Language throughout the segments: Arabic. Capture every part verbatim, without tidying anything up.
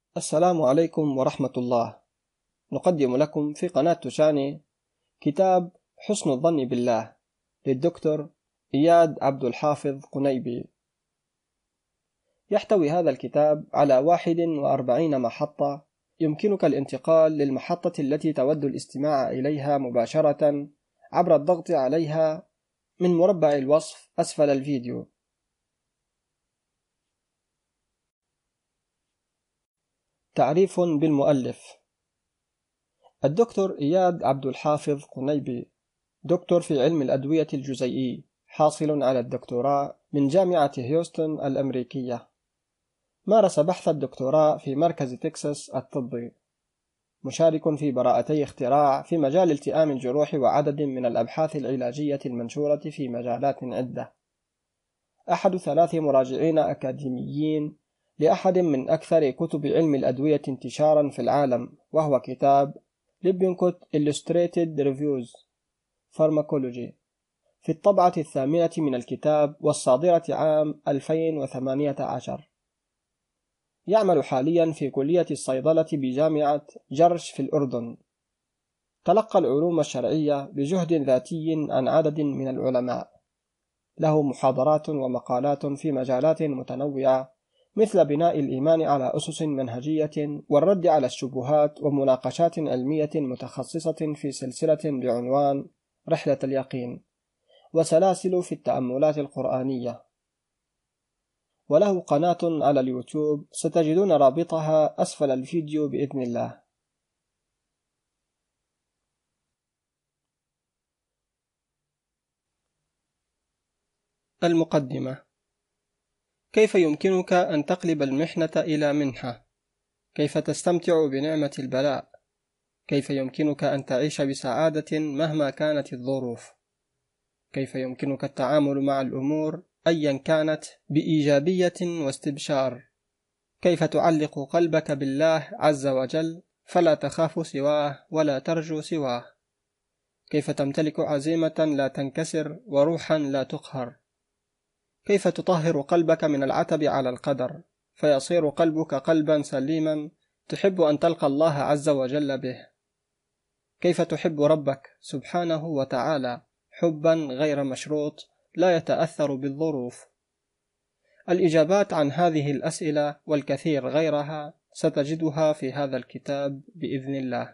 السلام عليكم ورحمة الله. نقدم لكم في قناة تشاني كتاب حسن الظن بالله للدكتور إياد عبد الحافظ قنيبي. يحتوي هذا الكتاب على واحد وأربعين محطة، يمكنك الانتقال للمحطة التي تود الاستماع إليها مباشرة عبر الضغط عليها من مربع الوصف أسفل الفيديو. تعريف بالمؤلف: الدكتور إياد عبد الحافظ قنيبي دكتور في علم الأدوية الجزيئي، حاصل على الدكتوراه من جامعة هيوستن الأمريكية. مارس بحث الدكتوراه في مركز تكساس الطبي، مشارك في براءتي اختراع في مجال التئام الجروح وعدد من الأبحاث العلاجية المنشورة في مجالات عدة. أحد ثلاث مراجعين أكاديميين لأحد من أكثر كتب علم الأدوية انتشارا في العالم، وهو كتاب ليبنكوت Illustrated Reviews Pharmacology في الطبعة الثامنة من الكتاب والصادرة عام ألفين وثمانية عشر. يعمل حاليا في كلية الصيدلة بجامعة جرش في الأردن. تلقى العلوم الشرعية بجهد ذاتي عن عدد من العلماء. له محاضرات ومقالات في مجالات متنوعة، مثل بناء الإيمان على أسس منهجية والرد على الشبهات، ومناقشات علمية متخصصة في سلسلة بعنوان رحلة اليقين، وسلاسل في التأملات القرآنية. وله قناة على اليوتيوب ستجدون رابطها أسفل الفيديو بإذن الله. المقدمة: كيف يمكنك أن تقلب المحنة إلى منحة؟ كيف تستمتع بنعمة البلاء؟ كيف يمكنك أن تعيش بسعادة مهما كانت الظروف؟ كيف يمكنك التعامل مع الأمور أيا كانت بإيجابية واستبشار؟ كيف تعلق قلبك بالله عز وجل فلا تخاف سواه ولا ترجو سواه؟ كيف تمتلك عزيمة لا تنكسر وروحا لا تقهر؟ كيف تطهر قلبك من العتب على القدر فيصير قلبك قلبا سليما تحب أن تلقى الله عز وجل به؟ كيف تحب ربك سبحانه وتعالى حبا غير مشروط لا يتأثر بالظروف؟ الإجابات عن هذه الأسئلة والكثير غيرها ستجدها في هذا الكتاب بإذن الله.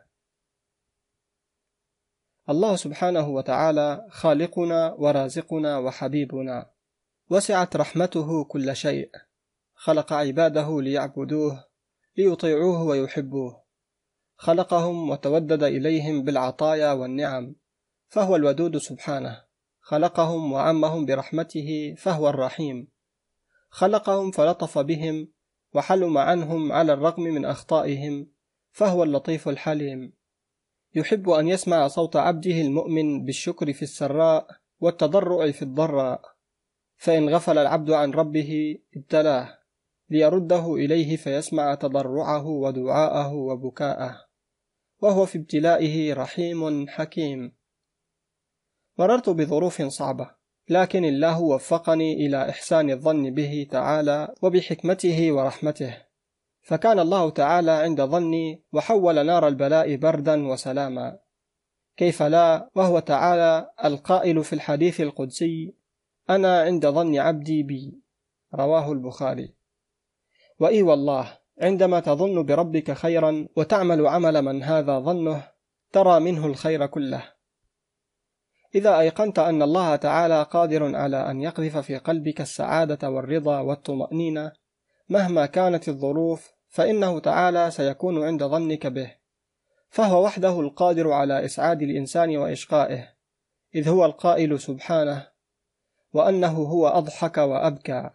الله سبحانه وتعالى خالقنا ورازقنا وحبيبنا، وسعت رحمته كل شيء، خلق عباده ليعبدوه ليطيعوه ويحبوه، خلقهم وتودد إليهم بالعطايا والنعم فهو الودود سبحانه، خلقهم وعمهم برحمته فهو الرحيم، خلقهم فلطف بهم وحلم عنهم على الرغم من أخطائهم فهو اللطيف الحليم، يحب أن يسمع صوت عبده المؤمن بالشكر في السراء والتضرع في الضراء، فإن غفل العبد عن ربه ابتلاه ليرده إليه فيسمع تضرعه ودعاءه وبكاءه، وهو في ابتلائه رحيم حكيم. مررت بظروف صعبة، لكن الله وفقني إلى إحسان الظن به تعالى وبحكمته ورحمته، فكان الله تعالى عند ظني وحول نار البلاء بردا وسلاما. كيف لا وهو تعالى القائل في الحديث القدسي: أنا عند ظن عبدي بي، رواه البخاري. وإي والله، عندما تظن بربك خيرا وتعمل عمل من هذا ظنه ترى منه الخير كله. إذا أيقنت أن الله تعالى قادر على أن يقذف في قلبك السعادة والرضا والطمأنينة مهما كانت الظروف، فإنه تعالى سيكون عند ظنك به، فهو وحده القادر على إسعاد الإنسان وإشقائه، إذ هو القائل سبحانه: وأنه هو أضحك وأبكى.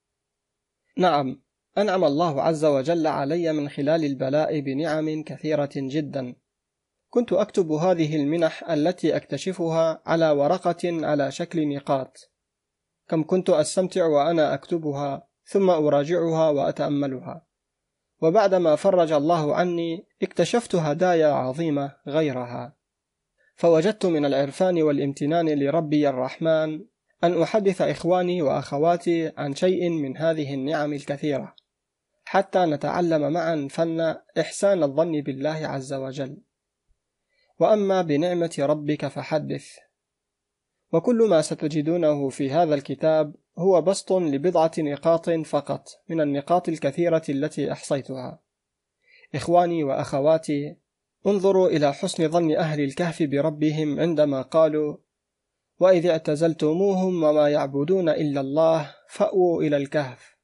نعم، أنعم الله عز وجل علي من خلال البلاء بنعم كثيرة جدا. كنت أكتب هذه المنح التي أكتشفها على ورقة على شكل نقاط. كم كنت أستمتع وأنا أكتبها ثم أراجعها وأتأملها، وبعدما فرج الله عني اكتشفت هدايا عظيمة غيرها، فوجدت من العرفان والامتنان لربي الرحمن أن أحدث إخواني وأخواتي عن شيء من هذه النعم الكثيرة، حتى نتعلم معا فن إحسان الظن بالله عز وجل. وأما بنعمة ربك فحدث. وكل ما ستجدونه في هذا الكتاب هو بسط لبضعة نقاط فقط من النقاط الكثيرة التي أحصيتها. إخواني وأخواتي، انظروا إلى حسن ظن أهل الكهف بربهم عندما قالوا: وإذ اعتزلتموهم وما يعبدون إلا الله فأووا إلى الكهف.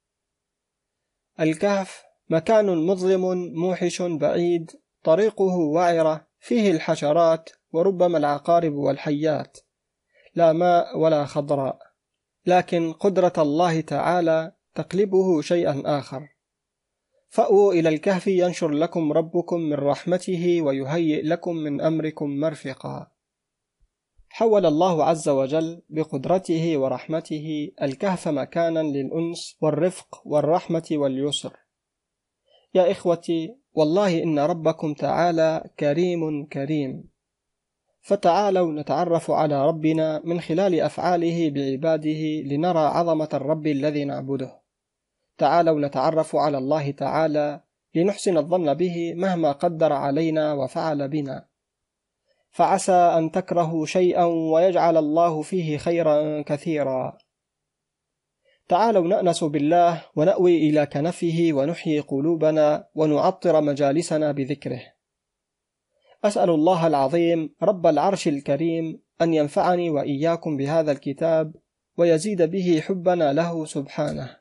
الكهف مكان مظلم موحش بعيد، طريقه وعرة، فيه الحشرات وربما العقارب والحيات، لا ماء ولا خضراء، لكن قدرة الله تعالى تقلبه شيئا آخر. فأووا إلى الكهف ينشر لكم ربكم من رحمته ويهيئ لكم من أمركم مرفقا. حول الله عز وجل بقدرته ورحمته الكهف مكانا للأنس والرفق والرحمة واليسر. يا إخوتي، والله إن ربكم تعالى كريم كريم، فتعالوا نتعرف على ربنا من خلال أفعاله بعباده لنرى عظمة الرب الذي نعبده. تعالوا نتعرف على الله تعالى لنحسن الظن به مهما قدر علينا وفعل بنا. فعسى أن تكرهوا شيئا ويجعل الله فيه خيرا كثيرا. تعالوا نأنس بالله ونأوي إلى كنفه ونحيي قلوبنا ونعطر مجالسنا بذكره. أسأل الله العظيم رب العرش الكريم أن ينفعني وإياكم بهذا الكتاب ويزيد به حبنا له سبحانه.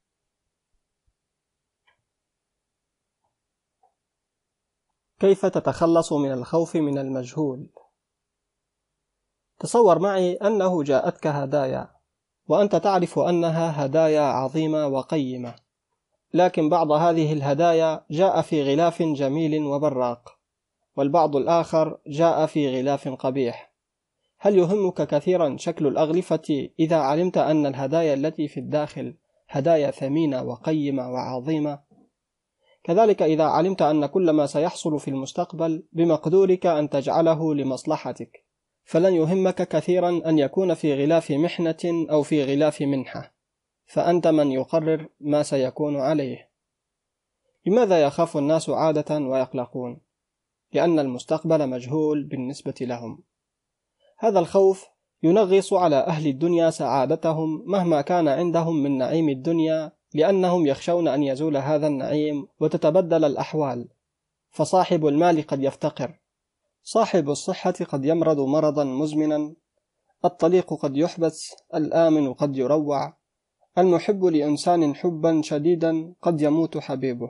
كيف تتخلص من الخوف من المجهول؟ تصور معي أنه جاءتك هدايا، وأنت تعرف أنها هدايا عظيمة وقيمة، لكن بعض هذه الهدايا جاء في غلاف جميل وبراق، والبعض الآخر جاء في غلاف قبيح. هل يهمك كثيرا شكل الأغلفة إذا علمت أن الهدايا التي في الداخل هدايا ثمينة وقيمة وعظيمة؟ كذلك إذا علمت أن كل ما سيحصل في المستقبل بمقدورك أن تجعله لمصلحتك، فلن يهمك كثيرا أن يكون في غلاف محنة أو في غلاف منحة، فأنت من يقرر ما سيكون عليه. لماذا يخاف الناس عادة ويقلقون؟ لأن المستقبل مجهول بالنسبة لهم. هذا الخوف ينغص على أهل الدنيا سعادتهم مهما كان عندهم من نعيم الدنيا، لأنهم يخشون أن يزول هذا النعيم وتتبدل الأحوال. فصاحب المال قد يفتقر، صاحب الصحة قد يمرض مرضا مزمنا، الطليق قد يحبس، الآمن قد يروع، المحب لإنسان حبا شديدا قد يموت حبيبه.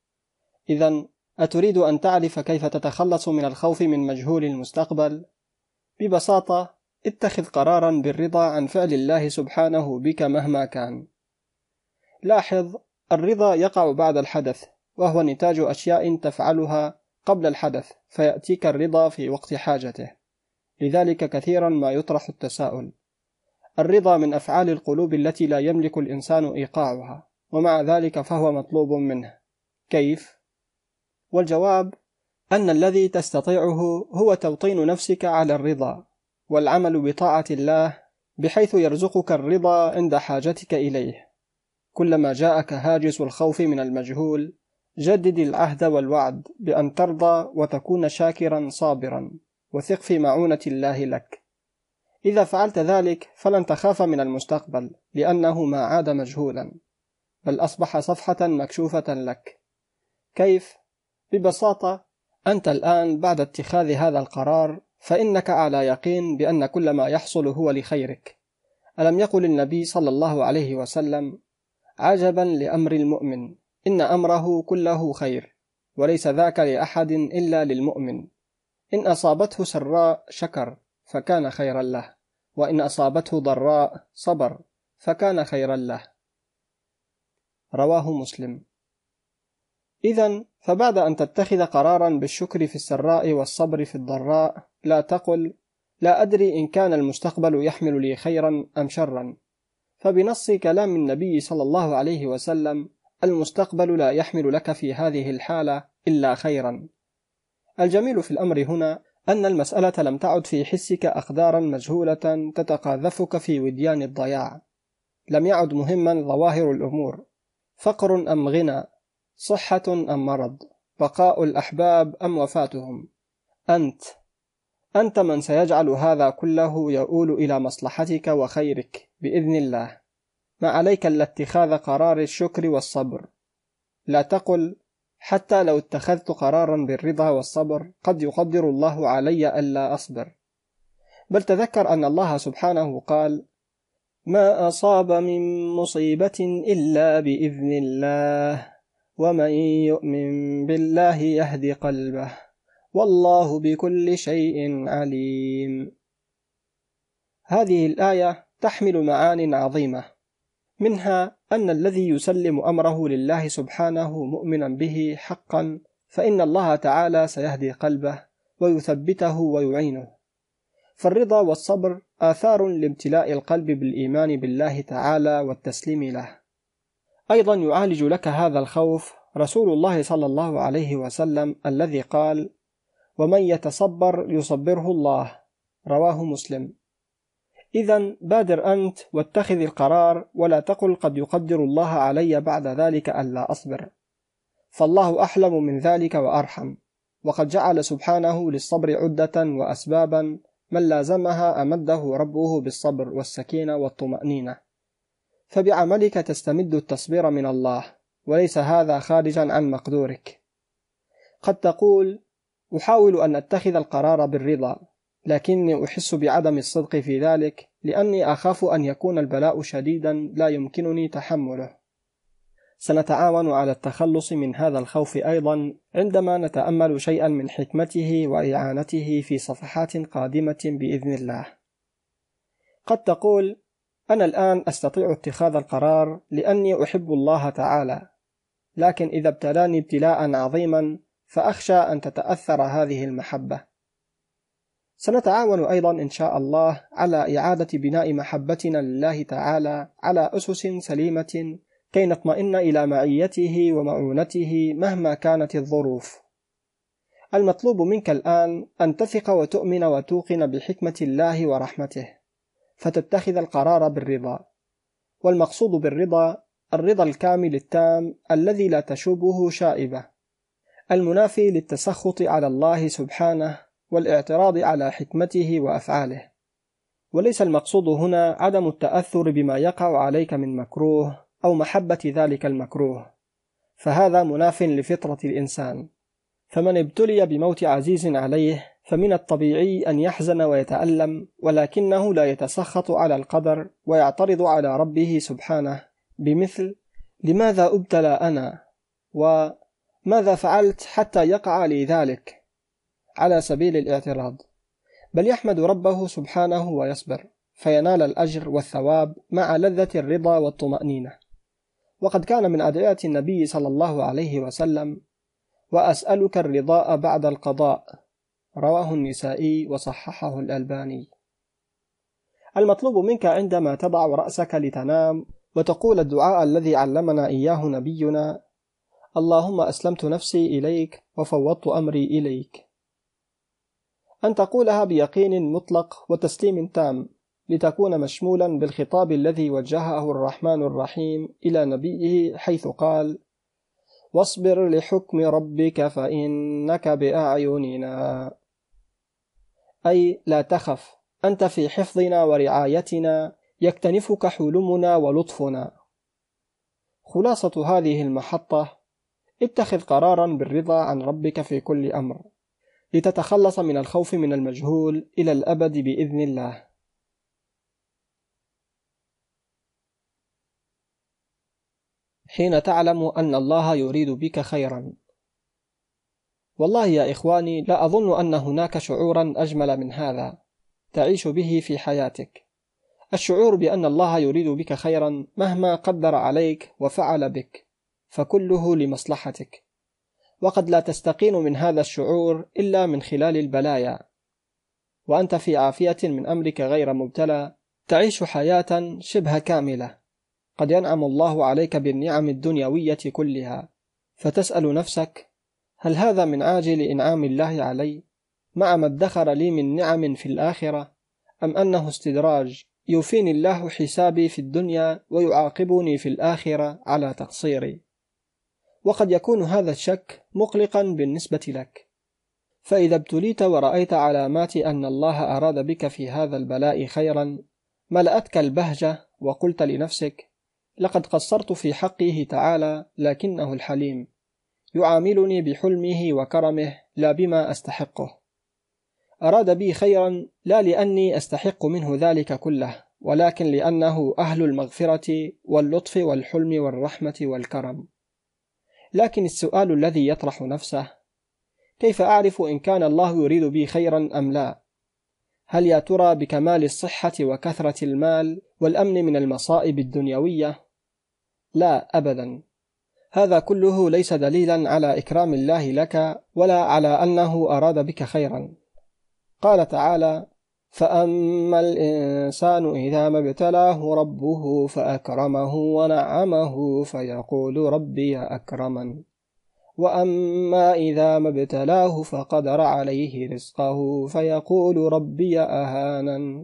إذن أتريد أن تعرف كيف تتخلص من الخوف من مجهول المستقبل؟ ببساطة اتخذ قرارا بالرضا عن فعل الله سبحانه بك مهما كان. لاحظ، الرضا يقع بعد الحدث، وهو نتاج أشياء تفعلها قبل الحدث، فيأتيك الرضا في وقت حاجته. لذلك كثيرا ما يطرح التساؤل: الرضا من أفعال القلوب التي لا يملك الإنسان إيقاعها، ومع ذلك فهو مطلوب منه، كيف؟ والجواب أن الذي تستطيعه هو توطين نفسك على الرضا، والعمل بطاعة الله بحيث يرزقك الرضا عند حاجتك إليه. كلما جاءك هاجس الخوف من المجهول، جدد العهد والوعد بأن ترضى وتكون شاكرا صابرا، وثق في معونة الله لك. إذا فعلت ذلك فلن تخاف من المستقبل، لأنه ما عاد مجهولا، بل أصبح صفحة مكشوفة لك. كيف؟ ببساطة، أنت الآن بعد اتخاذ هذا القرار فإنك على يقين بأن كل ما يحصل هو لخيرك. ألم يقل النبي صلى الله عليه وسلم: عجبا لأمر المؤمن، إن أمره كله خير، وليس ذاك لأحد إلا للمؤمن. إن أصابته سراء شكر فكان خيرا له، وإن أصابته ضراء صبر فكان خيرا له. رواه مسلم. إذن فبعد أن تتخذ قرارا بالشكر في السراء والصبر في الضراء، لا تقل: لا أدري إن كان المستقبل يحمل لي خيرا أم شرا، فبنص كلام النبي صلى الله عليه وسلم المستقبل لا يحمل لك في هذه الحالة إلا خيرا. الجميل في الأمر هنا أن المسألة لم تعد في حسك أقدارا مجهولة تتقاذفك في وديان الضياع. لم يعد مهما ظواهر الأمور، فقر أم غنى، صحة أم مرض، بقاء الأحباب أم وفاتهم، أنت أنت من سيجعل هذا كله يؤول إلى مصلحتك وخيرك بإذن الله. ما عليك إلا اتخاذ قرار الشكر والصبر. لا تقل حتى لو اتخذت قرارا بالرضا والصبر قد يقدر الله علي ألا أصبر، بل تذكر أن الله سبحانه قال: ما أصاب من مصيبة إلا بإذن الله، ومن يؤمن بالله يهد قلبه، والله بكل شيء عليم. هذه الآية تحمل معان عظيمة، منها أن الذي يسلم أمره لله سبحانه مؤمنا به حقا فإن الله تعالى سيهدي قلبه ويثبته ويعينه، فالرضا والصبر آثار لامتلاء القلب بالإيمان بالله تعالى والتسليم له. أيضا يعالج لك هذا الخوف رسول الله صلى الله عليه وسلم الذي قال: ومن يتصبر يصبره الله، رواه مسلم. إذن بادر أنت واتخذ القرار، ولا تقل قد يقدر الله علي بعد ذلك ألا أصبر، فالله أحلم من ذلك وأرحم، وقد جعل سبحانه للصبر عدة وأسبابا، من لازمها أمده ربه بالصبر والسكينة والطمأنينة، فبعملك تستمد التصبير من الله، وليس هذا خارجا عن مقدورك. قد تقول: أحاول أن أتخذ القرار بالرضا، لكني أحس بعدم الصدق في ذلك لأني أخاف أن يكون البلاء شديدا لا يمكنني تحمله. سنتعاون على التخلص من هذا الخوف أيضا عندما نتأمل شيئا من حكمته وإعانته في صفحات قادمة بإذن الله. قد تقول: أنا الآن أستطيع اتخاذ القرار لأني أحب الله تعالى، لكن إذا ابتلاني ابتلاء عظيما فأخشى أن تتأثر هذه المحبة. سنتعاون أيضا إن شاء الله على إعادة بناء محبتنا لله تعالى على أسس سليمة كي نطمئن إلى معيته ومعونته مهما كانت الظروف. المطلوب منك الآن أن تثق وتؤمن وتوقن بحكمة الله ورحمته، فتتخذ القرار بالرضا. والمقصود بالرضا الرضا الكامل التام الذي لا تشوبه شائبة، المنافي للتسخط على الله سبحانه والاعتراض على حكمته وأفعاله. وليس المقصود هنا عدم التأثر بما يقع عليك من مكروه أو محبة ذلك المكروه، فهذا مناف لفطرة الإنسان. فمن ابتلي بموت عزيز عليه فمن الطبيعي أن يحزن ويتألم، ولكنه لا يتسخط على القدر ويعترض على ربه سبحانه بمثل: لماذا أبتلى أنا؟ وماذا فعلت حتى يقع لي ذلك؟ على سبيل الاعتراض، بل يحمد ربه سبحانه ويصبر فينال الأجر والثواب مع لذة الرضا والطمأنينة. وقد كان من أدعية النبي صلى الله عليه وسلم: وأسألك الرضاء بعد القضاء، رواه النسائي وصححه الألباني. المطلوب منك عندما تضع رأسك لتنام وتقول الدعاء الذي علمنا إياه نبينا: اللهم أسلمت نفسي إليك وفوضت أمري إليك، أن تقولها بيقين مطلق وتسليم تام، لتكون مشمولا بالخطاب الذي وجهه الرحمن الرحيم إلى نبيه حيث قال: واصبر لحكم ربك فإنك بأعيننا، أي لا تخف، أنت في حفظنا ورعايتنا، يكتنفك حلمنا ولطفنا. خلاصة هذه المحطة: اتخذ قرارا بالرضا عن ربك في كل أمر، لتتخلص من الخوف من المجهول إلى الأبد بإذن الله. حين تعلم أن الله يريد بك خيرا. والله يا إخواني لا أظن أن هناك شعورا أجمل من هذا تعيش به في حياتك، الشعور بأن الله يريد بك خيرا مهما قدر عليك وفعل بك، فكله لمصلحتك. وقد لا تستقين من هذا الشعور إلا من خلال البلايا، وأنت في عافية من أمرك غير مبتلى، تعيش حياة شبه كاملة. قد ينعم الله عليك بالنعم الدنيوية كلها، فتسأل نفسك: هل هذا من عاجل إنعام الله علي، مع ما ادخر لي من نعم في الآخرة، أم أنه استدراج يوفيني الله حسابي في الدنيا ويعاقبني في الآخرة على تقصيري. وقد يكون هذا الشك مقلقا بالنسبة لك، فإذا ابتليت ورأيت علامات أن الله أراد بك في هذا البلاء خيرا ملأتك البهجة، وقلت لنفسك: لقد قصرت في حقه تعالى، لكنه الحليم يعاملني بحلمه وكرمه لا بما أستحقه. أراد بي خيرا لا لأني أستحق منه ذلك كله، ولكن لأنه أهل المغفرة واللطف والحلم والرحمة والكرم. لكن السؤال الذي يطرح نفسه: كيف أعرف إن كان الله يريد بي خيرا أم لا؟ هل يا ترى بكمال الصحة وكثرة المال والأمن من المصائب الدنيوية؟ لا أبدا، هذا كله ليس دليلا على إكرام الله لك ولا على أنه أراد بك خيرا. قال تعالى: فأما الإنسان إذا ما ابتلاه ربه فأكرمه ونعمه فيقول ربي أكرمن، وأما إذا ما ابتلاه فقدر عليه رزقه فيقول ربي أهانن.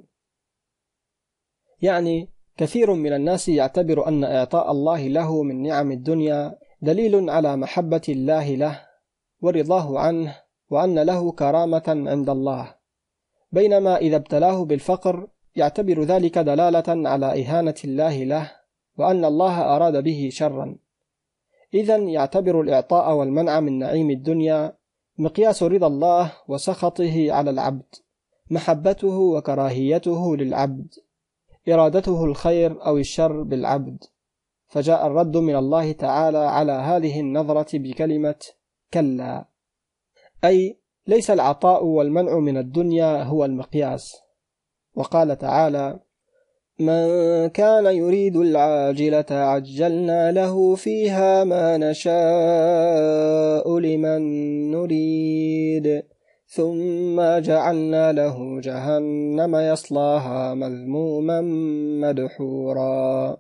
يعني كثير من الناس يعتبر أن إعطاء الله له من نعم الدنيا دليل على محبة الله له ورضاه عنه وأن له كرامة عند الله، بينما إذا ابتلاه بالفقر يعتبر ذلك دلالة على إهانة الله له وأن الله أراد به شرا. إذن يعتبر الإعطاء والمنع من نعيم الدنيا مقياس رضا الله وسخطه على العبد، محبته وكراهيته للعبد، إرادته الخير أو الشر بالعبد. فجاء الرد من الله تعالى على هذه النظرة بكلمة كلا، أي ليس العطاء والمنع من الدنيا هو المقياس. وقال تعالى: من كان يريد العاجلة عجلنا له فيها ما نشاء لمن نريد ثم جعلنا له جهنم يصلاها مذموما مدحورا.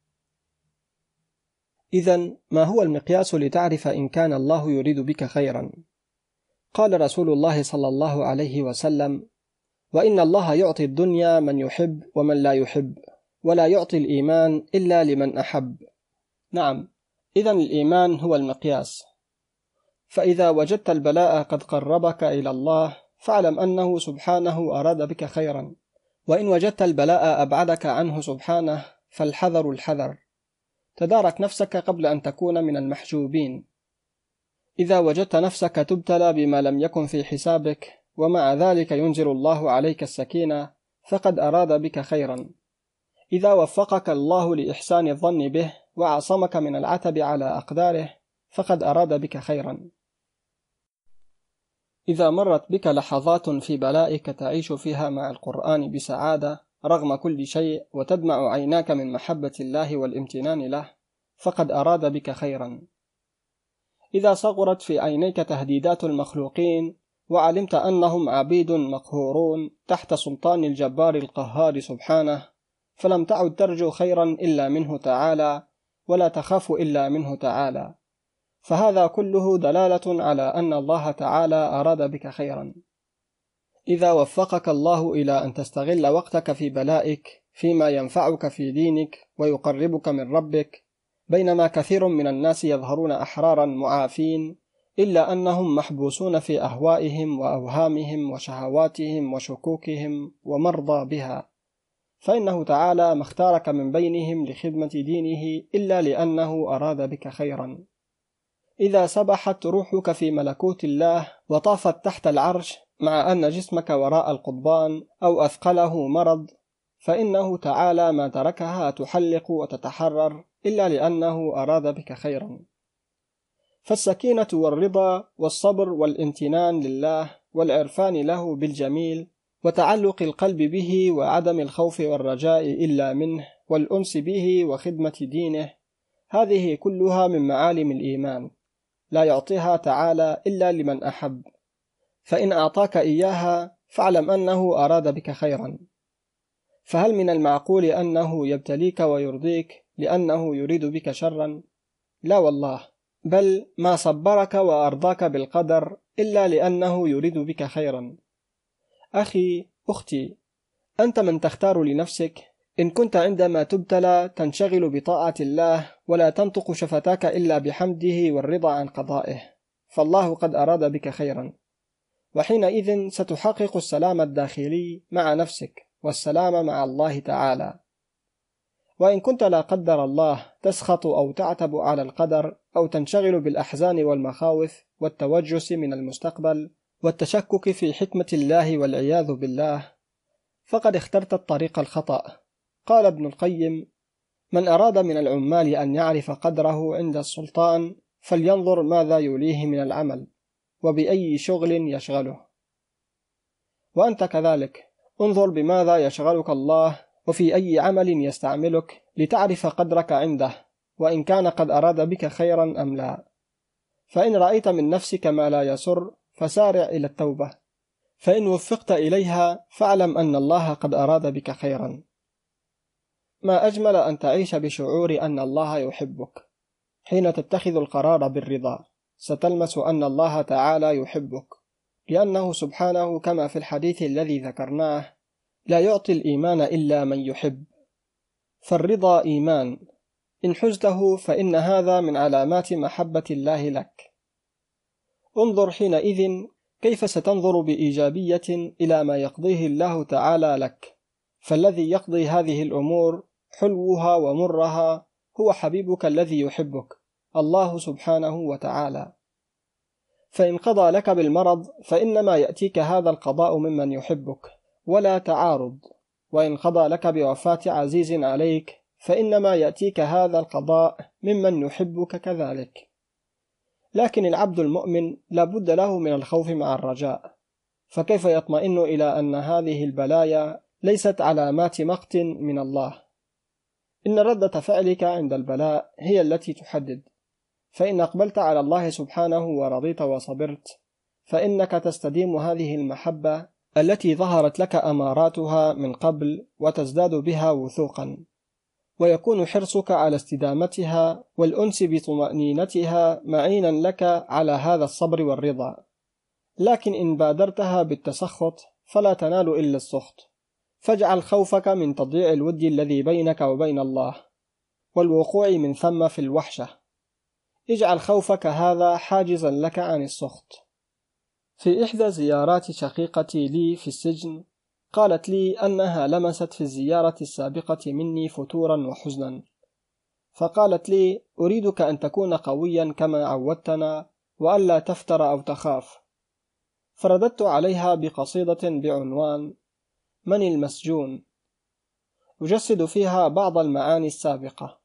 إذن ما هو المقياس لتعرف إن كان الله يريد بك خيرا؟ قال رسول الله صلى الله عليه وسلم: وإن الله يعطي الدنيا من يحب ومن لا يحب، ولا يعطي الإيمان إلا لمن أحب. نعم، إذن الإيمان هو المقياس. فإذا وجدت البلاء قد قربك إلى الله فاعلم أنه سبحانه أراد بك خيرا، وإن وجدت البلاء أبعدك عنه سبحانه فالحذر الحذر، تدارك نفسك قبل أن تكون من المحجوبين. إذا وجدت نفسك تبتلى بما لم يكن في حسابك ومع ذلك ينزل الله عليك السكينة فقد أراد بك خيرا. إذا وفقك الله لإحسان الظن به وعصمك من العتب على أقداره فقد أراد بك خيرا. إذا مرت بك لحظات في بلائك تعيش فيها مع القرآن بسعادة رغم كل شيء وتدمع عيناك من محبة الله والامتنان له فقد أراد بك خيرا. إذا صغرت في عينيك تهديدات المخلوقين وعلمت أنهم عبيد مقهورون تحت سلطان الجبار القهار سبحانه فلم تعد ترجو خيرا إلا منه تعالى ولا تخاف إلا منه تعالى، فهذا كله دلالة على أن الله تعالى أراد بك خيرا. إذا وفقك الله إلى أن تستغل وقتك في بلائك فيما ينفعك في دينك ويقربك من ربك، بينما كثير من الناس يظهرون أحرارا معافين إلا أنهم محبوسون في أهوائهم وأوهامهم وشهواتهم وشكوكهم ومرضى بها، فإنه تعالى ما اختارك من بينهم لخدمة دينه إلا لأنه أراد بك خيرا. إذا سبحت روحك في ملكوت الله وطافت تحت العرش مع أن جسمك وراء القضبان أو أثقله مرض، فإنه تعالى ما تركها تحلق وتتحرر إلا لأنه أراد بك خيرا. فالسكينة والرضا والصبر والامتنان لله والعرفان له بالجميل وتعلق القلب به وعدم الخوف والرجاء إلا منه والأنس به وخدمة دينه، هذه كلها من معالم الإيمان لا يعطيها تعالى إلا لمن أحب، فإن أعطاك إياها فاعلم أنه أراد بك خيرا. فهل من المعقول أنه يبتليك ويرضيك لأنه يريد بك شرا؟ لا والله، بل ما صبرك وأرضاك بالقدر إلا لأنه يريد بك خيرا. أخي أختي، أنت من تختار لنفسك إن كنت عندما تبتلى تنشغل بطاعة الله ولا تنطق شفتاك إلا بحمده والرضا عن قضائه، فالله قد أراد بك خيرا، وحينئذ ستحقق السلام الداخلي مع نفسك والسلام مع الله تعالى. وإن كنت لا قدر الله تسخط أو تعتب على القدر أو تنشغل بالأحزان والمخاوف والتوجس من المستقبل والتشكك في حكمة الله والعياذ بالله، فقد اخترت الطريق الخطأ. قال ابن القيم: من أراد من العمال أن يعرف قدره عند السلطان فلينظر ماذا يليه من العمل وبأي شغل يشغله. وأنت كذلك، انظر بماذا يشغلك الله وفي أي عمل يستعملك لتعرف قدرك عنده، وإن كان قد أراد بك خيرا أم لا. فإن رأيت من نفسك ما لا يسر فسارع إلى التوبة، فإن وفقت إليها فاعلم أن الله قد أراد بك خيرا. ما أجمل أن تعيش بشعور أن الله يحبك. حين تتخذ القرار بالرضا ستلمس أن الله تعالى يحبك، لأنه سبحانه كما في الحديث الذي ذكرناه: لا يعطي الإيمان إلا من يحب. فالرضا إيمان، إن حزته فإن هذا من علامات محبة الله لك. انظر حينئذ كيف ستنظر بإيجابية إلى ما يقضيه الله تعالى لك، فالذي يقضي هذه الأمور حلوها ومرها هو حبيبك الذي يحبك، الله سبحانه وتعالى. فإن قضى لك بالمرض فإنما يأتيك هذا القضاء ممن يحبك ولا تعارض، وإن قضى لك بوفاة عزيز عليك فإنما يأتيك هذا القضاء ممن يحبك كذلك. لكن العبد المؤمن لا بد له من الخوف مع الرجاء، فكيف يطمئن إلى أن هذه البلايا ليست علامات مقت من الله؟ إن ردة فعلك عند البلاء هي التي تحدد، فإن أقبلت على الله سبحانه ورضيت وصبرت فإنك تستديم هذه المحبة التي ظهرت لك أماراتها من قبل وتزداد بها وثوقا، ويكون حرصك على استدامتها والأنس بطمأنينتها معينا لك على هذا الصبر والرضا. لكن إن بادرتها بالتسخط فلا تنال إلا السخط، فاجعل خوفك من تضييع الود الذي بينك وبين الله والوقوع من ثم في الوحشة. اجعل خوفك هذا حاجزا لك عن السخط. في إحدى زيارات شقيقتي لي في السجن قالت لي أنها لمست في الزيارة السابقة مني فتورا وحزنا، فقالت لي: أريدك أن تكون قويا كما عودتنا وألا تفتر أو تخاف. فرددت عليها بقصيدة بعنوان من المسجون، أجسد فيها بعض المعاني السابقة.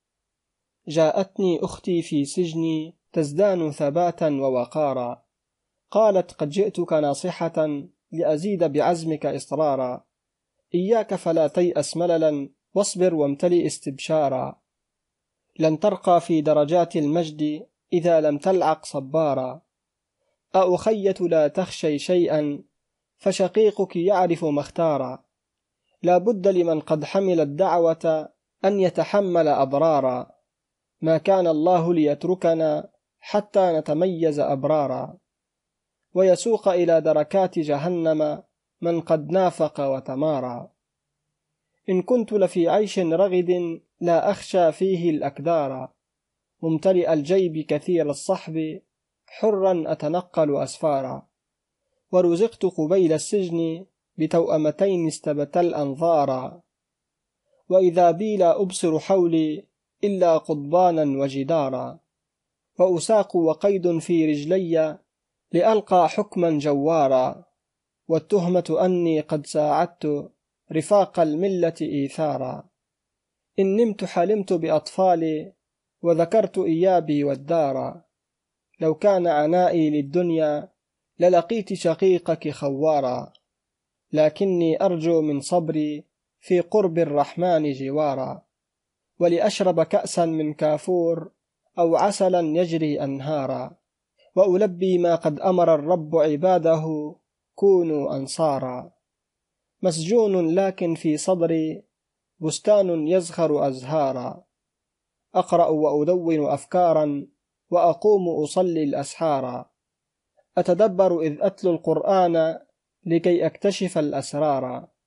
جاءتني أختي في سجني تزدان ثباتا ووقارا، قالت: قد جئتك ناصحة لأزيد بعزمك إصرارا، إياك فلا تيأس مللا واصبر وامتلئ استبشارا، لن ترقى في درجات المجد إذا لم تلعق صبارا، أخية لا تخشي شيئا فشقيقك يعرف ما اختارا، لا بد لمن قد حمل الدعوة أن يتحمل أضرارا، ما كان الله ليتركنا حتى نتميز أبرارا، ويسوق إلى دركات جهنم من قد نافق وتمارى. إن كنت لفي عيش رغد لا أخشى فيه الأكدار، ممتلئ الجيب كثير الصحب حرا أتنقل أسفارا، ورزقت قبيل السجن بتوأمتين استبتا الأنظارا، وإذا بي لا أبصر حولي إلا قضبانا وجدارا، وأساق وقيد في رجلي لألقى حكما جوارا، والتهمة أني قد ساعدت رفاق الملة إيثارا، إن نمت حلمت بأطفالي وذكرت إيابي والدارا، لو كان عنائي للدنيا للقيت شقيقك خوارا، لكني أرجو من صبري في قرب الرحمن جوارا، ولأشرب كأسا من كافور أو عسلا يجري أنهارا، وألبي ما قد أمر الرب عباده كونوا أنصارا، مسجون لكن في صدري بستان يزخر أزهارا، أقرأ وأدون أفكارا وأقوم أصلي الأسحارا، أتدبر إذ أتلو القرآن لكي أكتشف الأسرار،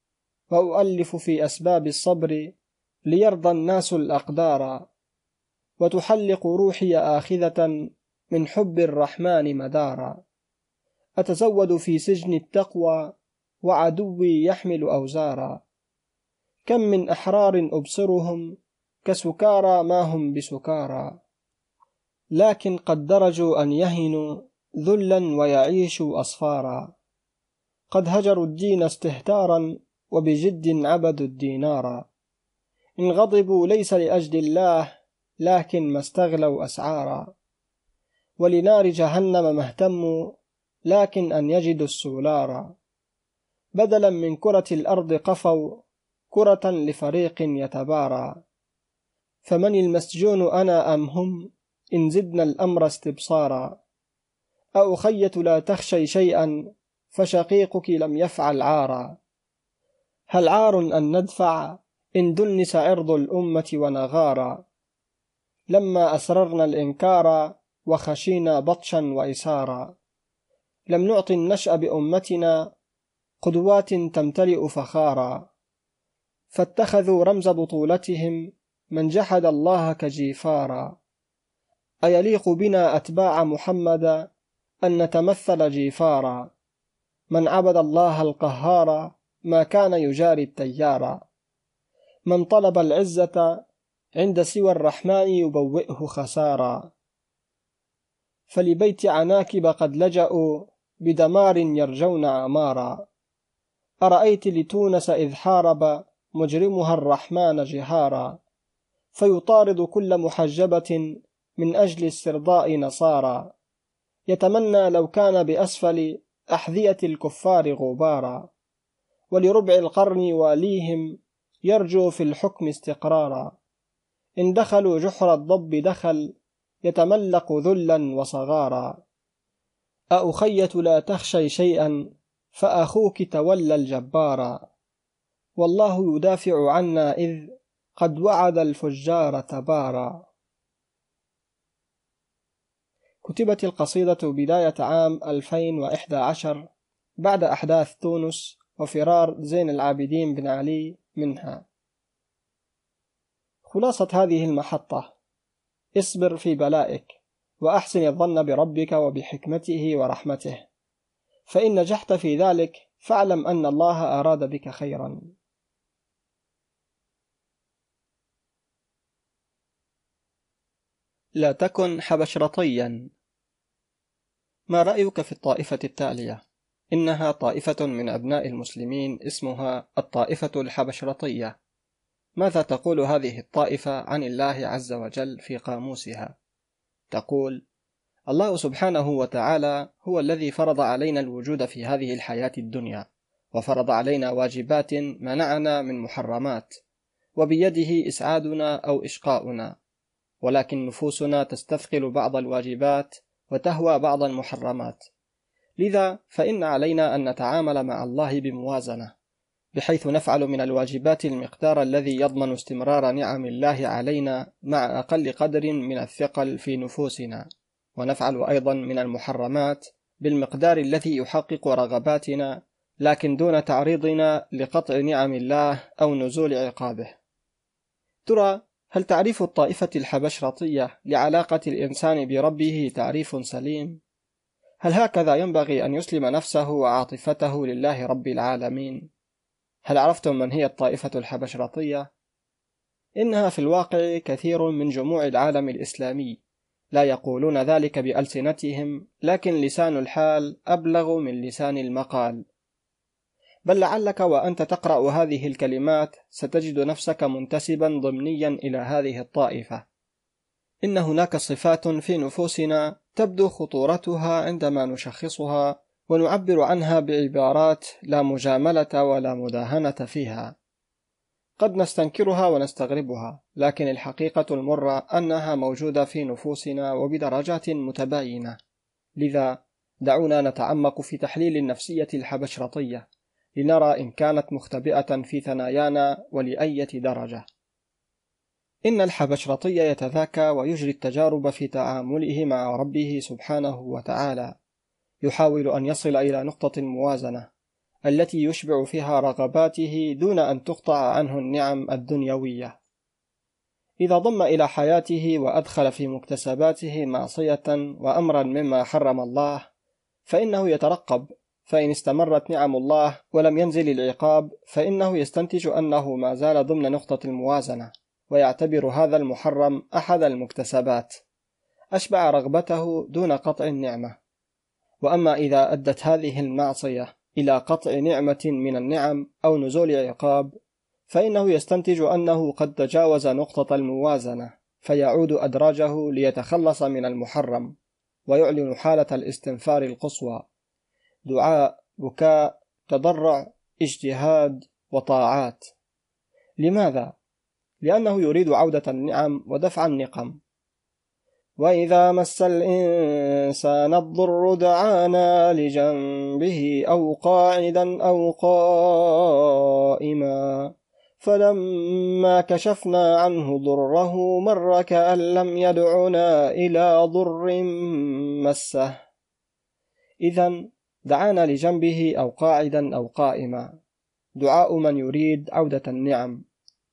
وأؤلف في أسباب الصبر ليرضى الناس الأقدار، وتحلق روحي آخذة من حب الرحمن مدارا. أتزود في سجن التقوى وعدوي يحمل أوزارا، كم من أحرار أبصرهم كسكارى ما هم بسكارى، لكن قد درجوا أن يهنوا ذلا ويعيشوا أصفارا. قد هجروا الدين استهتارا وبجد عبدوا الدينارا، إن غضبوا ليس لأجل الله لكن ما استغلوا أسعارا. ولنار جهنم ما اهتموا لكن أن يجدوا السولارا، بدلا من كرة الأرض قفوا كرة لفريق يتبارى. فمن المسجون أنا أم هم إن زدنا الأمر استبصارا. أأخية لا تخشي شيئا فشقيقك لم يفعل عارا، هل عار أن ندفع إن دنس عرض الأمة ونغارا. لما أسررنا الإنكار وخشينا بطشا وإسارا، لم نعطي النشأ بأمتنا قدوات تمتلئ فخارا. فاتخذوا رمز بطولتهم من جحد الله كجيفارا. أيليق بنا أتباع محمد أن نتمثل جيفارا، من عبد الله القهار ما كان يجاري التيارا. من طلب العزة عند سوى الرحمن يبوئه خسارا، فلبيت عناكب قد لجأوا بدمار يرجون عمارا. أرأيت لتونس إذ حارب مجرمها الرحمن جهارا، فيطارد كل محجبة من أجل استرضاء نصارى. يتمنى لو كان بأسفل أحذية الكفار غبارا، ولربع القرن واليهم يرجو في الحكم استقرارا. إن دخلوا جحر الضب دخل يتملق ذلا وصغارا. أأخية لا تخشي شيئا فأخوك تولى الجبارا، والله يدافع عنا إذ قد وعد الفجار تبارا. كتبت القصيدة بداية عام ألفين وإحدى عشر بعد أحداث تونس وفرار زين العابدين بن علي منها. خلاصة هذه المحطة: اصبر في بلائك، وأحسن الظن بربك وبحكمته ورحمته، فإن نجحت في ذلك فاعلم أن الله أراد بك خيرا. لا تكن حبشرطيا. ما رأيك في الطائفة التالية؟ إنها طائفة من أبناء المسلمين اسمها الطائفة الحبشرطية. ماذا تقول هذه الطائفة عن الله عز وجل في قاموسها؟ تقول: الله سبحانه وتعالى هو الذي فرض علينا الوجود في هذه الحياة الدنيا، وفرض علينا واجبات منعنا من محرمات، وبيده إسعادنا أو إشقاؤنا، ولكن نفوسنا تستثقل بعض الواجبات وتهوى بعض المحرمات. لذا فإن علينا أن نتعامل مع الله بموازنة، بحيث نفعل من الواجبات المقدار الذي يضمن استمرار نعم الله علينا مع أقل قدر من الثقل في نفوسنا، ونفعل أيضا من المحرمات بالمقدار الذي يحقق رغباتنا، لكن دون تعريضنا لقطع نعم الله أو نزول عقابه. ترى هل تعريف الطائفة الحبشرطية لعلاقة الإنسان بربه تعريف سليم؟ هل هكذا ينبغي أن يسلم نفسه وعاطفته لله رب العالمين؟ هل عرفتم من هي الطائفة الحبشرطية؟ إنها في الواقع كثير من جموع العالم الإسلامي، لا يقولون ذلك بألسنتهم، لكن لسان الحال أبلغ من لسان المقال. بل لعلك وأنت تقرأ هذه الكلمات ستجد نفسك منتسبا ضمنيا إلى هذه الطائفة. إن هناك صفات في نفوسنا تبدو خطورتها عندما نشخصها ونعبر عنها بعبارات لا مجاملة ولا مداهنة فيها. قد نستنكرها ونستغربها، لكن الحقيقة المرة أنها موجودة في نفوسنا وبدرجات متباينة. لذا دعونا نتعمق في تحليل النفسية الحبشرطية لنرى إن كانت مختبئة في ثنايانا ولأية درجة. إن الحبشرطي يتذاكى ويجري التجارب في تعامله مع ربه سبحانه وتعالى، يحاول أن يصل إلى نقطة موازنة، التي يشبع فيها رغباته دون أن تقطع عنه النعم الدنيوية. إذا ضم إلى حياته وأدخل في مكتسباته معصية وأمرا مما حرم الله فإنه يترقب، فإن استمرت نعم الله ولم ينزل العقاب فإنه يستنتج أنه ما زال ضمن نقطة الموازنة، ويعتبر هذا المحرم أحد المكتسبات أشبع رغبته دون قطع النعمة. وأما إذا أدت هذه المعصية إلى قطع نعمة من النعم أو نزول عقاب فإنه يستنتج أنه قد تجاوز نقطة الموازنة، فيعود أدراجه ليتخلص من المحرم، ويعلن حالة الاستنفار القصوى: دعاء، بكاء، تضرع، اجتهاد وطاعات. لماذا؟ لأنه يريد عودة النعم ودفع النقم. وإذا مس الإنسان الضر دعانا لجنبه أو قاعدا أو قائما فلما كشفنا عنه ضره مر كأن لم يدعنا إلى ضر مسه. إذن دعانا لجنبه أو قاعدا أو قائما، دعاء من يريد عودة النعم.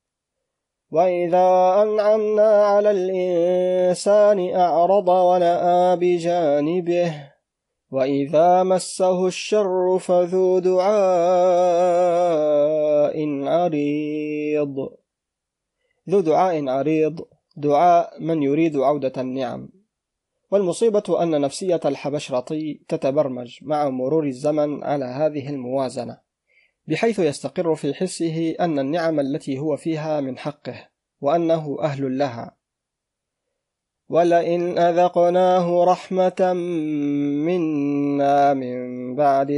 وإذا أنعمنا على الإنسان أعرض ونأى بجانبه وإذا مسه الشر فذو دعاء عريض. ذو دعاء عريض دعاء من يريد عودة النعم. والمصيبة أن نفسية الحبشرطي تتبرمج مع مرور الزمن على هذه الموازنة، بحيث يستقر في حسه أن النعم التي هو فيها من حقه وأنه أهل لها. ولئن أذقناه رحمة منا من بعد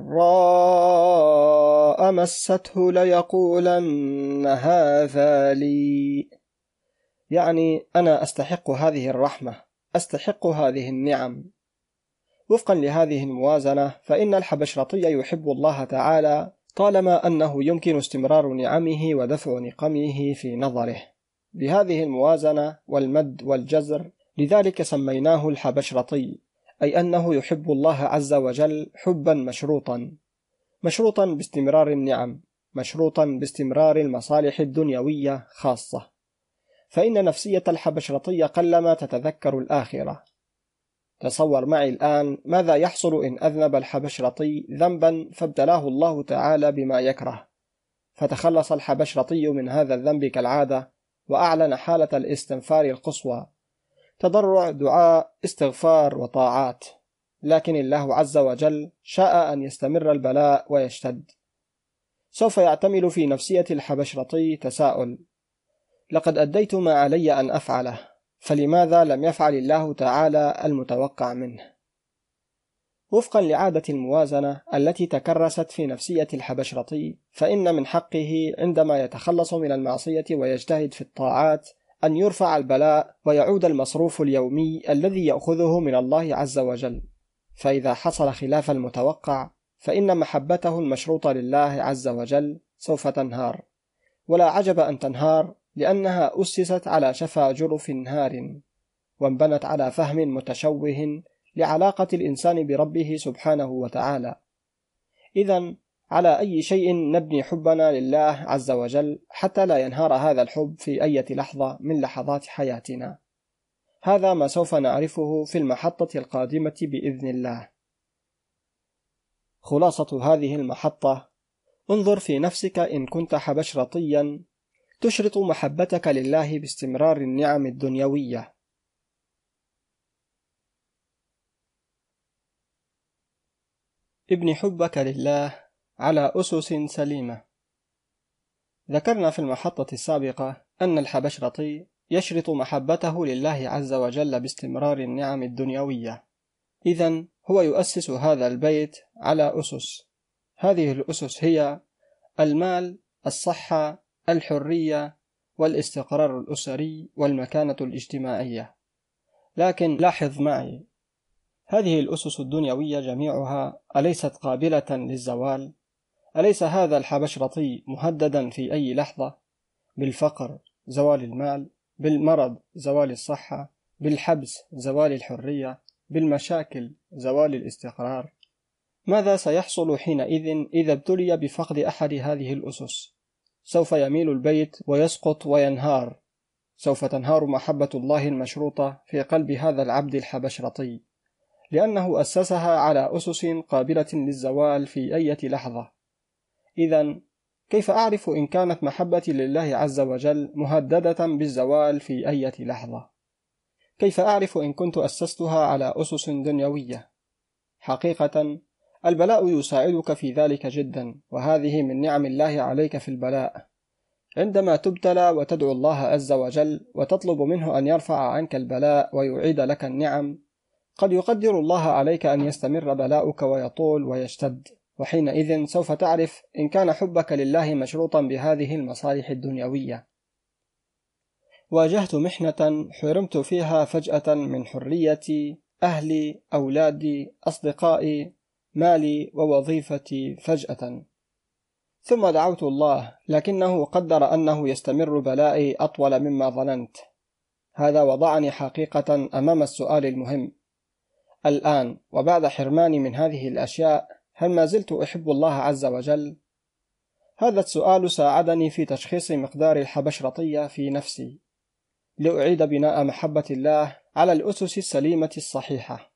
ضراء مسته ليقولن هذا لي، يعني أنا أستحق هذه الرحمة، أستحق هذه النعم. وفقا لهذه الموازنة فإن الحبشرطي يحب الله تعالى طالما أنه يمكن استمرار نعمه ودفع نقمه في نظره بهذه الموازنة والمد والجزر. لذلك سميناه الحبشرطي، أي أنه يحب الله عز وجل حبا مشروطا، مشروطا باستمرار النعم، مشروطا باستمرار المصالح الدنيوية خاصة. فإن نفسية الحبشرطي قلما تتذكر الآخرة. تصور معي الآن ماذا يحصل إن أذنب الحبشرطي ذنبا فابتلاه الله تعالى بما يكره، فتخلص الحبشرطي من هذا الذنب كالعادة وأعلن حالة الاستنفار القصوى: تضرع، دعاء، استغفار وطاعات. لكن الله عز وجل شاء أن يستمر البلاء ويشتد. سوف يعتمل في نفسية الحبشرطي تساؤل: لقد أديت ما علي أن أفعله، فلماذا لم يفعل الله تعالى المتوقع منه؟ وفقا لعادة الموازنة التي تكرست في نفسية الحبشرطي، فإن من حقه عندما يتخلص من المعصية ويجتهد في الطاعات أن يرفع البلاء ويعود المصروف اليومي الذي يأخذه من الله عز وجل. فإذا حصل خلاف المتوقع فإن محبته المشروطة لله عز وجل سوف تنهار، ولا عجب أن تنهار، لأنها أسست على شفا جرف نهار، وانبنت على فهم متشوه لعلاقة الإنسان بربه سبحانه وتعالى. إذن على أي شيء نبني حبنا لله عز وجل حتى لا ينهار هذا الحب في أي لحظة من لحظات حياتنا؟ هذا ما سوف نعرفه في المحطة القادمة بإذن الله. خلاصة هذه المحطة: انظر في نفسك إن كنت حبشرطيا تشرط محبتك لله باستمرار النعم الدنيوية. ابن حبك لله على أسس سليمة. ذكرنا في المحطة السابقة أن الحبشرطي يشرط محبته لله عز وجل باستمرار النعم الدنيوية. إذن هو يؤسس هذا البيت على أسس. هذه الأسس هي المال، الصحة، الحرية، والاستقرار الأسري، والمكانة الاجتماعية. لكن لاحظ معي، هذه الأسس الدنيوية جميعها أليست قابلة للزوال؟ أليس هذا الحبشرطي مهددا في أي لحظة بالفقر، زوال المال، بالمرض، زوال الصحة، بالحبس، زوال الحرية، بالمشاكل، زوال الاستقرار؟ ماذا سيحصل حينئذ إذا ابتلي بفقد أحد هذه الأسس؟ سوف يميل البيت ويسقط وينهار، سوف تنهار محبة الله المشروطة في قلب هذا العبد الحبشرطي، لأنه أسسها على أسس قابلة للزوال في أي لحظة. إذن كيف أعرف إن كانت محبتي لله عز وجل مهددة بالزوال في أي لحظة؟ كيف أعرف إن كنت أسستها على أسس دنيوية؟ حقيقة البلاء يساعدك في ذلك جدا، وهذه من نعم الله عليك في البلاء. عندما تبتلى وتدعو الله عز وجل وتطلب منه أن يرفع عنك البلاء ويعيد لك النعم، قد يقدر الله عليك أن يستمر بلاؤك ويطول ويشتد، وحينئذ سوف تعرف إن كان حبك لله مشروطا بهذه المصالح الدنيوية. واجهت محنة حرمت فيها فجأة من حريتي، أهلي، أولادي، أصدقائي، مالي ووظيفتي فجأة، ثم دعوت الله، لكنه قدر أنه يستمر بلائي أطول مما ظننت. هذا وضعني حقيقة أمام السؤال المهم: الآن وبعد حرماني من هذه الأشياء، هل ما زلت أحب الله عز وجل؟ هذا السؤال ساعدني في تشخيص مقدار الحبشرطية في نفسي، لأعيد بناء محبة الله على الأسس السليمة الصحيحة.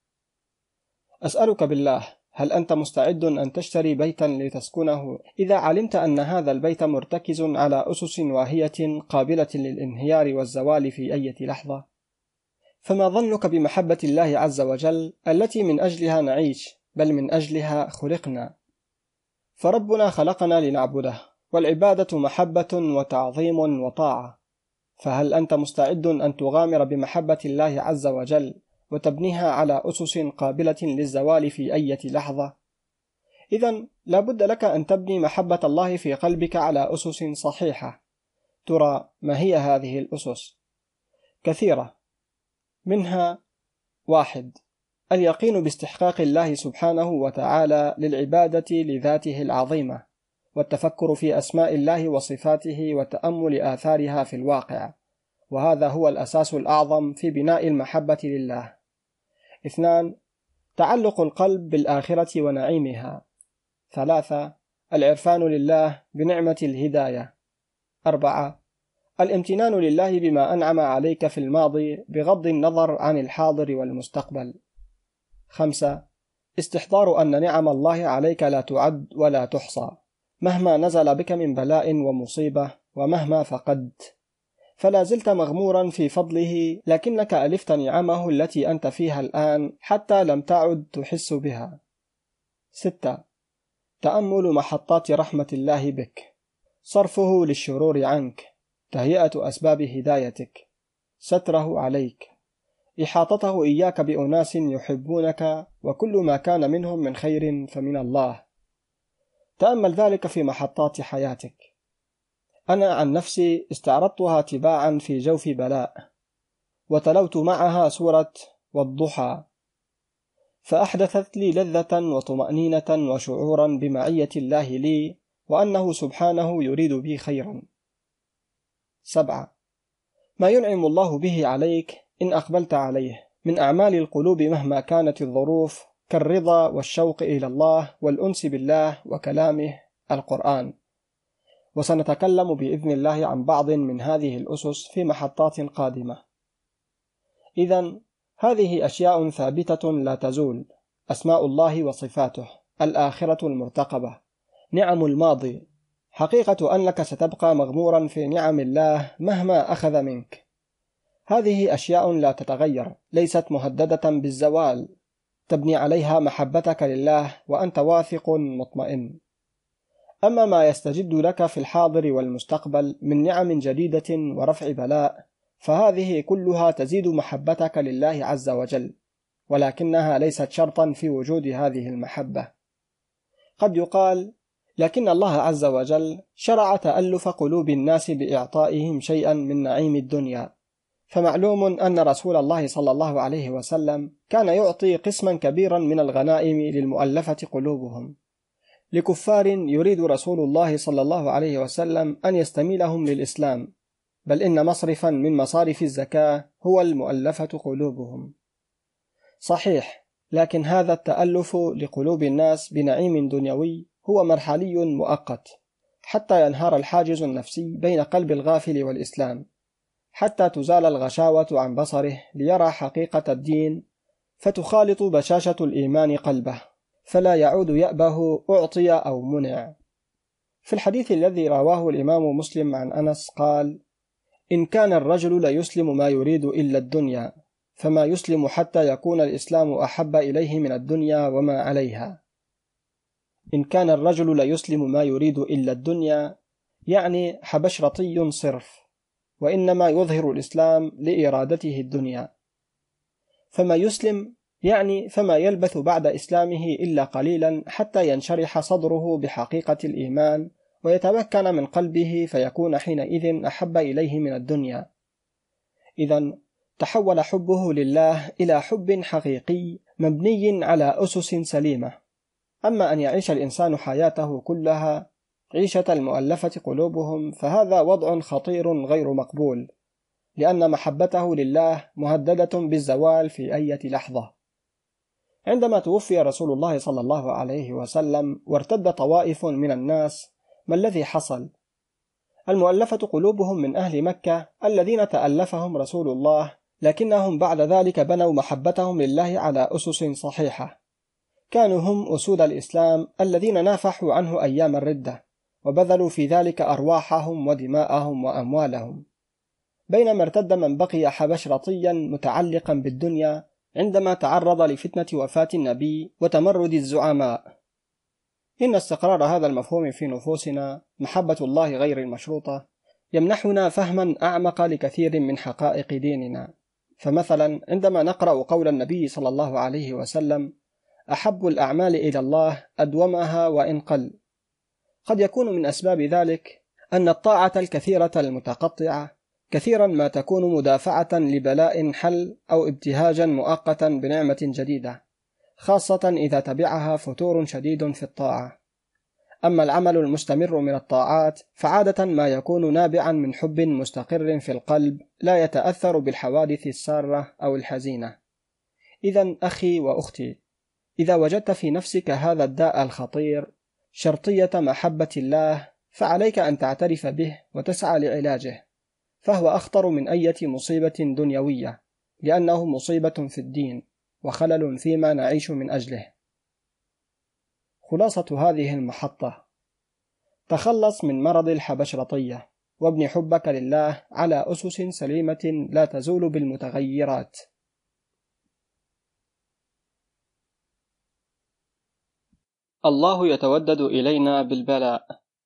أسألك بالله، هل أنت مستعد أن تشتري بيتا لتسكنه إذا علمت أن هذا البيت مرتكز على أسس واهية قابلة للانهيار والزوال في أي لحظة؟ فما ظنك بمحبة الله عز وجل التي من أجلها نعيش، بل من أجلها خلقنا؟ فربنا خلقنا لنعبده، والعبادة محبة وتعظيم وطاعة، فهل أنت مستعد أن تغامر بمحبة الله عز وجل وتبنيها على أسس قابلة للزوال في أي لحظة؟ إذن لا بد لك أن تبني محبة الله في قلبك على أسس صحيحة. ترى ما هي هذه الأسس؟ كثيرة، منها: واحد، اليقين باستحقاق الله سبحانه وتعالى للعبادة لذاته العظيمة، والتفكر في أسماء الله وصفاته وتأمل آثارها في الواقع، وهذا هو الأساس الأعظم في بناء المحبة لله. اثنان، تعلق القلب بالآخرة ونعيمها. ثلاثة، العرفان لله بنعمة الهداية. أربعة، الامتنان لله بما أنعم عليك في الماضي بغض النظر عن الحاضر والمستقبل. خمسة، استحضار أن نعم الله عليك لا تعد ولا تحصى، مهما نزل بك من بلاء ومصيبة ومهما فقدت، فلا زلت مغمورا في فضله، لكنك ألفت نعمه التي أنت فيها الآن حتى لم تعد تحس بها. ستة، تأمل محطات رحمة الله بك، صرفه للشرور عنك، تهيئة أسباب هدايتك، ستره عليك، إحاطته إياك بأناس يحبونك، وكل ما كان منهم من خير فمن الله. تأمل ذلك في محطات حياتك. أنا عن نفسي استعرضتها تباعا في جوف بلاء، وتلوت معها سورة والضحى، فأحدثت لي لذة وطمأنينة وشعورا بمعية الله لي، وأنه سبحانه يريد بي خيرا. سبعة، ما ينعم الله به عليك إن أقبلت عليه من أعمال القلوب مهما كانت الظروف، كالرضا والشوق إلى الله والأنس بالله وكلامه القرآن. وسنتكلم بإذن الله عن بعض من هذه الأسس في محطات قادمة. إذن هذه أشياء ثابتة لا تزول: أسماء الله وصفاته، الآخرة المرتقبة، نعم الماضي، حقيقة أنك ستبقى مغمورا في نعم الله مهما أخذ منك. هذه أشياء لا تتغير، ليست مهددة بالزوال، تبني عليها محبتك لله وأنت واثق مطمئن. أما ما يستجد لك في الحاضر والمستقبل من نعم جديدة ورفع بلاء، فهذه كلها تزيد محبتك لله عز وجل، ولكنها ليست شرطا في وجود هذه المحبة. قد يقال: لكن الله عز وجل شرع تألف قلوب الناس بإعطائهم شيئا من نعيم الدنيا، فمعلوم أن رسول الله صلى الله عليه وسلم كان يعطي قسما كبيرا من الغنائم للمؤلفة قلوبهم، لكفار يريد رسول الله صلى الله عليه وسلم أن يستميلهم للإسلام، بل إن مصرفا من مصارف الزكاة هو المؤلفة قلوبهم. صحيح لكن هذا التألف لقلوب الناس بنعيم دنيوي هو مرحلي مؤقت، حتى ينهار الحاجز النفسي بين قلب الغافل والإسلام، حتى تزال الغشاوة عن بصره ليرى حقيقة الدين، فتخالط بشاشة الإيمان قلبه، فلا يعود يأبه أعطي أو منع. في الحديث الذي رواه الإمام مسلم عن أنس قال: إن كان الرجل ليسلم ما يريد إلا الدنيا، فما يسلم حتى يكون الإسلام أحب إليه من الدنيا وما عليها. إن كان الرجل ليسلم ما يريد إلا الدنيا يعني حبشرطي صرف، وإنما يظهر الإسلام لإرادته الدنيا. فما يسلم يعني فما يلبث بعد إسلامه إلا قليلا حتى ينشرح صدره بحقيقة الإيمان ويتمكن من قلبه، فيكون حينئذ أحب إليه من الدنيا. إذن تحول حبه لله إلى حب حقيقي مبني على أسس سليمة. أما أن يعيش الإنسان حياته كلها عيشة المؤلفة قلوبهم، فهذا وضع خطير غير مقبول، لأن محبته لله مهددة بالزوال في أي لحظة. عندما توفي رسول الله صلى الله عليه وسلم وارتد طوائف من الناس، ما الذي حصل؟ المؤلفة قلوبهم من أهل مكة الذين تألفهم رسول الله، لكنهم بعد ذلك بنوا محبتهم لله على أسس صحيحة. كانوا هم أسود الإسلام الذين نافحوا عنه أيام الردة، وبذلوا في ذلك أرواحهم ودماءهم وأموالهم، بينما ارتد من بقي حبشرطيا متعلقا بالدنيا عندما تعرض لفتنة وفاة النبي وتمرد الزعماء. إن استقرار هذا المفهوم في نفوسنا، محبة الله غير المشروطة، يمنحنا فهما أعمق لكثير من حقائق ديننا. فمثلا عندما نقرأ قول النبي صلى الله عليه وسلم: أحب الأعمال إلى الله أدومها وإن قل، قد يكون من أسباب ذلك أن الطاعة الكثيرة المتقطعة كثيرا ما تكون مدافعة لبلاء حل أو ابتهاجا مؤقتا بنعمة جديدة، خاصة إذا تبعها فتور شديد في الطاعة. أما العمل المستمر من الطاعات فعادة ما يكون نابعا من حب مستقر في القلب لا يتأثر بالحوادث السارة أو الحزينة. إذن أخي وأختي، إذا وجدت في نفسك هذا الداء الخطير، شرطية محبة الله، فعليك أن تعترف به وتسعى لعلاجه، فهو أخطر من أي مصيبة دنيوية، لأنه مصيبة في الدين وخلل فيما نعيش من أجله. خلاصة هذه المحطة: تخلص من مرض الحبشرطية، وابن حبك لله على أسس سليمة لا تزول بالمتغيرات. الله يتودد إلينا بالبلاء.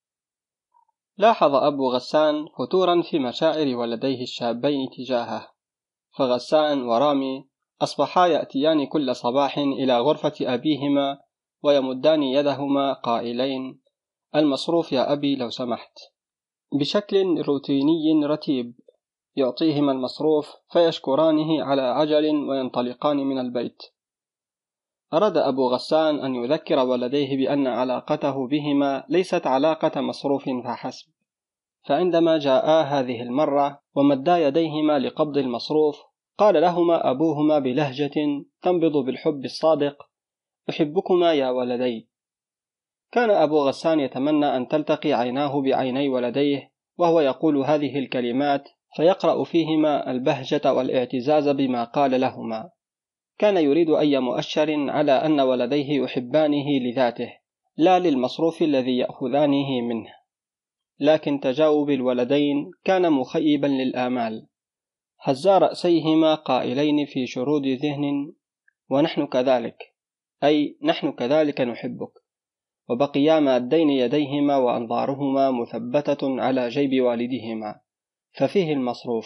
لاحظ أبو غسان فتورا في مشاعر ولديه الشابين تجاهه، فغسان ورامي أصبحا يأتيان كل صباح إلى غرفة أبيهما ويمدان يدهما قائلين: المصروف يا أبي لو سمحت، بشكل روتيني رتيب. يعطيهما المصروف فيشكرانه على عجل وينطلقان من البيت. أراد أبو غسان أن يذكر ولديه بأن علاقته بهما ليست علاقة مصروف فحسب، فعندما جاءا هذه المرة ومدا يديهما لقبض المصروف، قال لهما أبوهما بلهجة تنبض بالحب الصادق: أحبكما يا ولدي. كان أبو غسان يتمنى أن تلتقي عيناه بعيني ولديه وهو يقول هذه الكلمات، فيقرأ فيهما البهجة والاعتزاز بما قال لهما. كان يريد أي مؤشر على أن ولديه يحبانه لذاته، لا للمصروف الذي يأخذانه منه. لكن تجاوب الولدين كان مخيبا للآمال. هزا رأسيهما قائلين في شرود ذهن: ونحن كذلك، أي نحن كذلك نحبك. وبقيا مادين يديهما وأنظارهما مثبتة على جيب والدهما، ففيه المصروف.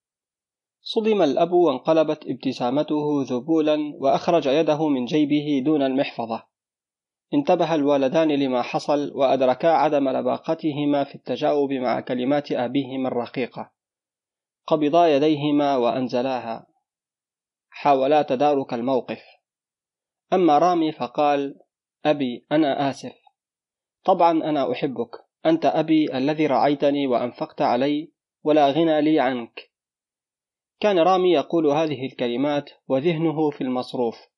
صدم الأب وانقلبت ابتسامته ذبولا، وأخرج يده من جيبه دون المحفظة. انتبه الولدان لما حصل وأدركا عدم لباقتهما في التجاوب مع كلمات أبيهما الرقيقة. قبضا يديهما وأنزلاها، حاولا تدارك الموقف. أما رامي فقال: أبي أنا آسف، طبعا أنا أحبك، أنت أبي الذي رعيتني وأنفقت علي، ولا غنى لي عنك. كان رامي يقول هذه الكلمات وذهنه في المصروف،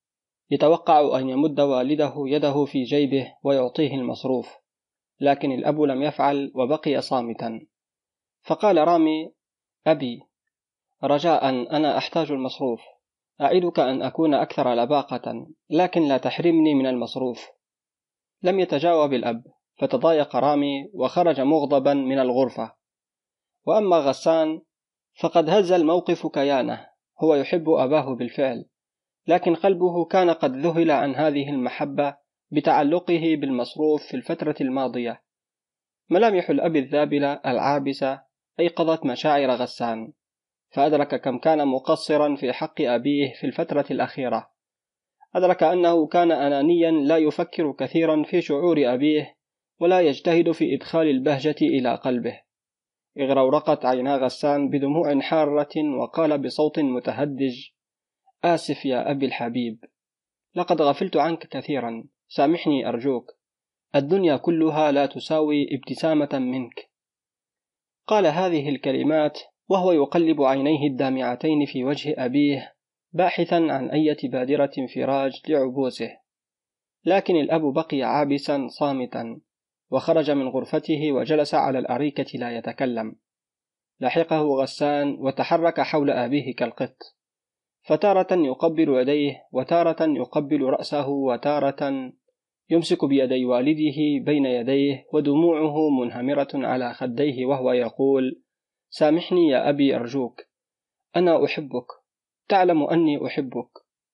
يتوقع أن يمد والده يده في جيبه ويعطيه المصروف، لكن الأب لم يفعل وبقي صامتا. فقال رامي: أبي، رجاء أنا أحتاج المصروف، أعدك أن أكون أكثر لباقة، لكن لا تحرمني من المصروف. لم يتجاوب الأب، فتضايق رامي وخرج مغضبا من الغرفة. وأما غسان فقد هز الموقف كيانه، هو يحب أباه بالفعل، لكن قلبه كان قد ذهل عن هذه المحبة بتعلقه بالمصروف في الفترة الماضية. ملامح الأب الذابلة العابسة أيقظت مشاعر غسان، فأدرك كم كان مقصرا في حق أبيه في الفترة الأخيرة. أدرك أنه كان أنانيا لا يفكر كثيرا في شعور أبيه ولا يجتهد في إدخال البهجة إلى قلبه. اغرورقت عينا غسان بدموع حارة وقال بصوت متهدج: آسف يا أبي الحبيب، لقد غفلت عنك كثيرا، سامحني أرجوك، الدنيا كلها لا تساوي ابتسامة منك. قال هذه الكلمات وهو يقلب عينيه الدامعتين في وجه أبيه باحثا عن أي بادرة انفراج لعبوسه، لكن الأب بقي عابسا صامتا، وخرج من غرفته وجلس على الأريكة لا يتكلم. لحقه غسان وتحرك حول أبيه كالقط، فتارة يقبل يديه وتارة يقبل رأسه وتارة يمسك بيدي والده بين يديه ودموعه منهمرة على خديه وهو يقول: سامحني يا أبي أرجوك، أنا أحبك، تعلم أني أحبك.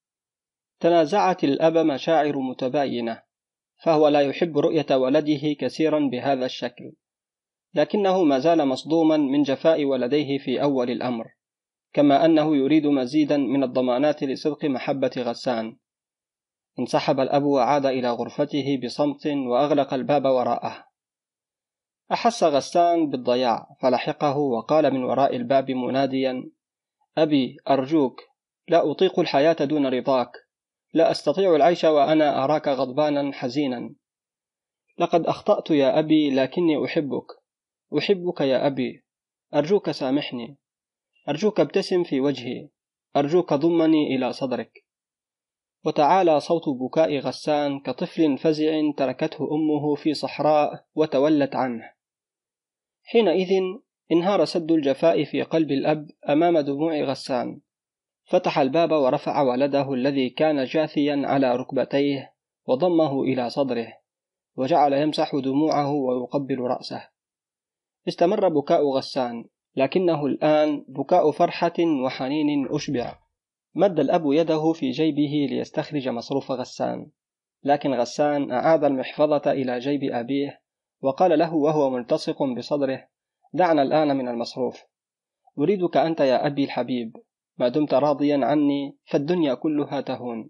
تنازعت الأب مشاعر متباينة، فهو لا يحب رؤية ولده كثيرا بهذا الشكل، لكنه ما زال مصدوما من جفاء ولديه في أول الأمر، كما أنه يريد مزيدا من الضمانات لصدق محبة غسان. انسحب الأب وعاد إلى غرفته بصمت وأغلق الباب وراءه. أحس غسان بالضياع فلحقه وقال من وراء الباب مناديا: أبي أرجوك، لا أطيق الحياة دون رضاك، لا أستطيع العيش وأنا أراك غضبانا حزينا. لقد أخطأت يا أبي، لكني أحبك، أحبك يا أبي، أرجوك سامحني، أرجوك ابتسم في وجهي، أرجوك ضمني إلى صدرك. وتعالى صوت بكاء غسان كطفل فزع تركته أمه في صحراء وتولت عنه. حينئذ انهار سد الجفاء في قلب الأب أمام دموع غسان، فتح الباب ورفع ولده الذي كان جاثيا على ركبتيه وضمه إلى صدره، وجعل يمسح دموعه ويقبل رأسه. استمر بكاء غسان، لكنه الآن بكاء فرحة وحنين أشبع. مد الأب يده في جيبه ليستخرج مصروف غسان، لكن غسان أعاد المحفظة إلى جيب أبيه وقال له وهو ملتصق بصدره: دعنا الآن من المصروف، أريدك أنت يا أبي الحبيب، ما دمت راضيا عني فالدنيا كلها تهون.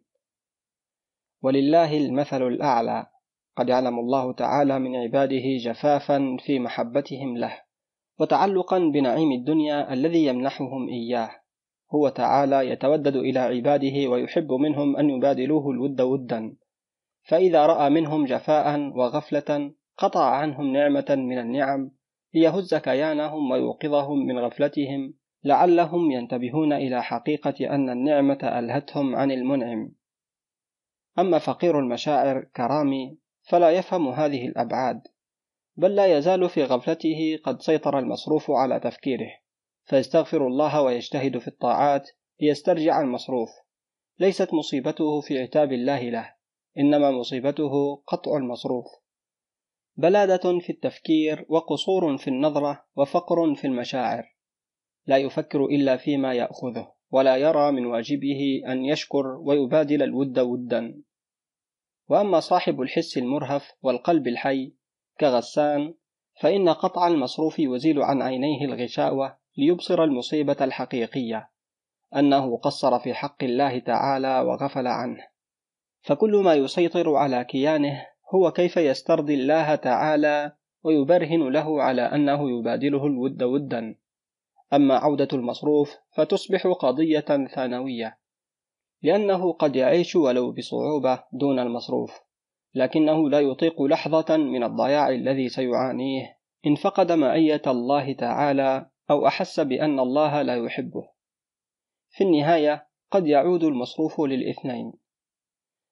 ولله المثل الأعلى، قد يعلم الله تعالى من عباده جفافا في محبتهم له وتعلقا بنعيم الدنيا الذي يمنحهم إياه. هو تعالى يتودد إلى عباده ويحب منهم أن يبادلوه الود ودا، فإذا رأى منهم جفاء وغفلة قطع عنهم نعمة من النعم ليهز كيانهم ويوقظهم من غفلتهم، لعلهم ينتبهون إلى حقيقة أن النعمة ألهتهم عن المنعم. أما فقير المشاعر كرامي فلا يفهم هذه الأبعاد، بل لا يزال في غفلته قد سيطر المصروف على تفكيره، فيستغفر الله ويجتهد في الطاعات ليسترجع المصروف. ليست مصيبته في عتاب الله له، إنما مصيبته قطع المصروف. بلادة في التفكير وقصور في النظرة وفقر في المشاعر، لا يفكر إلا فيما يأخذه، ولا يرى من واجبه أن يشكر ويبادل الود ودا. وأما صاحب الحس المرهف والقلب الحي كغسان فإن قطع المصروف يزيل عن عينيه الغشاوة ليبصر المصيبة الحقيقية، أنه قصر في حق الله تعالى وغفل عنه. فكل ما يسيطر على كيانه هو كيف يسترضي الله تعالى ويبرهن له على أنه يبادله الود ودا. أما عودة المصروف فتصبح قضية ثانوية، لأنه قد يعيش ولو بصعوبة دون المصروف، لكنه لا يطيق لحظة من الضياع الذي سيعانيه إن فقد معية الله تعالى أو أحس بأن الله لا يحبه. في النهاية قد يعود المصروف للاثنين.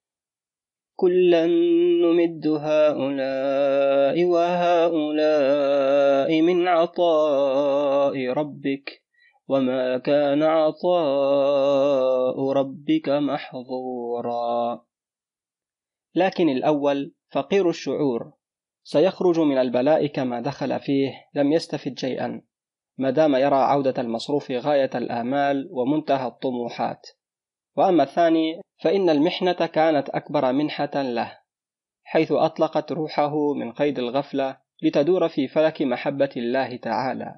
كلا نمد هؤلاء وهؤلاء من عطاء ربك وما كان عطاء ربك محظورا. لكن الأول فقير الشعور سيخرج من البلاء كما دخل فيه لم يستفد شيئا ما دام يرى عودة المصروف غاية الآمال ومنتهى الطموحات. وأما الثاني فإن المحنة كانت أكبر منحة له، حيث أطلقت روحه من قيد الغفلة لتدور في فلك محبة الله تعالى.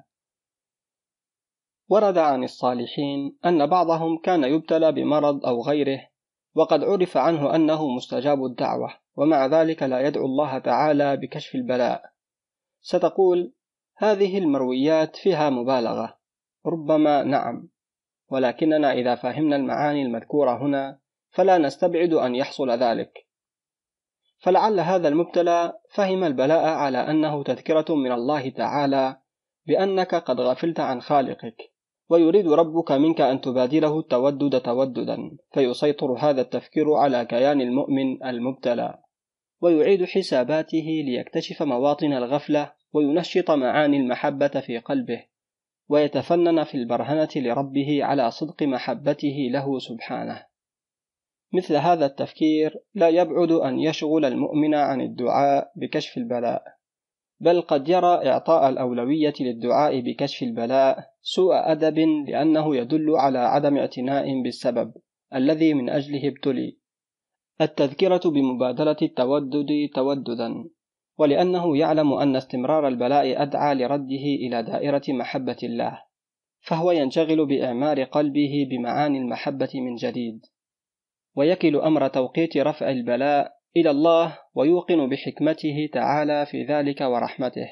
ورد عن الصالحين أن بعضهم كان يبتلى بمرض أو غيره وقد عرف عنه أنه مستجاب الدعوة، ومع ذلك لا يدعو الله تعالى بكشف البلاء. ستقول هذه المرويات فيها مبالغة، ربما نعم، ولكننا إذا فهمنا المعاني المذكورة هنا فلا نستبعد أن يحصل ذلك. فلعل هذا المبتلى فهم البلاء على أنه تذكرة من الله تعالى بأنك قد غفلت عن خالقك، ويريد ربك منك أن تبادره التودد توددا، فيسيطر هذا التفكير على كيان المؤمن المبتلى ويعيد حساباته ليكتشف مواطن الغفلة وينشط معاني المحبة في قلبه ويتفنن في البرهنة لربه على صدق محبته له سبحانه. مثل هذا التفكير لا يبعد أن يشغل المؤمن عن الدعاء بكشف البلاء، بل قد يرى إعطاء الأولوية للدعاء بكشف البلاء سوء أدب، لأنه يدل على عدم اعتناء بالسبب الذي من أجله ابتلي، التذكرة بمبادرة التودد توددا، ولأنه يعلم أن استمرار البلاء أدعى لرده إلى دائرة محبة الله، فهو ينشغل بإعمار قلبه بمعاني المحبة من جديد، ويكل أمر توقيت رفع البلاء إلى الله ويوقن بحكمته تعالى في ذلك ورحمته.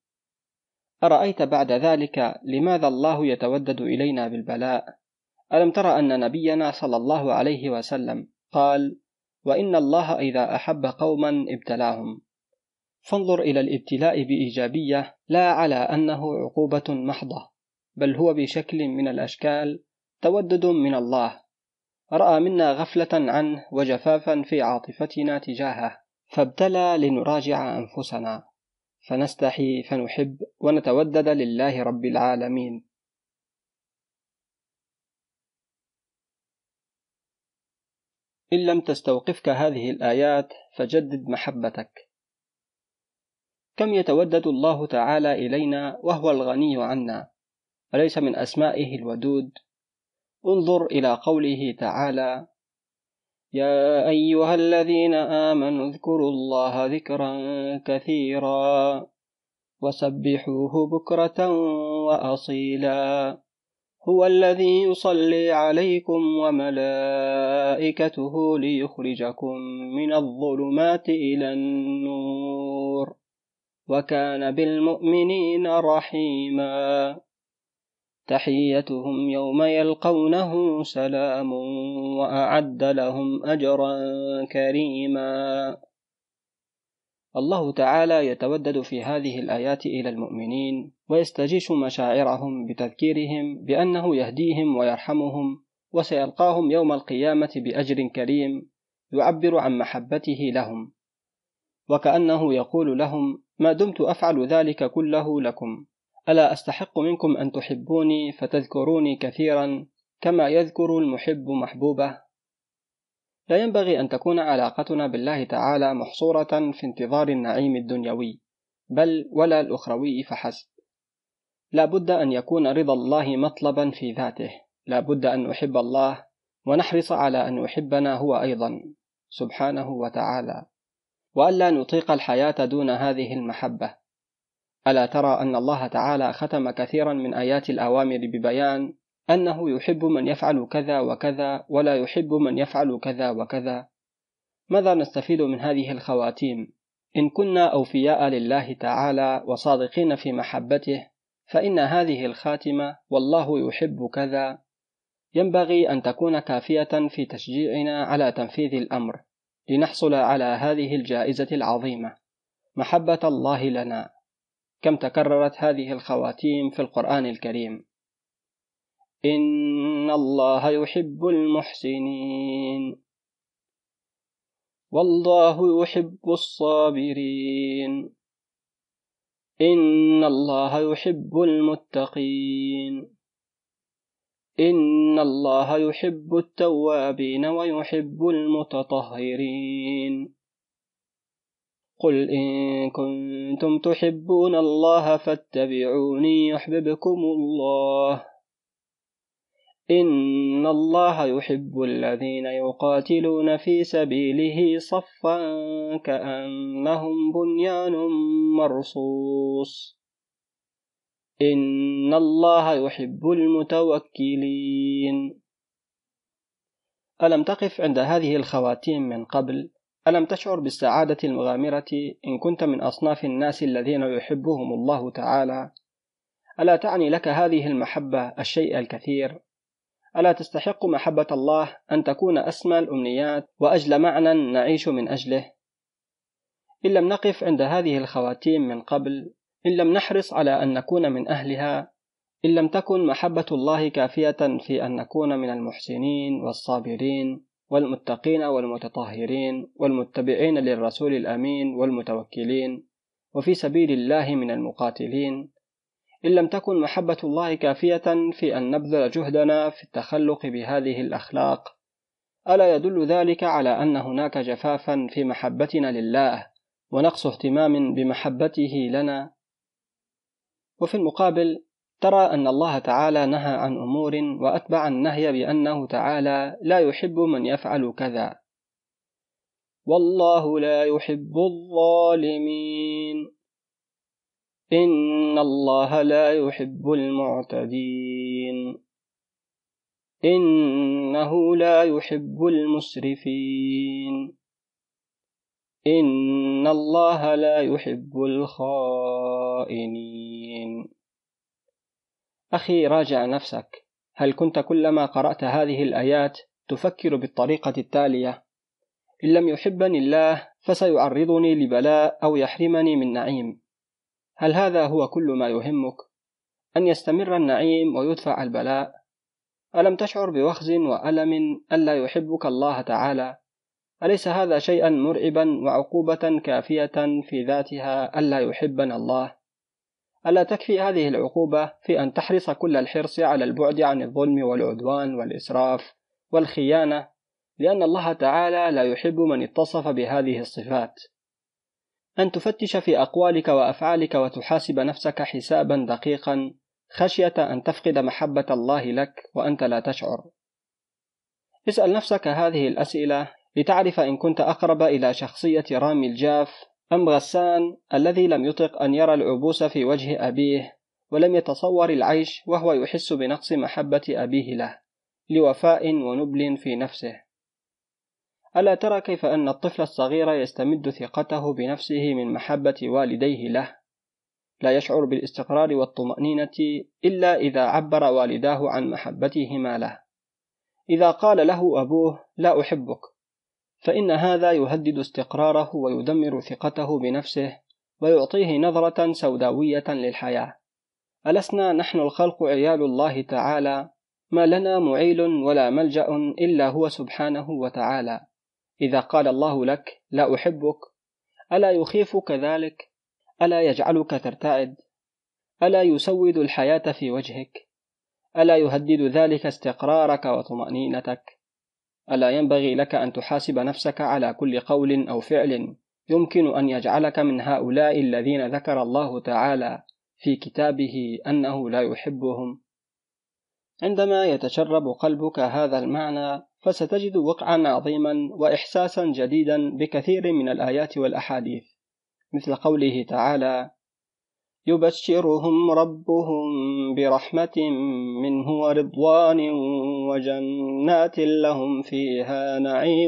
أرأيت بعد ذلك لماذا الله يتودد إلينا بالبلاء؟ ألم ترى أن نبينا صلى الله عليه وسلم قال: وإن الله إذا أحب قوما ابتلاهم. فانظر إلى الابتلاء بإيجابية لا على أنه عقوبة محضة، بل هو بشكل من الأشكال تودد من الله، رأى منا غفلة عنه وجفافا في عاطفتنا تجاهه فابتلى لنراجع أنفسنا فنستحي فنحب ونتودد لله رب العالمين. إن لم تستوقفك هذه الآيات فجدد محبتك. كم يتودد الله تعالى إلينا وهو الغني عنا، أليس من أسمائه الودود؟ انظر إلى قوله تعالى: يا أيها الذين آمنوا اذكروا الله ذكرا كثيرا وسبحوه بكرة وأصيلا هو الذي يصلي عليكم وملائكته ليخرجكم من الظلمات إلى النور وكان بالمؤمنين رحيما تحيتهم يوم يلقونه سلام وأعد لهم أجرا كريما. الله تعالى يتودد في هذه الآيات إلى المؤمنين ويستجيش مشاعرهم بتذكيرهم بأنه يهديهم ويرحمهم وسيلقاهم يوم القيامة بأجر كريم يعبر عن محبته لهم، وكأنه يقول لهم: ما دمت أفعل ذلك كله لكم، ألا أستحق منكم أن تحبوني فتذكروني كثيرا كما يذكر المحب محبوبه؟ لا ينبغي أن تكون علاقتنا بالله تعالى محصورة في انتظار النعيم الدنيوي بل ولا الأخروي فحسب. لا بد أن يكون رضا الله مطلبا في ذاته، لا بد أن نحب الله ونحرص على أن يحبنا هو أيضا سبحانه وتعالى، وألا نطيق الحياة دون هذه المحبة. ألا ترى أن الله تعالى ختم كثيرا من آيات الأوامر ببيان أنه يحب من يفعل كذا وكذا ولا يحب من يفعل كذا وكذا؟ ماذا نستفيد من هذه الخواتيم؟ إن كنا أوفياء لله تعالى وصادقين في محبته فإن هذه الخاتمة والله يحب كذا ينبغي أن تكون كافية في تشجيعنا على تنفيذ الأمر لنحصل على هذه الجائزة العظيمة، محبة الله لنا. كم تكررت هذه الخواتيم في القرآن الكريم: إن الله يحب المحسنين، والله يحب الصابرين. إن الله يحب المتقين. إن الله يحب التوابين ويحب المتطهرين. قل إن كنتم تحبون الله فاتبعوني يحببكم الله. إن الله يحب الذين يقاتلون في سبيله صفا كأنهم بنيان مرصوص. إن الله يحب المتوكلين. ألم تقف عند هذه الخواتيم من قبل؟ ألم تشعر بالسعادة المغامرة إن كنت من أصناف الناس الذين يحبهم الله تعالى؟ ألا تعني لك هذه المحبة الشيء الكثير؟ ألا تستحق محبة الله أن تكون أسمى الأمنيات وأجل معنى نعيش من أجله؟ إن لم نقف عند هذه الخواتيم من قبل، إن لم نحرص على أن نكون من أهلها، إن لم تكن محبة الله كافية في أن نكون من المحسنين والصابرين والمتقين والمتطهرين والمتبعين للرسول الأمين والمتوكلين وفي سبيل الله من المقاتلين، إن لم تكن محبة الله كافية في أن نبذل جهدنا في التخلق بهذه الأخلاق، ألا يدل ذلك على أن هناك جفافا في محبتنا لله ونقص اهتمام بمحبته لنا؟ وفي المقابل ترى أن الله تعالى نهى عن أمور وأتبع النهي بأنه تعالى لا يحب من يفعل كذا. والله لا يحب الظالمين. إن الله لا يحب المعتدين. إنه لا يحب المسرفين. إن الله لا يحب الخائنين. أخي، راجع نفسك. هل كنت كلما قرأت هذه الآيات تفكر بالطريقة التالية: إن لم يحبني الله فسيعرضني لبلاء أو يحرمني من نعيم؟ هل هذا هو كل ما يهمك؟ أن يستمر النعيم ويدفع البلاء؟ ألم تشعر بوخز وألم ألا يحبك الله تعالى؟ أليس هذا شيئا مرعبا وعقوبة كافية في ذاتها ألا يحبنا الله؟ ألا تكفي هذه العقوبة في أن تحرص كل الحرص على البعد عن الظلم والعدوان والإسراف والخيانة، لأن الله تعالى لا يحب من اتصف بهذه الصفات؟ أن تفتش في أقوالك وأفعالك وتحاسب نفسك حسابا دقيقا خشية أن تفقد محبة الله لك وأنت لا تشعر. اسأل نفسك هذه الأسئلة لتعرف إن كنت أقرب إلى شخصية رامي الجاف أم غسان الذي لم يطق أن يرى العبوس في وجه أبيه ولم يتصور العيش وهو يحس بنقص محبة أبيه له لوفاء ونبل في نفسه. ألا ترى كيف أن الطفل الصغير يستمد ثقته بنفسه من محبة والديه له؟ لا يشعر بالاستقرار والطمأنينة إلا إذا عبر والداه عن محبتهما له. إذا قال له أبوه لا أحبك، فإن هذا يهدد استقراره ويدمر ثقته بنفسه ويعطيه نظرة سوداوية للحياة. ألسنا نحن الخلق عيال الله تعالى؟ ما لنا معيل ولا ملجأ إلا هو سبحانه وتعالى. إذا قال الله لك لا أحبك، ألا يخيفك ذلك؟ ألا يجعلك ترتعد؟ ألا يسود الحياة في وجهك؟ ألا يهدد ذلك استقرارك وطمأنينتك؟ ألا ينبغي لك أن تحاسب نفسك على كل قول أو فعل يمكن أن يجعلك من هؤلاء الذين ذكر الله تعالى في كتابه أنه لا يحبهم؟ عندما يتشرب قلبك هذا المعنى فستجد وقعا عظيما وإحساسا جديدا بكثير من الآيات والأحاديث، مثل قوله تعالى: يبشرهم ربهم برحمة منه ورضوان وجنات لهم فيها نعيم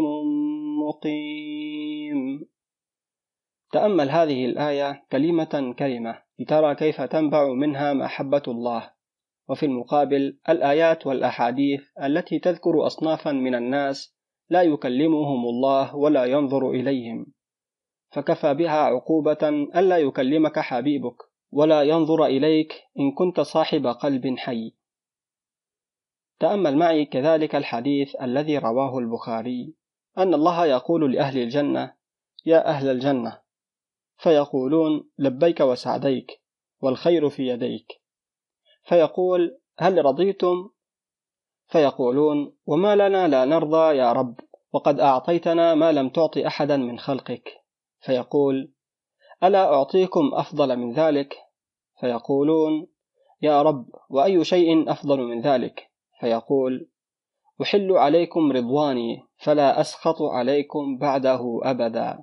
مقيم. تأمل هذه الآية كلمة كلمة لترى كيف تنبع منها محبة الله، وفي المقابل الآيات والأحاديث التي تذكر أصنافا من الناس لا يكلمهم الله ولا ينظر إليهم، فكفى بها عقوبة ألا يكلمك حبيبك ولا ينظر إليك إن كنت صاحب قلب حي. تأمل معي كذلك الحديث الذي رواه البخاري أن الله يقول لأهل الجنة: يا أهل الجنة، فيقولون: لبيك وسعديك، والخير في يديك. فيقول: هل رضيتم؟ فيقولون: وما لنا لا نرضى يا رب، وقد أعطيتنا ما لم تعط أحدا من خلقك. فيقول: ألا أعطيكم أفضل من ذلك؟ فيقولون: يا رب، وأي شيء أفضل من ذلك؟ فيقول: أحل عليكم رضواني فلا أسخط عليكم بعده أبدا.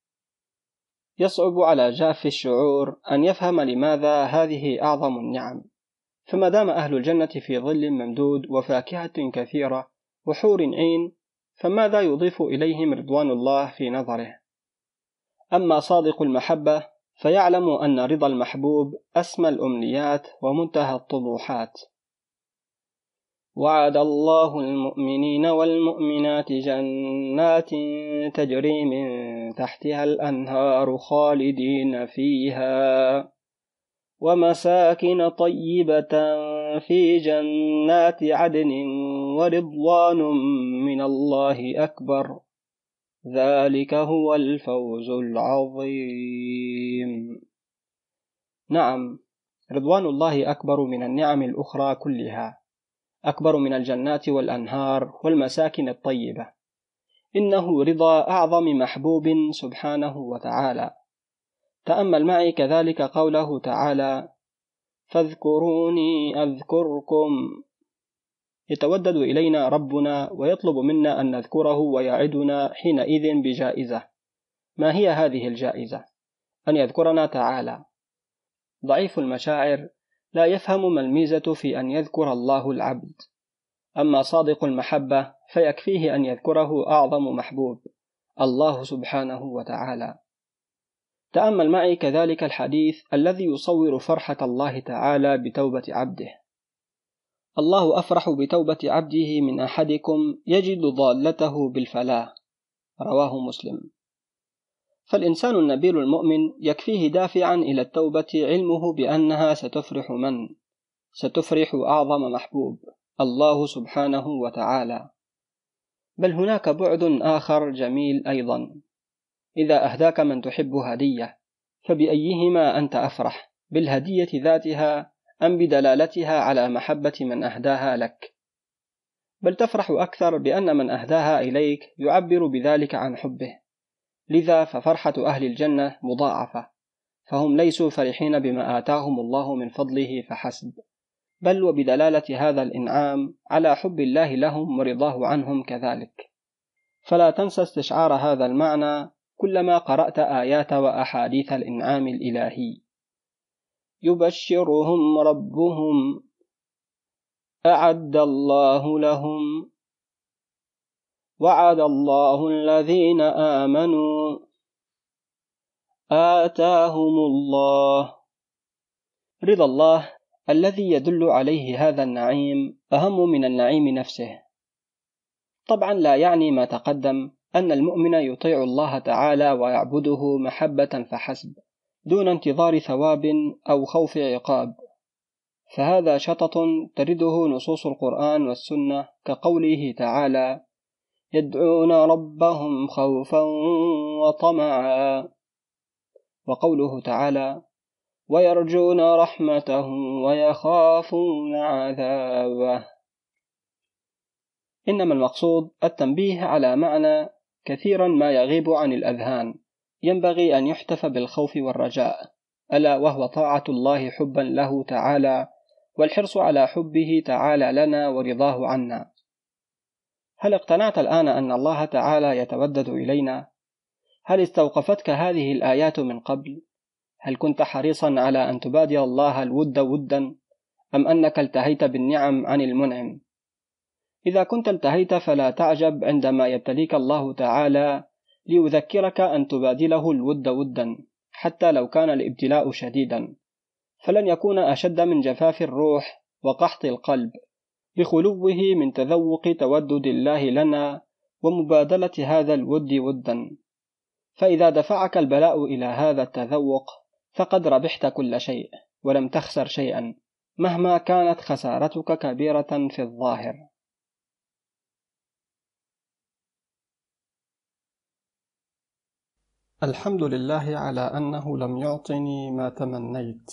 يصعب على جاف الشعور أن يفهم لماذا هذه أعظم النعم، فما دام أهل الجنة في ظل ممدود وفاكهة كثيرة وحور عين، فماذا يضيف إليهم رضوان الله في نظره؟ أما صادق المحبة فيعلم أن رضا المحبوب أسمى الأمنيات ومنتهى الطموحات. وعد الله المؤمنين والمؤمنات جنات تجري من تحتها الأنهار خالدين فيها، ومساكن طيبة في جنات عدن، ورضوان من الله أكبر، ذلك هو الفوز العظيم. نعم، رضوان الله أكبر من النعم الأخرى كلها، أكبر من الجنات والأنهار والمساكن الطيبة. إنه رضا أعظم محبوب سبحانه وتعالى. تأمل معي كذلك قوله تعالى: فاذكروني أذكركم. يتودد إلينا ربنا ويطلب منا أن نذكره، ويعدنا حينئذ بجائزة. ما هي هذه الجائزة؟ أن يذكرنا تعالى. ضعيف المشاعر لا يفهم ما الميزة في أن يذكر الله العبد، أما صادق المحبة فيكفيه أن يذكره أعظم محبوب، الله سبحانه وتعالى. تأمل معي كذلك الحديث الذي يصور فرحة الله تعالى بتوبة عبده. الله أفرح بتوبة عبده من أحدكم يجد ضالته بالفلاح، رواه مسلم. فالإنسان النبيل المؤمن يكفيه دافعا إلى التوبة علمه بأنها ستفرح من؟ ستفرح أعظم محبوب، الله سبحانه وتعالى. بل هناك بعد آخر جميل أيضا: إذا أهداك من تحب هدية، فبأيهما أنت أفرح، بالهدية ذاتها أم بدلالتها على محبة من أهداها لك؟ بل تفرح أكثر بأن من أهداها إليك يعبر بذلك عن حبه. لذا ففرحة أهل الجنة مضاعفة، فهم ليسوا فرحين بما آتاهم الله من فضله فحسب، بل وبدلالة هذا الإنعام على حب الله لهم ورضاه عنهم كذلك. فلا تنسى استشعار هذا المعنى كلما قرأت آيات وأحاديث الإنعام الإلهي. يبشرهم ربهم أعد الله لهم، وعد الله الذين آمنوا آتاهم الله. رضا الله الذي يدل عليه هذا النعيم أهم من النعيم نفسه. طبعا لا يعني ما تقدم أن المؤمن يطيع الله تعالى ويعبده محبة فحسب، دون انتظار ثواب أو خوف عقاب، فهذا شطط ترده نصوص القرآن والسنة، كقوله تعالى: يدعون ربهم خوفا وطمعا، وقوله تعالى: ويرجون رحمته ويخافون عذابه. إنما المقصود التنبيه على معنى كثيرا ما يغيب عن الأذهان، ينبغي أن يحتف بالخوف والرجاء، ألا وهو طاعة الله حبا له تعالى، والحرص على حبه تعالى لنا ورضاه عنا. هل اقتنعت الآن أن الله تعالى يتودد إلينا؟ هل استوقفتك هذه الآيات من قبل؟ هل كنت حريصا على أن تبادر الله الود ودا، أم أنك التهيت بالنعم عن المنعم؟ إذا كنت التهيت فلا تعجب عندما يبتليك الله تعالى ليذكرك أن تبادله الود ودا، حتى لو كان الابتلاء شديدا، فلن يكون أشد من جفاف الروح وقحط القلب، بخلوه من تذوق تودد الله لنا ومبادلة هذا الود ودا. فإذا دفعك البلاء إلى هذا التذوق فقد ربحت كل شيء ولم تخسر شيئا، مهما كانت خسارتك كبيرة في الظاهر. الحمد لله على أنه لم يعطني ما تمنيت.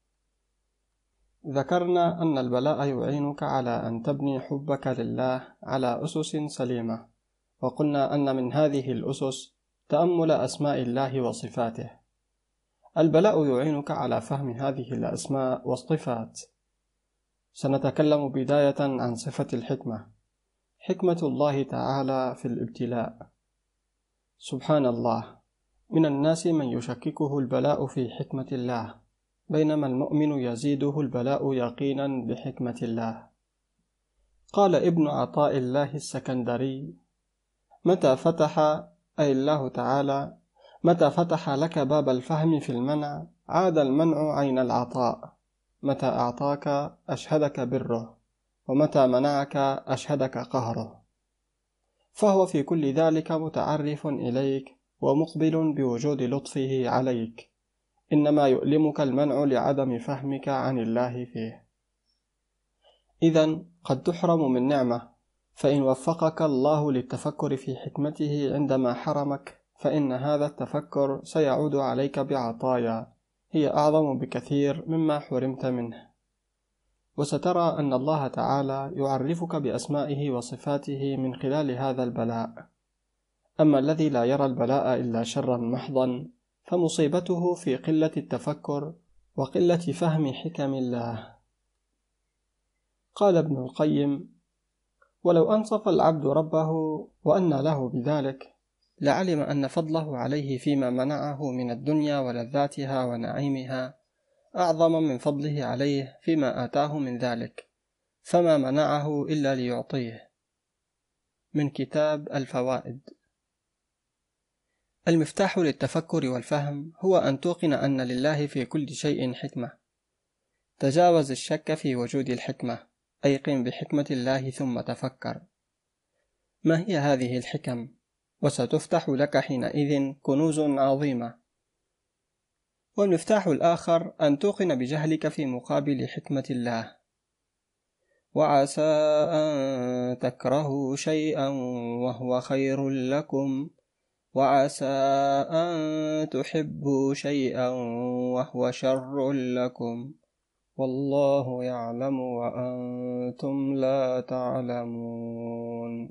ذكرنا أن البلاء يعينك على أن تبني حبك لله على أسس سليمة، وقلنا أن من هذه الأسس تأمل أسماء الله وصفاته. البلاء يعينك على فهم هذه الأسماء والصفات. سنتكلم بداية عن صفة الحكمة، حكمة الله تعالى في الابتلاء. سبحان الله، من الناس من يشككه البلاء في حكمة الله، بينما المؤمن يزيده البلاء يقينا بحكمة الله. قال ابن عطاء الله السكندري: متى فتح أي الله تعالى متى فتح لك باب الفهم في المنع، عاد المنع عين العطاء. متى أعطاك أشهدك بره، ومتى منعك أشهدك قهره. فهو في كل ذلك متعرف إليك ومقبل بوجود لطفه عليك، إنما يؤلمك المنع لعدم فهمك عن الله فيه. إذن قد تحرم من نعمة، فإن وفقك الله للتفكر في حكمته عندما حرمك، فإن هذا التفكر سيعود عليك بعطايا هي أعظم بكثير مما حرمت منه. وسترى أن الله تعالى يعرفك بأسمائه وصفاته من خلال هذا البلاء. أما الذي لا يرى البلاء إلا شرا محضا، فمصيبته في قلة التفكر وقلة فهم حكم الله. قال ابن القيم: ولو أنصف العبد ربه وأن له بذلك، لعلم أن فضله عليه فيما منعه من الدنيا ولذاتها ونعيمها أعظم من فضله عليه فيما آتاه من ذلك، فما منعه إلا ليعطيه. من كتاب الفوائد. المفتاح للتفكر والفهم هو أن توقن أن لله في كل شيء حكمة. تجاوز الشك في وجود الحكمة، أيقن بحكمة الله ثم تفكر. ما هي هذه الحكم؟ وستفتح لك حينئذ كنوز عظيمة. والمفتاح الآخر أن توقن بجهلك في مقابل حكمة الله. وعسى أن تكرهوا شيئا وهو خير لكم، وعسى أن تحبوا شيئا وهو شر لكم، والله يعلم وأنتم لا تعلمون.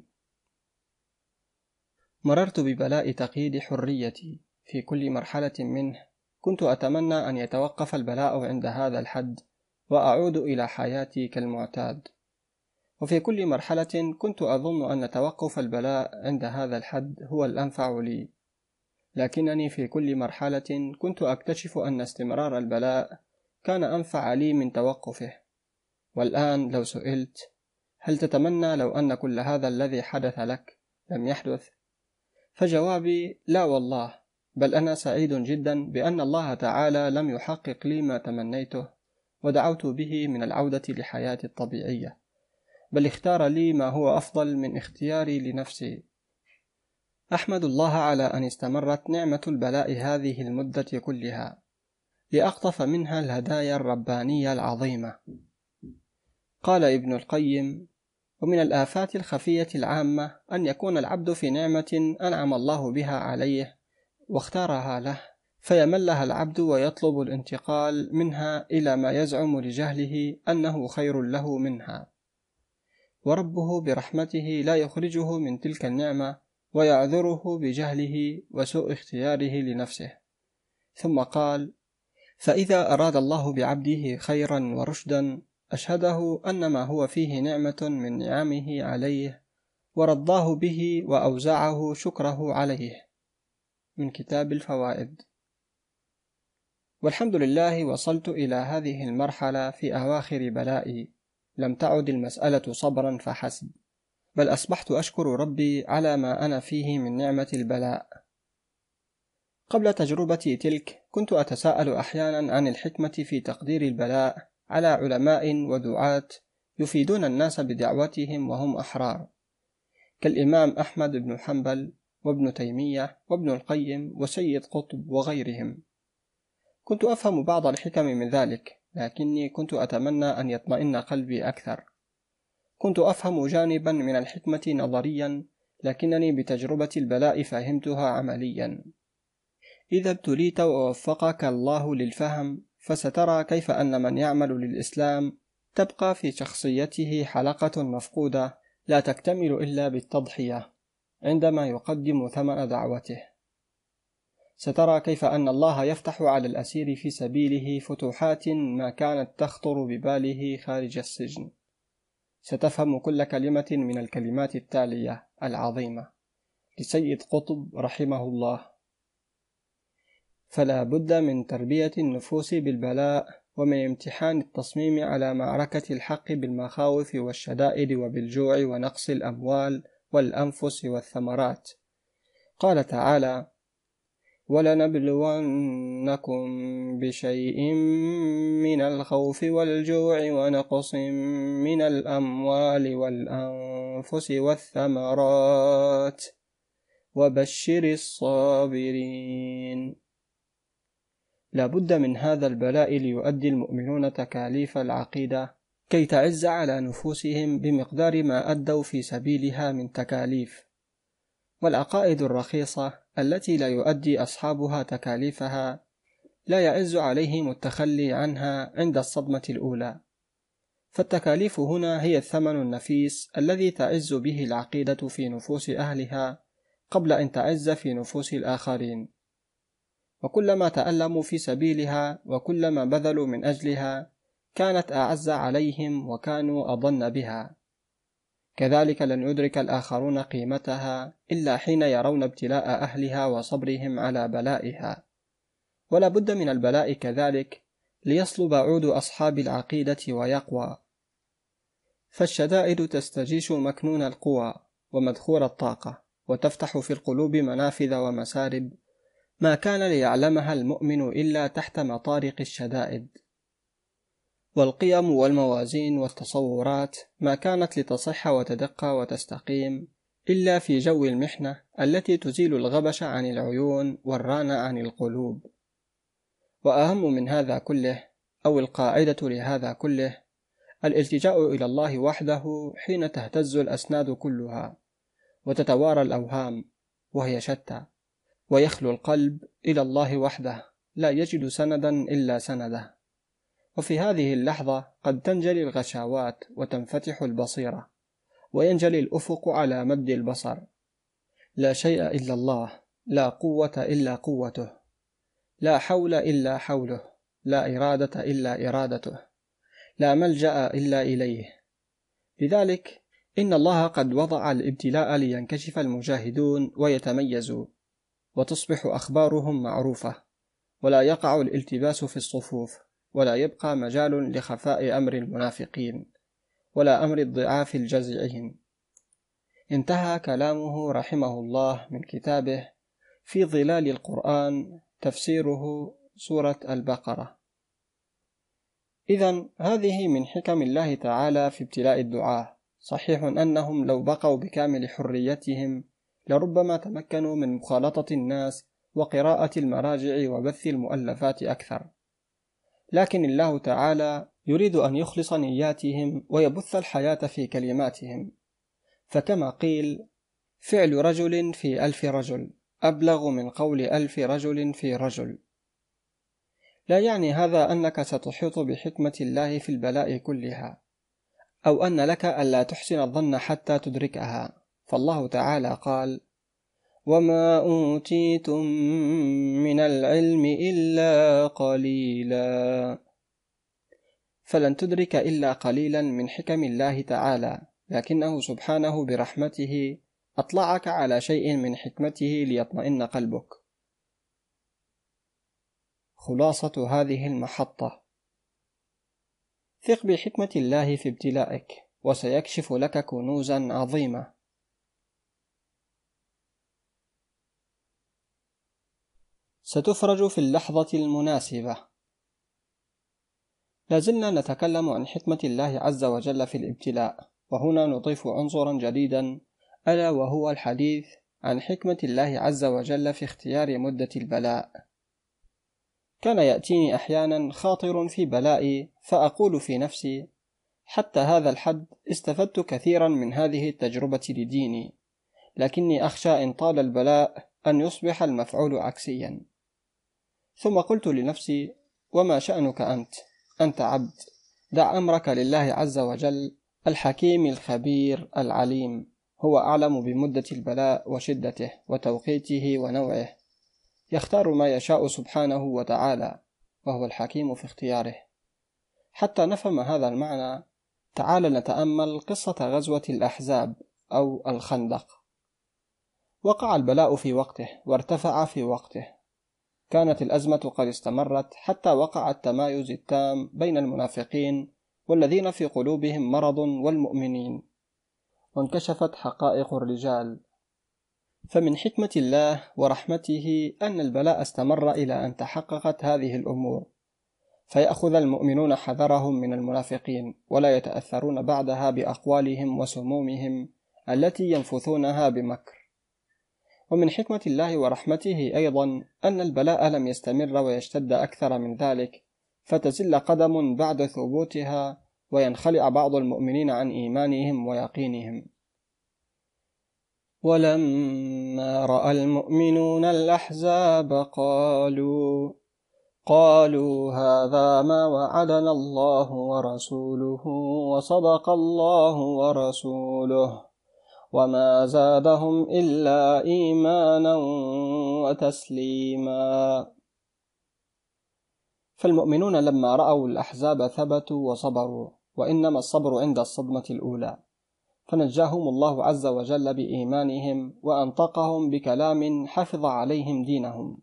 مررت ببلاء تقييد حريتي في كل مرحلة منه. كنت أتمنى أن يتوقف البلاء عند هذا الحد وأعود إلى حياتي كالمعتاد. وفي كل مرحلة كنت أظن أن توقف البلاء عند هذا الحد هو الأنفع لي، لكنني في كل مرحلة كنت أكتشف أن استمرار البلاء كان أنفع لي من توقفه. والآن لو سئلت: هل تتمنى لو أن كل هذا الذي حدث لك لم يحدث؟ فجوابي: لا والله، بل أنا سعيد جدا بأن الله تعالى لم يحقق لي ما تمنيته ودعوت به من العودة لحياتي الطبيعية، بل اختار لي ما هو أفضل من اختياري لنفسي. أحمد الله على أن استمرت نعمة البلاء هذه المدة كلها، لأقطف منها الهدايا الربانية العظيمة. قال ابن القيم: ومن الآفات الخفية العامة أن يكون العبد في نعمة أنعم الله بها عليه واختارها له، فيملها العبد ويطلب الانتقال منها إلى ما يزعم لجهله أنه خير له منها، وربه برحمته لا يخرجه من تلك النعمة ويعذره بجهله وسوء اختياره لنفسه. ثم قال: فإذا أراد الله بعبده خيرا ورشدا أشهده أن ما هو فيه نعمة من نعمه عليه ورضاه به وأوزعه شكره عليه. من كتاب الفوائد. والحمد لله وصلت إلى هذه المرحلة في أواخر بلائي. لم تعد المسألة صبرا فحسب، بل أصبحت أشكر ربي على ما أنا فيه من نعمة البلاء. قبل تجربتي تلك كنت أتساءل أحيانا عن الحكمة في تقدير البلاء على علماء ودعاة يفيدون الناس بدعوتهم وهم أحرار، كالإمام أحمد بن حنبل وابن تيمية وابن القيم وسيد قطب وغيرهم. كنت أفهم بعض الحكم من ذلك، لكني كنت أتمنى أن يطمئن قلبي أكثر. كنت أفهم جانبا من الحكمة نظريا، لكنني بتجربة البلاء فهمتها عمليا. إذا ابتليت ووفقك الله للفهم، فسترى كيف أن من يعمل للإسلام تبقى في شخصيته حلقة مفقودة لا تكتمل إلا بالتضحية عندما يقدم ثمن دعوته. سترى كيف أن الله يفتح على الأسير في سبيله فتوحات ما كانت تخطر بباله خارج السجن. ستفهم كل كلمة من الكلمات التالية العظيمة لسيد قطب رحمه الله: فلا بد من تربية النفوس بالبلاء، ومن امتحان التصميم على معركة الحق بالمخاوف والشدائد وبالجوع ونقص الأموال والأنفس والثمرات. قال تعالى: ولنبلونكم بشيء من الخوف والجوع ونقص من الأموال والأنفس والثمرات وبشر الصابرين. لا بد من هذا البلاء ليؤدي المؤمنون تكاليف العقيدة كي تعز على نفوسهم بمقدار ما أدوا في سبيلها من تكاليف. والعقائد الرخيصة التي لا يؤدي أصحابها تكاليفها لا يعز عليهم التخلي عنها عند الصدمة الأولى. فالتكاليف هنا هي الثمن النفيس الذي تعز به العقيدة في نفوس أهلها قبل أن تعز في نفوس الآخرين. وكلما تألموا في سبيلها وكلما بذلوا من أجلها كانت أعز عليهم وكانوا أضن بها. كذلك لن يدرك الآخرون قيمتها إلا حين يرون ابتلاء أهلها وصبرهم على بلائها. ولا بد من البلاء كذلك ليصلب عود أصحاب العقيدة ويقوى. فالشدائد تستجيش مكنون القوى ومدخور الطاقة، وتفتح في القلوب منافذ ومسارب ما كان ليعلمها المؤمن إلا تحت مطارق الشدائد. والقيم والموازين والتصورات ما كانت لتصح وتدق وتستقيم إلا في جو المحنة التي تزيل الغبش عن العيون والران عن القلوب. وأهم من هذا كله، أو القاعدة لهذا كله، الالتجاء إلى الله وحده حين تهتز الأسناد كلها وتتوارى الأوهام وهي شتى، ويخلو القلب إلى الله وحده لا يجد سندا إلا سنده. وفي هذه اللحظة قد تنجلي الغشاوات وتنفتح البصيرة وينجلي الأفق على مد البصر. لا شيء إلا الله، لا قوة إلا قوته، لا حول إلا حوله، لا إرادة إلا إرادته، لا ملجأ إلا إليه. لذلك إن الله قد وضع الابتلاء لينكشف المجاهدون ويتميزوا وتصبح أخبارهم معروفة، ولا يقع الالتباس في الصفوف، ولا يبقى مجال لخفاء أمر المنافقين ولا أمر الضعاف الجزعين. انتهى كلامه رحمه الله من كتابه في ظلال القرآن تفسيره سورة البقرة. إذن هذه من حكم الله تعالى في ابتلاء الدعاة. صحيح أنهم لو بقوا بكامل حريتهم لربما تمكنوا من مخالطة الناس وقراءة المراجع وبث المؤلفات أكثر، لكن الله تعالى يريد أن يخلص نياتهم ويبث الحياة في كلماتهم. فكما قيل: فعل رجل في ألف رجل أبلغ من قول ألف رجل في رجل. لا يعني هذا أنك ستحيط بحكمة الله في البلاء كلها، أو أن لك ألا تحسن الظن حتى تدركها. فالله تعالى قال: وما أوتيتم من العلم إلا قليلا. فلن تدرك إلا قليلا من حكم الله تعالى، لكنه سبحانه برحمته أطلعك على شيء من حكمته ليطمئن قلبك. خلاصة هذه المحطة: ثق بحكمة الله في ابتلائك، وسيكشف لك كنوزا عظيمة. ستفرج في اللحظة المناسبة. لازلنا نتكلم عن حكمة الله عز وجل في الابتلاء، وهنا نضيف عنصرا جديدا، ألا وهو الحديث عن حكمة الله عز وجل في اختيار مدة البلاء. كان يأتيني أحيانا خاطر في بلائي فأقول في نفسي: حتى هذا الحد استفدت كثيرا من هذه التجربة لديني، لكني أخشى إن طال البلاء أن يصبح المفعول عكسيا، ثم قلت لنفسي: وما شأنك أنت؟ أنت عبد، دع أمرك لله عز وجل الحكيم الخبير العليم، هو أعلم بمدة البلاء وشدته وتوقيته ونوعه، يختار ما يشاء سبحانه وتعالى، وهو الحكيم في اختياره. حتى نفهم هذا المعنى، تعال نتأمل قصة غزوة الأحزاب أو الخندق. وقع البلاء في وقته وارتفع في وقته، كانت الأزمة قد استمرت حتى وقع التمايز التام بين المنافقين والذين في قلوبهم مرض والمؤمنين، وانكشفت حقائق الرجال. فمن حكمة الله ورحمته أن البلاء استمر إلى أن تحققت هذه الأمور، فيأخذ المؤمنون حذرهم من المنافقين ولا يتأثرون بعدها بأقوالهم وسمومهم التي ينفثونها بمكر. ومن حكمة الله ورحمته أيضا أن البلاء لم يستمر ويشتد أكثر من ذلك، فتزل قدم بعد ثبوتها وينخلع بعض المؤمنين عن إيمانهم ويقينهم. ولما رأى المؤمنون الأحزاب قالوا قالوا هذا ما وعدنا الله ورسوله وصدق الله ورسوله وما زادهم إلا إيمانا وتسليما. فالمؤمنون لما رأوا الأحزاب ثبتوا وصبروا، وإنما الصبر عند الصدمة الأولى، فنجاهم الله عز وجل بإيمانهم وأنطقهم بكلام حفظ عليهم دينهم.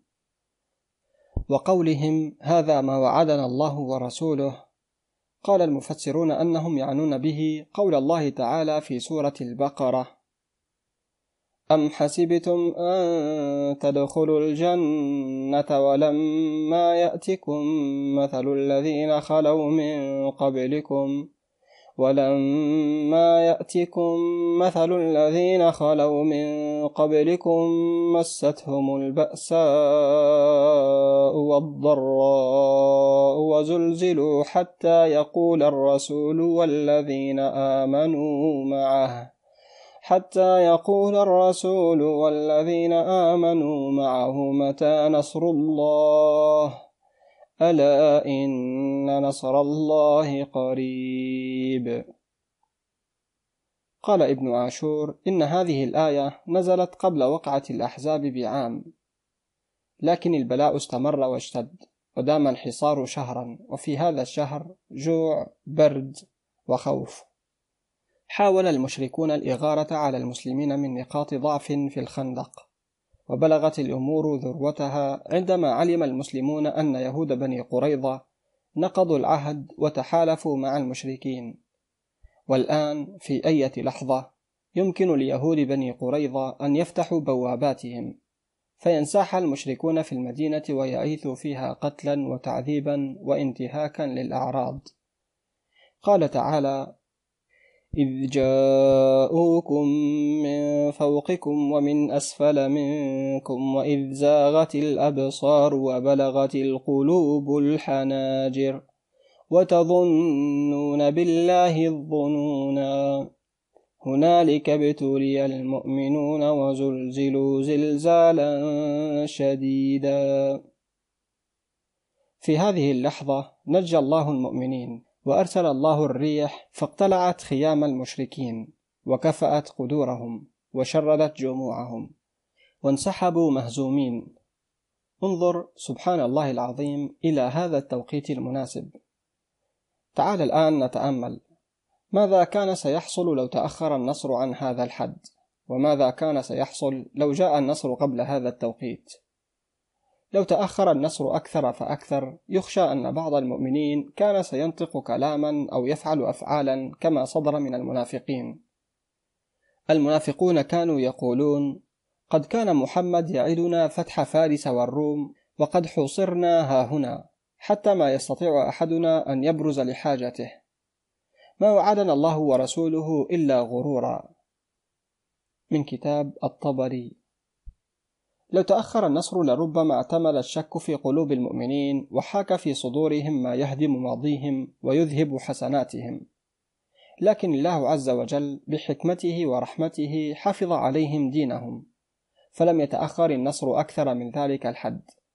وقولهم هذا ما وعدنا الله ورسوله، قال المفسرون أنهم يعنون به قول الله تعالى في سورة البقرة: أم حسبتم أن تدخلوا الجنة ولما يأتكم مثل الذين خلوا من قبلكم ولما يأتكم مثل الذين خلوا من قبلكم مستهم البأساء والضراء وزلزلوا حتى يقول الرسول والذين آمنوا معه حتى يقول الرسول والذين آمنوا معه متى نصر الله ألا إن نصر الله قريب. قال ابن عاشور إن هذه الآية نزلت قبل وقعة الأحزاب بعام، لكن البلاء استمر واشتد، ودام الحصار شهرا، وفي هذا الشهر جوع برد وخوف. حاول المشركون الإغارة على المسلمين من نقاط ضعف في الخندق، وبلغت الأمور ذروتها عندما علم المسلمون أن يهود بني قريظة نقضوا العهد وتحالفوا مع المشركين. والآن في أي لحظة يمكن ليهود بني قريظة أن يفتحوا بواباتهم، فينساح المشركون في المدينة ويعيثوا فيها قتلا وتعذيبا وانتهاكا للأعراض. قال تعالى: إذ جاءوكم من فوقكم ومن أسفل منكم وإذ زاغت الأبصار وبلغت القلوب الحناجر وتظنون بالله الظنونا هنالك ابتلي المؤمنون وزلزلوا زلزالا شديدا. في هذه اللحظة نجى الله المؤمنين، وأرسل الله الريح فاقتلعت خيام المشركين وكفأت قدورهم وشردت جموعهم، وانسحبوا مهزومين. انظر سبحان الله العظيم إلى هذا التوقيت المناسب. تعال الآن نتأمل ماذا كان سيحصل لو تأخر النصر عن هذا الحد، وماذا كان سيحصل لو جاء النصر قبل هذا التوقيت. لو تأخر النصر أكثر فأكثر، يخشى أن بعض المؤمنين كان سينطق كلاما أو يفعل أفعالا كما صدر من المنافقين. المنافقون كانوا يقولون: قد كان محمد يعدنا فتح فارس والروم وقد حوصرنا هاهنا حتى ما يستطيع أحدنا أن يبرز لحاجته، ما وعدنا الله ورسوله إلا غرورا. من كتاب الطبري. لو تأخر النصر لربما اعتمل الشك في قلوب المؤمنين وحاك في صدورهم ما يهدم ماضيهم ويذهب حسناتهم، لكن الله عز وجل بحكمته ورحمته حفظ عليهم دينهم، فلم يتأخر النصر أكثر من ذلك الحد،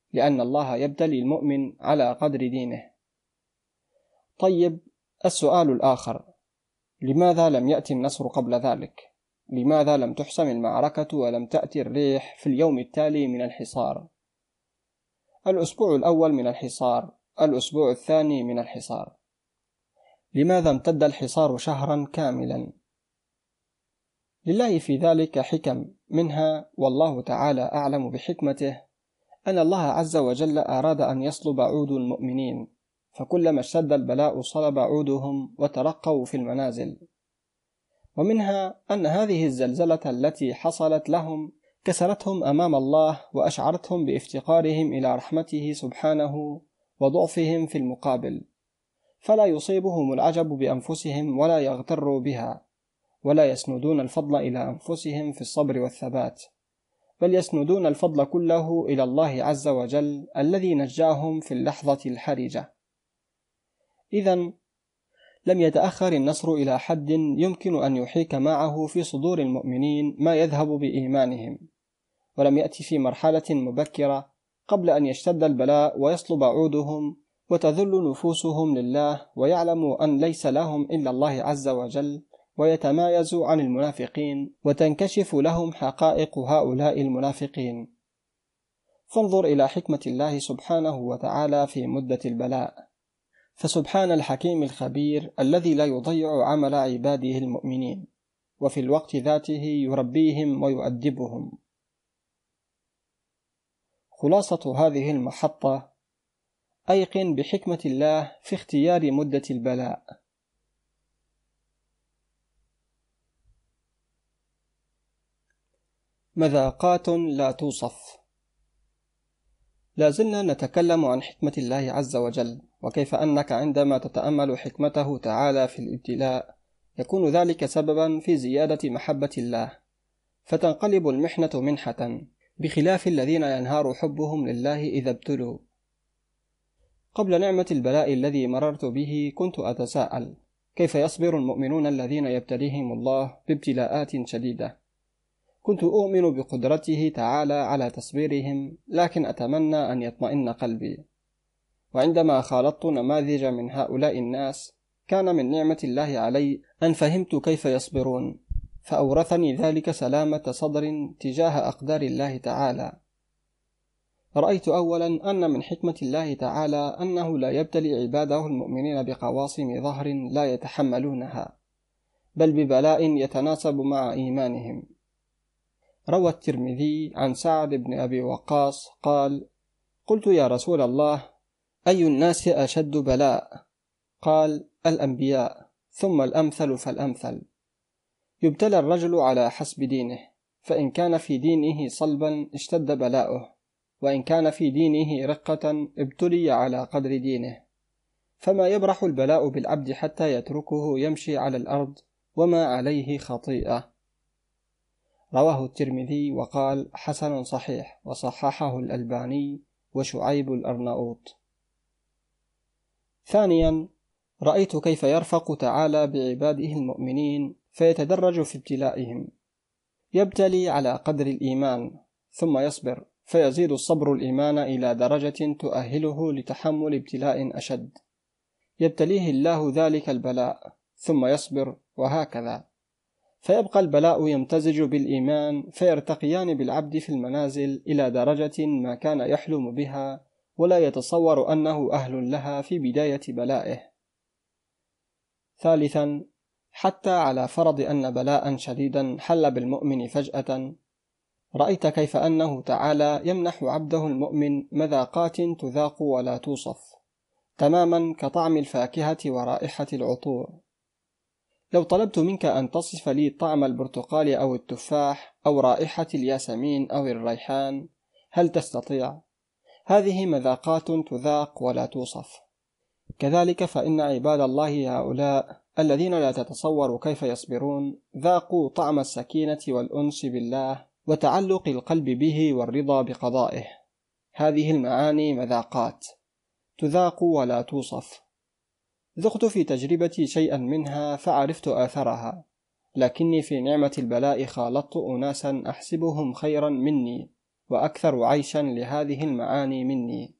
لأن الله يبتلي المؤمن على قدر دينه. طيب، السؤال الآخر: لماذا لم يأتي النصر قبل ذلك؟ لماذا لم تحسم المعركة ولم تأتي الريح في اليوم التالي من الحصار؟ الأسبوع الأول من الحصار، الأسبوع الثاني من الحصار. لماذا امتد الحصار شهرا كاملا؟ لله في ذلك حكم، منها والله تعالى أعلم بحكمته أن الله عز وجل أراد أن يصلب عود المؤمنين، فكلما اشتد البلاء صلب عودهم وترقوا في المنازل. ومنها أن هذه الزلزلة التي حصلت لهم كسرتهم أمام الله وأشعرتهم بافتقارهم إلى رحمته سبحانه وضعفهم في المقابل، فلا يصيبهم العجب بأنفسهم ولا يغتروا بها، ولا يسندون الفضل إلى أنفسهم في الصبر والثبات، بل يسندون الفضل كله إلى الله عز وجل الذي نجاهم في اللحظة الحرجة. إذن لم يتأخر النصر إلى حد يمكن أن يحيك معه في صدور المؤمنين ما يذهب بإيمانهم، ولم يأتي في مرحلة مبكرة قبل أن يشتد البلاء ويصلب عودهم وتذل نفوسهم لله، ويعلموا أن ليس لهم إلا الله عز وجل، ويتمايزوا عن المنافقين وتنكشف لهم حقائق هؤلاء المنافقين. فانظر إلى حكمة الله سبحانه وتعالى في مدة البلاء، فسبحان الحكيم الخبير الذي لا يضيع عمل عباده المؤمنين، وفي الوقت ذاته يربيهم ويؤدبهم. خلاصة هذه المحطة: أيقن بحكمة الله في اختيار مدة البلاء. مذاقات لا توصف. لا زلنا نتكلم عن حكمة الله عز وجل، وكيف أنك عندما تتأمل حكمته تعالى في الابتلاء يكون ذلك سببا في زيادة محبة الله، فتنقلب المحنة منحة، بخلاف الذين ينهار حبهم لله إذا ابتلوا. قبل نعمة البلاء الذي مررت به كنت أتساءل: كيف يصبر المؤمنون الذين يبتليهم الله بابتلاءات شديدة؟ كنت أؤمن بقدرته تعالى على تصبيرهم، لكن أتمنى أن يطمئن قلبي. وعندما خالطت نماذج من هؤلاء الناس كان من نعمة الله علي أن فهمت كيف يصبرون، فأورثني ذلك سلامة صدر تجاه أقدار الله تعالى. رأيت أولا أن من حكمة الله تعالى أنه لا يبتلي عباده المؤمنين بقواصم ظهر لا يتحملونها، بل ببلاء يتناسب مع إيمانهم. روى الترمذي عن سعد بن أبي وقاص قال: قلت يا رسول الله، أي الناس أشد بلاء؟ قال: الأنبياء، ثم الأمثل فالأمثل. يبتلى الرجل على حسب دينه، فإن كان في دينه صلبا اشتد بلاؤه، وإن كان في دينه رقة ابتلي على قدر دينه، فما يبرح البلاء بالعبد حتى يتركه يمشي على الأرض وما عليه خطيئة. رواه الترمذي وقال: حسن صحيح، وصححه الألباني وشعيب الأرناؤوط. ثانيا، رأيت كيف يرفق تعالى بعباده المؤمنين فيتدرج في ابتلائهم. يبتلي على قدر الإيمان ثم يصبر، فيزيد الصبر الإيمان إلى درجة تؤهله لتحمل ابتلاء أشد. يبتليه الله ذلك البلاء ثم يصبر، وهكذا، فيبقى البلاء يمتزج بالإيمان، فيرتقيان بالعبد في المنازل إلى درجة ما كان يحلم بها ولا يتصور أنه أهل لها في بداية بلائه. ثالثا، حتى على فرض أن بلاء شديدا حل بالمؤمن فجأة، رأيت كيف أنه تعالى يمنح عبده المؤمن مذاقات تذاق ولا توصف، تماما كطعم الفاكهة ورائحة العطور. لو طلبت منك أن تصف لي طعم البرتقال أو التفاح أو رائحة الياسمين أو الريحان، هل تستطيع؟ هذه مذاقات تذاق ولا توصف. كذلك فإن عباد الله هؤلاء الذين لا تتصور كيف يصبرون ذاقوا طعم السكينة والأنس بالله وتعلق القلب به والرضا بقضائه. هذه المعاني مذاقات تذاق ولا توصف. ذقت في تجربتي شيئا منها فعرفت آثرها، لكني في نعمة البلاء خالطت أناسا أحسبهم خيرا مني، وأكثر عيشا لهذه المعاني مني.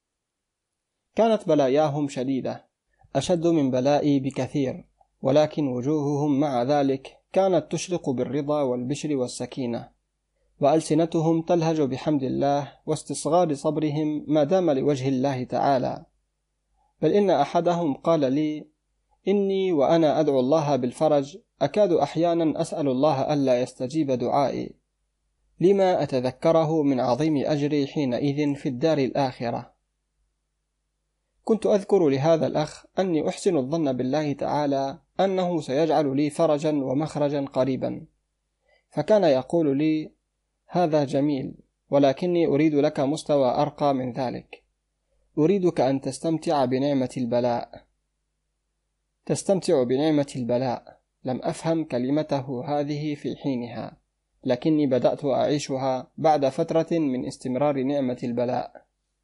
كانت بلاياهم شديدة، أشد من بلائي بكثير، ولكن وجوههم مع ذلك كانت تشرق بالرضا والبشر والسكينة، وألسنتهم تلهج بحمد الله واستصغار صبرهم ما دام لوجه الله تعالى. بل إن أحدهم قال لي: إني وأنا أدعو الله بالفرج أكاد أحيانا أسأل الله ألا يستجيب دعائي، لما أتذكره من عظيم أجري حينئذ في الدار الآخرة. كنت أذكر لهذا الأخ أني أحسن الظن بالله تعالى أنه سيجعل لي فرجا ومخرجا قريبا، فكان يقول لي: هذا جميل، ولكني أريد لك مستوى أرقى من ذلك، أريدك أن تستمتع بنعمة البلاء. تستمتع بنعمة البلاء، لم أفهم كلمته هذه في حينها، لكني بدأت أعيشها بعد فترة من استمرار نعمة البلاء.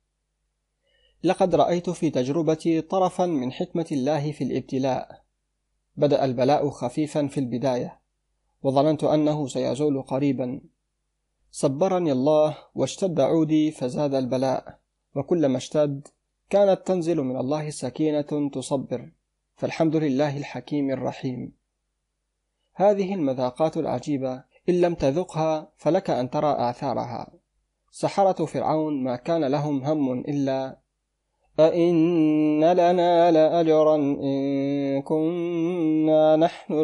لقد رأيت في تجربتي طرفا من حكمة الله في الابتلاء. بدأ البلاء خفيفا في البداية، وظننت أنه سيزول قريبا. صبرني الله واشتد عودي فزاد البلاء، وكلما اشتد كانت تنزل من الله سكينة تصبر، فالحمد لله الحكيم الرحيم. هذه المذاقات العجيبة إن لم تذقها فلك أن ترى آثارها. سحرة فرعون ما كان لهم هم إلا: أئن لنا لأجرا إن كنا نحن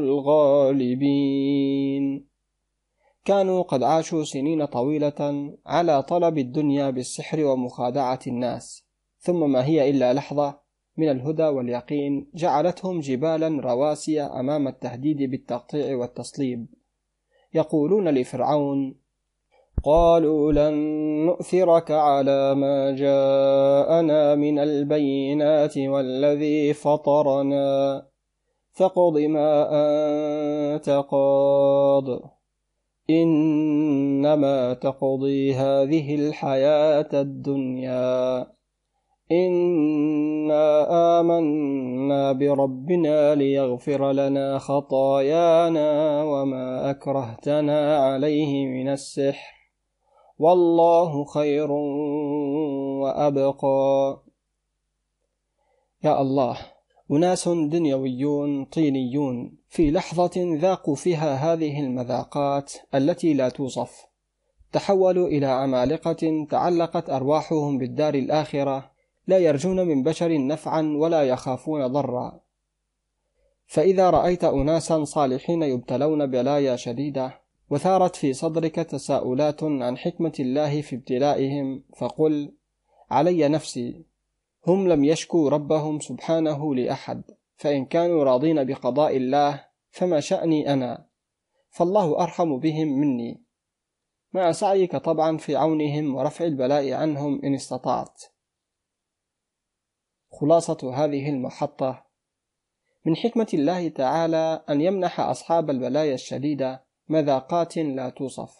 الغالبين. كانوا قد عاشوا سنين طويلة على طلب الدنيا بالسحر ومخادعة الناس، ثم ما هي إلا لحظة من الهدى واليقين جعلتهم جبالا رواسي أمام التهديد بالتقطيع والتصليب. يقولون لفرعون: قالوا لن نؤثرك على ما جاءنا من البينات والذي فطرنا فاقض ما أنت قاض إنما تقضي هذه الحياة الدنيا إنا آمنا بربنا ليغفر لنا خطايانا وما أكرهتنا عليه من السحر والله خير وأبقى. يا الله، أناس دنيويون طينيون في لحظة ذاقوا فيها هذه المذاقات التي لا توصف، تحولوا إلى عمالقة تعلقت أرواحهم بالدار الآخرة، لا يرجون من بشر نفعا ولا يخافون ضرا. فإذا رأيت أناسا صالحين يبتلون بلايا شديدة وثارت في صدرك تساؤلات عن حكمة الله في ابتلائهم، فقل: علي نفسي، هم لم يشكوا ربهم سبحانه لأحد، فإن كانوا راضين بقضاء الله فما شأني أنا، فالله أرحم بهم مني، مع سعيك طبعا في عونهم ورفع البلاء عنهم إن استطعت. خلاصة هذه المحطة: من حكمة الله تعالى أن يمنح أصحاب البلايا الشديدة مذاقات لا توصف.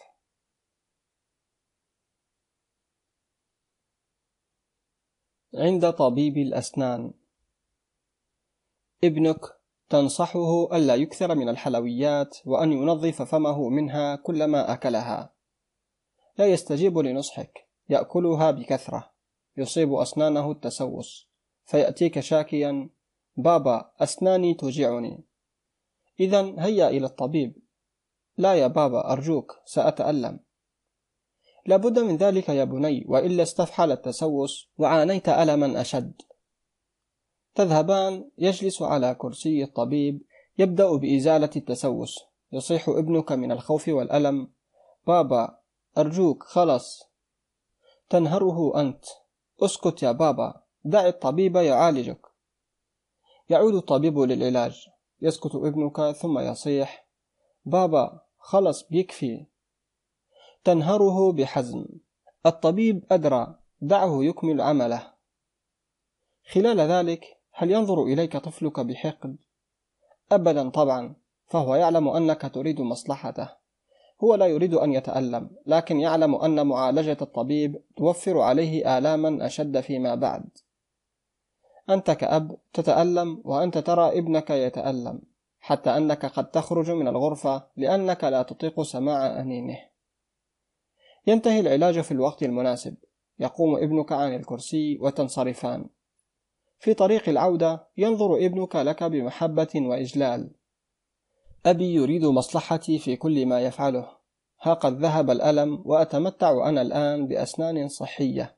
عند طبيب الأسنان: ابنك تنصحه ألا يكثر من الحلويات وأن ينظف فمه منها كلما أكلها، لا يستجيب لنصحك، يأكلها بكثرة، يصيب أسنانه التسوس، فيأتيك شاكيا: بابا أسناني توجعني. إذن هيا إلى الطبيب. لا يا بابا أرجوك سأتألم. لابد من ذلك يا بني، وإلا استفحل التسوس وعانيت ألما أشد. تذهبان، يجلس على كرسي الطبيب يبدأ بإزالة التسوس، يصيح ابنك من الخوف والألم: بابا أرجوك خلص. تنهره أنت: اسكت يا بابا، دع الطبيب يعالجك. يعود الطبيب للعلاج، يسكت ابنك ثم يصيح: بابا خلص بيكفي. تنهره بحزم: الطبيب أدرى، دعه يكمل عمله. خلال ذلك هل ينظر إليك طفلك بحقد؟ أبدا طبعا، فهو يعلم أنك تريد مصلحته، هو لا يريد أن يتألم، لكن يعلم أن معالجة الطبيب توفر عليه آلاما أشد فيما بعد. أنت كأب تتألم وأنت ترى ابنك يتألم، حتى أنك قد تخرج من الغرفة لأنك لا تطيق سماع أنينه. ينتهي العلاج في الوقت المناسب، يقوم ابنك عن الكرسي وتنصرفان. في طريق العودة ينظر ابنك لك بمحبة وإجلال. أبي يريد مصلحتي في كل ما يفعله، ها قد ذهب الألم وأتمتع أنا الآن بأسنان صحية.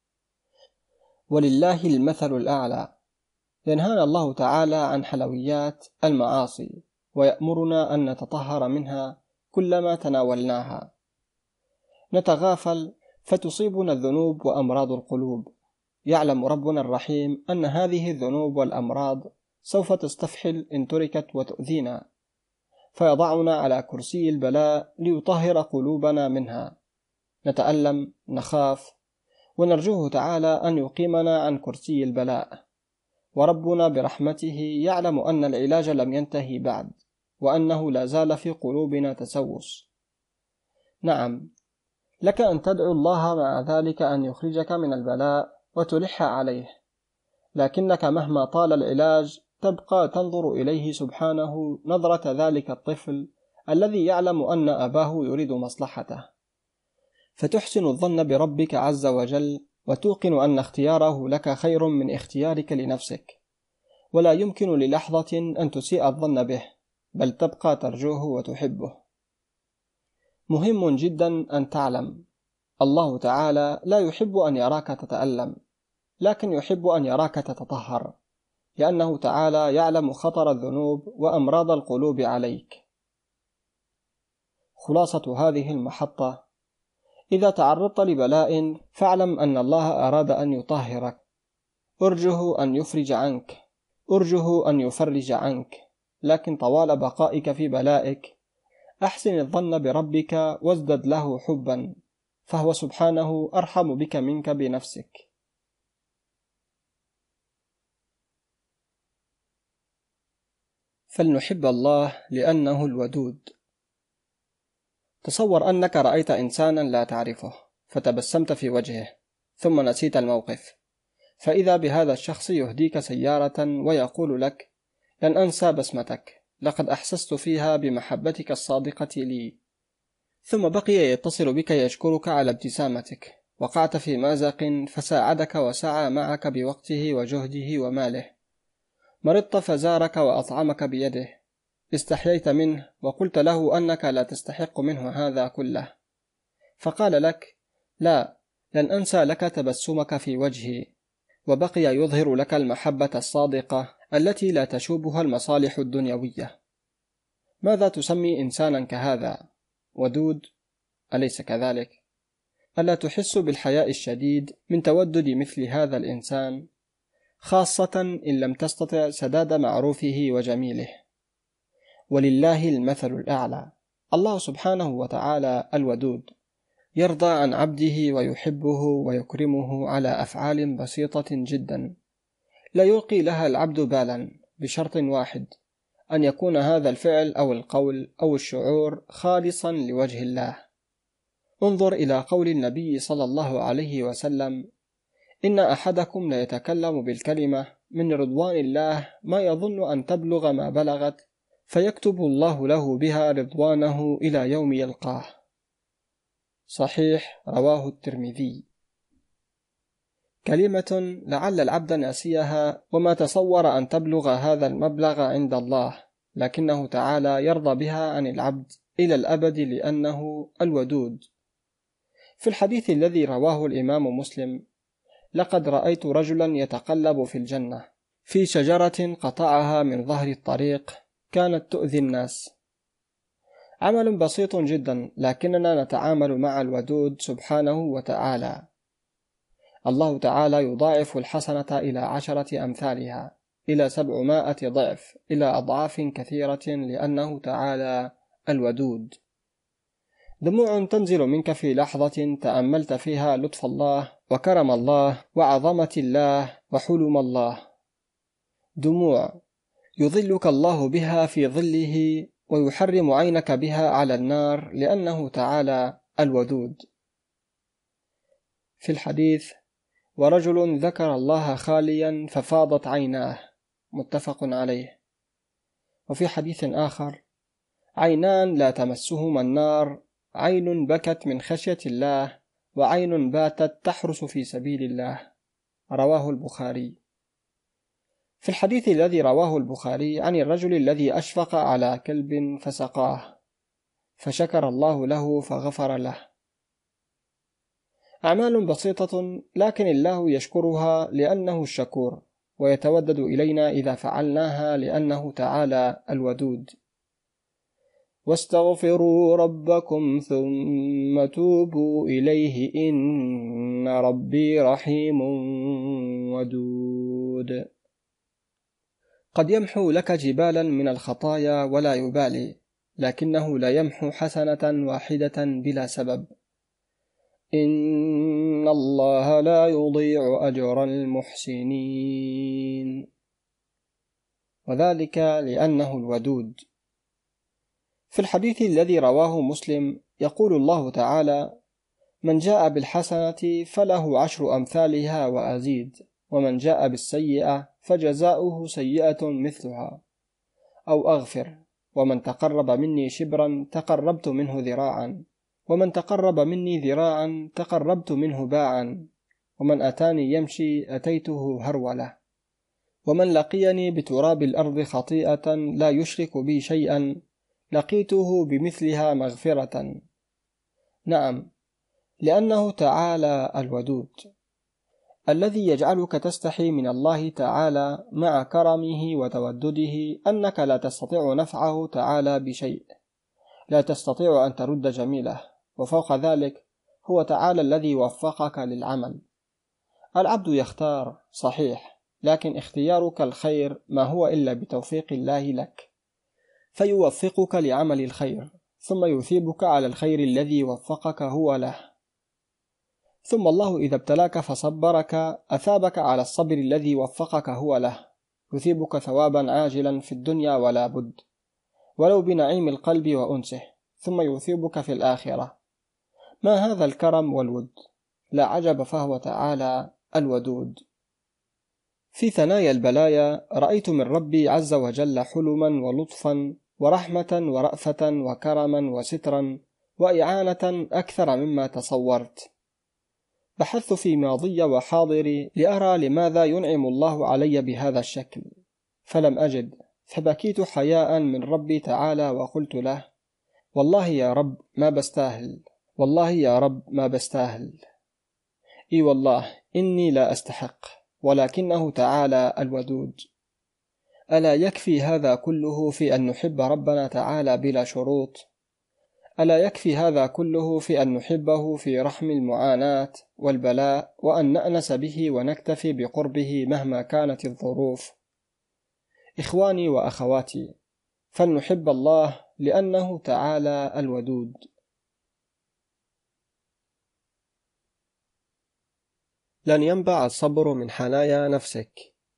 ولله المثل الأعلى. ينهانا الله تعالى عن حلويات المعاصي، ويأمرنا أن نتطهر منها كلما تناولناها. نتغافل فتصيبنا الذنوب وأمراض القلوب. يعلم ربنا الرحيم أن هذه الذنوب والأمراض سوف تستفحل إن تركت وتؤذينا، فيضعنا على كرسي البلاء ليطهر قلوبنا منها. نتألم، نخاف، ونرجوه تعالى أن يقيمنا عن كرسي البلاء. وربنا برحمته يعلم أن العلاج لم ينتهي بعد، وأنه لا زال في قلوبنا تسوس. نعم، لك أن تدعو الله مع ذلك أن يخرجك من البلاء وتلح عليه، لكنك مهما طال العلاج تبقى تنظر إليه سبحانه نظرة ذلك الطفل الذي يعلم أن أباه يريد مصلحته، فتحسن الظن بربك عز وجل، وتوقن أن اختياره لك خير من اختيارك لنفسك، ولا يمكن للحظة أن تسيء الظن به، بل تبقى ترجوه وتحبه. مهم جدا أن تعلم الله تعالى لا يحب أن يراك تتألم، لكن يحب أن يراك تتطهر، لأنه تعالى يعلم خطر الذنوب وأمراض القلوب عليك. خلاصة هذه المحطة: إذا تعرضت لبلاء فاعلم أن الله أراد أن يطهرك، أرجه أن يفرج عنك، أرجه أن يفرج عنك، لكن طوال بقائك في بلائك أحسن الظن بربك وازدد له حبا، فهو سبحانه أرحم بك منك بنفسك. فلنحب الله لأنه الودود. تصور أنك رأيت إنسانا لا تعرفه فتبسمت في وجهه، ثم نسيت الموقف، فإذا بهذا الشخص يهديك سيارة ويقول لك: لن أنسى بسمتك، لقد أحسست فيها بمحبتك الصادقة لي. ثم بقي يتصل بك يشكرك على ابتسامتك. وقعت في مأزق فساعدك وسعى معك بوقته وجهده وماله. مرضت فزارك وأطعمك بيده. استحييت منه وقلت له أنك لا تستحق منه هذا كله، فقال لك: لا، لن أنسى لك تبسمك في وجهي. وبقي يظهر لك المحبة الصادقة التي لا تشوبها المصالح الدنيوية. ماذا تسمي إنسانا كهذا؟ ودود، أليس كذلك؟ ألا تحس بالحياء الشديد من تودد مثل هذا الإنسان، خاصة إن لم تستطع سداد معروفه وجميله؟ ولله المثل الأعلى. الله سبحانه وتعالى الودود يرضى عن عبده ويحبه ويكرمه على أفعال بسيطة جدا لا يلقي لها العبد بالا، بشرط واحد: أن يكون هذا الفعل أو القول أو الشعور خالصا لوجه الله. انظر إلى قول النبي صلى الله عليه وسلم: إن أحدكم ليتكلم بالكلمة من رضوان الله ما يظن أن تبلغ ما بلغت، فيكتب الله له بها رضوانه إلى يوم يلقاه. صحيح، رواه الترمذي. كلمة لعل العبد ناسيها وما تصور أن تبلغ هذا المبلغ عند الله، لكنه تعالى يرضى بها عن العبد إلى الأبد لأنه الودود. في الحديث الذي رواه الإمام مسلم: لقد رأيت رجلا يتقلب في الجنة في شجرة قطعها من ظهر الطريق كانت تؤذي الناس. عمل بسيط جدا، لكننا نتعامل مع الودود سبحانه وتعالى. الله تعالى يضاعف الحسنة إلى عشرة أمثالها، إلى سبعمائة ضعف، إلى أضعاف كثيرة، لأنه تعالى الودود. دموع تنزل منك في لحظة تأملت فيها لطف الله وكرم الله وعظمة الله وحلم الله. دموع يظلك الله بها في ظله ويحرم عينك بها على النار، لأنه تعالى الودود. في الحديث: ورجل ذكر الله خاليا ففاضت عيناه، متفق عليه. وفي حديث آخر: عينان لا تمسهما النار عين بكت من خشية الله، وعين باتت تحرس في سبيل الله. رواه البخاري. في الحديث الذي رواه البخاري عن الرجل الذي أشفق على كلب فسقاه، فشكر الله له فغفر له. أعمال بسيطة لكن الله يشكرها لأنه الشكور، ويتودد إلينا إذا فعلناها لأنه تعالى الودود. واستغفروا ربكم ثم توبوا إليه إن ربي رحيم ودود. قد يمحو لك جبالا من الخطايا ولا يبالي، لكنه لا يمحو حسنة واحدة بلا سبب. إن الله لا يضيع أجر المحسنين، وذلك لأنه الودود. في الحديث الذي رواه مسلم يقول الله تعالى: من جاء بالحسنة فله عشر أمثالها وأزيد، ومن جاء بالسيئة فجزاؤه سيئة مثلها أو أغفر، ومن تقرب مني شبرا تقربت منه ذراعا، ومن تقرب مني ذراعا تقربت منه باعا، ومن أتاني يمشي أتيته هرولة، ومن لقيني بتراب الأرض خطيئة لا يشرك بي شيئا لقيته بمثلها مغفرة. نعم، لأنه تعالى الودود الذي يجعلك تستحي من الله تعالى مع كرمه وتودده أنك لا تستطيع نفعه تعالى بشيء، لا تستطيع أن ترد جميله، وفوق ذلك هو تعالى الذي وفقك للعمل. العبد يختار صحيح، لكن اختيارك الخير ما هو إلا بتوفيق الله لك، فيوفقك لعمل الخير ثم يثيبك على الخير الذي وفقك هو له. ثم الله إذا ابتلاك فصبرك أثابك على الصبر الذي وفقك هو له، يثيبك ثوابا عاجلا في الدنيا ولا بد، ولو بنعيم القلب وأنسه، ثم يثيبك في الآخرة. ما هذا الكرم والود؟ لا عجب، فهو تعالى الودود. في ثنايا البلايا رأيت من ربي عز وجل حلما ولطفا ورحمة ورأفة وكرما وسترا وإعانة أكثر مما تصورت. بحثت في ماضي وحاضري لأرى لماذا ينعم الله علي بهذا الشكل، فلم أجد، فبكيت حياء من ربي تعالى وقلت له: والله يا رب ما بستاهل، والله يا رب ما بستاهل. إي والله إني لا أستحق، ولكنه تعالى الودود. ألا يكفي هذا كله في أن نحب ربنا تعالى بلا شروط؟ ألا يكفي هذا كله في أن نحبه في رحم المعاناة والبلاء، وأن نأنس به ونكتفي بقربه مهما كانت الظروف؟ إخواني وأخواتي، فلنحب الله لأنه تعالى الودود. لن ينبع الصبر من حنايا نفسك.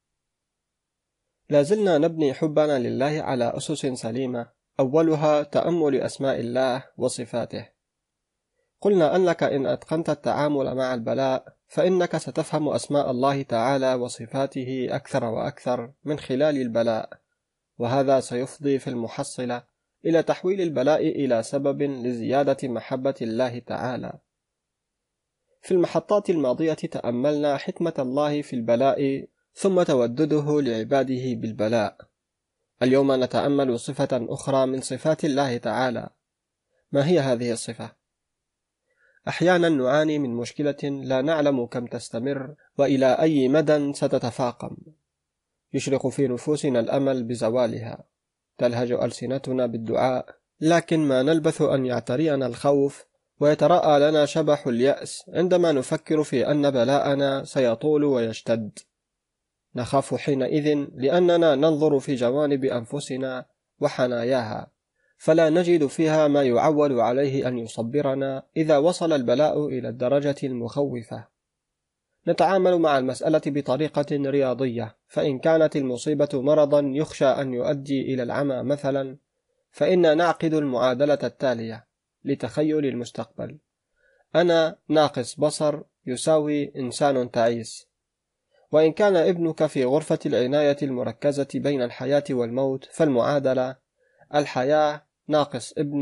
لازلنا نبني حبنا لله على أسس سليمة، أولها تأمل أسماء الله وصفاته. قلنا أنك إن أتقنت التعامل مع البلاء فإنك ستفهم أسماء الله تعالى وصفاته أكثر وأكثر من خلال البلاء، وهذا سيفضي في المحصلة إلى تحويل البلاء إلى سبب لزيادة محبة الله تعالى. في المحطات الماضية تأملنا حكمة الله في البلاء ثم تودده لعباده بالبلاء. اليوم نتأمل صفة أخرى من صفات الله تعالى. ما هي هذه الصفة؟ أحيانا نعاني من مشكلة لا نعلم كم تستمر وإلى أي مدى ستتفاقم. يشرق في نفوسنا الأمل بزوالها، تلهج ألسنتنا بالدعاء، لكن ما نلبث أن يعترينا الخوف ويتراءى لنا شبح اليأس عندما نفكر في أن بلاءنا سيطول ويشتد. نخاف حينئذ لأننا ننظر في جوانب أنفسنا وحناياها، فلا نجد فيها ما يعول عليه أن يصبرنا إذا وصل البلاء إلى الدرجة المخوفة. نتعامل مع المسألة بطريقة رياضية، فإن كانت المصيبة مرضا يخشى أن يؤدي إلى العمى مثلا، فإن نعقد المعادلة التالية لتخيل المستقبل: أنا ناقص بصر يساوي إنسان تعيس. وإن كان ابنك في غرفة العناية المركزة بين الحياة والموت، فالمعادلة: الحياة ناقص ابني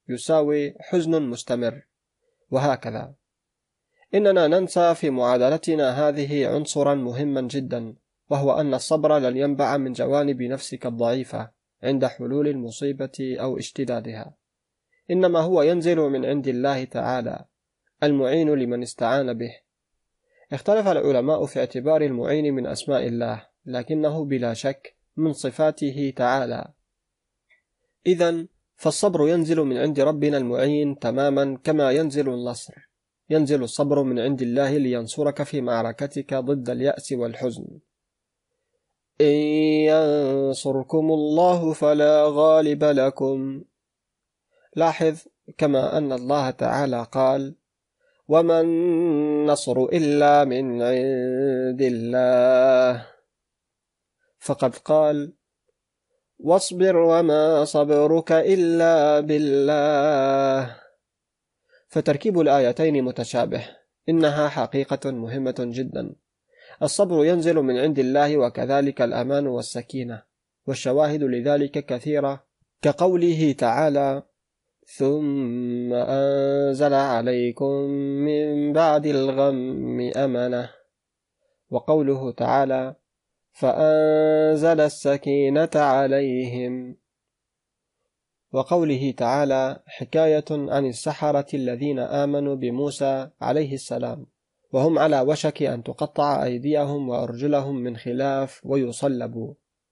يساوي حزن مستمر، وهكذا. إننا ننسى في معادلتنا هذه عنصرا مهما جدا، وهو أن الصبر لن ينبع من جوانب نفسك الضعيفة عند حلول المصيبة أو اشتدادها، إنما هو ينزل من عند الله تعالى المعين لمن استعان به. اختلف العلماء في اعتبار المعين من أسماء الله، لكنه بلا شك من صفاته تعالى. إذن فالصبر ينزل من عند ربنا المعين تماما كما ينزل النصر. ينزل الصبر من عند الله لينصرك في معركتك ضد اليأس والحزن. إن ينصركم الله فلا غالب لكم. لاحظ كما أن الله تعالى قال: وما النصر إلا من عند الله، فقد قال: واصبر وما صبرك إلا بالله. فتركيب الآيتين متشابه، إنها حقيقة مهمة جدا. الصبر ينزل من عند الله، وكذلك الأمان والسكينة، والشواهد لذلك كثيرة، كقوله تعالى: ثم أنزل عليكم من بعد الغم أمنة، وقوله تعالى: فأنزل السكينة عليهم، وقوله تعالى حكاية عن السحرة الذين آمنوا بموسى عليه السلام وهم على وشك أن تقطع أيديهم وأرجلهم من خلاف ويصلبوا: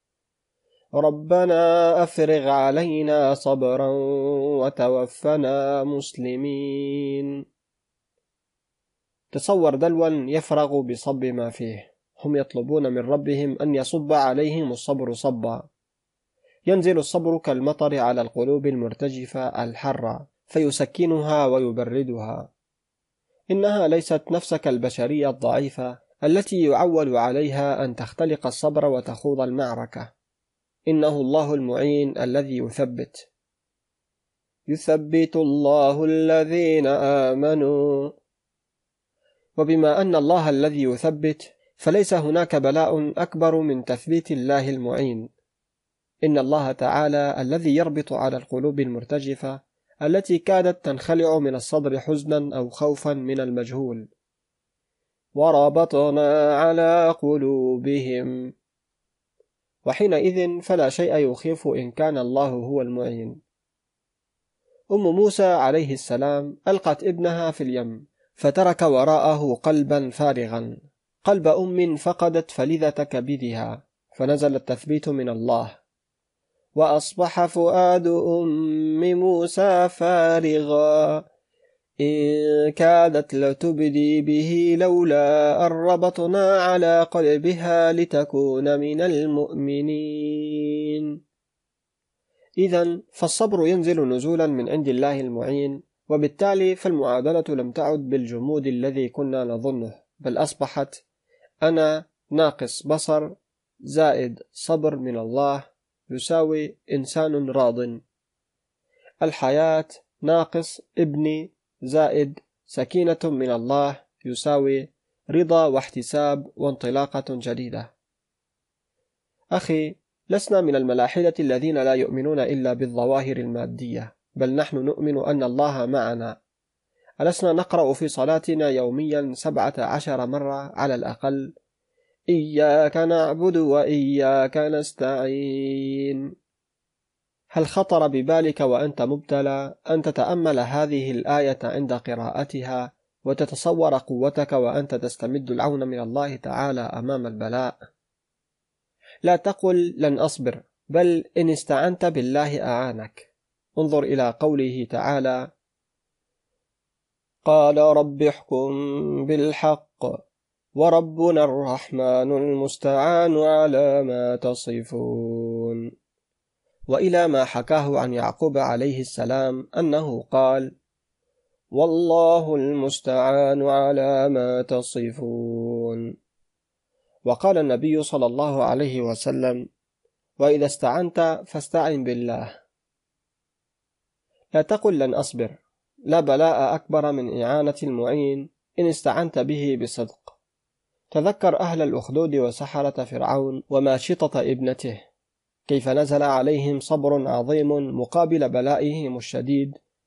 ربنا أفرغ علينا صبرا وتوفنا مسلمين. تصور دلوا يفرغ بصب ما فيه، هم يطلبون من ربهم أن يصب عليهم الصبر صبا. ينزل الصبر كالمطر على القلوب المرتجفة الحرة فيسكنها ويبردها. إنها ليست نفسك البشرية الضعيفة التي يعول عليها أن تختلق الصبر وتخوض المعركة، إنه الله المعين الذي يثبت. يثبت الله الذين آمنوا. وبما أن الله الذي يثبت، فليس هناك بلاء أكبر من تثبيت الله المعين. إن الله تعالى الذي يربط على القلوب المرتجفة التي كادت تنخلع من الصدر حزنا أو خوفا من المجهول. وربطنا على قلوبهم. وحينئذ فلا شيء يخيف إن كان الله هو المعين. أم موسى عليه السلام ألقت ابنها في اليم، فترك وراءه قلبا فارغا، قلب أم فقدت فلذة كبدها، فنزل التثبيت من الله: وأصبح فؤاد أم موسى فارغا إن كادت لتبدي به لولا أن ربطنا على قلبها لتكون من المؤمنين. إذن فالصبر ينزل نزولا من عند الله المعين، وبالتالي فالمعادلة لم تعد بالجمود الذي كنا نظنه، بل أصبحت أنا ناقص بصر زائد صبر من الله يساوي إنسان راض. الحياة ناقص ابني زائد سكينة من الله يساوي رضا واحتساب وانطلاقة جديدة. أخي، لسنا من الملاحدة الذين لا يؤمنون إلا بالظواهر المادية، بل نحن نؤمن أن الله معنا. ألسنا نقرأ في صلاتنا يوميا سبعة عشر مرة على الأقل: إياك نعبد وإياك نستعين؟ هل خطر ببالك وأنت مبتلى أن تتأمل هذه الآية عند قراءتها وتتصور قوتك وأنت تستمد العون من الله تعالى أمام البلاء؟ لا تقل لن أصبر، بل إن استعنت بالله أعانك. انظر إلى قوله تعالى: قال رب احكم بالحق وربنا الرحمن المستعان على ما تصفون. وإلى ما حكاه عن يعقوب عليه السلام أنه قال: والله المستعان على ما تصفون. وقال النبي صلى الله عليه وسلم: وإذا استعنت فاستعن بالله. لا تقل لن أصبر، لا بلاء أكبر من إعانة المعين إن استعنت به بصدق. تذكر أهل الأخدود وسحرة فرعون وماشطة ابنته، كيف نزل عليهم صبر عظيم مقابل بلائهم الشديد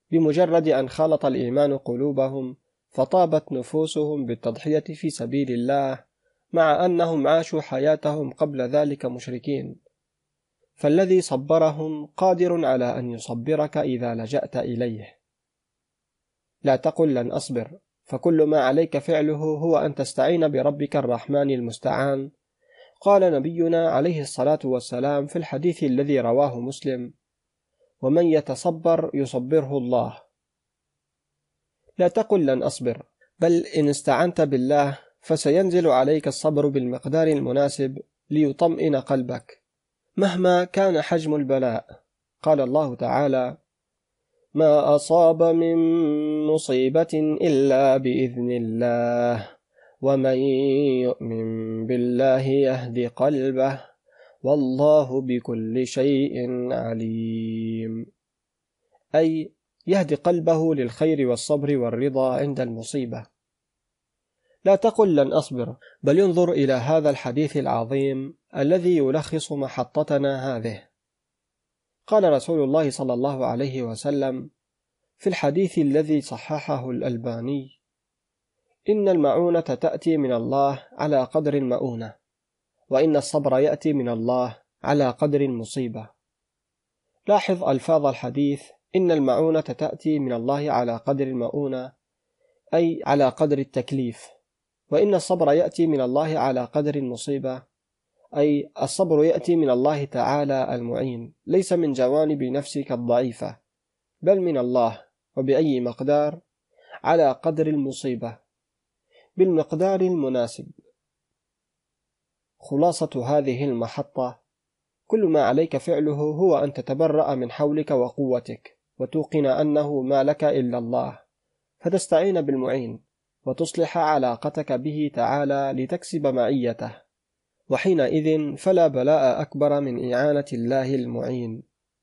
بمجرد أن خالط الإيمان قلوبهم فطابت نفوسهم بالتضحية في سبيل الله، مع أنهم عاشوا حياتهم قبل ذلك مشركين. فالذي صبرهم قادر على أن يصبرك إذا لجأت إليه. لا تقل لن أصبر، فكل ما عليك فعله هو أن تستعين بربك الرحمن المستعان. قال نبينا عليه الصلاة والسلام في الحديث الذي رواه مسلم: ومن يتصبر يصبره الله. لا تقل لن أصبر، بل إن استعنت بالله فسينزل عليك الصبر بالمقدار المناسب ليطمئن قلبك مهما كان حجم البلاء. قال الله تعالى: ما أصاب من مصيبة إلا بإذن الله ومن يؤمن بالله يهد قلبه والله بكل شيء عليم، أي يهدي قلبه للخير والصبر والرضا عند المصيبة. لا تقل لن أصبر، بل انظر إلى هذا الحديث العظيم الذي يلخص محطتنا هذه. قال رسول الله صلى الله عليه وسلم في الحديث الذي صححه الألباني: إن المعونة تأتي من الله على قدر المؤونة، وإن الصبر يأتي من الله على قدر المصيبة. لاحظ ألفاظ الحديث: إن المعونة تأتي من الله على قدر المؤونة، أي على قدر التكليف، وإن الصبر يأتي من الله على قدر المصيبة، أي الصبر يأتي من الله تعالى المعين، ليس من جوانب نفسك الضعيفة، بل من الله، وبأي مقدار؟ على قدر المصيبة، بالمقدار المناسب. خلاصة هذه المحطة: كل ما عليك فعله هو أن تتبرأ من حولك وقوتك، وتوقن أنه ما لك إلا الله، فتستعين بالمعين وتصلح علاقتك به تعالى لتكسب معيته، وحينئذ فلا بلاء أكبر من إعانة الله المعين.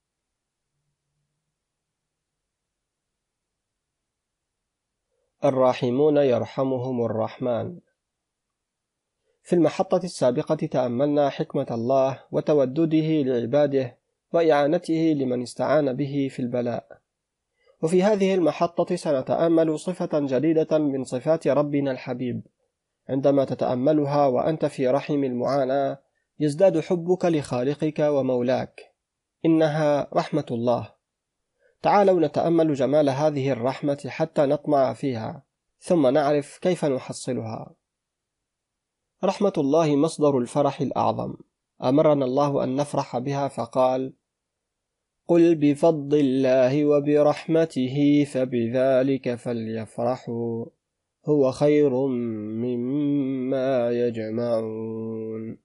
الراحمون يرحمهم الرحمن. في المحطة السابقة تأملنا حكمة الله وتودده لعباده وإعانته لمن استعان به في البلاء، وفي هذه المحطة سنتأمل صفة جديدة من صفات ربنا الحبيب. عندما تتأملها وأنت في رحم المعاناة يزداد حبك لخالقك ومولاك، إنها رحمة الله. تعالوا نتأمل جمال هذه الرحمة حتى نطمع فيها، ثم نعرف كيف نحصلها. رحمة الله مصدر الفرح الأعظم، أمرنا الله أن نفرح بها فقال: قل بفضل الله وبرحمته فبذلك فليفرحوا هو خير مما يجمعون.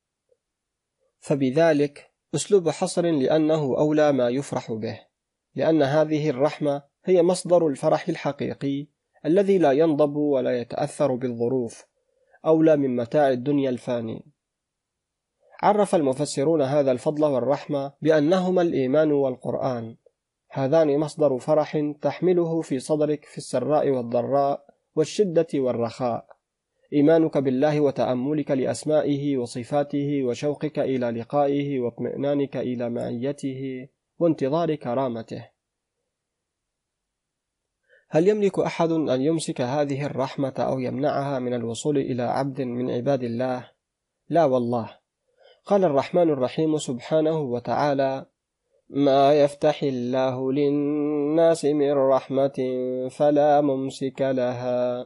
فبذلك أسلوب حصر لأنه أولى ما يفرح به، لأن هذه الرحمة هي مصدر الفرح الحقيقي الذي لا ينضب ولا يتأثر بالظروف، أولى من متاع الدنيا الفاني. عرف المفسرون هذا الفضل والرحمة بأنهما الإيمان والقرآن، هذان مصدر فرح تحمله في صدرك في السراء والضراء والشدة والرخاء. إيمانك بالله وتأملك لأسمائه وصفاته وشوقك إلى لقائه واطمئنانك إلى معيته وانتظار كرامته. هل يملك أحد أن يمسك هذه الرحمة أو يمنعها من الوصول إلى عبد من عباد الله؟ لا والله. قال الرحمن الرحيم سبحانه وتعالى: ما يفتح الله للناس من رحمة فلا ممسك لها.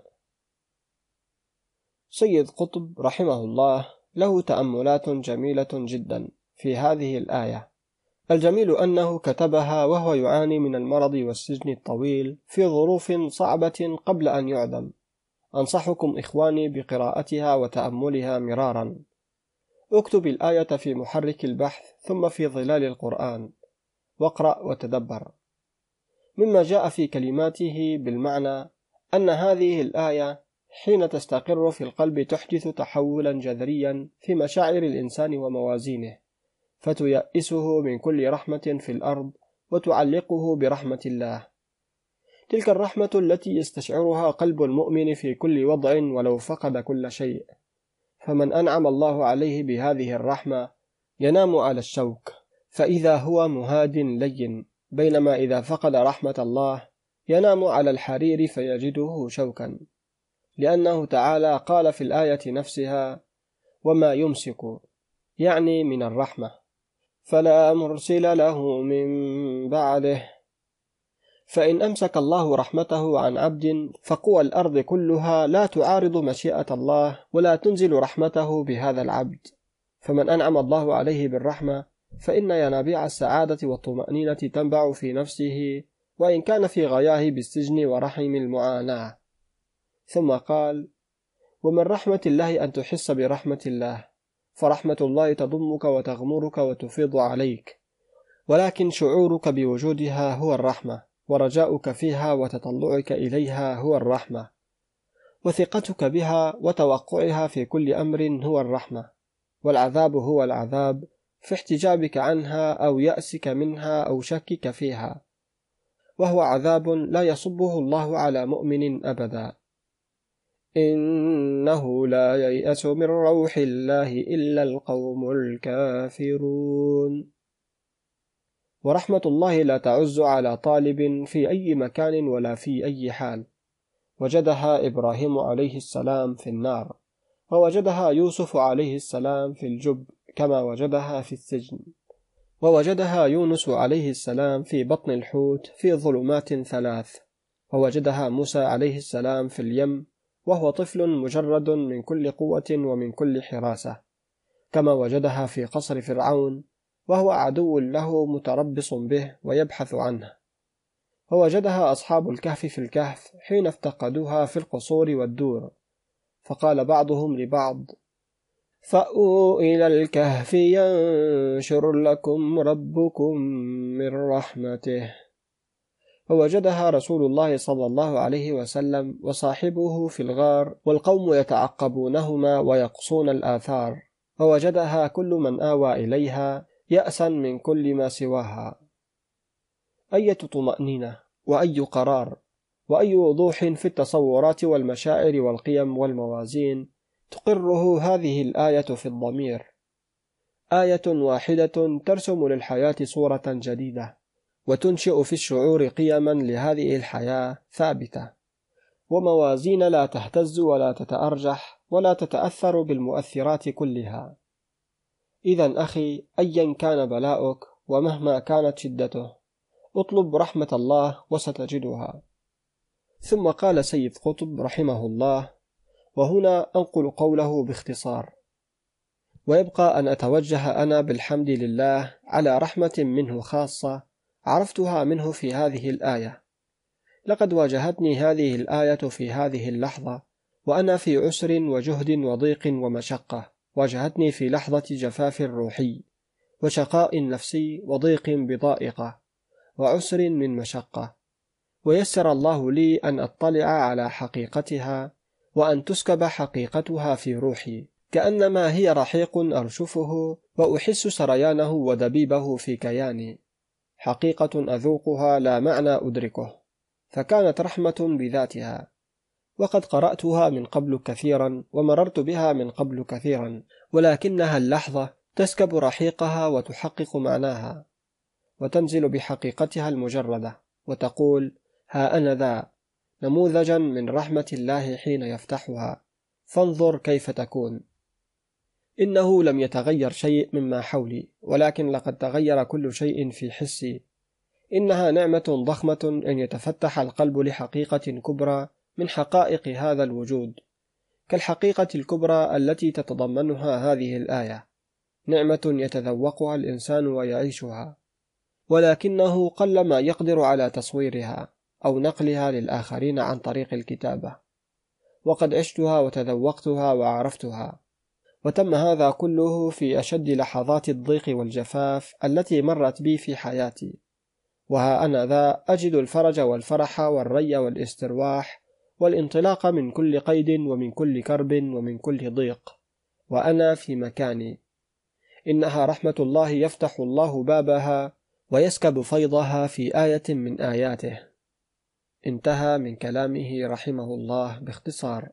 سيد قطب رحمه الله له تأملات جميلة جدا في هذه الآية. الجميل أنه كتبها وهو يعاني من المرض والسجن الطويل في ظروف صعبة قبل أن يعدم. أنصحكم إخواني بقراءتها وتأملها مرارا. اكتب الآية في محرك البحث ثم في ظلال القرآن، واقرأ وتدبر. مما جاء في كلماته بالمعنى أن هذه الآية حين تستقر في القلب تحدث تحولا جذريا في مشاعر الإنسان وموازينه، فتيأسه من كل رحمة في الأرض وتعلقه برحمة الله. تلك الرحمة التي يستشعرها قلب المؤمن في كل وضع ولو فقد كل شيء. فمن أنعم الله عليه بهذه الرحمة ينام على الشوك، فإذا هو مهاد لين بينما إذا فقد رحمة الله ينام على الحرير فيجده شوكا، لأنه تعالى قال في الآية نفسها: وما يمسك، يعني من الرحمة، فلا مرسل له من بعده. فإن أمسك الله رحمته عن عبد فقوى الأرض كلها لا تعارض مشيئة الله ولا تنزل رحمته بهذا العبد. فمن أنعم الله عليه بالرحمة فإن ينابيع السعادة والطمأنينة تنبع في نفسه، وإن كان في غياه بالسجن ورحم المعاناة. ثم قال: ومن رحمة الله أن تحس برحمة الله، فرحمة الله تضمك وتغمرك وتفيض عليك، ولكن شعورك بوجودها هو الرحمة، ورجاؤك فيها وتطلعك إليها هو الرحمة، وثقتك بها وتوقعها في كل أمر هو الرحمة، والعذاب هو العذاب في احتجابك عنها أو يأسك منها أو شكك فيها، وهو عذاب لا يصبه الله على مؤمن أبدا. إنه لا ييأس من روح الله إلا القوم الكافرون. ورحمة الله لا تعز على طالب في أي مكان ولا في أي حال. وجدها إبراهيم عليه السلام في النار، ووجدها يوسف عليه السلام في الجب كما وجدها في السجن، ووجدها يونس عليه السلام في بطن الحوت في ظلمات ثلاث، ووجدها موسى عليه السلام في اليم وهو طفل مجرد من كل قوة ومن كل حراسة، كما وجدها في قصر فرعون وهو عدو له متربص به ويبحث عنه، ووجدها أصحاب الكهف في الكهف حين افتقدوها في القصور والدور، فقال بعضهم لبعض: فأووا إلى الكهف ينشر لكم ربكم من رحمته. ووجدها رسول الله صلى الله عليه وسلم وصاحبه في الغار والقوم يتعقبونهما ويقصون الآثار، ووجدها كل من آوى إليها يأسا من كل ما سواها. أية طمأنينة وأي قرار وأي وضوح في التصورات والمشاعر والقيم والموازين تقره هذه الآية في الضمير. آية واحدة ترسم للحياة صورة جديدة، وتنشئ في الشعور قيما لهذه الحياة ثابتة، وموازين لا تهتز ولا تتأرجح ولا تتأثر بالمؤثرات كلها. إذن أخي، أيا كان بلاؤك ومهما كانت شدته، اطلب رحمة الله وستجدها. ثم قال سيد قطب رحمه الله، وهنا أنقل قوله باختصار: ويبقى أن أتوجه أنا بالحمد لله على رحمة منه خاصة عرفتها منه في هذه الآية. لقد واجهتني هذه الآية في هذه اللحظة وأنا في عسر وجهد وضيق ومشقة، واجهتني في لحظة جفاف روحي وشقاء نفسي وضيق بضائقة وعسر من مشقة، ويسر الله لي أن أطلع على حقيقتها وأن تسكب حقيقتها في روحي، كأنما هي رحيق أرشفه وأحس سريانه ودبيبه في كياني، حقيقة أذوقها لا معنى أدركه، فكانت رحمة بذاتها. وقد قرأتها من قبل كثيرا ومررت بها من قبل كثيرا، ولكنها اللحظة تسكب رحيقها وتحقق معناها، وتنزل بحقيقتها المجردة وتقول: ها أنا ذا، نموذجا من رحمة الله حين يفتحها، فانظر كيف تكون. إنه لم يتغير شيء مما حولي، ولكن لقد تغير كل شيء في حسي. إنها نعمة ضخمة أن يتفتح القلب لحقيقة كبرى من حقائق هذا الوجود، كالحقيقة الكبرى التي تتضمنها هذه الآية، نعمة يتذوقها الإنسان ويعيشها، ولكنه قلما يقدر على تصويرها أو نقلها للآخرين عن طريق الكتابة. وقد عشتها وتذوقتها وعرفتها، وتم هذا كله في أشد لحظات الضيق والجفاف التي مرت بي في حياتي، وها أنا ذا أجد الفرج والفرح والري والاسترواح والانطلاق من كل قيد ومن كل كرب ومن كل ضيق، وأنا في مكاني. إنها رحمة الله يفتح الله بابها ويسكب فيضها في آية من آياته. انتهى من كلامه رحمه الله باختصار.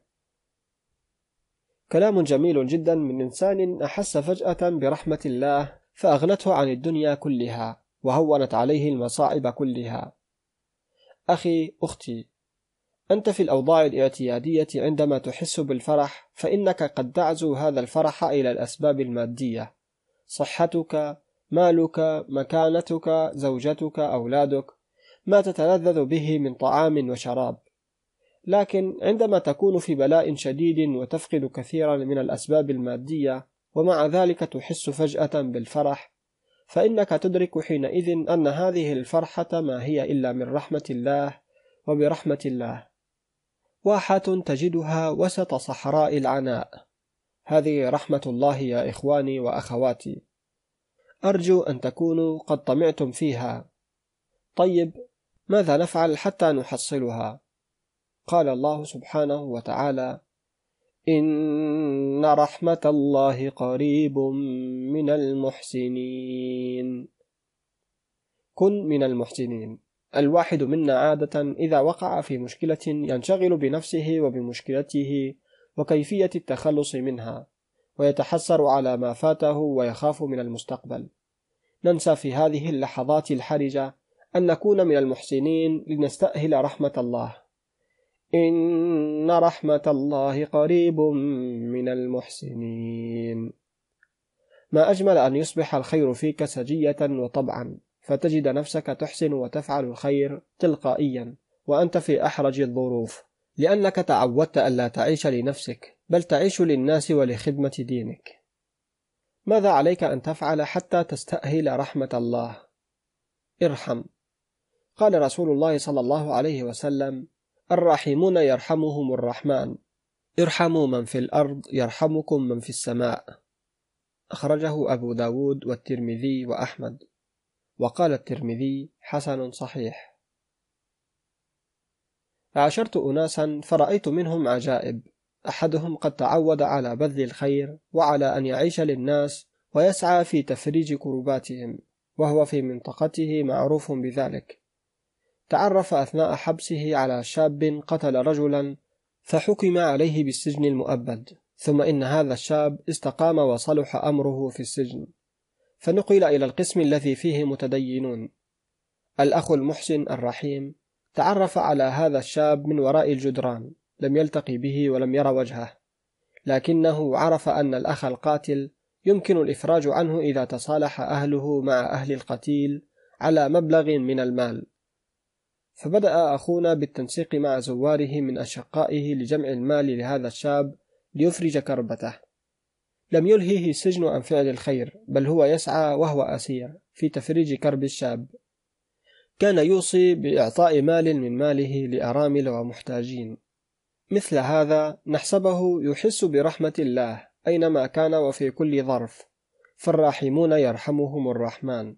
كلام جميل جدا من إنسان أحس فجأة برحمة الله فأغنته عن الدنيا كلها، وهونت عليه المصاعب كلها. أخي أختي، أنت في الأوضاع الاعتيادية عندما تحس بالفرح فإنك قد تعزو هذا الفرح إلى الأسباب المادية: صحتك، مالك، مكانتك، زوجتك، أولادك، ما تتلذذ به من طعام وشراب. لكن عندما تكون في بلاء شديد وتفقد كثيرا من الأسباب المادية ومع ذلك تحس فجأة بالفرح، فإنك تدرك حينئذ أن هذه الفرحة ما هي إلا من رحمة الله وبرحمة الله، واحة تجدها وسط صحراء العناء. هذه رحمة الله يا إخواني وأخواتي، أرجو أن تكونوا قد طمعتم فيها. طيب، ماذا نفعل حتى نحصلها؟ قال الله سبحانه وتعالى: إن رحمة الله قريب من المحسنين. كن من المحسنين. الواحد منا عادة إذا وقع في مشكلة ينشغل بنفسه وبمشكلته وكيفية التخلص منها، ويتحسر على ما فاته ويخاف من المستقبل. ننسى في هذه اللحظات الحرجة أن نكون من المحسنين لنستأهل رحمة الله. إن رحمة الله قريب من المحسنين. ما أجمل أن يصبح الخير فيك سجية وطبعا، فتجد نفسك تحسن وتفعل الخير تلقائيا وأنت في أحرج الظروف، لأنك تعودت ألا تعيش لنفسك بل تعيش للناس ولخدمة دينك. ماذا عليك أن تفعل حتى تستأهل رحمة الله؟ ارحم. قال رسول الله صلى الله عليه وسلم: الراحمون يرحمهم الرحمن، ارحموا من في الأرض يرحمكم من في السماء. أخرجه أبو داود والترمذي وأحمد، وقال الترمذي: حسن صحيح. عاشرت أناسا فرأيت منهم عجائب. أحدهم قد تعود على بذل الخير وعلى أن يعيش للناس ويسعى في تفريج كرباتهم، وهو في منطقته معروف بذلك. تعرف أثناء حبسه على شاب قتل رجلا فحكم عليه بالسجن المؤبد، ثم إن هذا الشاب استقام وصلح أمره في السجن، فنقل إلى القسم الذي فيه متدينون. الأخ المحسن الرحيم تعرف على هذا الشاب من وراء الجدران، لم يلتقي به ولم ير وجهه، لكنه عرف أن الأخ القاتل يمكن الإفراج عنه إذا تصالح أهله مع أهل القتيل على مبلغ من المال. فبدأ أخونا بالتنسيق مع زواره من أشقائه لجمع المال لهذا الشاب ليفرج كربته. لم يلهيه السجن عن فعل الخير، بل هو يسعى وهو أسير في تفريج كرب الشاب. كان يوصي بإعطاء مال من ماله لأرامل ومحتاجين. مثل هذا نحسبه يحس برحمة الله أينما كان وفي كل ظرف، فالراحمون يرحمهم الرحمن.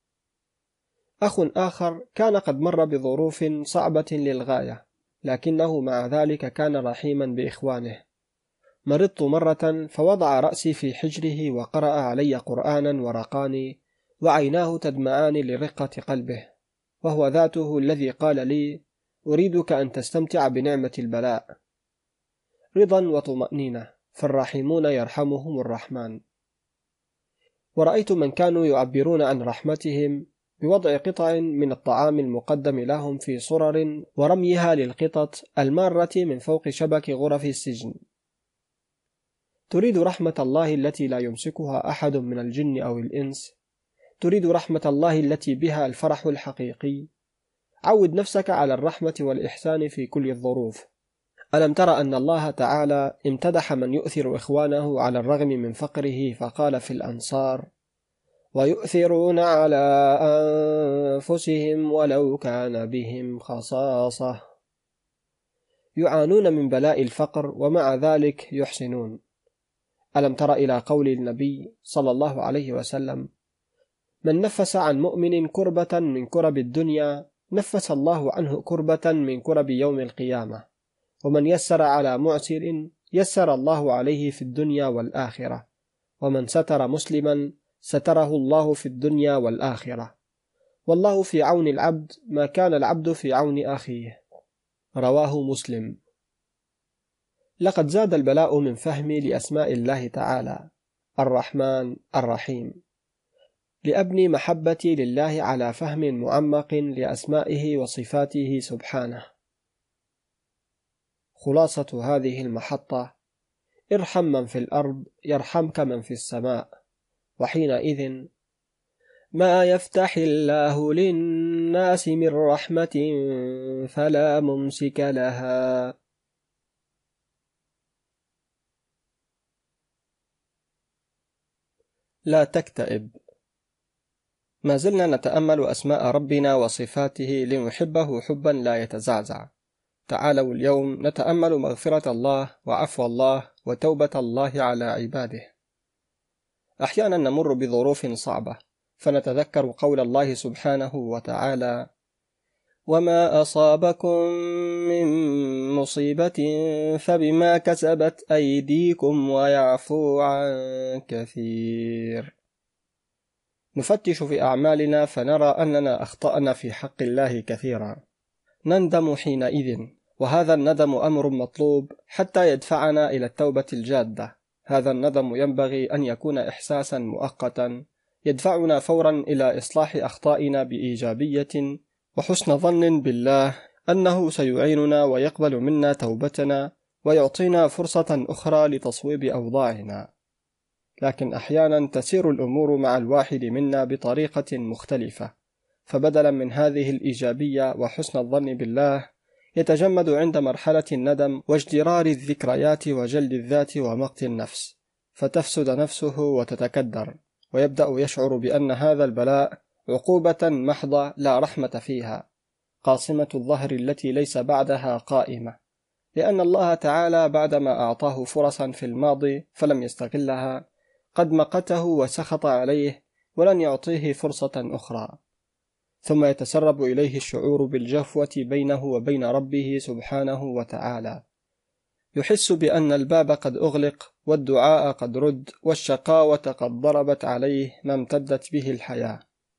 أخ آخر كان قد مر بظروف صعبة للغاية، لكنه مع ذلك كان رحيما بإخوانه. مرضت مرة فوضع رأسي في حجره وقرأ علي قرآنا ورقاني، وعيناه تدمعان لرقة قلبه، وهو ذاته الذي قال لي: أريدك أن تستمتع بنعمة البلاء. رضا وطمأنينة، فالراحمون يرحمهم الرحمن. ورأيت من كانوا يعبرون عن رحمتهم بوضع قطع من الطعام المقدم لهم في صرر ورميها للقطط المارة من فوق شبك غرف السجن. تريد رحمة الله التي لا يمسكها أحد من الجن أو الإنس؟ تريد رحمة الله التي بها الفرح الحقيقي؟ عود نفسك على الرحمة والإحسان في كل الظروف. ألم تر أن الله تعالى امتدح من يؤثر إخوانه على الرغم من فقره، فقال في الأنصار: ويؤثرون على أنفسهم ولو كان بهم خصاصة. يعانون من بلاء الفقر ومع ذلك يحسنون. ألم تر إلى قول النبي صلى الله عليه وسلم: من نفس عن مؤمن كربة من كرب الدنيا نفس الله عنه كربة من كرب يوم القيامة، ومن يسر على معسر يسر الله عليه في الدنيا والآخرة، ومن ستر مسلما ستره الله في الدنيا والآخرة، والله في عون العبد ما كان العبد في عون أخيه. رواه مسلم. لقد زاد البلاء من فهمي لأسماء الله تعالى: الرحمن الرحيم. لأبني محبتي لله على فهم معمق لأسمائه وصفاته سبحانه. خلاصة هذه المحطة: ارحم من في الأرض يرحمك من في السماء، وحينئذ ما يفتح الله للناس من رحمة فلا ممسك لها. لا تكتئب. ما زلنا نتأمل أسماء ربنا وصفاته لنحبه حبا لا يتزعزع. تعالوا اليوم نتأمل مغفرة الله وعفو الله وتوبة الله على عباده. أحيانا نمر بظروف صعبة فنتذكر قول الله سبحانه وتعالى: وما أصابكم من مصيبة فبما كسبت أيديكم ويعفو عن كثير. نفتش في أعمالنا فنرى أننا أخطأنا في حق الله كثيرا، نندم حينئذ، وهذا الندم أمر مطلوب حتى يدفعنا إلى التوبة الجادة. هذا الندم ينبغي أن يكون إحساسا مؤقتا يدفعنا فورا إلى إصلاح أخطائنا بإيجابية وحسن ظن بالله أنه سيعيننا ويقبل منا توبتنا ويعطينا فرصة أخرى لتصويب أوضاعنا. لكن أحيانا تسير الأمور مع الواحد منا بطريقة مختلفة، فبدلا من هذه الإيجابية وحسن الظن بالله يتجمد عند مرحلة الندم واجدرار الذكريات وجلد الذات ومقت النفس، فتفسد نفسه وتتكدر، ويبدأ يشعر بأن هذا البلاء عقوبة محضة لا رحمة فيها، قاصمة الظهر التي ليس بعدها قائمة، لأن الله تعالى بعدما أعطاه فرصا في الماضي فلم يستغلها قد مقته وسخط عليه ولن يعطيه فرصة أخرى. ثم يتسرب إليه الشعور بالجفوة بينه وبين ربه سبحانه وتعالى، يحس بأن الباب قد أغلق والدعاء قد رد والشقاوة قد ضربت عليه ما امتدت به الحياة.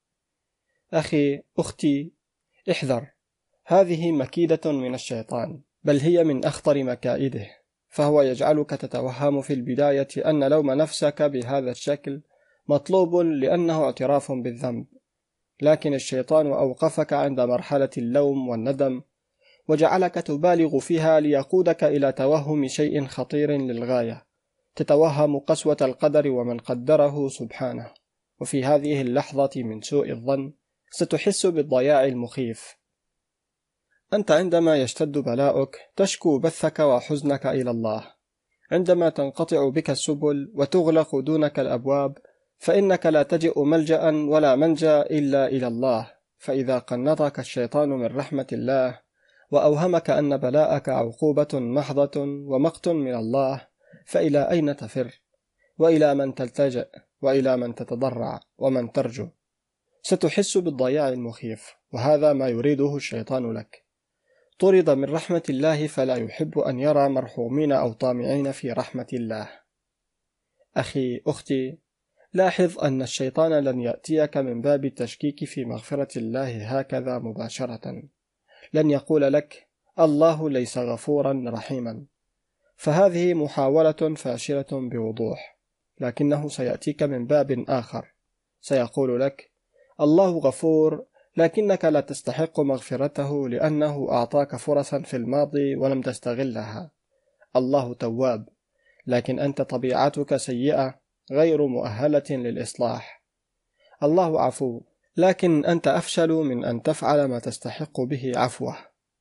أخي، أختي، احذر، هذه مكيدة من الشيطان، بل هي من أخطر مكائده، فهو يجعلك تتوهم في البداية أن لوم نفسك بهذا الشكل مطلوب لأنه اعتراف بالذنب، لكن الشيطان أوقفك عند مرحلة اللوم والندم وجعلك تبالغ فيها ليقودك إلى توهم شيء خطير للغاية، تتوهم قسوة القدر ومن قدره سبحانه، وفي هذه اللحظة من سوء الظن ستحس بالضياع المخيف. أنت عندما يشتد بلاؤك تشكو بثك وحزنك إلى الله، عندما تنقطع بك السبل وتغلق دونك الأبواب فإنك لا تجئ ملجأ ولا منجا إلا إلى الله، فإذا قنطك الشيطان من رحمة الله وأوهمك أن بلاءك عقوبة محضة ومقت من الله، فإلى أين تفر؟ وإلى من تلتجئ؟ وإلى من تتضرع؟ ومن ترجو؟ ستحس بالضياع المخيف، وهذا ما يريده الشيطان لك. طرد من رحمة الله فلا يحب أن يرى مرحومين أو طامعين في رحمة الله. أخي، أختي، لاحظ أن الشيطان لن يأتيك من باب التشكيك في مغفرة الله هكذا مباشرة، لن يقول لك الله ليس غفورا رحيما، فهذه محاولة فاشلة بوضوح، لكنه سيأتيك من باب آخر، سيقول لك الله غفور لكنك لا تستحق مغفرته لأنه أعطاك فرصا في الماضي ولم تستغلها. الله تواب لكن أنت طبيعتك سيئة غير مؤهلة للإصلاح. الله عفو لكن أنت أفشل من أن تفعل ما تستحق به عفوه.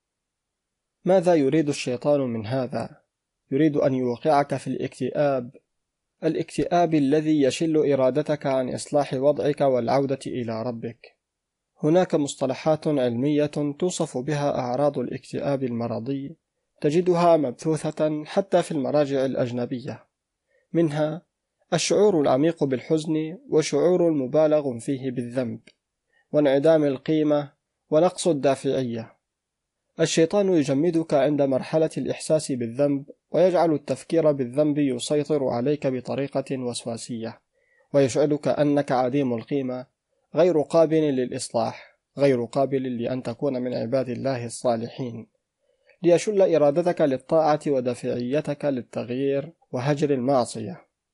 ماذا يريد الشيطان من هذا؟ يريد أن يوقعك في الاكتئاب، الاكتئاب الذي يشل إرادتك عن إصلاح وضعك والعودة إلى ربك. هناك مصطلحات علمية توصف بها أعراض الاكتئاب المرضي، تجدها مبثوثة حتى في المراجع الأجنبية، منها الشعور العميق بالحزن وشعور المبالغ فيه بالذنب وانعدام القيمة ونقص الدافعية. الشيطان يجمدك عند مرحلة الإحساس بالذنب ويجعل التفكير بالذنب يسيطر عليك بطريقة وسواسية، ويشعرك أنك عديم القيمة، غير قابل للإصلاح، غير قابل لأن تكون من عباد الله الصالحين، ليشل إرادتك للطاعة ودافعيتك للتغيير وهجر المعصية.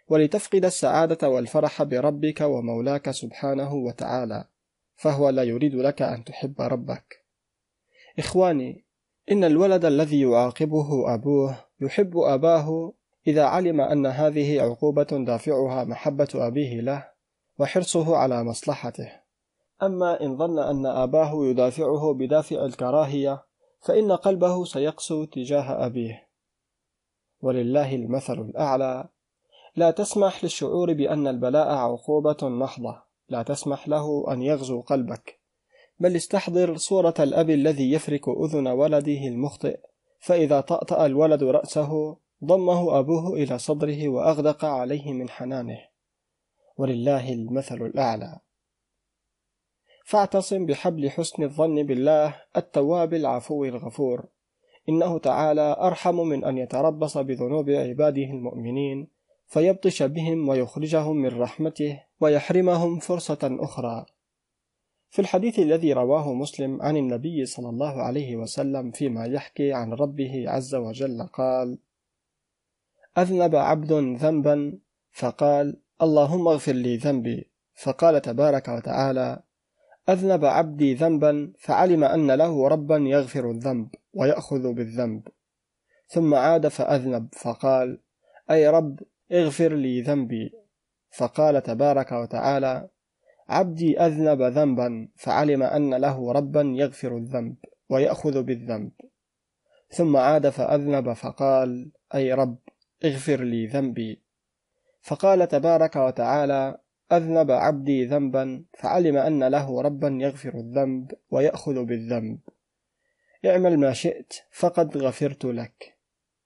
ولتفقد السعادة والفرح بربك ومولاك سبحانه وتعالى، فهو لا يريد لك أن تحب ربك. إخواني، إن الولد الذي يعاقبه أبوه يحب أباه إذا علم أن هذه عقوبة دافعها محبة أبيه له وحرصه على مصلحته. أما إن ظن أن أباه يدافعه بدافع الكراهية فإن قلبه سيقسو تجاه أبيه. ولله المثل الأعلى. لا تسمح للشعور بأن البلاء عقوبة محضة، لا تسمح له أن يغزو قلبك، بل استحضر صورة الأب الذي يفرك أذن ولده المخطئ، فإذا طأطأ الولد رأسه ضمه أبوه إلى صدره وأغدق عليه من حنانه. ولله المثل الأعلى. فاعتصم بحبل حسن الظن بالله التواب العفو الغفور، إنه تعالى أرحم من أن يتربص بذنوب عباده المؤمنين فيبطش بهم ويخرجهم من رحمته ويحرمهم فرصة أخرى. في الحديث الذي رواه مسلم عن النبي صلى الله عليه وسلم فيما يحكي عن ربه عز وجل قال: أذنب عبد ذنبا فقال: اللهم اغفر لي ذنبي، فقال تبارك وتعالى: أذنب عبدي ذنبا فعلم أن له ربا يغفر الذنب ويأخذ بالذنب، ثم عاد فأذنب فقال: أي رب اغفر لي ذنبي، فقال تبارك وتعالى: عبدي أذنب ذنبا فعلم أن له ربا يغفر الذنب ويأخذ بالذنب، ثم عاد فأذنب فقال: أي رب اغفر لي ذنبي، فقال تبارك وتعالى: أذنب عبدي ذنبا فعلم أن له ربا يغفر الذنب ويأخذ بالذنب، اعمل ما شئت فقد غفرت لك.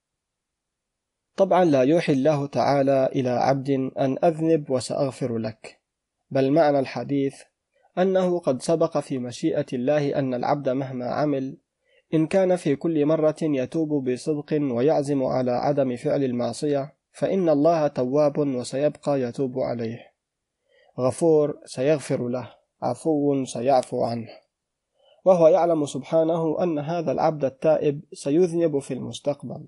طبعا لا يوحي الله تعالى إلى عبد أن أذنب وسأغفر لك، بل معنى الحديث أنه قد سبق في مشيئة الله أن العبد مهما عمل، إن كان في كل مرة يتوب بصدق ويعزم على عدم فعل المعصية، فإن الله تواب وسيبقى يتوب عليه، غفور سيغفر له، عفو سيعفو عنه، وهو يعلم سبحانه أن هذا العبد التائب سيذنب في المستقبل.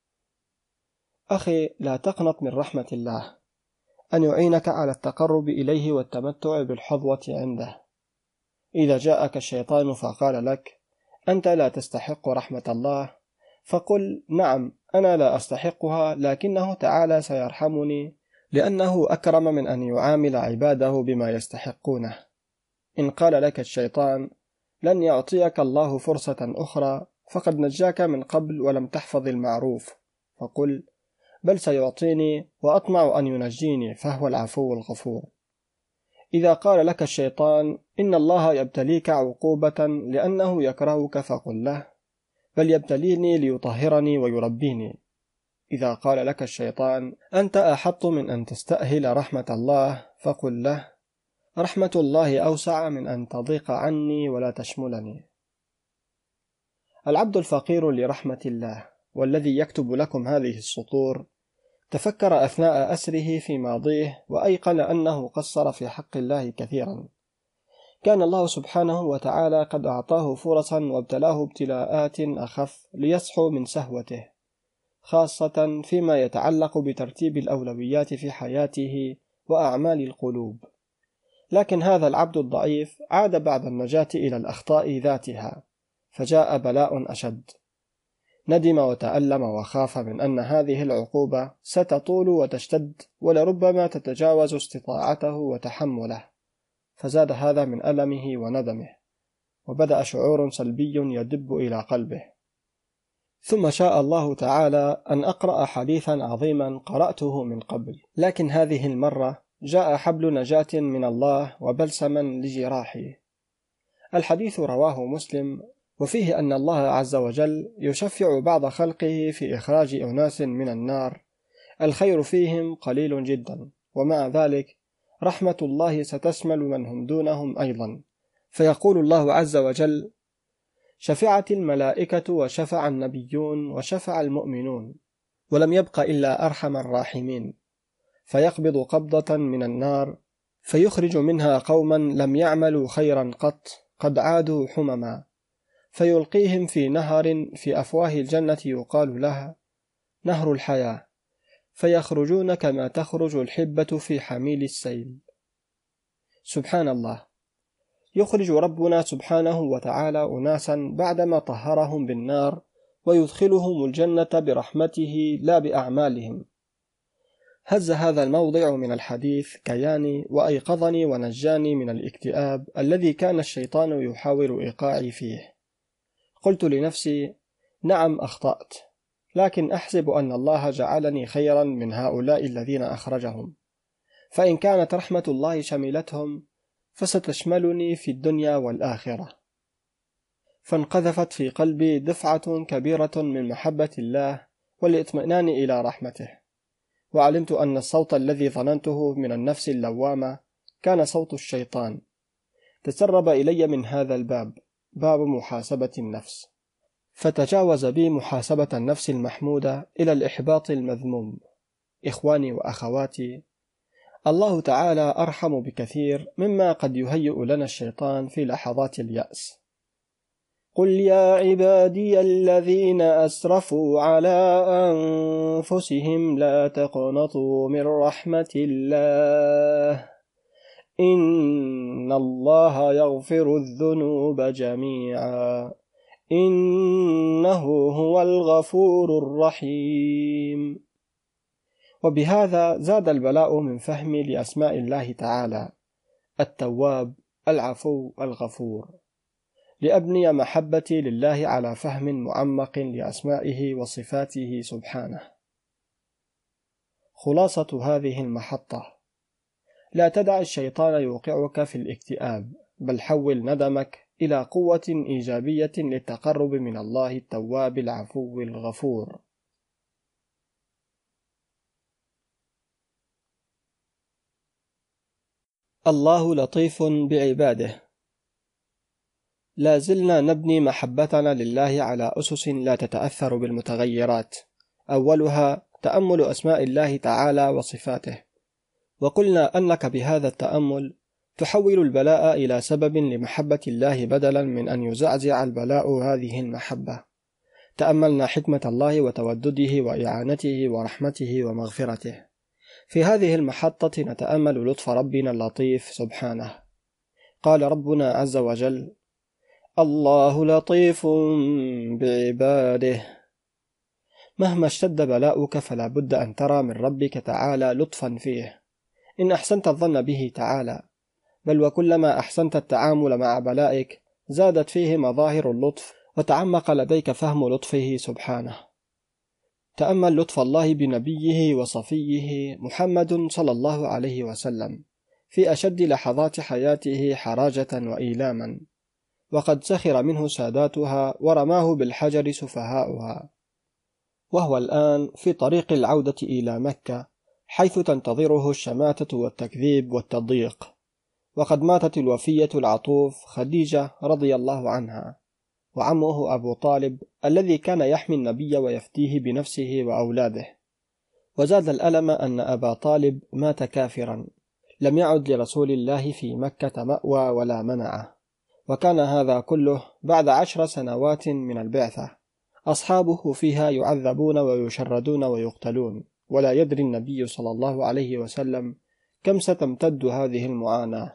أخي، لا تقنط من رحمة الله أن يعينك على التقرب إليه والتمتع بالحظوة عنده. إذا جاءك الشيطان فقال لك: أنت لا تستحق رحمة الله، فقل: نعم، أنا لا أستحقها، لكنه تعالى سيرحمني لأنه أكرم من أن يعامل عباده بما يستحقونه. إن قال لك الشيطان: لن يعطيك الله فرصة أخرى، فقد نجاك من قبل ولم تحفظ المعروف، فقل: بل سيعطيني وأطمع أن ينجيني، فهو العفو الغفور. إذا قال لك الشيطان: إن الله يبتليك عقوبة لأنه يكرهك، فقل له: بل يبتليني ليطهرني ويربيني. إذا قال لك الشيطان: أنت أحط من أن تستأهل رحمة الله، فقل له: رحمة الله أوسع من أن تضيق عني ولا تشملني. العبد الفقير لرحمة الله والذي يكتب لكم هذه السطور تفكر أثناء أسره في ماضيه وأيقن أنه قصر في حق الله كثيرا. كان الله سبحانه وتعالى قد أعطاه فرصا وابتلاه ابتلاءات أخف ليصحو من سهوته، خاصة فيما يتعلق بترتيب الأولويات في حياته وأعمال القلوب. لكن هذا العبد الضعيف عاد بعد النجاة إلى الأخطاء ذاتها، فجاء بلاء أشد. ندم وتألم وخاف من أن هذه العقوبة ستطول وتشتد ولربما تتجاوز استطاعته وتحمله، فزاد هذا من ألمه وندمه، وبدأ شعور سلبي يدب إلى قلبه. ثم شاء الله تعالى أن أقرأ حديثا عظيما قرأته من قبل، لكن هذه المرة جاء حبل نجاة من الله وبلسما لجراحي. الحديث رواه مسلم، وفيه أن الله عز وجل يشفع بعض خلقه في إخراج أناس من النار الخير فيهم قليل جدا، ومع ذلك رحمة الله ستشمل من هم دونهم أيضا، فيقول الله عز وجل: شفعت الملائكة وشفع النبيون وشفع المؤمنون، ولم يبق إلا أرحم الراحمين، فيقبض قبضة من النار فيخرج منها قوما لم يعملوا خيرا قط قد عادوا حمما، فيلقيهم في نهر في أفواه الجنة يقال لها نهر الحياة، فيخرجون كما تخرج الحبة في حميل السيل. سبحان الله، يخرج ربنا سبحانه وتعالى أناسا بعدما طهرهم بالنار ويدخلهم الجنة برحمته لا بأعمالهم. هز هذا الموضع من الحديث كياني وأيقظني ونجاني من الاكتئاب الذي كان الشيطان يحاول إيقاعي فيه. قلت لنفسي: نعم أخطأت، لكن أحسب أن الله جعلني خيرا من هؤلاء الذين أخرجهم، فإن كانت رحمة الله شملتهم فستشملني في الدنيا والآخرة. فانقذفت في قلبي دفعة كبيرة من محبة الله والاطمئنان إلى رحمته، وعلمت أن الصوت الذي ظننته من النفس اللوامة كان صوت الشيطان. تسرب إلي من هذا الباب، باب محاسبة النفس، فتجاوز بي محاسبة النفس المحمودة إلى الإحباط المذموم. إخواني وأخواتي، الله تعالى أرحم بكثير مما قد يهيئ لنا الشيطان في لحظات اليأس. قل يا عبادي الذين أسرفوا على أنفسهم لا تقنطوا من رحمة الله إن الله يغفر الذنوب جميعا إنه هو الغفور الرحيم. وبهذا زاد البلاء من فهمي لأسماء الله تعالى: التواب، العفو، الغفور، لأبني محبتي لله على فهم معمق لأسمائه وصفاته سبحانه. خلاصة هذه المحطة: لا تدع الشيطان يوقعك في الاكتئاب، بل حول ندمك إلى قوة إيجابية للتقرب من الله التواب العفو الغفور. الله لطيف بعباده. لا زلنا نبني محبتنا لله على أسس لا تتأثر بالمتغيرات، أولها تأمل أسماء الله تعالى وصفاته، وقلنا أنك بهذا التأمل تحول البلاء إلى سبب لمحبة الله بدلا من أن يزعزع البلاء هذه المحبة. تأملنا حكمة الله وتودده وإعانته ورحمته ومغفرته. في هذه المحطة نتأمل لطف ربنا اللطيف سبحانه. قال ربنا عز وجل: الله لطيف بعباده. مهما اشتد بلاؤك فلا بد أن ترى من ربك تعالى لطفا فيه، إن أحسنت الظن به تعالى، بل وكلما أحسنت التعامل مع بلائك زادت فيه مظاهر اللطف وتعمق لديك فهم لطفه سبحانه. تأمل لطف الله بنبيه وصفيه محمد صلى الله عليه وسلم في أشد لحظات حياته حراجة وإيلاما، وقد سخر منه ساداتها ورماه بالحجر سفهاؤها، وهو الآن في طريق العودة إلى مكة، حيث تنتظره الشماتة والتكذيب والتضييق، وقد ماتت الوفية العطوف خديجة رضي الله عنها، وعمه أبو طالب الذي كان يحمي النبي ويفديه بنفسه وأولاده. وزاد الألم أن أبا طالب مات كافرا، لم يعد لرسول الله في مكة مأوى ولا منعه، وكان هذا كله بعد عشر سنوات من البعثة، أصحابه فيها يعذبون ويشردون ويقتلون، ولا يدري النبي صلى الله عليه وسلم كم ستمتد هذه المعاناة.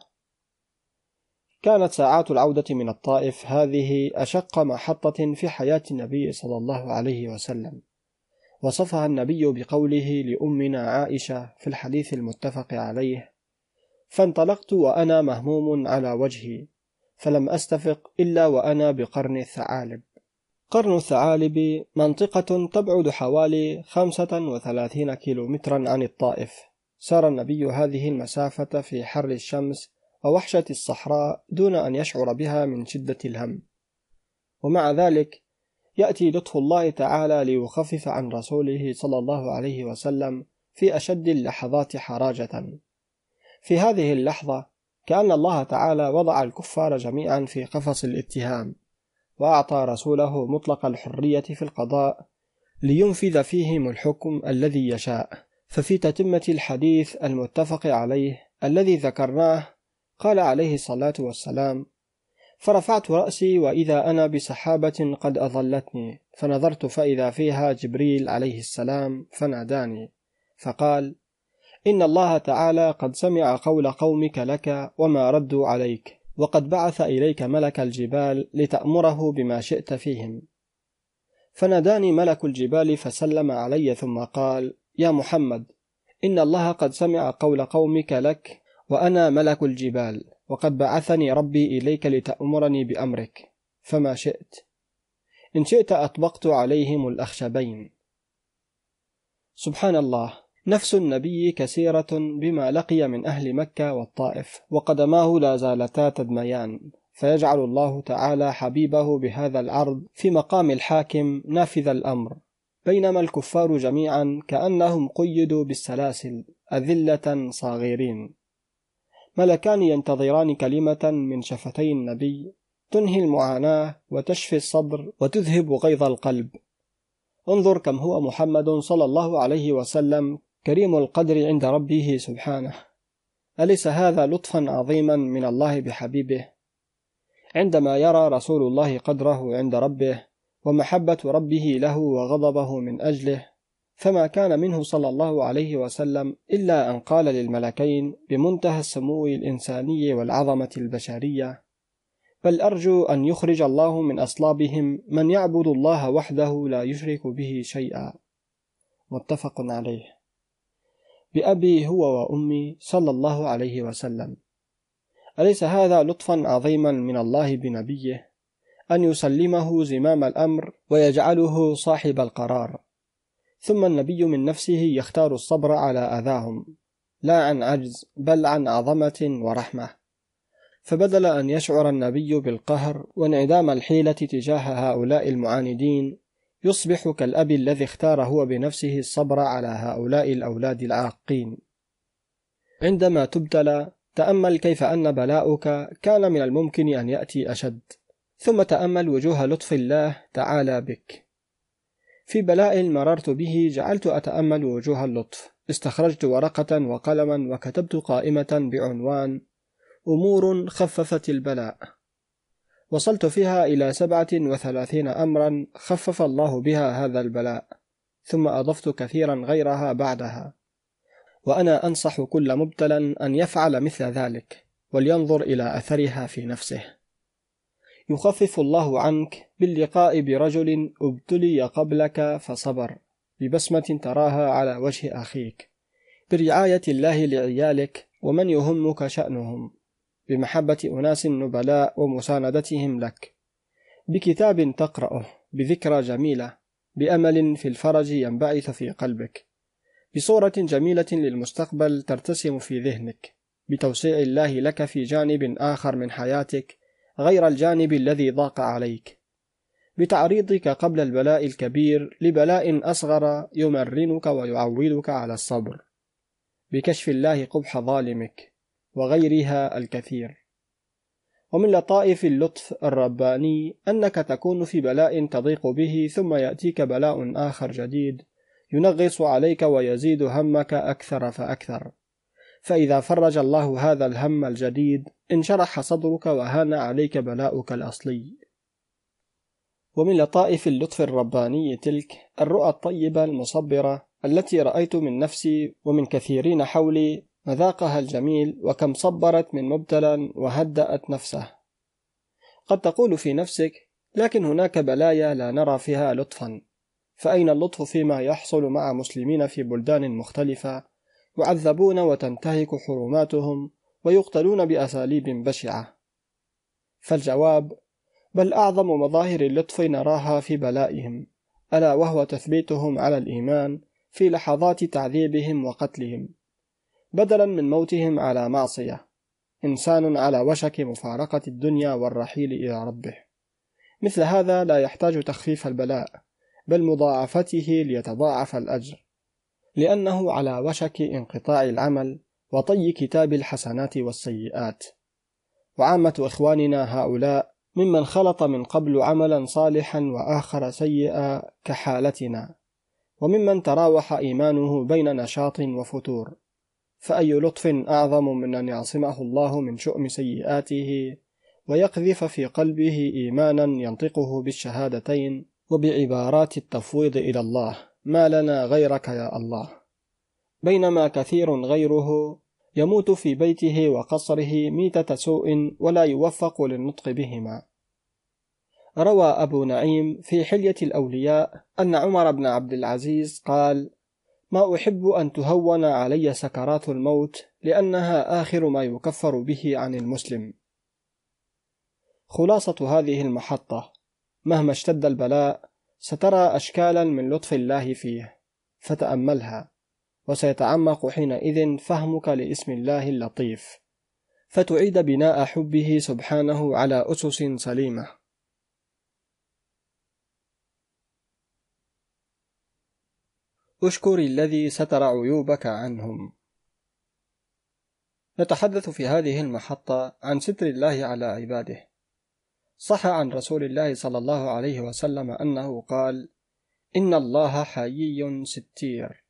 كانت ساعات العودة من الطائف هذه أشق محطة في حياة النبي صلى الله عليه وسلم، وصفها النبي بقوله لأمنا عائشة في الحديث المتفق عليه: فانطلقت وأنا مهموم على وجهي، فلم أستفق إلا وأنا بقرن الثعالب. قرن الثعالب منطقة تبعد حوالي خمسة وثلاثين كيلومترا عن الطائف. سار النبي هذه المسافة في حر الشمس ووحشة الصحراء دون أن يشعر بها من شدة الهم، ومع ذلك يأتي لطف الله تعالى ليخفف عن رسوله صلى الله عليه وسلم في أشد اللحظات حراجة. في هذه اللحظة كأن الله تعالى وضع الكفار جميعا في قفص الاتهام، وأعطى رسوله مطلق الحرية في القضاء لينفذ فيهم الحكم الذي يشاء. ففي تتمة الحديث المتفق عليه الذي ذكرناه قال عليه الصلاة والسلام: فرفعت رأسي وإذا أنا بسحابة قد أظلتني، فنظرت فإذا فيها جبريل عليه السلام فناداني، فقال: إن الله تعالى قد سمع قول قومك لك وما ردوا عليك، وقد بعث إليك ملك الجبال لتأمره بما شئت فيهم. فناداني ملك الجبال فسلم علي ثم قال: يا محمد، إن الله قد سمع قول قومك لك وأنا ملك الجبال، وقد بعثني ربي إليك لتأمرني بأمرك، فما شئت. إن شئت أطبقت عليهم الأخشبين. سبحان الله، نفس النبي كثيرة بما لقي من أهل مكة والطائف، وقدماه لا زالتا تدميان، فيجعل الله تعالى حبيبه بهذا العرض في مقام الحاكم نافذ الأمر، بينما الكفار جميعا كأنهم قيدوا بالسلاسل أذلة صاغرين. ملكان ينتظران كلمة من شفتي النبي تنهي المعاناة وتشفي الصدر وتذهب غيظ القلب. انظر كم هو محمد صلى الله عليه وسلم كريم القدر عند ربه سبحانه. أليس هذا لطفا عظيما من الله بحبيبه؟ عندما يرى رسول الله قدره عند ربه ومحبة ربه له وغضبه من أجله، فما كان منه صلى الله عليه وسلم إلا أن قال للملكين بمنتهى السمو الإنساني والعظمة البشرية: بل أرجو أن يخرج الله من أصلابهم من يعبد الله وحده لا يشرك به شيئا. متفق عليه. بأبي هو وأمي صلى الله عليه وسلم. أليس هذا لطفا عظيما من الله بنبيه، أن يسلمه زمام الأمر ويجعله صاحب القرار؟ ثم النبي من نفسه يختار الصبر على أذاهم، لا عن عجز بل عن عظمة ورحمة. فبدل أن يشعر النبي بالقهر وانعدام الحيلة تجاه هؤلاء المعاندين، يصبح كالأب الذي اختار هو بنفسه الصبر على هؤلاء الأولاد العاقين. عندما تبتلى تأمل كيف أن بلاؤك كان من الممكن أن يأتي أشد، ثم تأمل وجوه لطف الله تعالى بك. في بلاء مررت به جعلت أتأمل وجوه اللطف، استخرجت ورقة وقلما وكتبت قائمة بعنوان أمور خففت البلاء، وصلت فيها إلى سبعة وثلاثين أمرا خفف الله بها هذا البلاء، ثم أضفت كثيرا غيرها بعدها. وأنا أنصح كل مبتلى أن يفعل مثل ذلك، ولينظر إلى أثرها في نفسه. يخفف الله عنك باللقاء برجل ابتلي قبلك فصبر، ببسمة تراها على وجه أخيك، برعاية الله لعيالك ومن يهمك شأنهم، بمحبة أناس نبلاء ومساندتهم لك، بكتاب تقرأه، بذكرى جميلة، بأمل في الفرج ينبعث في قلبك، بصورة جميلة للمستقبل ترتسم في ذهنك، بتوسيع الله لك في جانب آخر من حياتك غير الجانب الذي ضاق عليك، بتعريضك قبل البلاء الكبير لبلاء أصغر يمرنك ويعودك على الصبر، بكشف الله قبح ظالمك، وغيرها الكثير. ومن لطائف اللطف الرباني أنك تكون في بلاء تضيق به، ثم يأتيك بلاء آخر جديد ينغص عليك ويزيد همك أكثر فأكثر، فإذا فرج الله هذا الهم الجديد انشرح صدرك وهان عليك بلاؤك الأصلي. ومن لطائف اللطف الرباني تلك الرؤى الطيبة المصبرة التي رأيت من نفسي ومن كثيرين حولي مذاقها الجميل، وكم صبرت من مبتلى وهدأت نفسه. قد تقول في نفسك: لكن هناك بلايا لا نرى فيها لطفا، فأين اللطف فيما يحصل مع مسلمين في بلدان مختلفة يعذبون وتنتهك حرماتهم ويقتلون بأساليب بشعة؟ فالجواب: بل أعظم مظاهر اللطف نراها في بلائهم، ألا وهو تثبيتهم على الإيمان في لحظات تعذيبهم وقتلهم، بدلا من موتهم على معصية. إنسان على وشك مفارقة الدنيا والرحيل إلى ربه، مثل هذا لا يحتاج تخفيف البلاء، بل مضاعفته ليتضاعف الأجر، لأنه على وشك انقطاع العمل وطي كتاب الحسنات والسيئات. وعامة إخواننا هؤلاء ممن خلط من قبل عملا صالحا وآخر سيئا كحالتنا، وممن تراوح إيمانه بين نشاط وفتور، فأي لطف أعظم من أن يعصمه الله من شؤم سيئاته ويقذف في قلبه إيمانا ينطقه بالشهادتين وبعبارات التفويض إلى الله: ما لنا غيرك يا الله. بينما كثير غيره يموت في بيته وقصره ميتة سوء ولا يوفق للنطق بهما. روى أبو نعيم في حلية الأولياء أن عمر بن عبد العزيز قال: ما أحب أن تهون علي سكرات الموت لأنها آخر ما يكفر به عن المسلم. خلاصة هذه المحطة: مهما اشتد البلاء سترى أشكالا من لطف الله فيه، فتأملها، وسيتعمق حينئذ فهمك لاسم الله اللطيف، فتعيد بناء حبه سبحانه على أسس سليمة. اشكر الذي ستر عيوبك عنهم. نتحدث في هذه المحطة عن ستر الله على عباده. صح عن رسول الله صلى الله عليه وسلم أنه قال: إن الله حيي ستير.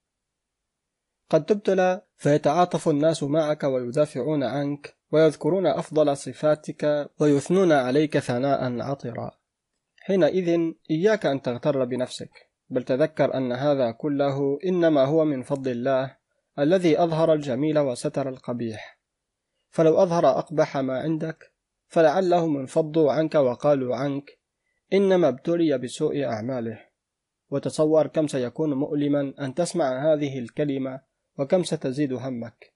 قد تبتلى فيتعاطف الناس معك ويدافعون عنك ويذكرون أفضل صفاتك ويثنون عليك ثناء عطرا. حينئذ إياك أن تغتر بنفسك، بل تذكر أن هذا كله إنما هو من فضل الله الذي أظهر الجميل وستر القبيح. فلو أظهر أقبح ما عندك فلعلهم انفضوا عنك وقالوا عنك: إنما ابتلي بسوء أعماله. وتصور كم سيكون مؤلما أن تسمع هذه الكلمة وكم ستزيد همك.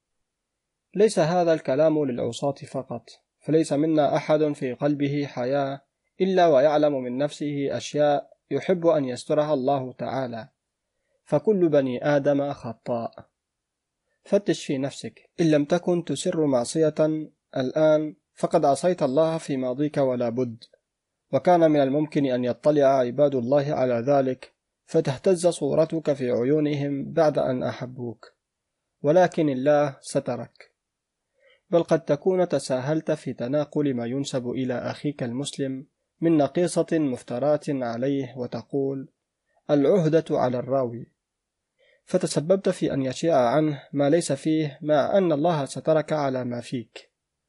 ليس هذا الكلام للعصاة فقط، فليس منا أحد في قلبه حياة إلا ويعلم من نفسه أشياء يحب أن يسترها الله تعالى، فكل بني آدم خطاء. فتش في نفسك، إن لم تكن تسر معصية الآن فقد عصيت الله في ماضيك ولا بد، وكان من الممكن أن يطلع عباد الله على ذلك فتهتز صورتك في عيونهم بعد أن أحبوك، ولكن الله سترك. بل قد تكون تساهلت في تناقل ما ينسب إلى أخيك المسلم من نقيصة مفترات عليه وتقول: العهدة على الراوي، فتسببت في أن يشيع عنه ما ليس فيه، مع أن الله سترك على ما فيك.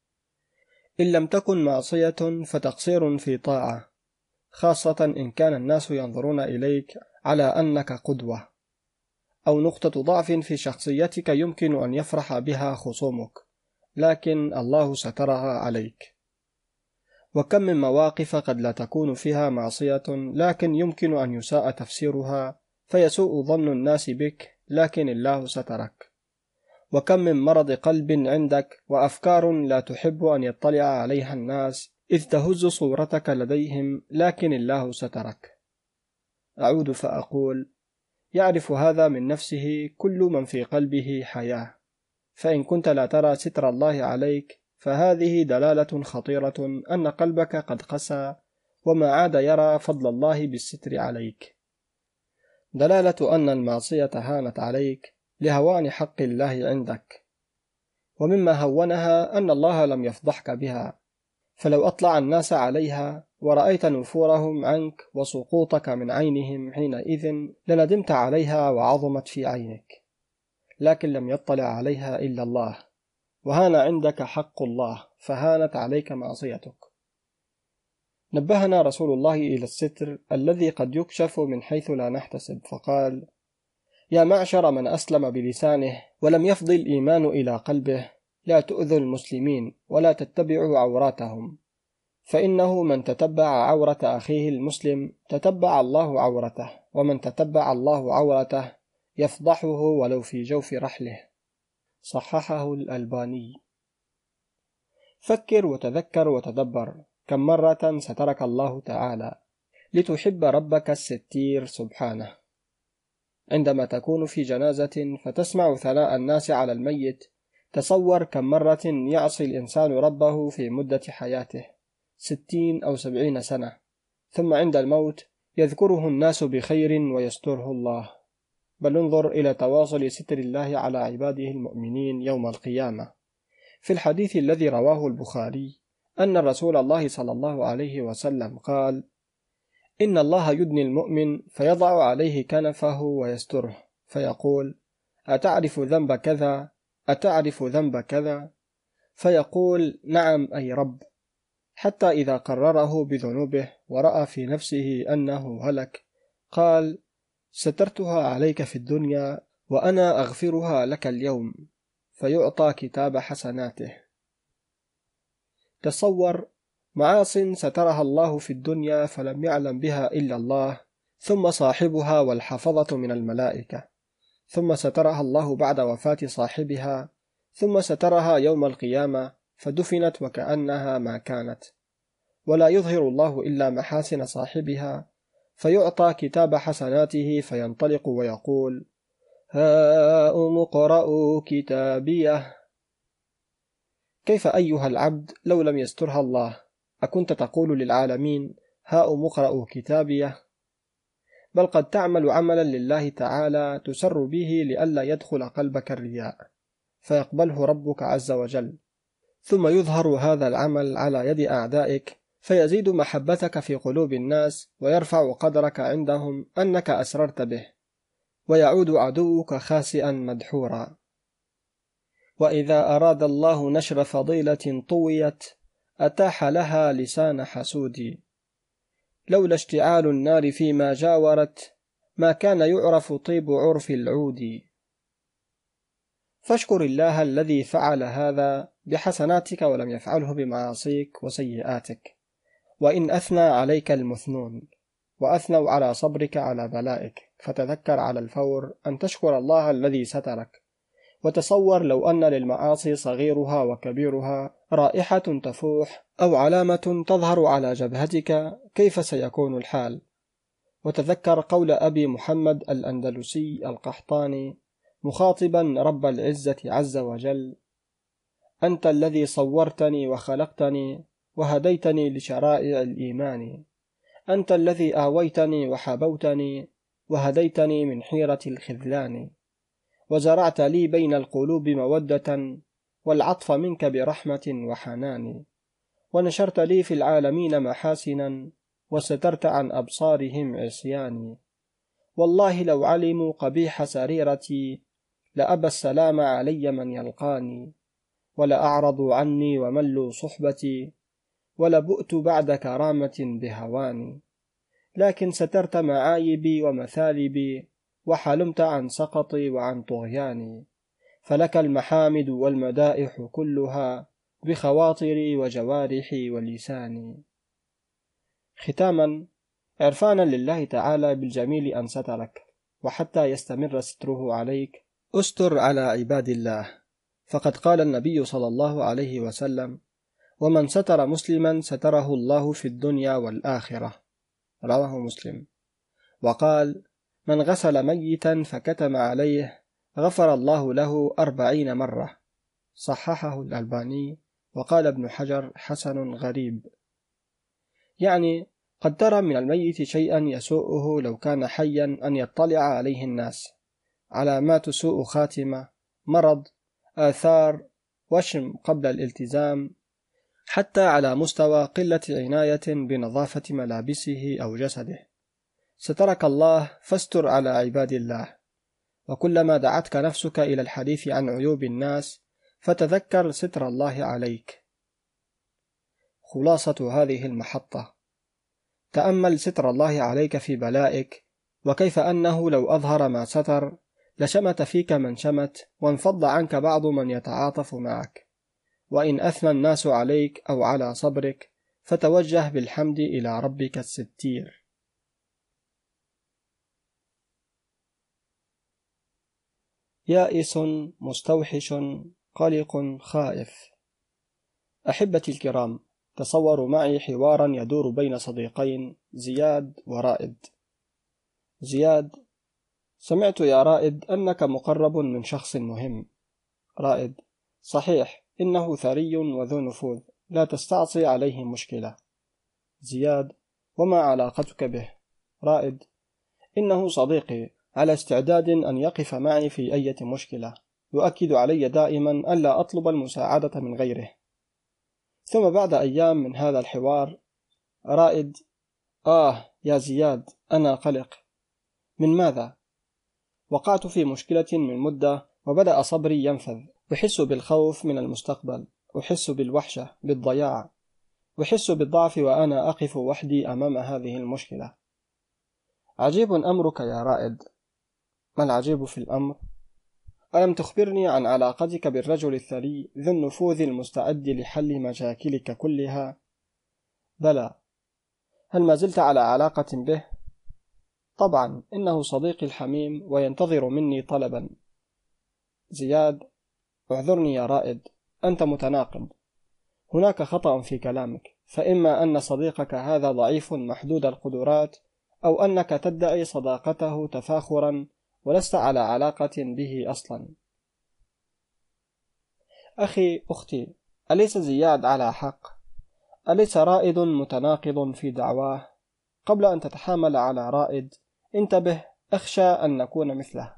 إن لم تكن معصية فتقصير في طاعة، خاصة إن كان الناس ينظرون إليك على أنك قدوة، أو نقطة ضعف في شخصيتك يمكن أن يفرح بها خصومك، لكن الله سترها عليك. وكم من مواقف قد لا تكون فيها معصية لكن يمكن أن يساء تفسيرها فيسوء ظن الناس بك، لكن الله سترك. وكم من مرض قلب عندك وأفكار لا تحب أن يطلع عليها الناس إذ تهز صورتك لديهم، لكن الله سترك. أعود فأقول: يعرف هذا من نفسه كل من في قلبه حياة. فإن كنت لا ترى ستر الله عليك فهذه دلالة خطيرة أن قلبك قد قسى وما عاد يرى فضل الله بالستر عليك، دلالة أن المعصية هانت عليك لهوان حق الله عندك. ومما هونها أن الله لم يفضحك بها، فلو أطلع الناس عليها ورأيت نفورهم عنك وسقوطك من عينهم حينئذ لندمت عليها وعظمت في عينك، لكن لم يطلع عليها إلا الله، وهان عندك حق الله فهانت عليك معصيتك. نبهنا رسول الله إلى الستر الذي قد يكشف من حيث لا نحتسب، فقال: يا معشر من أسلم بلسانه ولم يفض الإيمان إلى قلبه، لا تؤذوا المسلمين ولا تتبعوا عوراتهم، فإنه من تتبع عورة أخيه المسلم تتبع الله عورته، ومن تتبع الله عورته يفضحه ولو في جوف رحله. صححه الألباني. فكر وتذكر وتدبر كم مرة سترك الله تعالى لتحب ربك الستير سبحانه. عندما تكون في جنازة فتسمع ثناء الناس على الميت، تصور كم مرة يعصي الإنسان ربه في مدة حياته، ستين أو سبعين سنة، ثم عند الموت يذكره الناس بخير ويستره الله. بل انظر إلى تواصل ستر الله على عباده المؤمنين يوم القيامة. في الحديث الذي رواه البخاري أن رسول الله صلى الله عليه وسلم قال: إن الله يدني المؤمن فيضع عليه كنفه ويستره، فيقول: أتعرف ذنب كذا؟ أتعرف ذنب كذا؟ فيقول: نعم أي رب. حتى إذا قرره بذنوبه ورأى في نفسه أنه هلك قال: سترتها عليك في الدنيا وأنا أغفرها لك اليوم، فيعطى كتاب حسناته. تصور معاصٍ سترها الله في الدنيا فلم يعلم بها إلا الله، ثم صاحبها والحفظة من الملائكة، ثم سترها الله بعد وفاة صاحبها، ثم سترها يوم القيامة فدفنت وكأنها ما كانت، ولا يظهر الله إلا محاسن صاحبها، فيعطى كتاب حسناته فينطلق ويقول: هاؤم اقرءوا كتابيه. كيف أيها العبد لو لم يسترها الله؟ أكنت تقول للعالمين: هاؤم اقرءوا كتابيه؟ بل قد تعمل عملا لله تعالى تسر به لئلا يدخل قلبك الرياء، فيقبله ربك عز وجل، ثم يظهر هذا العمل على يد أعدائك، فيزيد محبتك في قلوب الناس ويرفع قدرك عندهم أنك أسررت به، ويعود عدوك خاسئا مدحورا. وإذا أراد الله نشر فضيلة طويت أتاح لها لسان حسود، لولا اشتعال النار فيما جاورت ما كان يعرف طيب عرف العود. فاشكر الله الذي فعل هذا بحسناتك ولم يفعله بمعاصيك وسيئاتك، وإن أثنى عليك المثنون وأثنوا على صبرك على بلائك، فتذكر على الفور أن تشكر الله الذي سترك. وتصور لو أن للمعاصي صغيرها وكبيرها رائحة تفوح أو علامة تظهر على جبهتك، كيف سيكون الحال؟ وتذكر قول أبي محمد الأندلسي القحطاني مخاطبا رب العزة عز وجل: أنت الذي صورتني وخلقتني وهديتني لشرائع الإيمان، أنت الذي آويتني وحبوتني وهديتني من حيرة الخذلان، وزرعت لي بين القلوب مودة والعطف منك برحمة وحنان، ونشرت لي في العالمين محاسنا وسترت عن أبصارهم عصياني. والله لو علموا قبيح سريرتي لأبى السلام علي من يلقاني، ولأعرضوا عني وملوا صحبتي، ولبؤت بعد كرامة بهواني. لكن سترت معايبي ومثالبي وحلمت عن سقطي وعن طغياني، فلك المحامد والمدائح كلها بخواطري وجوارحي ولساني. ختاما، عرفانا لله تعالى بالجميل أن سترك، وحتى يستمر ستره عليك أستر على عباد الله، فقد قال النبي صلى الله عليه وسلم: ومن ستر مسلما ستره الله في الدنيا والآخرة، رواه مسلم. وقال: من غسل ميتا فكتم عليه غفر الله له أربعين مرة، صححه الألباني. وقال ابن حجر: حسن غريب. يعني قد ترى من الميت شيئا يسوءه لو كان حيا أن يطلع عليه الناس، علامات سوء خاتمة، مرض، آثار، وشم قبل الالتزام، حتى على مستوى قلة عناية بنظافة ملابسه أو جسده. سترك الله فاستر على عباد الله. وكلما دعتك نفسك إلى الحديث عن عيوب الناس فتذكر ستر الله عليك. خلاصة هذه المحطة: تأمل ستر الله عليك في بلائك، وكيف أنه لو أظهر ما ستر لشمت فيك من شمت، وانفض عنك بعض من يتعاطف معك. وإن أثنى الناس عليك أو على صبرك فتوجه بالحمد إلى ربك الستير. يائس، مستوحش، قلق، خائف. أحبتي الكرام، تصوروا معي حوارا يدور بين صديقين، زياد ورائد. زياد: سمعت يا رائد أنك مقرب من شخص مهم. رائد: صحيح، إنه ثري وذو نفوذ، لا تستعصي عليه مشكلة. زياد: وما علاقتك به؟ رائد: إنه صديقي، على استعداد أن يقف معي في أي مشكلة، يؤكد علي دائما ألا أطلب المساعدة من غيره. ثم بعد أيام من هذا الحوار: رائد: آه يا زياد، أنا قلق. من ماذا؟ وقعت في مشكلة من مدة وبدأ صبري ينفذ، أحس بالخوف من المستقبل، أحس بالوحشة، بالضياع، أحس بالضعف وأنا أقف وحدي أمام هذه المشكلة. عجيب أمرك يا رائد. ما العجيب في الأمر؟ ألم تخبرني عن علاقتك بالرجل الثري ذو النفوذ المستعد لحل مشاكلك كلها؟ بلى. هل ما زلت على علاقة به؟ طبعا، إنه صديقي الحميم وينتظر مني طلبا. زياد: اعذرني يا رائد، أنت متناقض. هناك خطأ في كلامك، فإما أن صديقك هذا ضعيف محدود القدرات، أو أنك تدعي صداقته تفاخرا ولست على علاقة به أصلا. أخي أختي، أليس زياد على حق؟ أليس رائد متناقض في دعواه؟ قبل أن تتحامل على رائد انتبه، أخشى أن نكون مثله.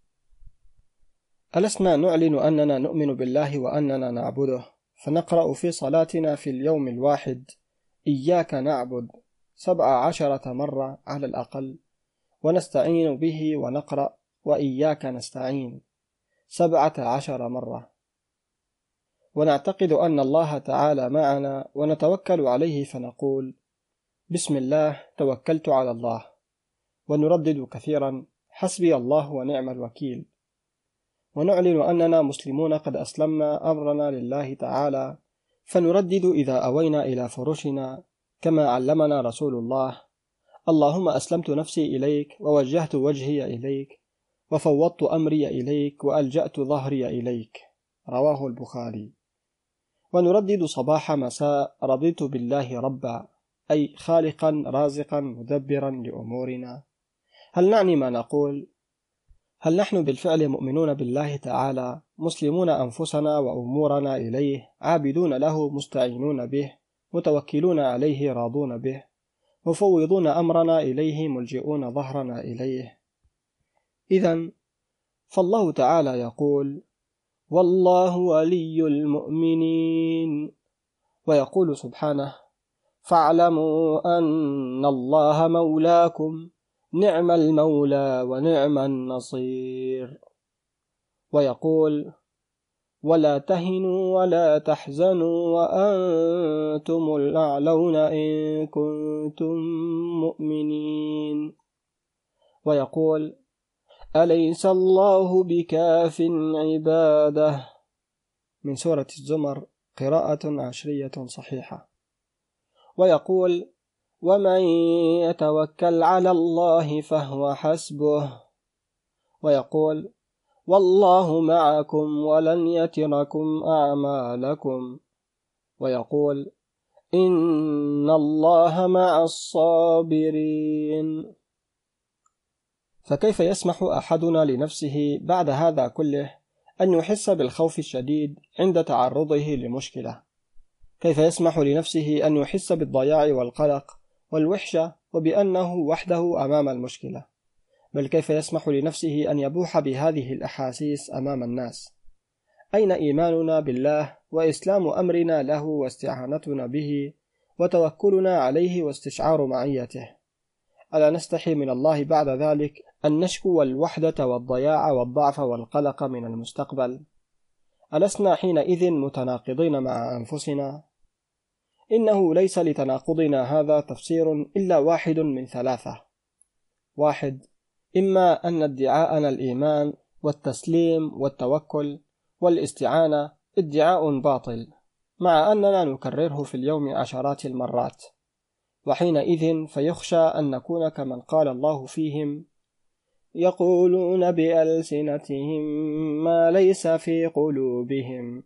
ألسنا نعلن أننا نؤمن بالله وأننا نعبده، فنقرأ في صلاتنا في اليوم الواحد إياك نعبد سبع عشرة مرة على الأقل، ونستعين به ونقرأ وإياك نستعين سبعة عشر مرة، ونعتقد أن الله تعالى معنا ونتوكل عليه فنقول بسم الله توكلت على الله، ونردد كثيرا حسبي الله ونعم الوكيل، ونعلن أننا مسلمون قد أسلمنا أمرنا لله تعالى، فنردد إذا أوينا إلى فرشنا كما علمنا رسول الله: اللهم أسلمت نفسي إليك ووجهت وجهي إليك وفوضت أمري إليك وألجأت ظهري إليك، رواه البخاري. ونردد صباح مساء رضيت بالله ربا، أي خالقا رازقا مدبرا لأمورنا. هل نعني ما نقول؟ هل نحن بالفعل مؤمنون بالله تعالى، مسلمون أنفسنا وأمورنا إليه، عابدون له مستعينون به، متوكلون عليه راضون به، مفوضون أمرنا إليه ملجئون ظهرنا إليه؟ إذن فالله تعالى يقول: والله ولي المؤمنين، ويقول سبحانه: فاعلموا أن الله مولاكم نعم المولى ونعم النصير، ويقول: ولا تهنوا ولا تحزنوا وأنتم الأعلون إن كنتم مؤمنين، ويقول: أليس الله بكاف عباده، من سورة الزمر، قراءة عشرية صحيحة. ويقول: ومن يتوكل على الله فهو حسبه، ويقول: والله معكم ولن يتركم أعمالكم، ويقول: إن الله مع الصابرين. فكيف يسمح أحدنا لنفسه بعد هذا كله أن يحس بالخوف الشديد عند تعرضه لمشكلة؟ كيف يسمح لنفسه أن يحس بالضياع والقلق والوحشة وبأنه وحده أمام المشكلة؟ بل كيف يسمح لنفسه أن يبوح بهذه الأحاسيس أمام الناس؟ أين إيماننا بالله وإسلام أمرنا له واستعانتنا به وتوكلنا عليه واستشعار معيته؟ ألا نستحي من الله بعد ذلك أن نشكو الوحدة والضياع والضعف والقلق من المستقبل؟ ألسنا حينئذ متناقضين مع أنفسنا؟ إنه ليس لتناقضنا هذا تفسير إلا واحد من ثلاثة: واحد، إما أن ادعاءنا الإيمان والتسليم والتوكل والاستعانة ادعاء باطل، مع أننا نكرره في اليوم عشرات المرات، وحينئذ فيخشى أن نكون كمن قال الله فيهم: يقولون بألسنتهم ما ليس في قلوبهم.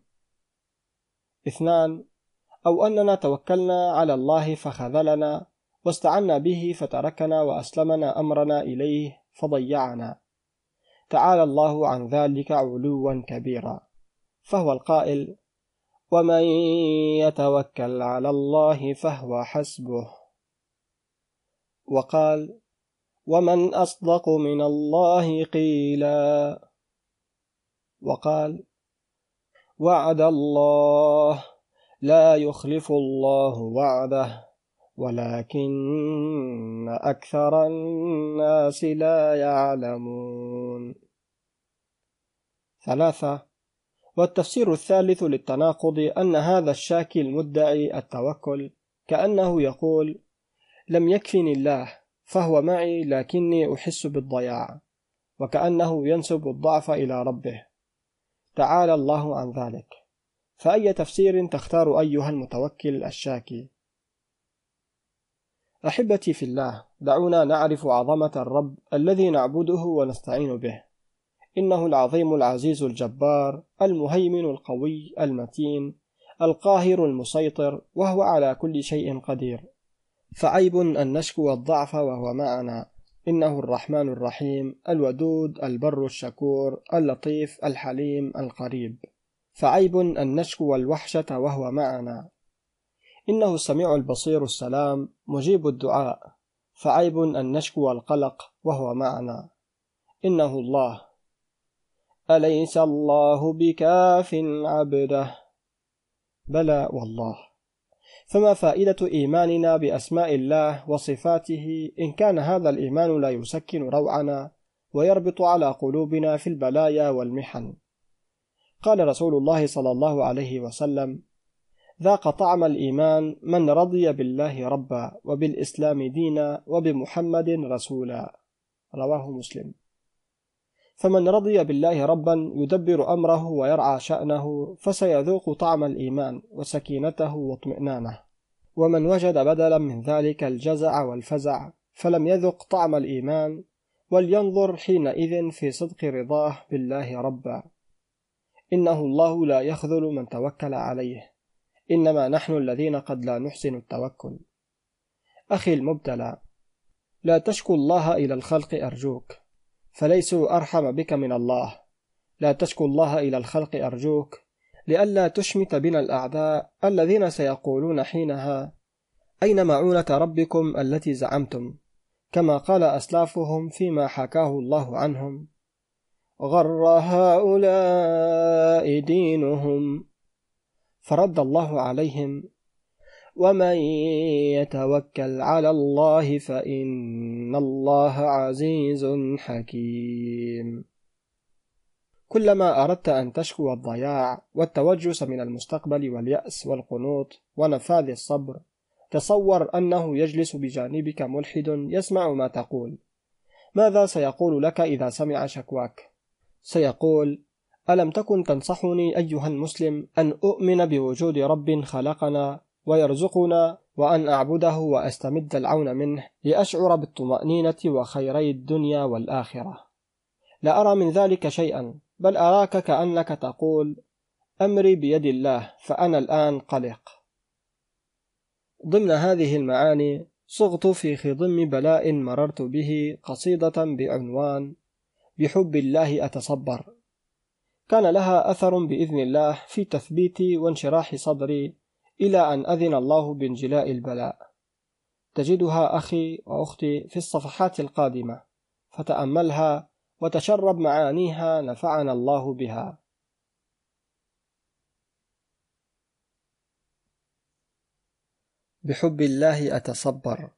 اثنان، أو أننا توكلنا على الله فخذلنا واستعنا به فتركنا وأسلمنا أمرنا إليه فضيعنا. تعالى الله عن ذلك علوا كبيرا، فهو القائل: ومن يتوكل على الله فهو حسبه، وقال: ومن أصدق من الله قيلا، وقال: وعد الله لا يخلف الله وعده ولكن أكثر الناس لا يعلمون. ثلاثة، والتفسير الثالث للتناقض أن هذا الشاكي المدعي التوكل كأنه يقول: لم يكفني الله فهو معي لكني أحس بالضياع، وكأنه ينسب الضعف إلى ربه، تعالى الله عن ذلك. فأي تفسير تختار أيها المتوكل الشاكي؟ أحبتي في الله، دعونا نعرف عظمة الرب الذي نعبده ونستعين به. إنه العظيم العزيز الجبار المهيمن القوي المتين القاهر المسيطر، وهو على كل شيء قدير. فعيب أن نشكو الضعف وهو معنا. إنه الرحمن الرحيم الودود البر الشكور اللطيف الحليم القريب. فعيب أن نشكو الوحشة وهو معنا. إنه السميع البصير السلام مجيب الدعاء. فعيب أن نشكو القلق وهو معنا. إنه الله. أليس الله بكاف عبده؟ بلى والله. فما فائدة إيماننا بأسماء الله وصفاته إن كان هذا الإيمان لا يسكن روعنا ويربط على قلوبنا في البلايا والمحن؟ قال رسول الله صلى الله عليه وسلم: ذاق طعم الإيمان من رضي بالله ربا وبالإسلام دينا وبمحمد رسولا. رواه مسلم. فمن رضي بالله ربا يدبر أمره ويرعى شأنه فسيذوق طعم الإيمان وسكينته واطمئنانه. ومن وجد بدلا من ذلك الجزع والفزع فلم يذق طعم الإيمان ولينظر حينئذ في صدق رضاه بالله ربا. إنه الله لا يخذل من توكل عليه، إنما نحن الذين قد لا نحسن التوكل. أخي المبتلى، لا تشكو الله إلى الخلق أرجوك، فليسوا أرحم بك من الله. لا تشكو الله إلى الخلق أرجوك، لئلا تشمت بنا الأعداء الذين سيقولون حينها: أين معونة ربكم التي زعمتم؟ كما قال أسلافهم فيما حكاه الله عنهم: غر هؤلاء دينهم. فرد الله عليهم: ومن يتوكل على الله فإن الله عزيز حكيم. كلما أردت أن تشكو الضياع والتوجس من المستقبل واليأس والقنوط ونفاذ الصبر، تصور أنه يجلس بجانبك ملحد يسمع ما تقول. ماذا سيقول لك إذا سمع شكواك؟ سيقول: ألم تكن تنصحني أيها المسلم أن أؤمن بوجود رب خلقنا ويرزقنا، وأن أعبده وأستمد العون منه لأشعر بالطمأنينة وخيري الدنيا والآخرة؟ لا أرى من ذلك شيئا، بل أراك كأنك تقول: أمري بيد الله فأنا الآن قلق. ضمن هذه المعاني صغت في خضم بلاء مررت به قصيدة بعنوان بحب الله أتصبر. كان لها أثر بإذن الله في تثبيتي وانشراح صدري إلى أن أذن الله بانجلاء البلاء. تجدها أخي وأختي في الصفحات القادمة، فتأملها وتشرب معانيها نفعنا الله بها. بحب الله أتصبر.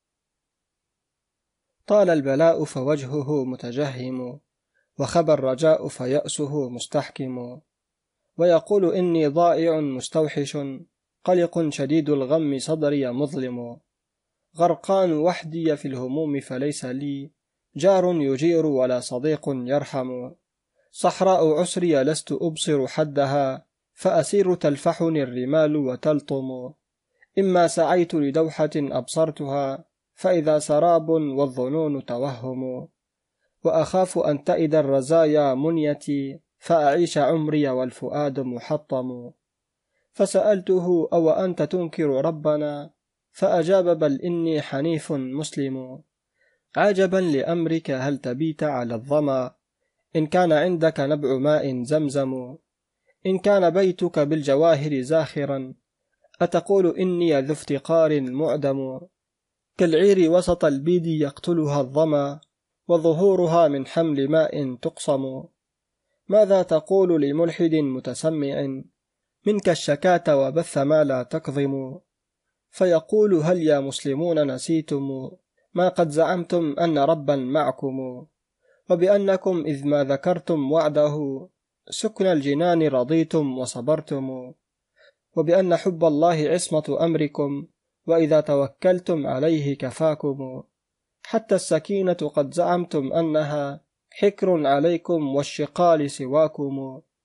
طال البلاء فوجهه متجهم، وخبى الرجاء فيأسه مستحكم، ويقول إني ضائع مستوحش، قلق شديد الغم صدري مظلم، غرقان وحدي في الهموم فليس لي جار يجير ولا صديق يرحم، صحراء عسري لست أبصر حدها، فأسير تلفحني الرمال وتلطم، إما سعيت لدوحة أبصرتها، فإذا سراب والظنون توهم، وأخاف أن تئد الرزايا منيتي، فأعيش عمري والفؤاد محطم، فسألته: أو أنت تنكر ربنا؟ فأجاب: بل إني حنيف مسلم. عجبا لأمرك، هل تبيت على الظما؟ إن كان عندك نبع ماء زمزم، إن كان بيتك بالجواهر زاخرا، أتقول إني ذو افتقار معدم، كالعير وسط البيد يقتلها الظما، وظهورها من حمل ماء تقصم. ماذا تقول لملحد متسمع منك الشكاة وبث ما لا تكظم؟ فيقول: هل يا مسلمون نسيتم ما قد زعمتم أن ربا معكم، وبأنكم إذ ما ذكرتم وعده سكن الجنان رضيتم وصبرتم، وبأن حب الله عصمة أمركم، وإذا توكلتم عليه كفاكم، حتى السكينة قد زعمتم أنها حكر عليكم والشقال سواكم،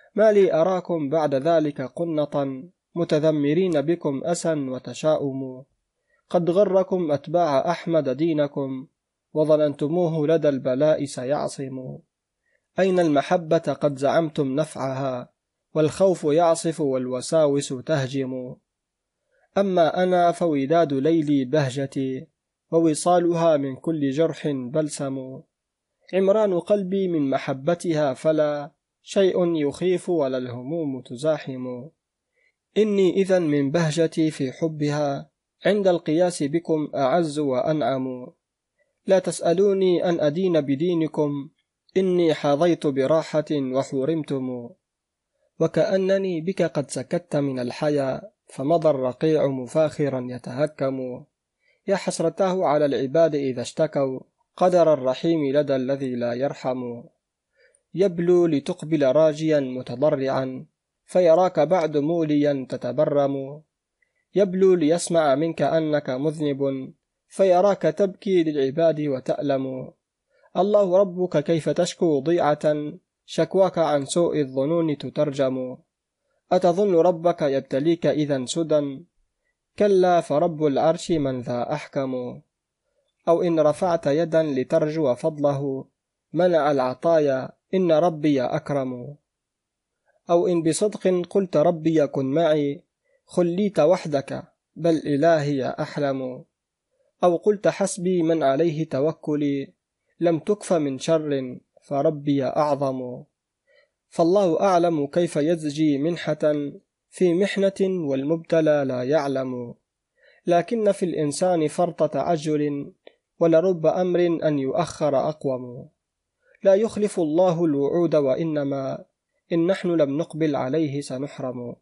ما لي أراكم بعد ذلك قنطا متذمرين بكم أسا وتشاؤم، قد غركم أتباع أحمد دينكم وظننتموه لدى البلاء سيعصم. أين المحبة قد زعمتم نفعها، والخوف يعصف والوساوس تهجم. أما أنا فوداد ليلي بهجتي، ووصالها من كل جرح بلسم. عمران قلبي من محبتها فلا شيء يخيف ولا الهموم تزاحم. إني إذن من بهجتي في حبها عند القياس بكم أعز وأنعم. لا تسألوني أن أدين بدينكم، إني حظيت براحة وحرمتم. وكأنني بك قد سكت من الحيا، فمضى الرقيع مفاخرا يتهكم. يا حسرته على العباد إذا اشتكوا قدر الرحيم لدى الذي لا يرحم. يبلو لتقبل راجيا متضرعا، فيراك بعد موليا تتبرم. يبلو ليسمع منك أنك مذنب، فيراك تبكي للعباد وتألم. الله ربك كيف تشكو ضيعة، شكواك عن سوء الظنون تترجم. أتظن ربك يبتليك إذا سدى، كلا فرب العرش من ذا أحكم. أو إن رفعت يدا لترجو فضله، منع العطايا إن ربي أكرم. أو إن بصدق قلت ربي يكن معي، خليت وحدك بل إلهي أحلم. أو قلت حسبي من عليه توكلي، لم تكف من شر فربي أعظم. فالله أعلم كيف يزجي منحة في محنة والمبتلى لا يعلم. لكن في الإنسان فرط تعجل، ولرب أمر أن يؤخر أقوم. لا يخلف الله الوعود وإنما إن نحن لم نقبل عليه سنحرم.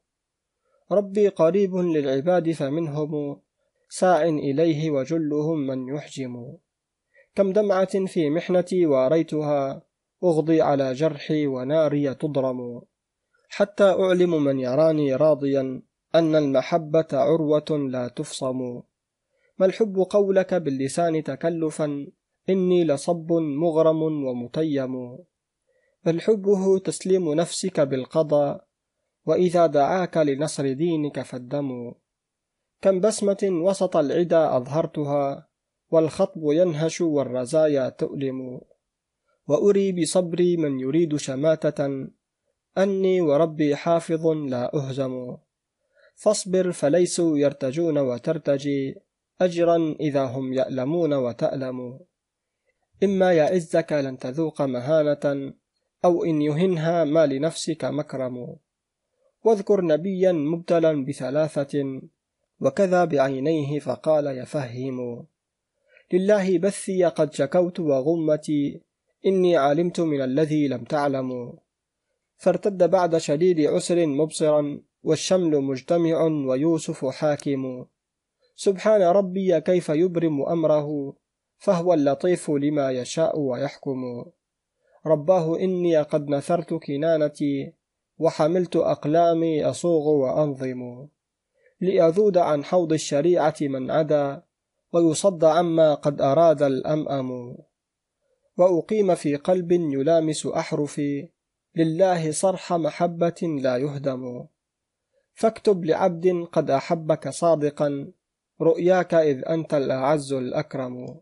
ربي قريب للعباد فمنهم ساع إليه وجلهم من يحجم. كم دمعة في محنتي واريتها، أغضي على جرحي وناري تضرم. حتى أعلم من يراني راضيا أن المحبة عروة لا تفصم. ما الحب قولك باللسان تكلفا، إني لصب مغرم ومتيم. بل حبه تسليم نفسك بالقضاء، وإذا دعاك لنصر دينك فالدم. كم بسمة وسط العدا أظهرتها، والخطب ينهش والرزايا تؤلم. وأري بصبري من يريد شماتة، أني وربي حافظ لا أهزم. فاصبر فليسوا يرتجون وترتجي أجرا إذا هم يألمون وتألم. إما يعزك لن تذوق مهانة، أو إن يهنها ما لنفسك مكرم. واذكر نبيا مبتلا بثلاثة، وكذا بعينيه فقال يفهم. لله بثي قد شكوت وغمتي، إني علمت من الذي لم تعلموا. فارتد بعد شديد عسر مبصرا، والشمل مجتمع ويوسف حاكم. سبحان ربي كيف يبرم أمره، فهو اللطيف لما يشاء ويحكم. رباه إني قد نثرت كنانتي، وحملت أقلامي أصوغ وأنظم. لأذود عن حوض الشريعة من عدا، ويصد عما قد أراد الأمأم. وأقيم في قلب يلامس أحرفي، لله صرح محبة لا يهدم. فاكتب لعبد قد أحبك صادقا، رؤياك إذ أنت الأعز الأكرم.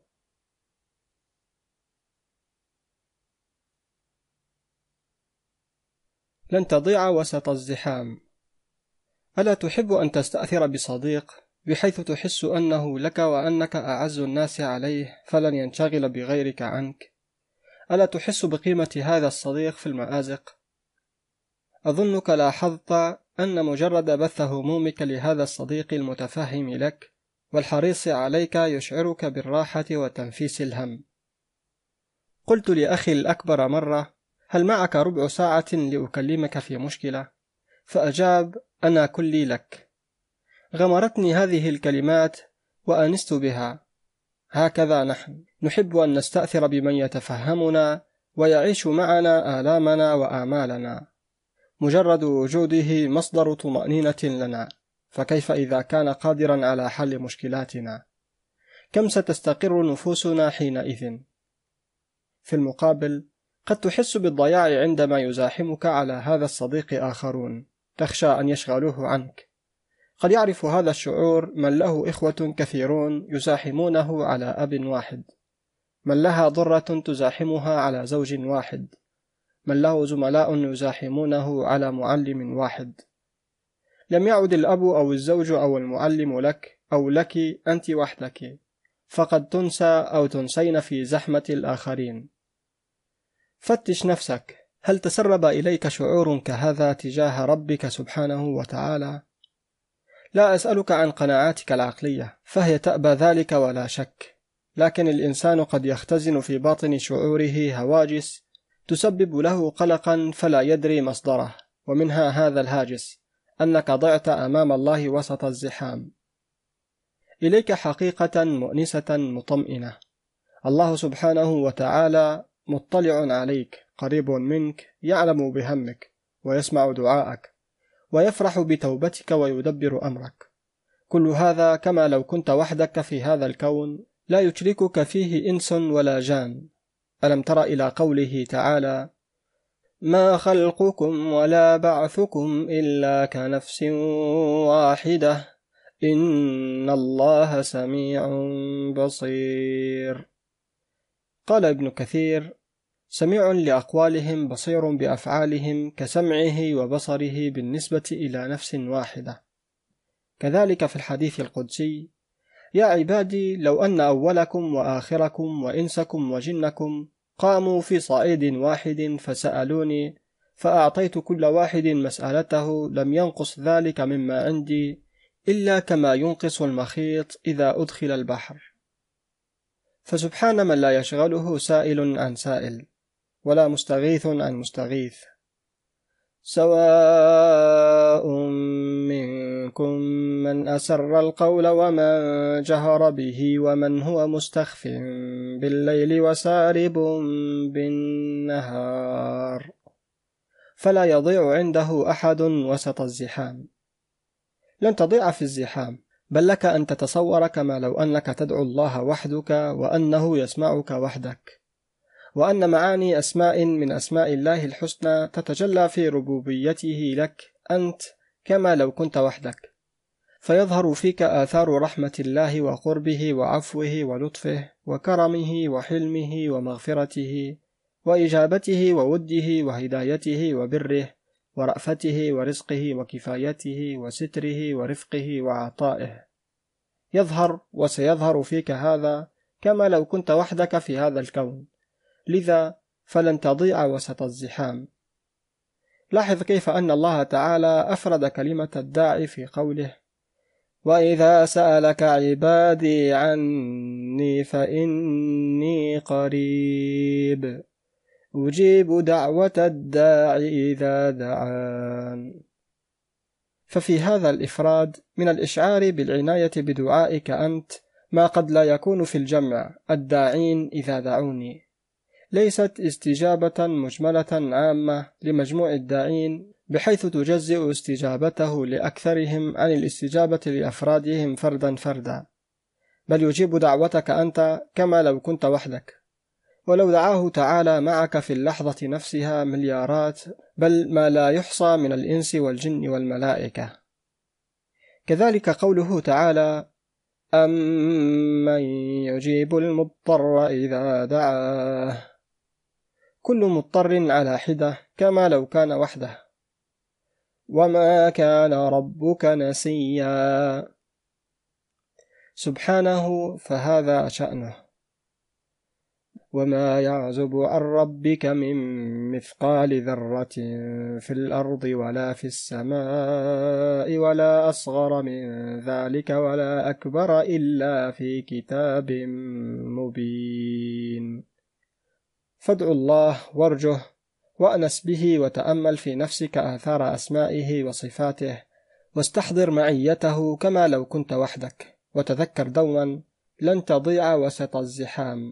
لن تضيع وسط الزحام. ألا تحب أن تستأثر بصديق بحيث تحس أنه لك وأنك أعز الناس عليه، فلن ينشغل بغيرك عنك؟ ألا تحس بقيمة هذا الصديق في المآزق؟ أظنك لاحظت أن مجرد بث همومك لهذا الصديق المتفهم لك والحريص عليك يشعرك بالراحة وتنفيس الهم. قلت لأخي الأكبر مرة: هل معك ربع ساعة لأكلمك في مشكلة؟ فأجاب: أنا كلي لك. غمرتني هذه الكلمات وأنست بها. هكذا نحن نحب أن نستأثر بمن يتفهمنا ويعيش معنا آلامنا وآمالنا. مجرد وجوده مصدر طمأنينة لنا، فكيف إذا كان قادرا على حل مشكلاتنا؟ كم ستستقر نفوسنا حينئذ؟ في المقابل، قد تحس بالضياع عندما يزاحمك على هذا الصديق آخرون، تخشى أن يشغلوه عنك. قد يعرف هذا الشعور من له إخوة كثيرون يزاحمونه على أب واحد، من لها ضرة تزاحمها على زوج واحد، من له زملاء يزاحمونه على معلم واحد. لم يعد الأب أو الزوج أو المعلم لك أو لك أنت وحدك، فقد تنسى أو تنسين في زحمة الآخرين. فتش نفسك، هل تسرب إليك شعور كهذا تجاه ربك سبحانه وتعالى؟ لا أسألك عن قناعاتك العقلية، فهي تأبى ذلك ولا شك، لكن الإنسان قد يختزن في باطن شعوره هواجس تسبب له قلقا فلا يدري مصدره، ومنها هذا الهاجس أنك ضعت أمام الله وسط الزحام. إليك حقيقة مؤنسة مطمئنة، الله سبحانه وتعالى مطلع عليك، قريب منك، يعلم بهمك ويسمع دعاءك ويفرح بتوبتك ويدبر أمرك. كل هذا كما لو كنت وحدك في هذا الكون لا يشركك فيه إنس ولا جان. ألم تر إلى قوله تعالى: ما خلقكم ولا بعثكم إلا كنفس واحدة إن الله سميع بصير. قال ابن كثير: سميع لأقوالهم بصير بأفعالهم كسمعه وبصره بالنسبة إلى نفس واحدة. كذلك في الحديث القدسي: يا عبادي لو أن أولكم وآخركم وإنسكم وجنكم قاموا في صعيد واحد فسألوني فأعطيت كل واحد مسألته لم ينقص ذلك مما عندي إلا كما ينقص المخيط إذا أدخل البحر. فسبحان من لا يشغله سائل عن سائل ولا مستغيث عن مستغيث. سواء منكم من أسر القول ومن جهر به ومن هو مستخف بالليل وسارب بالنهار، فلا يضيع عنده أحد وسط الزحام. لن تضيع في الزحام، بل لك أن تتصور كما لو أنك تدعو الله وحدك وأنه يسمعك وحدك، وأن معاني أسماء من أسماء الله الحسنى تتجلى في ربوبيته لك أنت كما لو كنت وحدك، فيظهر فيك آثار رحمة الله وقربه وعفوه ولطفه وكرمه وحلمه ومغفرته وإجابته ووده وهدايته وبره ورأفته ورزقه وكفايته وستره ورفقه وعطائه. يظهر وسيظهر فيك هذا كما لو كنت وحدك في هذا الكون، لذا فلن تضيع وسط الزحام. لاحظ كيف أن الله تعالى أفرد كلمة الداعي في قوله: وإذا سألك عبادي عني فإني قريب أجيب دعوة الداعي إذا دعان. ففي هذا الإفراد من الإشعار بالعناية بدعائك أنت ما قد لا يكون في الجمع الداعين إذا دعوني. ليست استجابة مجملة عامة لمجموع الداعين بحيث تجزئ استجابته لأكثرهم عن الاستجابة لأفرادهم فردا فردا، بل يجيب دعوتك أنت كما لو كنت وحدك، ولو دعاه تعالى معك في اللحظة نفسها مليارات بل ما لا يحصى من الإنس والجن والملائكة. كذلك قوله تعالى: أمن يجيب المضطر إذا دعاه. كل مضطر على حدة كما لو كان وحده. وما كان ربك نسيا. سبحانه فهذا شأنه. وما يعزب عن ربك من مثقال ذرة في الأرض ولا في السماء ولا أصغر من ذلك ولا أكبر إلا في كتاب مبين. فادع الله وارجه وأنس به وتأمل في نفسك آثار أسمائه وصفاته، واستحضر معيته كما لو كنت وحدك، وتذكر دوما لن تضيع وسط الزحام.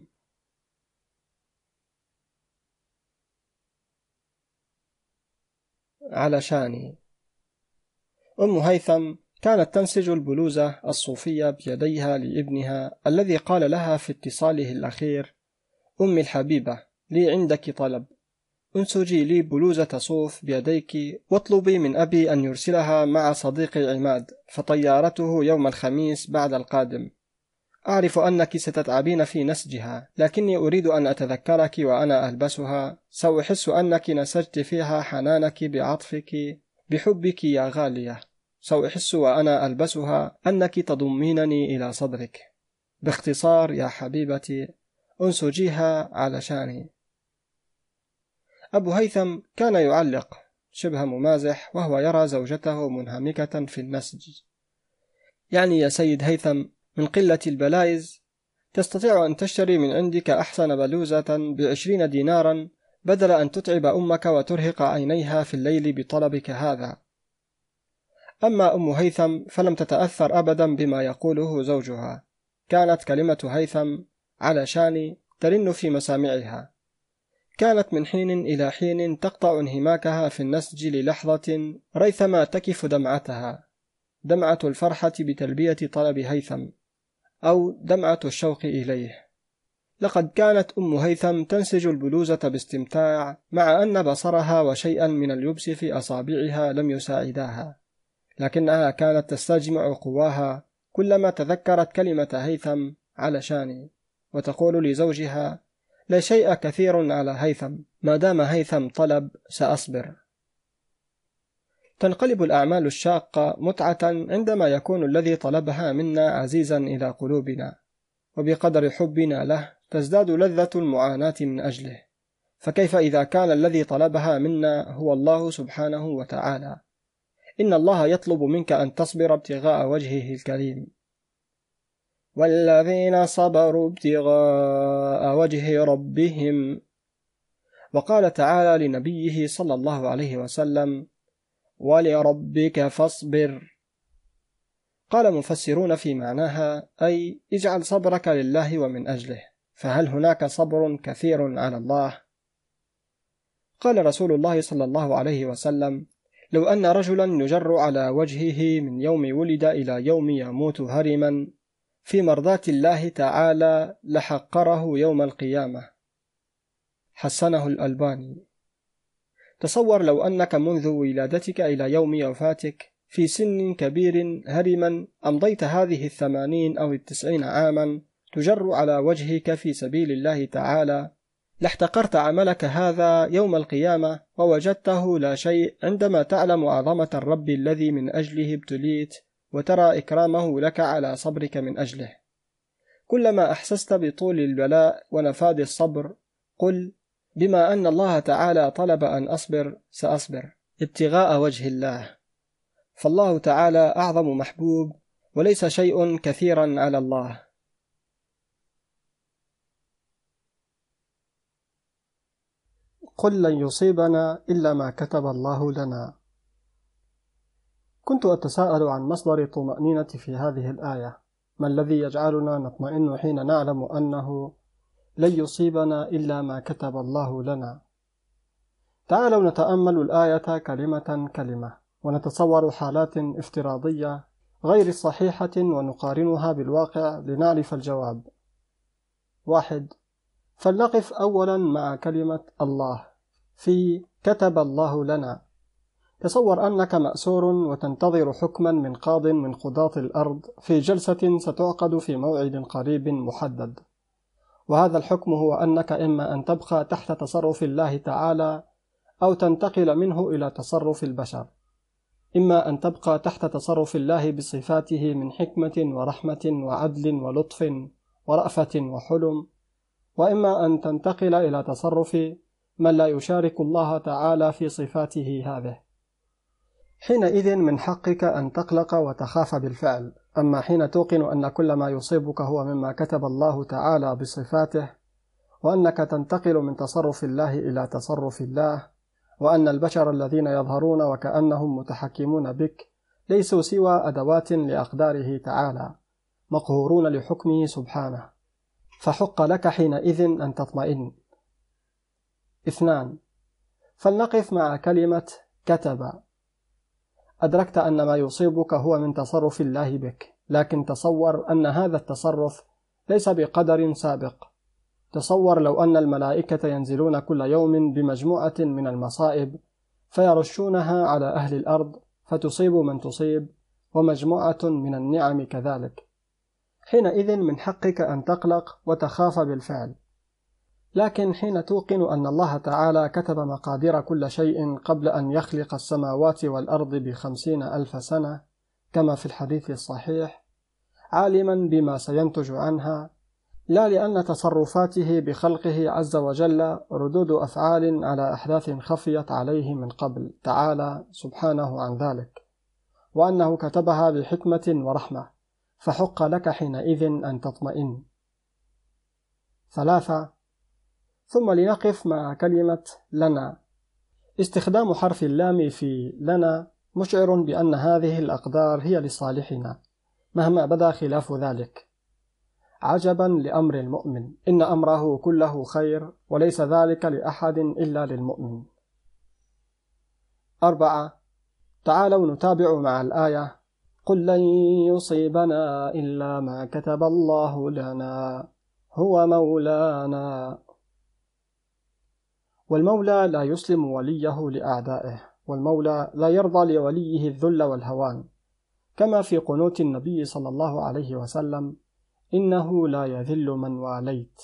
علشاني. أم هيثم كانت تنسج البلوزة الصوفية بيديها لابنها الذي قال لها في اتصاله الأخير: أمي الحبيبة، لي عندك طلب، انسجي لي بلوزة صوف بيديك واطلبي من أبي أن يرسلها مع صديقي عماد، فطيارته يوم الخميس بعد القادم. أعرف أنك ستتعبين في نسجها، لكني أريد أن أتذكرك وأنا ألبسها، سأحس أنك نسجت فيها حنانك بعطفك بحبك يا غالية. سأحس وأنا ألبسها أنك تضمينني إلى صدرك. باختصار يا حبيبتي، أنسجيها علشاني. أبو هيثم كان يعلق شبه ممازح وهو يرى زوجته منهمكة في النسج. يعني يا سيد هيثم، من قلة البلايز تستطيع أن تشتري من عندك أحسن بلوزة بعشرين دينارا بدل أن تتعب أمك وترهق عينيها في الليل بطلبك هذا. أما أم هيثم فلم تتأثر أبدا بما يقوله زوجها. كانت كلمة هيثم علشان ترن في مسامعها. كانت من حين إلى حين تقطع انهماكها في النسج للحظة ريثما تكف دمعتها، دمعة الفرحة بتلبية طلب هيثم أو دمعة الشوق إليه. لقد كانت أم هيثم تنسج البلوزة باستمتاع، مع أن بصرها وشيئا من اليبس في أصابعها لم يساعداها، لكنها كانت تستجمع قواها كلما تذكرت كلمة هيثم علشاني، وتقول لزوجها: لا شيء كثير على هيثم، ما دام هيثم طلب سأصبر. تنقلب الأعمال الشاقة متعة عندما يكون الذي طلبها منا عزيزا إلى قلوبنا، وبقدر حبنا له تزداد لذة المعاناة من أجله. فكيف إذا كان الذي طلبها منا هو الله سبحانه وتعالى؟ إن الله يطلب منك أن تصبر ابتغاء وجهه الكريم. والذين صبروا ابتغاء وجه ربهم. وقال تعالى لنبيه صلى الله عليه وسلم: ولربك فاصبر. قال مفسرون في معناها أي اجعل صبرك لله ومن أجله. فهل هناك صبر كثير على الله؟ قال رسول الله صلى الله عليه وسلم: لو أن رجلا يجر على وجهه من يوم ولد إلى يوم يموت هرما في مرضاة الله تعالى لحقره يوم القيامة. حسنه الألباني. تصور لو أنك منذ ولادتك إلى يوم وفاتك في سن كبير هرما أمضيت هذه الثمانين أو التسعين عاما تجر على وجهك في سبيل الله تعالى، لاحتقرت عملك هذا يوم القيامة ووجدته لا شيء عندما تعلم عظمة الرب الذي من أجله ابتليت وترى إكرامه لك على صبرك من أجله. كلما أحسست بطول البلاء ونفاد الصبر قل: بما أن الله تعالى طلب أن أصبر سأصبر ابتغاء وجه الله. فالله تعالى أعظم محبوب وليس شيء كثيرا على الله. قل لن يصيبنا إلا ما كتب الله لنا. كنت أتساءل عن مصدر الطمأنينة في هذه الآية. ما الذي يجعلنا نطمئن حين نعلم أنه لن يصيبنا إلا ما كتب الله لنا؟ تعالوا نتأمل الآية كلمة كلمة ونتصور حالات افتراضية غير صحيحة ونقارنها بالواقع لنعرف الجواب. واحد. فلنقف أولا مع كلمة الله في كتب الله لنا. تصور أنك مأسور وتنتظر حكما من قاض من قضاة الأرض في جلسة ستعقد في موعد قريب محدد، وهذا الحكم هو أنك إما أن تبقى تحت تصرف الله تعالى أو تنتقل منه إلى تصرف البشر. إما أن تبقى تحت تصرف الله بصفاته من حكمة ورحمة وعدل ولطف ورأفة وحلم، وإما أن تنتقل إلى تصرف من لا يشارك الله تعالى في صفاته هذه. حينئذ من حقك أن تقلق وتخاف بالفعل. أما حين توقن أن كل ما يصيبك هو مما كتب الله تعالى بصفاته، وأنك تنتقل من تصرف الله إلى تصرف الله، وأن البشر الذين يظهرون وكأنهم متحكمون بك ليسوا سوى أدوات لأقداره تعالى مقهورون لحكمه سبحانه، فحق لك حينئذ أن تطمئن. اثنان. فلنقف مع كلمة كتب. أدركت أن ما يصيبك هو من تصرف الله بك، لكن تصور أن هذا التصرف ليس بقدر سابق. تصور لو أن الملائكة ينزلون كل يوم بمجموعة من المصائب فيرشونها على أهل الأرض فتصيب من تصيب، ومجموعة من النعم كذلك، حينئذ من حقك أن تقلق وتخاف بالفعل. لكن حين توقن أن الله تعالى كتب مقادير كل شيء قبل أن يخلق السماوات والأرض بخمسين ألف سنة كما في الحديث الصحيح، عالما بما سينتج عنها، لا لأن تصرفاته بخلقه عز وجل ردود أفعال على أحداث خفيت عليه من قبل تعالى سبحانه عن ذلك، وأنه كتبها بحكمة ورحمة، فحق لك حينئذ أن تطمئن. ثلاثة. ثم لنقف مع كلمة لنا. استخدام حرف اللام في لنا مشعر بأن هذه الأقدار هي لصالحنا مهما بدا خلاف ذلك. عجبا لأمر المؤمن، إن أمره كله خير، وليس ذلك لأحد إلا للمؤمن. أربعة. تعالوا نتابع مع الآية: قل لن يصيبنا إلا ما كتب الله لنا هو مولانا. والمولى لا يسلم وليه لأعدائه، والمولى لا يرضى لوليه الذل والهوان، كما في قنوت النبي صلى الله عليه وسلم: إنه لا يذل من واليت.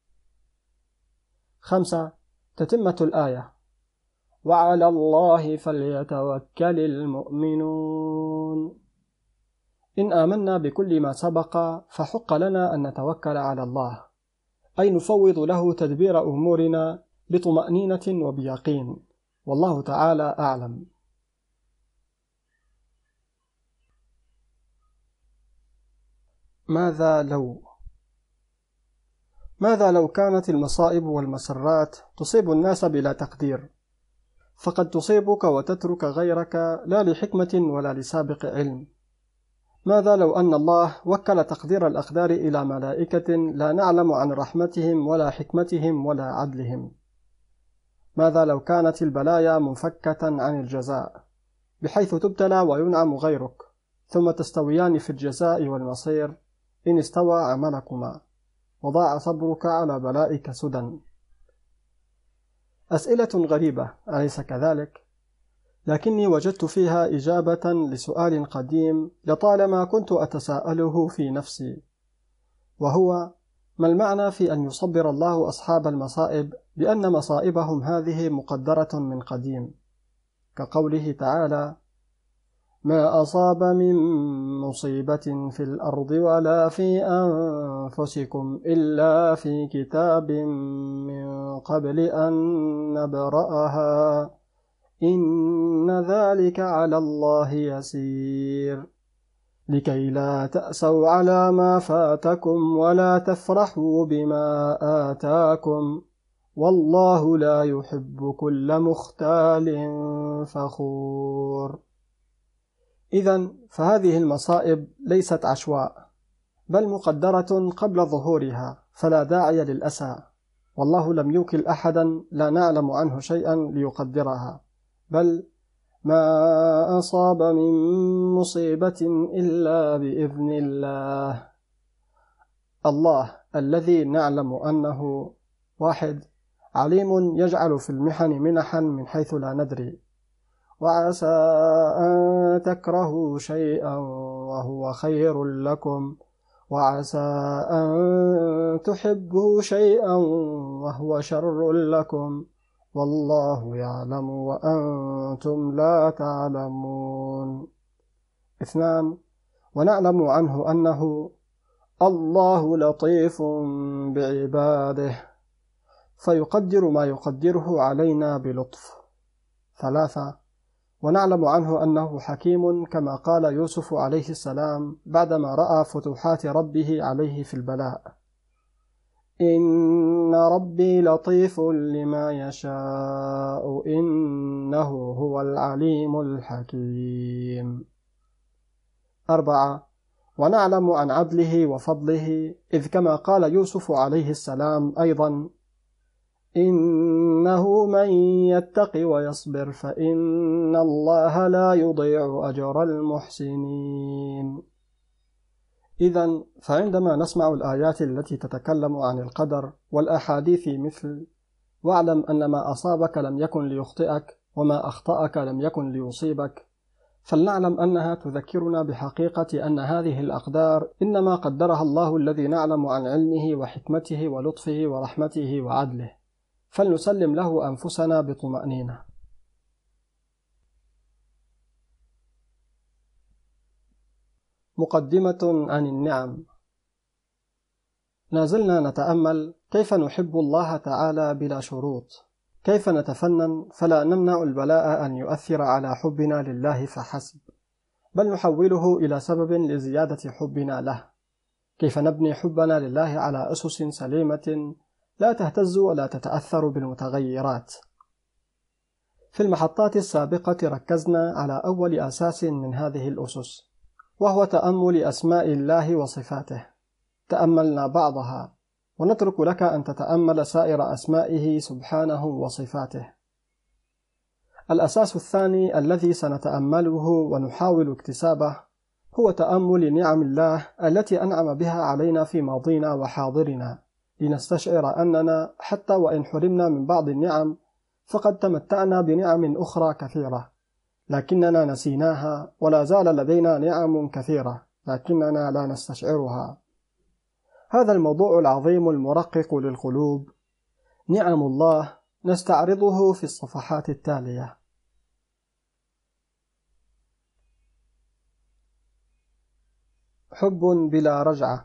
خمسة. تتمة الآية: وعلى الله فليتوكل المؤمنون. إن آمنا بكل ما سبق فحق لنا أن نتوكل على الله، أي نفوض له تدبير أمورنا بطمأنينة وبيقين، والله تعالى أعلم. ماذا لو ماذا لو كانت المصائب والمسرات تصيب الناس بلا تقدير، فقد تصيبك وتترك غيرك لا لحكمة ولا لسابق علم. ماذا لو أن الله وكل تقدير الأقدار إلى ملائكة لا نعلم عن رحمتهم ولا حكمتهم ولا عدلهم؟ ماذا لو كانت البلايا منفكة عن الجزاء، بحيث تبتلى وينعم غيرك، ثم تستويان في الجزاء والمصير إن استوى عملكما وضاع صبرك على بلائك سدى؟ أسئلة غريبة، أليس كذلك؟ لكني وجدت فيها إجابة لسؤال قديم لطالما كنت أتساءله في نفسي، وهو: ما المعنى في أن يصبر الله أصحاب المصائب بأن مصائبهم هذه مقدرة من قديم، كقوله تعالى: ما أصاب من مصيبة في الأرض ولا في أنفسكم إلا في كتاب من قبل أن نبرأها إن ذلك على الله يسير، لكي لا تأسوا على ما فاتكم ولا تفرحوا بما آتاكم والله لا يحب كل مختال فخور. إذن فهذه المصائب ليست عشواء، بل مقدرة قبل ظهورها، فلا داعي للأسى، والله لم يوكل أحدا لا نعلم عنه شيئا ليقدرها، بل ما أصاب من مصيبة إلا بإذن الله. الله الذي نعلم أنه واحد، عليم يجعل في المحن منحا من حيث لا ندري، وعسى أن تكرهوا شيئا وهو خير لكم، وعسى أن تحبوا شيئا وهو شر لكم، والله يعلم وأنتم لا تعلمون. اثنان. ونعلم عنه أنه الله لطيف بعباده، فيقدر ما يقدره علينا بلطف. ثلاثة. ونعلم عنه أنه حكيم، كما قال يوسف عليه السلام بعدما رأى فتوحات ربه عليه في البلاء: إن ربي لطيف لما يشاء إنه هو العليم الحكيم. أربعة. ونعلم عن عدله وفضله، إذ كما قال يوسف عليه السلام أيضا: إنه من يتق ويصبر فإن الله لا يضيع أجر المحسنين. إذن فعندما نسمع الآيات التي تتكلم عن القدر والأحاديث مثل واعلم أن ما أصابك لم يكن ليخطئك وما أخطأك لم يكن ليصيبك، فلنعلم أنها تذكرنا بحقيقة أن هذه الأقدار إنما قدرها الله الذي نعلم عن علمه وحكمته ولطفه ورحمته وعدله، فلنسلم له أنفسنا بطمأنينة. مقدمة عن النعم. نازلنا نتأمل كيف نحب الله تعالى بلا شروط، كيف نتفنن فلا نمنع البلاء أن يؤثر على حبنا لله فحسب، بل نحوله إلى سبب لزيادة حبنا له، كيف نبني حبنا لله على أسس سليمة لا تهتز ولا تتأثر بالمتغيرات. في المحطات السابقة ركزنا على أول أساس من هذه الأسس، وهو تأمل أسماء الله وصفاته. تأملنا بعضها، ونترك لك أن تتأمل سائر أسمائه سبحانه وصفاته. الأساس الثاني الذي سنتأمله ونحاول اكتسابه هو تأمل نعم الله التي أنعم بها علينا في ماضينا وحاضرنا، لنستشعر أننا حتى وإن حرمنا من بعض النعم فقد تمتعنا بنعم أخرى كثيرة، لكننا نسيناها، ولا زال لدينا نعم كثيرة لكننا لا نستشعرها. هذا الموضوع العظيم المرقق للقلوب، نعم الله، نستعرضه في الصفحات التالية. حب بلا رجعة.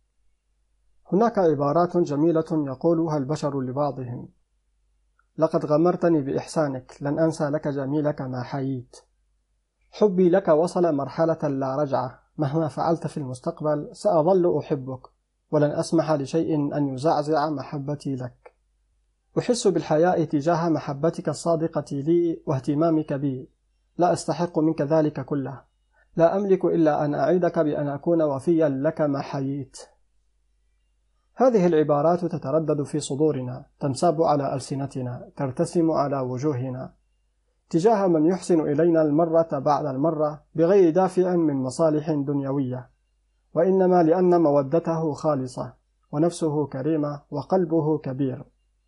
هناك عبارات جميلة يقولها البشر لبعضهم: لقد غمرتني بإحسانك، لن أنسى لك جميلك ما حييت. حبي لك وصل مرحلة لا رجعة، مهما فعلت في المستقبل سأظل أحبك، ولن أسمح لشيء أن يزعزع محبتي لك. أحس بالحياء تجاه محبتك الصادقة لي واهتمامك بي، لا أستحق منك ذلك كله، لا أملك إلا أن أعدك بأن أكون وفيا لك ما حييت. هذه العبارات تتردد في صدورنا، تنساب على ألسنتنا، ترتسم على وجوهنا تجاه من يحسن إلينا المرة بعد المرة بغير دافع من مصالح دنيوية، وإنما لأن مودته خالصة ونفسه كريمة وقلبه كبير.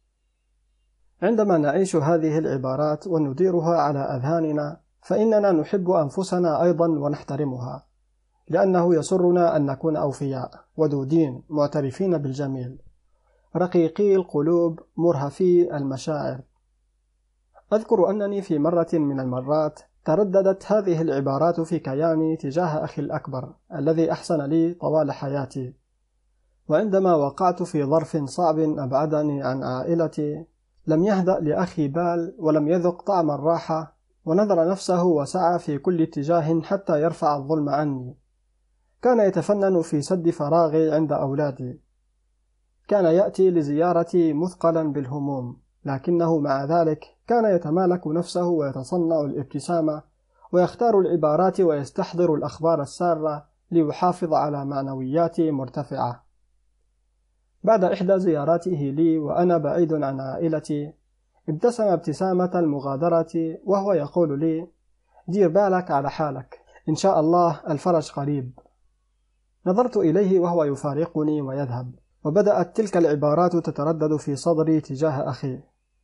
عندما نعيش هذه العبارات ونديرها على أذهاننا فإننا نحب أنفسنا أيضا ونحترمها، لأنه يسرنا أن نكون أوفياء ودودين معترفين بالجميل، رقيقي القلوب مرهفي المشاعر. أذكر أنني في مرة من المرات ترددت هذه العبارات في كياني تجاه أخي الأكبر الذي أحسن لي طوال حياتي، وعندما وقعت في ظرف صعب أبعدني عن عائلتي لم يهدأ لأخي بال ولم يذق طعم الراحة، ونظر نفسه وسعى في كل اتجاه حتى يرفع الظلم عني. كان يتفنن في سد فراغي عند أولادي، كان يأتي لزيارتي مثقلا بالهموم، لكنه مع ذلك كان يتمالك نفسه ويتصنع الابتسامة ويختار العبارات ويستحضر الأخبار السارة ليحافظ على معنوياتي مرتفعة. بعد إحدى زياراته لي وأنا بعيد عن عائلتي ابتسم ابتسامة المغادرة وهو يقول لي: دير بالك على حالك، إن شاء الله الفرج قريب. نظرت إليه وهو يفارقني ويذهب، وبدأت تلك العبارات تتردد في صدري تجاه أخي: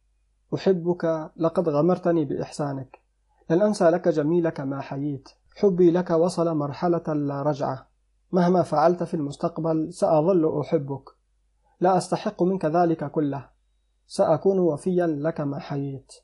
أحبك، لقد غمرتني بإحسانك، لن أنسى لك جميلك ما حييت. حبي لك وصل مرحلة لا رجعة، مهما فعلت في المستقبل سأظل أحبك، لا أستحق منك ذلك كله، سأكون وفيا لك ما حييت.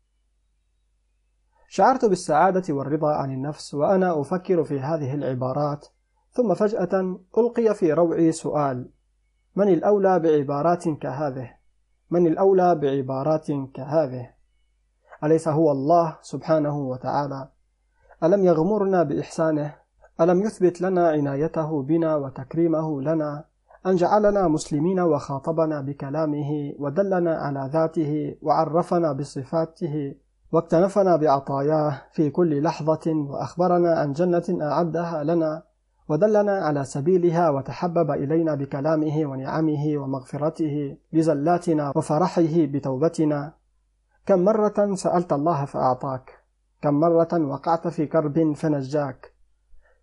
شعرت بالسعادة والرضا عن النفس وأنا أفكر في هذه العبارات، ثم فجأة ألقي في روعي سؤال: من الأولى بعبارات كهذه؟ من الأولى بعبارات كهذه؟ أليس هو الله سبحانه وتعالى؟ ألم يغمرنا بإحسانه؟ ألم يثبت لنا عنايته بنا وتكريمه لنا، أن جعلنا مسلمين وخاطبنا بكلامه ودلنا على ذاته وعرفنا بصفاته واكتنفنا بعطاياه في كل لحظة، وأخبرنا عن جنة أعدها لنا ودلنا على سبيلها، وتحبب إلينا بكلامه ونعمه ومغفرته لزلاتنا وفرحه بتوبتنا. كم مرة سألت الله فأعطاك، كم مرة وقعت في كرب فنجاك،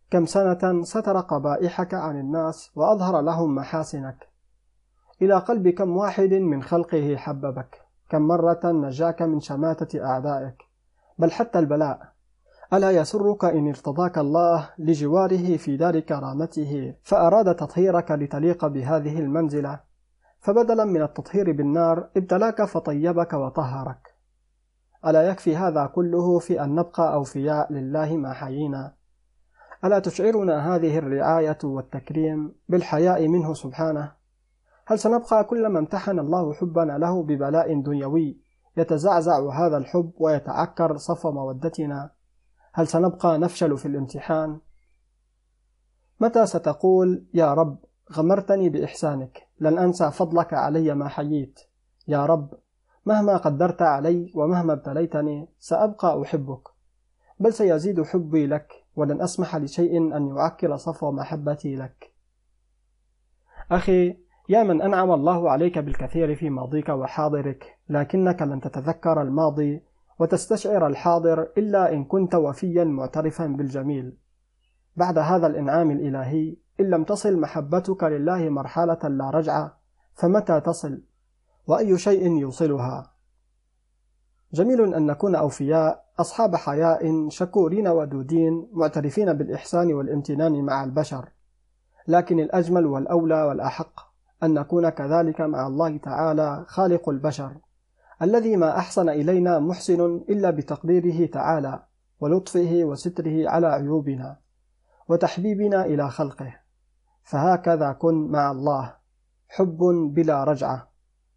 كم سنة ستر قبائحك عن الناس وأظهر لهم محاسنك. إلى قلب كم واحد من خلقه حببك. كم مرة نجاك من شماتة أعدائك، بل حتى البلاء. ألا يسرك إن ارتضاك الله لجواره في دار كرامته فأراد تطهيرك لتليق بهذه المنزلة، فبدلا من التطهير بالنار ابتلاك فطيبك وطهرك. ألا يكفي هذا كله في أن نبقى أوفياء لله ما حيينا؟ ألا تشعرنا هذه الرعاية والتكريم بالحياء منه سبحانه؟ هل سنبقى كلما امتحن الله حبنا له ببلاء دنيوي يتزعزع هذا الحب ويتعكر صفو مودتنا؟ هل سنبقى نفشل في الامتحان؟ متى ستقول يا رب غمرتني بإحسانك، لن أنسى فضلك علي ما حييت؟ يا رب مهما قدرت علي ومهما ابتليتني سأبقى أحبك، بل سيزيد حبي لك، ولن أسمح لشيء أن يعكر صفو محبتي لك. أخي، يا من أنعم الله عليك بالكثير في ماضيك وحاضرك، لكنك لن تتذكر الماضي وتستشعر الحاضر إلا إن كنت وفيا معترفا بالجميل. بعد هذا الإنعام الإلهي إن لم تصل محبتك لله مرحلة لا رجعة، فمتى تصل؟ وأي شيء يوصلها؟ جميل أن نكون أوفياء أصحاب حياء شكورين ودودين معترفين بالإحسان والامتنان مع البشر، لكن الأجمل والأولى والأحق أن نكون كذلك مع الله تعالى خالق البشر، الذي ما أحسن إلينا محسن إلا بتقديره تعالى ولطفه وستره على عيوبنا وتحبيبنا إلى خلقه. فهكذا كن مع الله، حب بلا رجعة.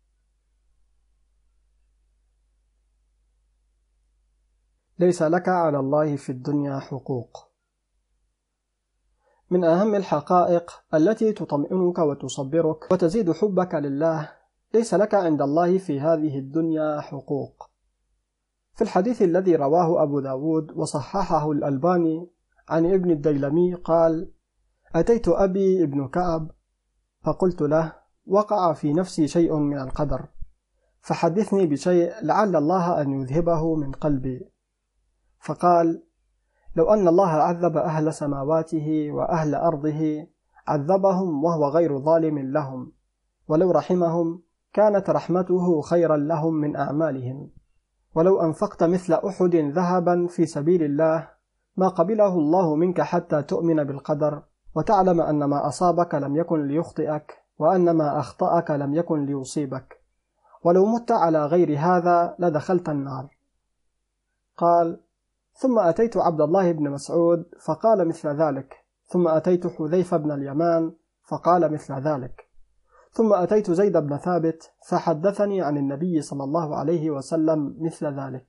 ليس لك على الله في الدنيا حقوق. من أهم الحقائق التي تطمئنك وتصبرك وتزيد حبك لله، ليس لك عند الله في هذه الدنيا حقوق. في الحديث الذي رواه أبو داود وصححه الألباني عن ابن الديلمي قال: أتيت أبي ابن كعب فقلت له: وقع في نفسي شيء من القدر، فحدثني بشيء لعل الله أن يذهبه من قلبي. فقال: لو أن الله عذب أهل سماواته وأهل أرضه عذبهم وهو غير ظالم لهم، ولو رحمهم كانت رحمته خيرا لهم من أعمالهم، ولو أنفقت مثل أحد ذهبا في سبيل الله ما قبله الله منك حتى تؤمن بالقدر وتعلم أن ما أصابك لم يكن ليخطئك وأن ما أخطأك لم يكن ليصيبك، ولو مت على غير هذا لدخلت النار. قال: ثم أتيت عبد الله بن مسعود فقال مثل ذلك، ثم أتيت حذيفة بن اليمان فقال مثل ذلك، ثم أتيت زيد بن ثابت فحدثني عن النبي صلى الله عليه وسلم مثل ذلك.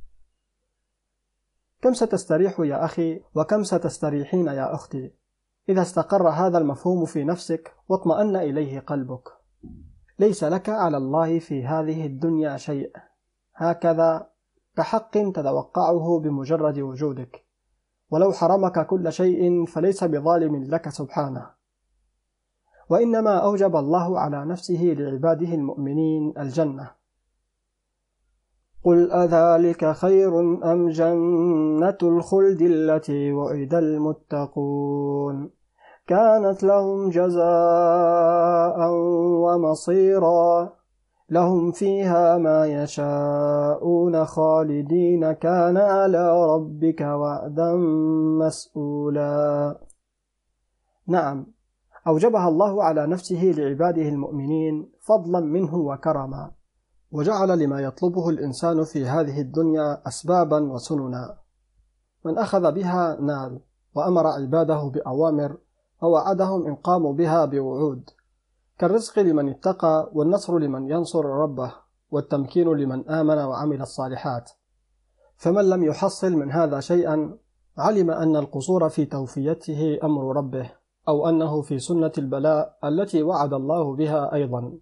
كم ستستريح يا أخي وكم ستستريحين يا أختي إذا استقر هذا المفهوم في نفسك واطمأن إليه قلبك. ليس لك على الله في هذه الدنيا شيء، هكذا كحق تتوقعه بمجرد وجودك، ولو حرمك كل شيء فليس بظالم لك سبحانه. وإنما أوجب الله على نفسه لعباده المؤمنين الجنة. قل أذلك خير أم جنة الخلد التي وعد المتقون كانت لهم جزاء ومصيرا لهم فيها ما يشاءون خالدين كان على ربك وعدا مسؤولا. نعم، أوجبها الله على نفسه لعباده المؤمنين فضلا منه وكرما، وجعل لما يطلبه الإنسان في هذه الدنيا أسبابا وسننا، من أخذ بها نال، وأمر عباده بأوامر ووعدهم إن قاموا بها بوعود، كالرزق لمن اتقى والنصر لمن ينصر ربه والتمكين لمن آمن وعمل الصالحات. فمن لم يحصل من هذا شيئا علم أن القصور في توفيته أمر ربه، أو أنه في سنة البلاء التي وعد الله بها أيضا: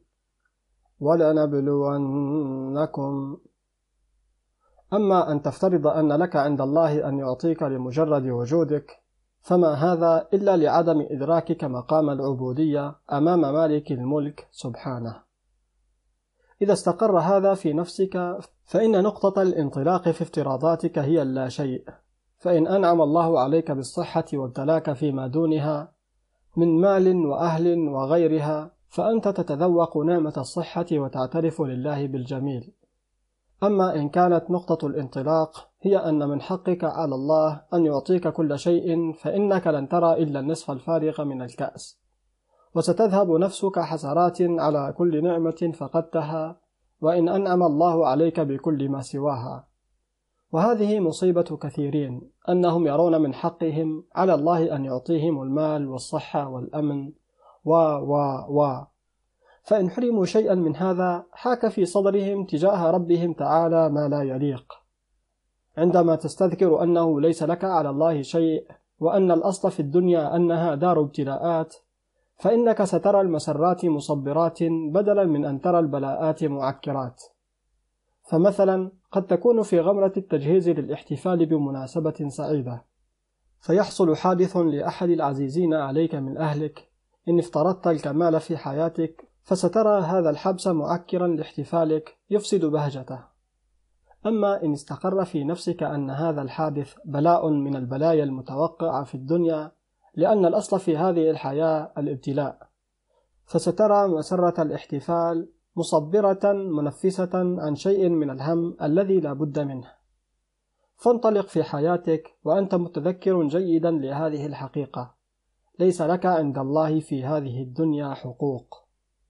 ولنبلونكم. أما أن تفترض أن لك عند الله أن يعطيك لمجرد وجودك، فما هذا إلا لعدم إدراكك مقام العبودية أمام مالك الملك سبحانه. إذا استقر هذا في نفسك فإن نقطة الانطلاق في افتراضاتك هي اللا شيء، فإن أنعم الله عليك بالصحة وابتلاك فيما دونها من مال وأهل وغيرها فأنت تتذوق نعمة الصحة وتعترف لله بالجميل. أما إن كانت نقطة الانطلاق هي أن من حقك على الله أن يعطيك كل شيء فإنك لن ترى إلا النصف الفارغ من الكأس، وستذهب نفسك حسرات على كل نعمة فقدتها وإن أنعم الله عليك بكل ما سواها. وهذه مصيبة كثيرين، أنهم يرون من حقهم على الله أن يعطيهم المال والصحة والأمن و و و فإن حرموا شيئا من هذا حاك في صدرهم تجاه ربهم تعالى ما لا يليق. عندما تستذكر أنه ليس لك على الله شيء وأن الأصل في الدنيا أنها دار ابتلاءات، فإنك سترى المسرات مصبرات بدلا من أن ترى البلاءات معكرات. فمثلا قد تكون في غمرة التجهيز للاحتفال بمناسبة سعيدة، فيحصل حادث لأحد العزيزين عليك من أهلك إن افترضت الكمال في حياتك، فسترى هذا الحبس معكرا لاحتفالك يفسد بهجته. أما إن استقر في نفسك أن هذا الحادث بلاء من البلايا المتوقعة في الدنيا لأن الأصل في هذه الحياة الابتلاء، فسترى مسرة الاحتفال مصبرة منفسة عن شيء من الهم الذي لا بد منه. فانطلق في حياتك وأنت متذكر جيدا لهذه الحقيقة: ليس لك عند الله في هذه الدنيا حقوق.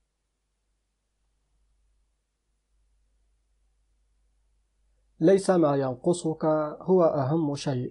ليس ما ينقصك هو أهم شيء.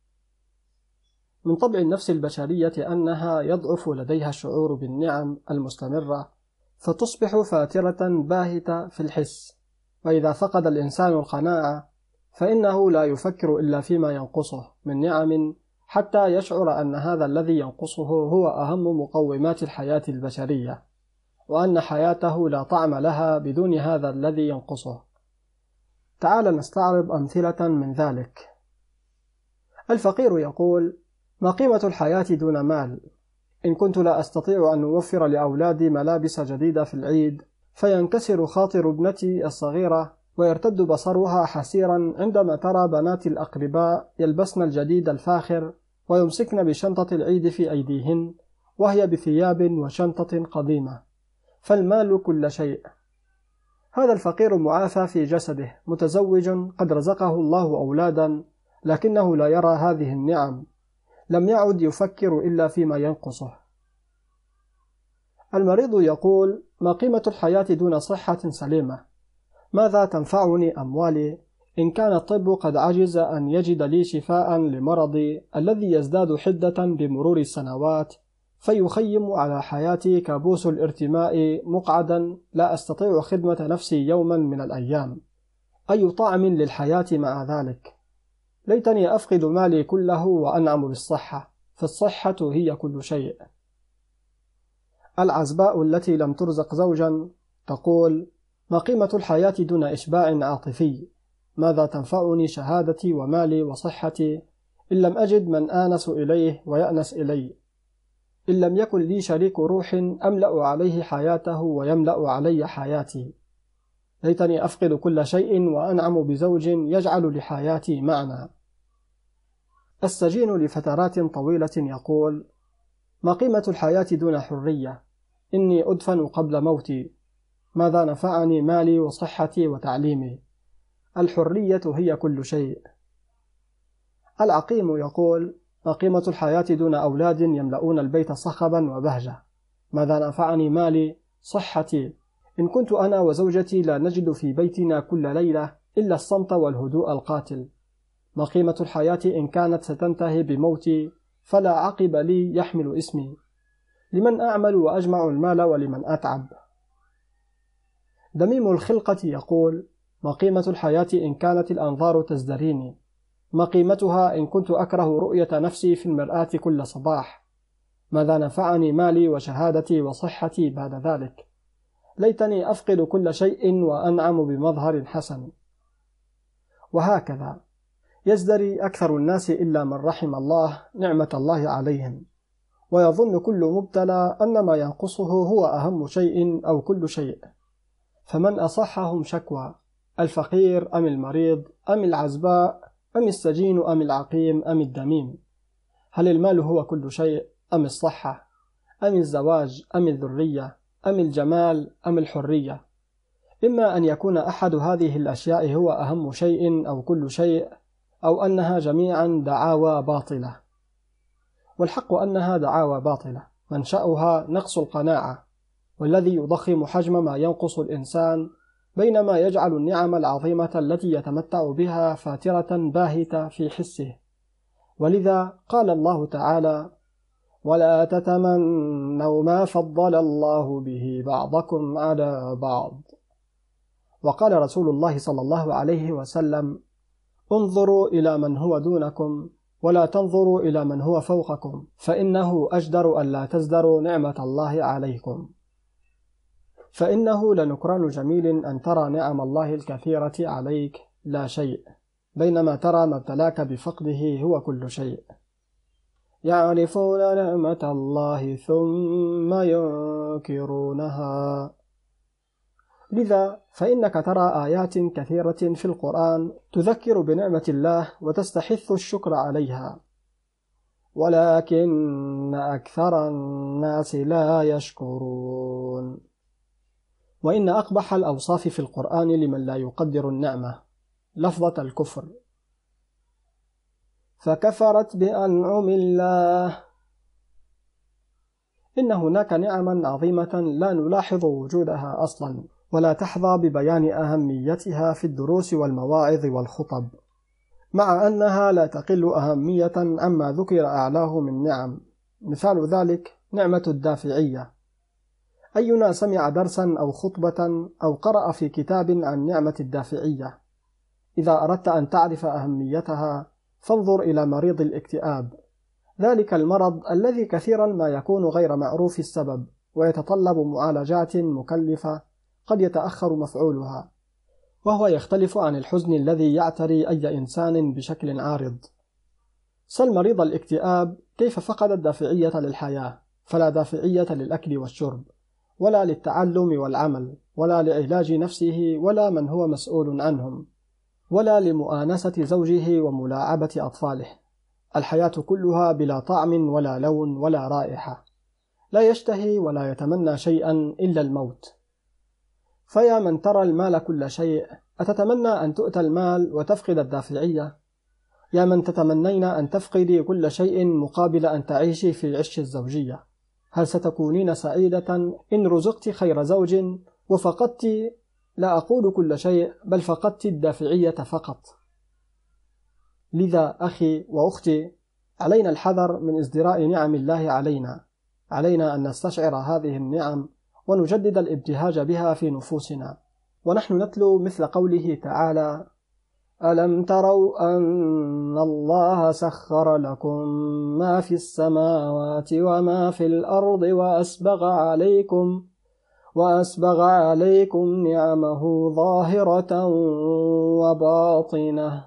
من طبع النفس البشرية أنها يضعف لديها الشعور بالنعم المستمرة، فتصبح فاترة باهتة في الحس. وإذا فقد الإنسان القناعة فإنه لا يفكر إلا فيما ينقصه من نعم حتى يشعر أن هذا الذي ينقصه هو أهم مقومات الحياة البشرية، وأن حياته لا طعم لها بدون هذا الذي ينقصه. تعال نستعرض أمثلة من ذلك. الفقير يقول: ما قيمة الحياة دون مال؟ إن كنت لا أستطيع أن أوفر لأولادي ملابس جديدة في العيد فينكسر خاطر ابنتي الصغيرة ويرتد بصرها حسيرا عندما ترى بنات الأقرباء يلبسن الجديد الفاخر ويمسكن بشنطة العيد في أيديهن وهي بثياب وشنطة قديمة، فالمال كل شيء. هذا الفقير معافى في جسده، متزوج قد رزقه الله أولادا، لكنه لا يرى هذه النعم، لم يعد يفكر إلا فيما ينقصه. المريض يقول: ما قيمة الحياة دون صحة سليمة؟ ماذا تنفعني أموالي إن كان الطب قد عجز أن يجد لي شفاء لمرضي الذي يزداد حدة بمرور السنوات، فيخيم على حياتي كابوس الارتماء مقعدا لا أستطيع خدمة نفسي يوما من الأيام؟ أي طعم للحياة مع ذلك؟ ليتني أفقد مالي كله وأنعم بالصحة، فالصحة هي كل شيء. العزباء التي لم ترزق زوجا تقول: ما قيمة الحياة دون إشباع عاطفي؟ ماذا تنفعني شهادتي ومالي وصحتي إن لم أجد من آنس إليه ويأنس إلي، إن لم يكن لي شريك روح أملأ عليه حياته ويملأ علي حياتي؟ ليتني أفقد كل شيء وأنعم بزوج يجعل لحياتي معنى. السجين لفترات طويلة يقول: ما قيمة الحياة دون حرية؟ إني أدفن قبل موتي، ماذا نفعني مالي وصحتي وتعليمي؟ الحرية هي كل شيء. العقيم يقول: ما قيمة الحياة دون أولاد يملؤون البيت صخبا وبهجة؟ ماذا نفعني مالي صحتي؟ إن كنت أنا وزوجتي لا نجد في بيتنا كل ليلة إلا الصمت والهدوء القاتل. ما قيمة الحياة إن كانت ستنتهي بموتي فلا عقب لي يحمل اسمي؟ لمن أعمل وأجمع المال ولمن أتعب؟ دميم الخلقة يقول: ما قيمة الحياة إن كانت الأنظار تزدريني؟ ما قيمتها إن كنت أكره رؤية نفسي في المرآة كل صباح؟ ماذا نفعني مالي وشهادتي وصحتي بعد ذلك؟ ليتني أفقد كل شيء وأنعم بمظهر حسن. وهكذا يزدري أكثر الناس إلا من رحم الله نعمة الله عليهم، ويظن كل مبتلى أن ما ينقصه هو أهم شيء أو كل شيء. فمن أصحهم شكوى، الفقير أم المريض أم العزباء أم السجين أم العقيم أم الدميم؟ هل المال هو كل شيء أم الصحة؟ أم الزواج أم الذرية أم الجمال أم الحرية؟ إما أن يكون أحد هذه الأشياء هو أهم شيء أو كل شيء، أو أنها جميعا دعاوى باطلة. والحق أنها دعاوى باطلة منشأها نقص القناعة، والذي يضخم حجم ما ينقص الإنسان، بينما يجعل النعم العظيمة التي يتمتع بها فاترة باهتة في حسه. ولذا قال الله تعالى: ولا تتمنوا ما فضل الله به بعضكم على بعض. وقال رسول الله صلى الله عليه وسلم: انظروا إلى من هو دونكم ولا تنظروا إلى من هو فوقكم، فإنه أجدر أن لا تزدروا نعمة الله عليكم. فإنه لنكران جميل أن ترى نعم الله الكثيرة عليك لا شيء، بينما ترى ما ابتلاك بفقده هو كل شيء. يعرفون نعمة الله ثم ينكرونها. لذا فإنك ترى آيات كثيرة في القرآن تذكر بنعمة الله وتستحث الشكر عليها، ولكن أكثر الناس لا يشكرون. وإن أقبح الأوصاف في القرآن لمن لا يقدر النعمة لفظة الكفر. فكفرت بأنعم الله. إن هناك نعما عظيمة لا نلاحظ وجودها أصلا، ولا تحظى ببيان أهميتها في الدروس والمواعظ والخطب، مع أنها لا تقل أهمية عما ذكر أعلاه من نعم. مثال ذلك نعمة الدافعية. أينا سمع درسا أو خطبة أو قرأ في كتاب عن نعمة الدافعية؟ إذا أردت أن تعرف أهميتها فانظر إلى مريض الاكتئاب، ذلك المرض الذي كثيرا ما يكون غير معروف السبب ويتطلب معالجات مكلفة قد يتأخر مفعولها، وهو يختلف عن الحزن الذي يعتري أي إنسان بشكل عارض. سل مريض الاكتئاب كيف فقد الدافعية للحياة، فلا دافعية للأكل والشرب، ولا للتعلم والعمل، ولا لعلاج نفسه ولا من هو مسؤول عنهم، ولا لمؤانسة زوجه وملاعبة أطفاله. الحياة كلها بلا طعم ولا لون ولا رائحة، لا يشتهي ولا يتمنى شيئا إلا الموت. فيا من ترى المال كل شيء، أتتمنى أن تؤتى المال وتفقد الدافعية؟ يا من تتمنين أن تفقدي كل شيء مقابل أن تعيشي في عش الزوجية، هل ستكونين سعيدة إن رزقت خير زوج وفقدت، لا أقول كل شيء، بل فقدت الدافعية فقط؟ لذا أخي وأختي، علينا الحذر من ازدراء نعم الله علينا. علينا أن نستشعر هذه النعم ونجدد الابتهاج بها في نفوسنا، ونحن نتلو مثل قوله تعالى: ألم تروا أن الله سخر لكم ما في السماوات وما في الأرض وأسبغ عليكم وأسبغ عليكم نعمه ظاهرة وباطنة.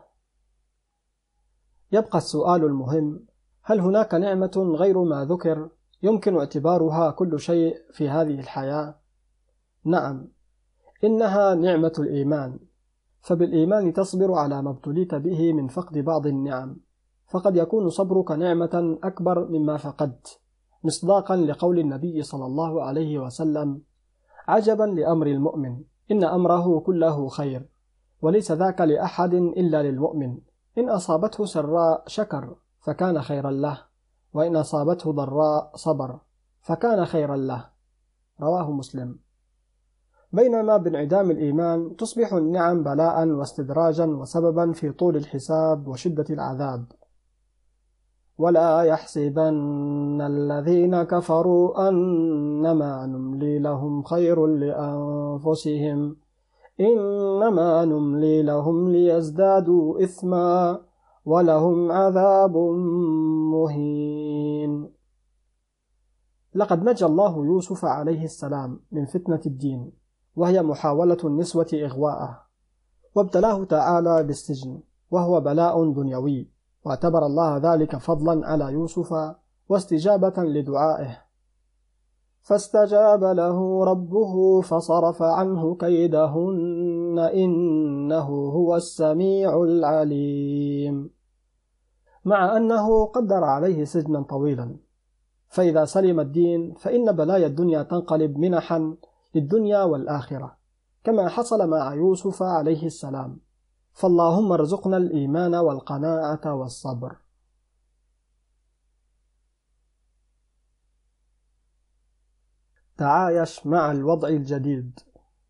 يبقى السؤال المهم: هل هناك نعمة غير ما ذكر يمكن اعتبارها كل شيء في هذه الحياة؟ نعم، إنها نعمة الإيمان. فبالإيمان تصبر على ما ابتليت به من فقد بعض النعم، فقد يكون صبرك نعمة أكبر مما فقدت، مصداقا لقول النبي صلى الله عليه وسلم: عجبا لأمر المؤمن، إن أمره كله خير، وليس ذاك لأحد إلا للمؤمن، إن أصابته سراء شكر فكان خيرا له، وإن أصابته ضراء صبر فكان خيرا له. رواه مسلم. بينما بانعدام الإيمان تصبح النعم بلاء واستدراجا وسببا في طول الحساب وشدة العذاب. ولا يحسبن الذين كفروا أنما نملي لهم خير لأنفسهم، إنما نملي لهم ليزدادوا إثما ولهم عذاب مهين. لقد نجى الله يوسف عليه السلام من فتنة الدين، وهي محاولة النسوة إغواءه، وابتلاه تعالى بالسجن، وهو بلاء دنيوي، واعتبر الله ذلك فضلا على يوسف واستجابة لدعائه. فاستجاب له ربه فصرف عنه كيدهن إنه هو السميع العليم. مع أنه قدر عليه سجنا طويلا، فإذا سلم الدين فإن بلايا الدنيا تنقلب منحا للدنيا والآخرة، كما حصل مع يوسف عليه السلام. فاللهم ارزقنا الإيمان والقناعة والصبر. تعايش مع الوضع الجديد.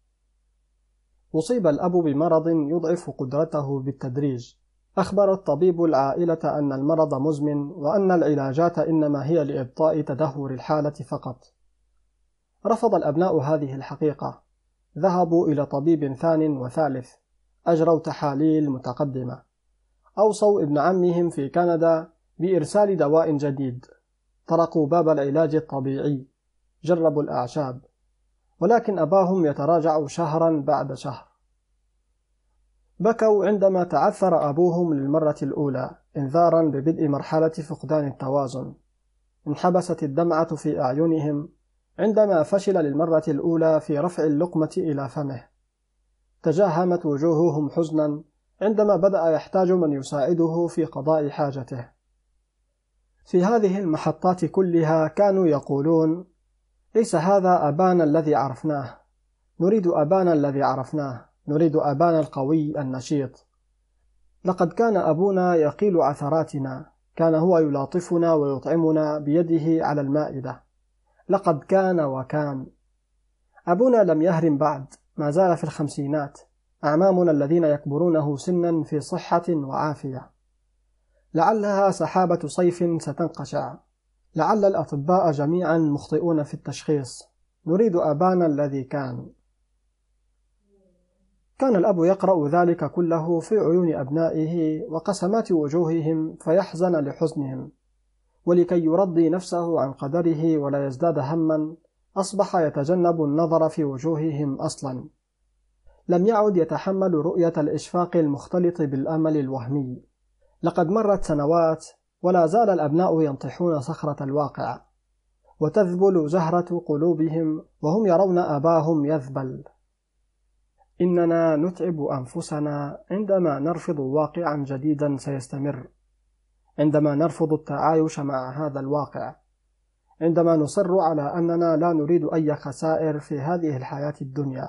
أصيب الأب بمرض يضعف قدرته بالتدريج. أخبر الطبيب العائلة أن المرض مزمن، وأن العلاجات إنما هي لإبطاء تدهور الحالة فقط. رفض الأبناء هذه الحقيقة، ذهبوا إلى طبيب ثان وثالث، أجروا تحاليل متقدمة، أوصوا ابن عمهم في كندا بإرسال دواء جديد، طرقوا باب العلاج الطبيعي، جربوا الأعشاب، ولكن أباهم يتراجع شهرا بعد شهر. بكوا عندما تعثر أبوهم للمرة الأولى إنذارا ببدء مرحلة فقدان التوازن. انحبست الدمعة في أعينهم عندما فشل للمرة الأولى في رفع اللقمة إلى فمه. تجاهمت وجوههم حزنا عندما بدأ يحتاج من يساعده في قضاء حاجته. في هذه المحطات كلها كانوا يقولون: ليس هذا أبانا الذي عرفناه، نريد أبانا الذي عرفناه، نريد أبانا القوي النشيط. لقد كان أبونا يقيل عثراتنا، كان هو يلاطفنا ويطعمنا بيده على المائدة. لقد كان وكان. أبونا لم يهرم بعد، ما زال في الخمسينات. أعمامنا الذين يكبرونه سنا في صحة وعافية. لعلها سحابة صيف ستنقشع، لعل الأطباء جميعا مخطئون في التشخيص. نريد أبانا الذي كان. كان الأب يقرأ ذلك كله في عيون أبنائه وقسمات وجوههم فيحزن لحزنهم، ولكي يرضي نفسه عن قدره ولا يزداد همًا أصبح يتجنب النظر في وجوههم أصلاً. لم يعد يتحمل رؤية الإشفاق المختلط بالأمل الوهمي. لقد مرت سنوات ولا زال الأبناء ينطحون صخرة الواقع، وتذبل زهرة قلوبهم وهم يرون أباهم يذبل. إننا نتعب أنفسنا عندما نرفض واقعا جديدا سيستمر، عندما نرفض التعايش مع هذا الواقع، عندما نصر على أننا لا نريد أي خسائر في هذه الحياة الدنيا.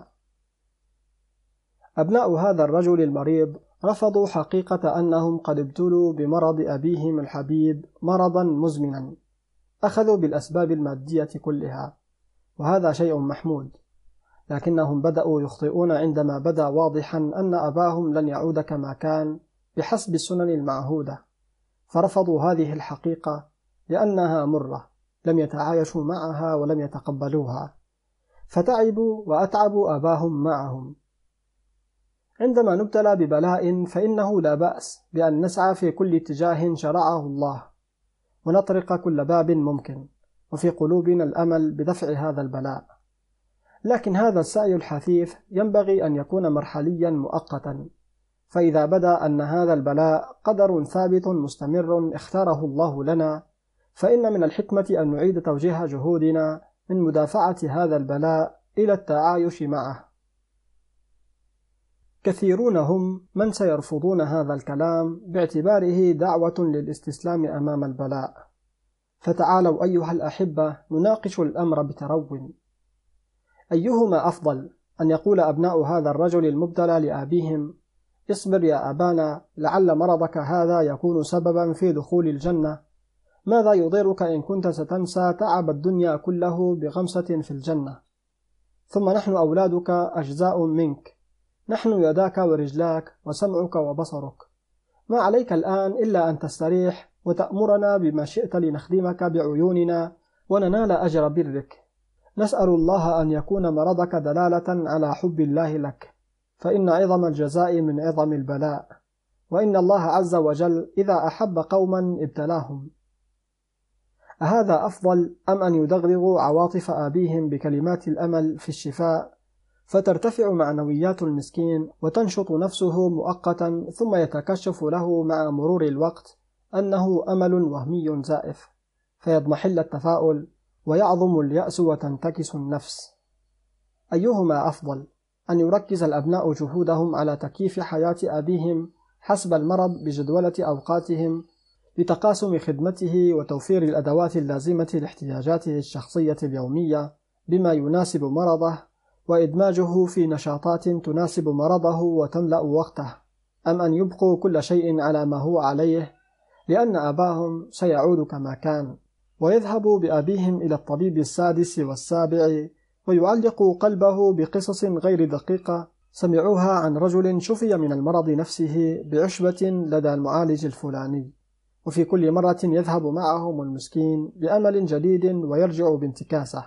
أبناء هذا الرجل المريض رفضوا حقيقة أنهم قد ابتلوا بمرض أبيهم الحبيب مرضا مزمنا. أخذوا بالأسباب المادية كلها، وهذا شيء محمود، لكنهم بدأوا يخطئون عندما بدا واضحا أن أباهم لن يعود كما كان بحسب السنن المعهودة، فرفضوا هذه الحقيقة لأنها مرة، لم يتعايشوا معها ولم يتقبلوها، فتعبوا وأتعبوا أباهم معهم. عندما نبتلى ببلاء فإنه لا بأس بأن نسعى في كل اتجاه شرعه الله، ونطرق كل باب ممكن، وفي قلوبنا الأمل بدفع هذا البلاء. لكن هذا السعي الحثيث ينبغي أن يكون مرحليا مؤقتا، فإذا بدا أن هذا البلاء قدر ثابت مستمر اختاره الله لنا، فإن من الحكمة أن نعيد توجيه جهودنا من مدافعة هذا البلاء إلى التعايش معه. كثيرون هم من سيرفضون هذا الكلام باعتباره دعوة للاستسلام أمام البلاء. فتعالوا أيها الأحبة نناقش الأمر بترو. أيهما أفضل، أن يقول أبناء هذا الرجل المبتلى لأبيهم: اصبر يا أبانا، لعل مرضك هذا يكون سببا في دخول الجنة، ماذا يضيرك إن كنت ستنسى تعب الدنيا كله بغمسة في الجنة، ثم نحن أولادك أجزاء منك، نحن يداك ورجلاك وسمعك وبصرك، ما عليك الآن إلا أن تستريح وتأمرنا بما شئت لنخدمك بعيوننا وننال أجر برك. نسأل الله أن يكون مرضك دلالة على حب الله لك، فإن عظم الجزاء من عظم البلاء، وإن الله عز وجل إذا أحب قوما ابتلاهم. أهذا أفضل أم أن يدغدغوا عواطف آبيهم بكلمات الأمل في الشفاء، فترتفع معنويات المسكين وتنشط نفسه مؤقتا، ثم يتكشف له مع مرور الوقت أنه أمل وهمي زائف، فيضمحل التفاؤل ويعظم اليأس وتنتكس النفس. أيهما أفضل؟ أن يركز الأبناء جهودهم على تكييف حياة أبيهم حسب المرض بجدولة أوقاتهم لتقاسم خدمته وتوفير الأدوات اللازمة لاحتياجاته الشخصية اليومية بما يناسب مرضه وإدماجه في نشاطات تناسب مرضه وتملأ وقته، أم أن يبقوا كل شيء على ما هو عليه لأن أباهم سيعود كما كان، ويذهبوا بأبيهم إلى الطبيب السادس والسابع ويعلق قلبه بقصص غير دقيقة سمعوها عن رجل شفي من المرض نفسه بعشبة لدى المعالج الفلاني، وفي كل مرة يذهب معهم المسكين بأمل جديد ويرجع بانتكاسة.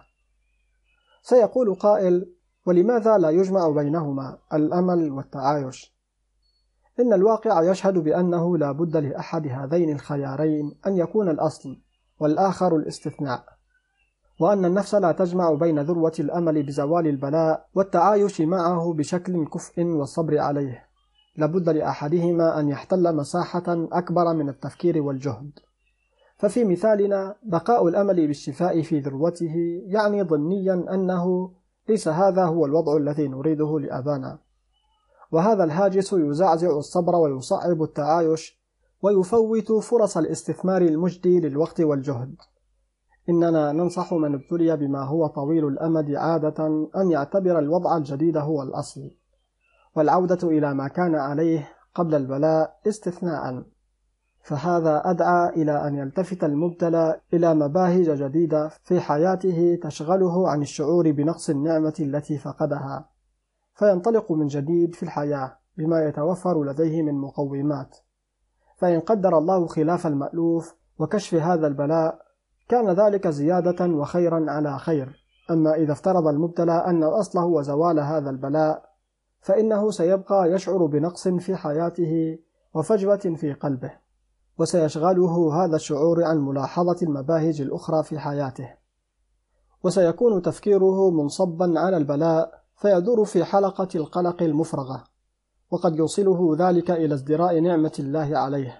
سيقول قائل: ولماذا لا يجمع بينهما الأمل والتعايش؟ إن الواقع يشهد بأنه لا بد لأحد هذين الخيارين أن يكون الأصل والآخر الاستثناء، وأن النفس لا تجمع بين ذروة الأمل بزوال البلاء والتعايش معه بشكل كفء والصبر عليه، لابد لأحدهما أن يحتل مساحة أكبر من التفكير والجهد. ففي مثالنا بقاء الأمل بالشفاء في ذروته يعني ضمنيا أنه ليس هذا هو الوضع الذي نريده لأبانا، وهذا الهاجس يزعزع الصبر ويصعب التعايش ويفوت فرص الاستثمار المجدي للوقت والجهد. إننا ننصح من ابتلي بما هو طويل الأمد عادة أن يعتبر الوضع الجديد هو الأصل، والعودة إلى ما كان عليه قبل البلاء استثناء، فهذا أدعى إلى أن يلتفت المبتلى إلى مباهج جديدة في حياته تشغله عن الشعور بنقص النعمة التي فقدها، فينطلق من جديد في الحياة بما يتوفر لديه من مقومات. فإن قدر الله خلاف المألوف وكشف هذا البلاء كان ذلك زيادة وخيرا على خير. أما إذا افترض المبتلى أن الأصل هو زوال هذا البلاء فإنه سيبقى يشعر بنقص في حياته وفجوة في قلبه، وسيشغله هذا الشعور عن ملاحظة المباهج الأخرى في حياته، وسيكون تفكيره منصبا على البلاء فيدور في حلقة القلق المفرغة، وقد يوصله ذلك إلى ازدراء نعمة الله عليه.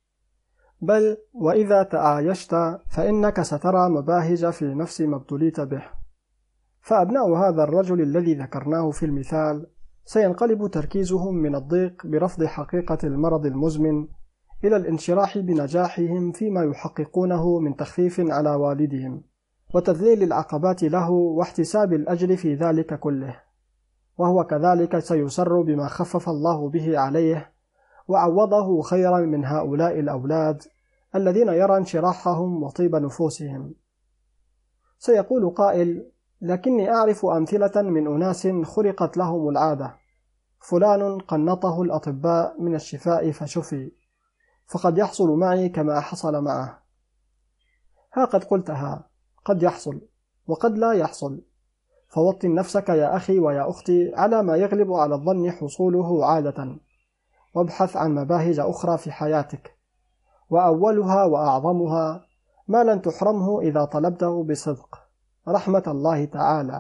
بل وإذا تعايشت فإنك سترى مباهج في نفس ما ابتليت به. فأبناء هذا الرجل الذي ذكرناه في المثال سينقلب تركيزهم من الضيق برفض حقيقة المرض المزمن إلى الانشراح بنجاحهم فيما يحققونه من تخفيف على والدهم وتذليل العقبات له واحتساب الأجر في ذلك كله، وهو كذلك سيسر بما خفف الله به عليه وعوضه خيرا من هؤلاء الأولاد الذين يرى انشراحهم وطيب نفوسهم. سيقول قائل: لكني أعرف أمثلة من أناس خلقت لهم العادة، فلان قنطه الأطباء من الشفاء فشفي، فقد يحصل معي كما حصل معه. ها قد قلتها، قد يحصل وقد لا يحصل، فوطن نفسك يا أخي ويا أختي على ما يغلب على الظن حصوله عادة، وابحث عن مباهج أخرى في حياتك، وأولها وأعظمها ما لن تحرمه إذا طلبته بصدق: رحمة الله تعالى.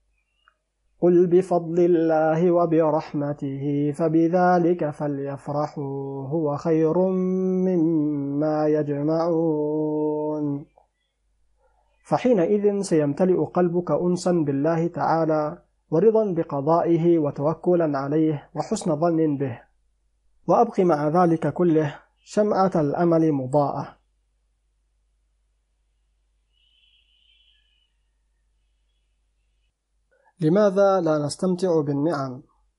قل بفضل الله وبرحمته فبذلك فليفرحوا هو خير مما يجمعون. فحينئذ سيمتلئ قلبك أنسا بالله تعالى ورضا بقضائه وتوكلا عليه وحسن ظن به، وأبق مع ذلك كله شمعة الأمل مضاءة. لماذا لا نستمتع بالنعم؟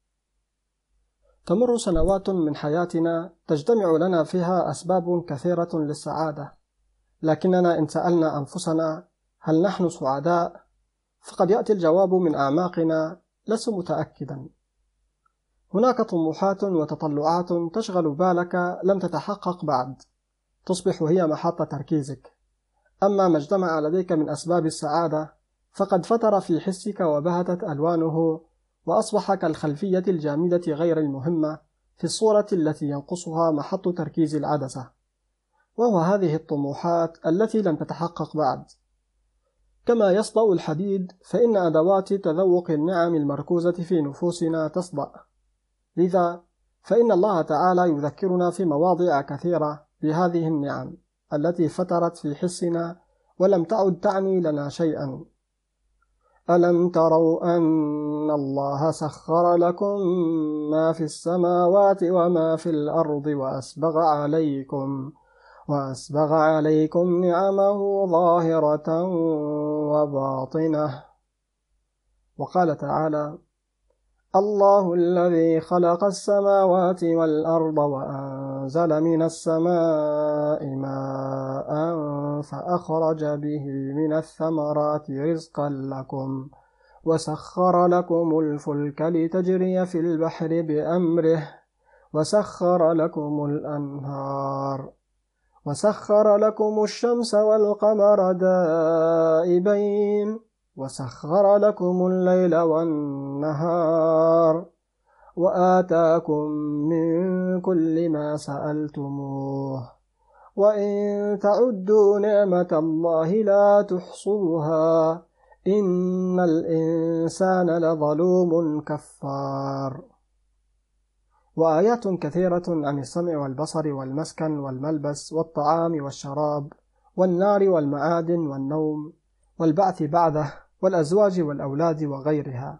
تمر سنوات من حياتنا تجتمع لنا فيها أسباب كثيرة للسعادة، لكننا إن سألنا أنفسنا هل نحن سعداء؟ فقد يأتي الجواب من أعماقنا: لست متأكدا. هناك طموحات وتطلعات تشغل بالك لم تتحقق بعد، تصبح هي محط تركيزك. أما ما اجتمع لديك من أسباب السعادة فقد فتر في حسك وبهتت ألوانه، وأصبح كالخلفية الجامدة غير المهمة في الصورة التي ينقصها محط تركيز العدسة، وهو هذه الطموحات التي لم تتحقق بعد. كما يصدأ الحديد فإن أدوات تذوق النعم المركوزة في نفوسنا تصدأ، لذا فإن الله تعالى يذكرنا في مواضع كثيرة بهذه النعم التي فترت في حسنا ولم تعد تعني لنا شيئا. ألم تروا أن الله سخر لكم ما في السماوات وما في الأرض وأسبغ عليكم وأسبغ عليكم نعمه ظاهرة وباطنة. وقال تعالى: الله الذي خلق السماوات والأرض وأنزل من السماء ماء فأخرج به من الثمرات رزقا لكم وسخر لكم الفلك لتجري في البحر بأمره وسخر لكم الأنهار وسخر لكم الشمس والقمر دائبين وسخر لكم الليل والنهار وآتاكم من كل ما سألتموه وإن تعدوا نعمة الله لا تحصوها إن الإنسان لظلوم كفار. وآيات كثيرة عن السمع والبصر والمسكن والملبس والطعام والشراب والنار والمعادن والنوم والبعث بعده والأزواج والأولاد وغيرها.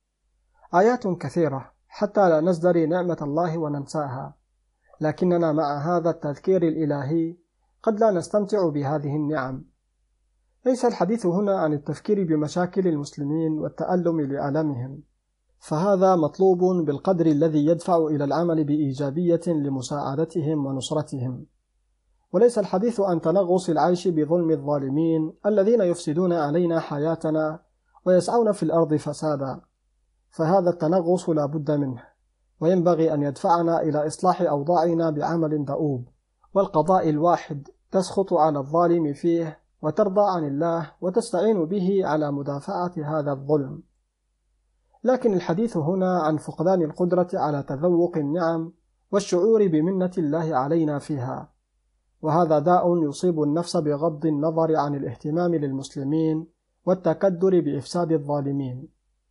آيات كثيرة حتى لا نزدري نعمة الله وننساها، لكننا مع هذا التذكير الإلهي قد لا نستمتع بهذه النعم. ليس الحديث هنا عن التفكير بمشاكل المسلمين والتألم لألمهم، فهذا مطلوب بالقدر الذي يدفع إلى العمل بإيجابية لمساعدتهم ونصرتهم، وليس الحديث عن تنغص العيش بظلم الظالمين الذين يفسدون علينا حياتنا ويسعون في الأرض فسادا، فهذا التنغص لا بد منه، وينبغي أن يدفعنا إلى إصلاح أوضاعنا بعمل دؤوب والقضاء الواحد تسخط على الظالم فيه وترضى عن الله وتستعين به على مدافعة هذا الظلم. لكن الحديث هنا عن فقدان القدرة على تذوق النعم والشعور بمنة الله علينا فيها، وهذا داء يصيب النفس بغض النظر عن الاهتمام للمسلمين والتكدر بإفساد الظالمين.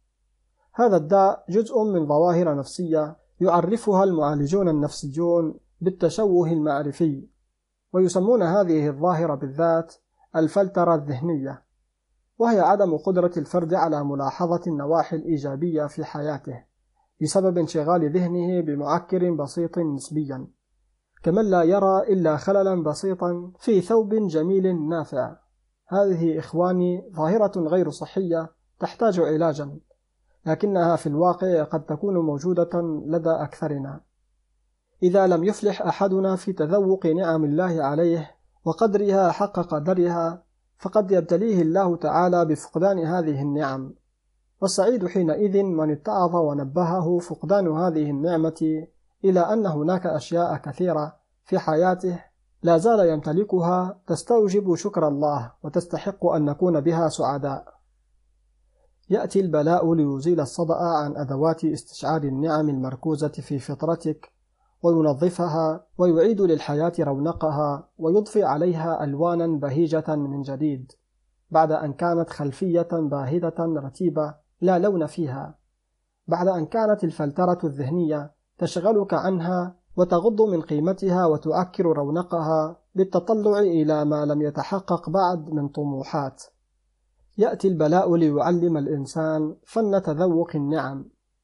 هذا الداء جزء من ظواهر نفسية يعرفها المعالجون النفسيون بالتشوه المعرفي، ويسمون هذه الظاهرة بالذات الفلترة الذهنية، وهي عدم قدرة الفرد على ملاحظة النواحي الإيجابية في حياته بسبب انشغال ذهنه بمعكر بسيط نسبيا، كمن لا يرى إلا خللا بسيطا في ثوب جميل نافع. هذه إخواني ظاهرة غير صحية تحتاج علاجا، لكنها في الواقع قد تكون موجودة لدى أكثرنا. إذا لم يفلح أحدنا في تذوق نعم الله عليه وقدرها حق قدرها، فقد يبتليه الله تعالى بفقدان هذه النعم، والسعيد حينئذ من اتعظ ونبهه فقدان هذه النعمة إلى أن هناك أشياء كثيرة في حياته لا زال يمتلكها تستوجب شكر الله وتستحق أن نكون بها سعداء. يأتي البلاء ليزيل الصدأ عن أدوات استشعار النعم المركوزة في فطرتك وينظفها ويعيد للحياة رونقها ويضفي عليها ألوانا بهيجة من جديد، بعد أن كانت خلفية باهتة رتيبة لا لون فيها، بعد أن كانت الفلترة الذهنية تشغلك عنها وتغض من قيمتها وتؤكر رونقها بالتطلع إلى ما لم يتحقق بعد من طموحات. يأتي البلاء ليعلم الإنسان فن تذوق النعم.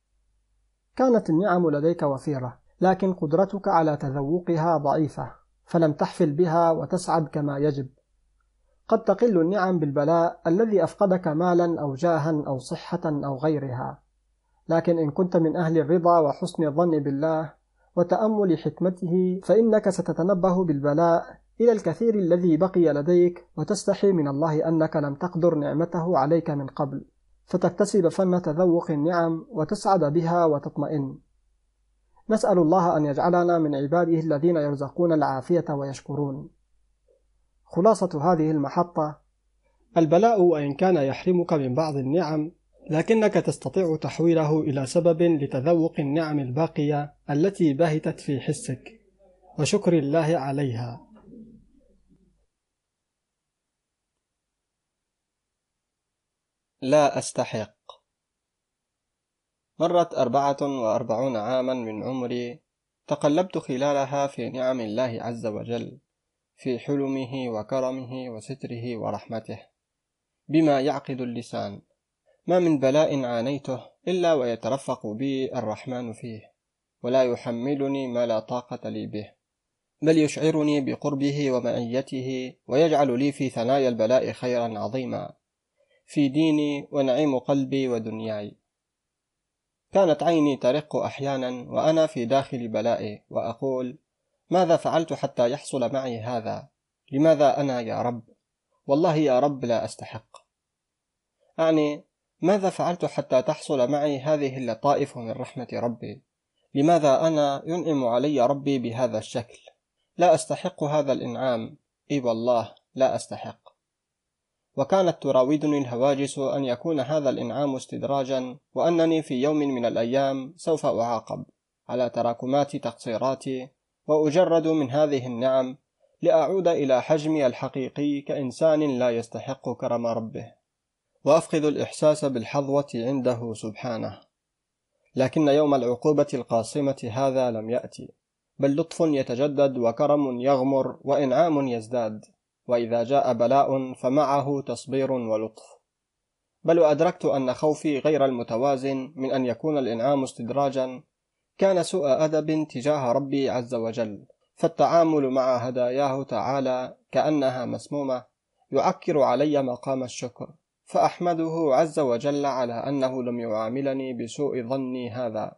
كانت النعم لديك وفيرة، لكن قدرتك على تذوقها ضعيفة، فلم تحفل بها وتسعد كما يجب. قد تقل النعم بالبلاء الذي أفقدك مالا أو جاها أو صحة أو غيرها، لكن إن كنت من أهل الرضا وحسن الظن بالله وتأمل حكمته فإنك ستتنبه بالبلاء إلى الكثير الذي بقي لديك وتستحي من الله أنك لم تقدر نعمته عليك من قبل، فتكتسب فن تذوق النعم وتسعد بها وتطمئن. نسأل الله أن يجعلنا من عباده الذين يرزقون العافية ويشكرون. خلاصة هذه المحطة: البلاء وإن كان يحرمك من بعض النعم، لكنك تستطيع تحويله إلى سبب لتذوق النعم الباقية التي بهتت في حسك وشكر الله عليها. لا أستحق. مرت أربعة وأربعون عاما من عمري تقلبت خلالها في نعم الله عز وجل، في حلمه وكرمه وستره ورحمته، بما يعقد اللسان: ما من بلاء عانيته إلا ويترفق بي الرحمن فيه، ولا يحملني ما لا طاقة لي به، بل يشعرني بقربه ومعيته، ويجعل لي في ثنايا البلاء خيرا عظيما في ديني ونعيم قلبي ودنياي. كانت عيني ترق أحيانا وأنا في داخل بلائي، وأقول: ماذا فعلت حتى يحصل معي هذا؟ لماذا أنا يا رب؟ والله يا رب لا أستحق. أعني: ماذا فعلت حتى تحصل معي هذه اللطائف من رحمة ربي؟ لماذا أنا ينعم علي ربي بهذا الشكل؟ لا أستحق هذا الإنعام، إي والله لا أستحق. وكانت تراودني الهواجس أن يكون هذا الإنعام استدراجا، وأنني في يوم من الأيام سوف أعاقب على تراكمات تقصيراتي، وأجرد من هذه النعم لأعود إلى حجمي الحقيقي كإنسان لا يستحق كرم ربه، وأفقد الإحساس بالحظوة عنده سبحانه. لكن يوم العقوبة القاصمة هذا لم يأتي، بل لطف يتجدد وكرم يغمر وإنعام يزداد، وإذا جاء بلاء فمعه تصبير ولطف. بل وأدركت أن خوفي غير المتوازن من أن يكون الإنعام استدراجا كان سوء أدب تجاه ربي عز وجل، فالتعامل مع هداياه تعالى كأنها مسمومة يعكر علي مقام الشكر، فأحمده عز وجل على أنه لم يعاملني بسوء ظني هذا.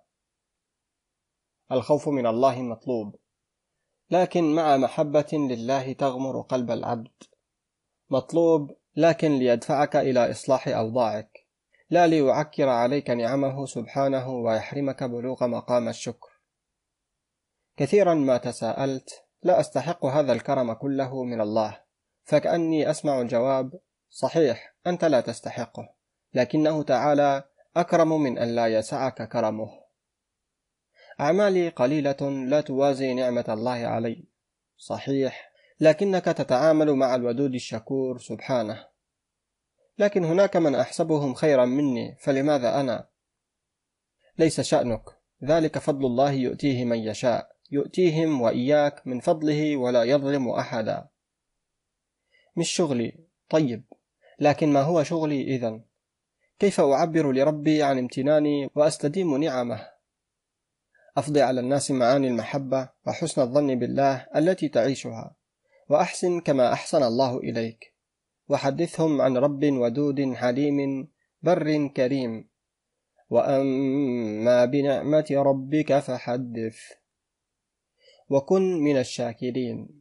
الخوف من الله مطلوب، لكن مع محبة لله تغمر قلب العبد. مطلوب لكن ليدفعك إلى إصلاح أوضاعك، لا ليعكر عليك نعمه سبحانه ويحرمك بلوغ مقام الشكر. كثيرا ما تساءلت: لا أستحق هذا الكرم كله من الله، فكأني أسمع الجواب: صحيح أنت لا تستحقه، لكنه تعالى أكرم من أن لا يسعك كرمه. أعمالي قليلة لا توازي نعمة الله علي، صحيح، لكنك تتعامل مع الودود الشكور سبحانه. لكن هناك من أحسبهم خيرا مني، فلماذا أنا؟ ليس شأنك، ذلك فضل الله يؤتيه من يشاء، يؤتيهم وإياك من فضله ولا يظلم أحدا. مش شغلي، طيب، لكن ما هو شغلي إذن؟ كيف أعبر لربي عن امتناني وأستديم نعمه؟ أفضي على الناس معاني المحبة وحسن الظن بالله التي تعيشها، وأحسن كما أحسن الله إليك، وحدثهم عن رب ودود حليم بر كريم، وأما بنعمة ربك فحدث، وكن من الشاكرين.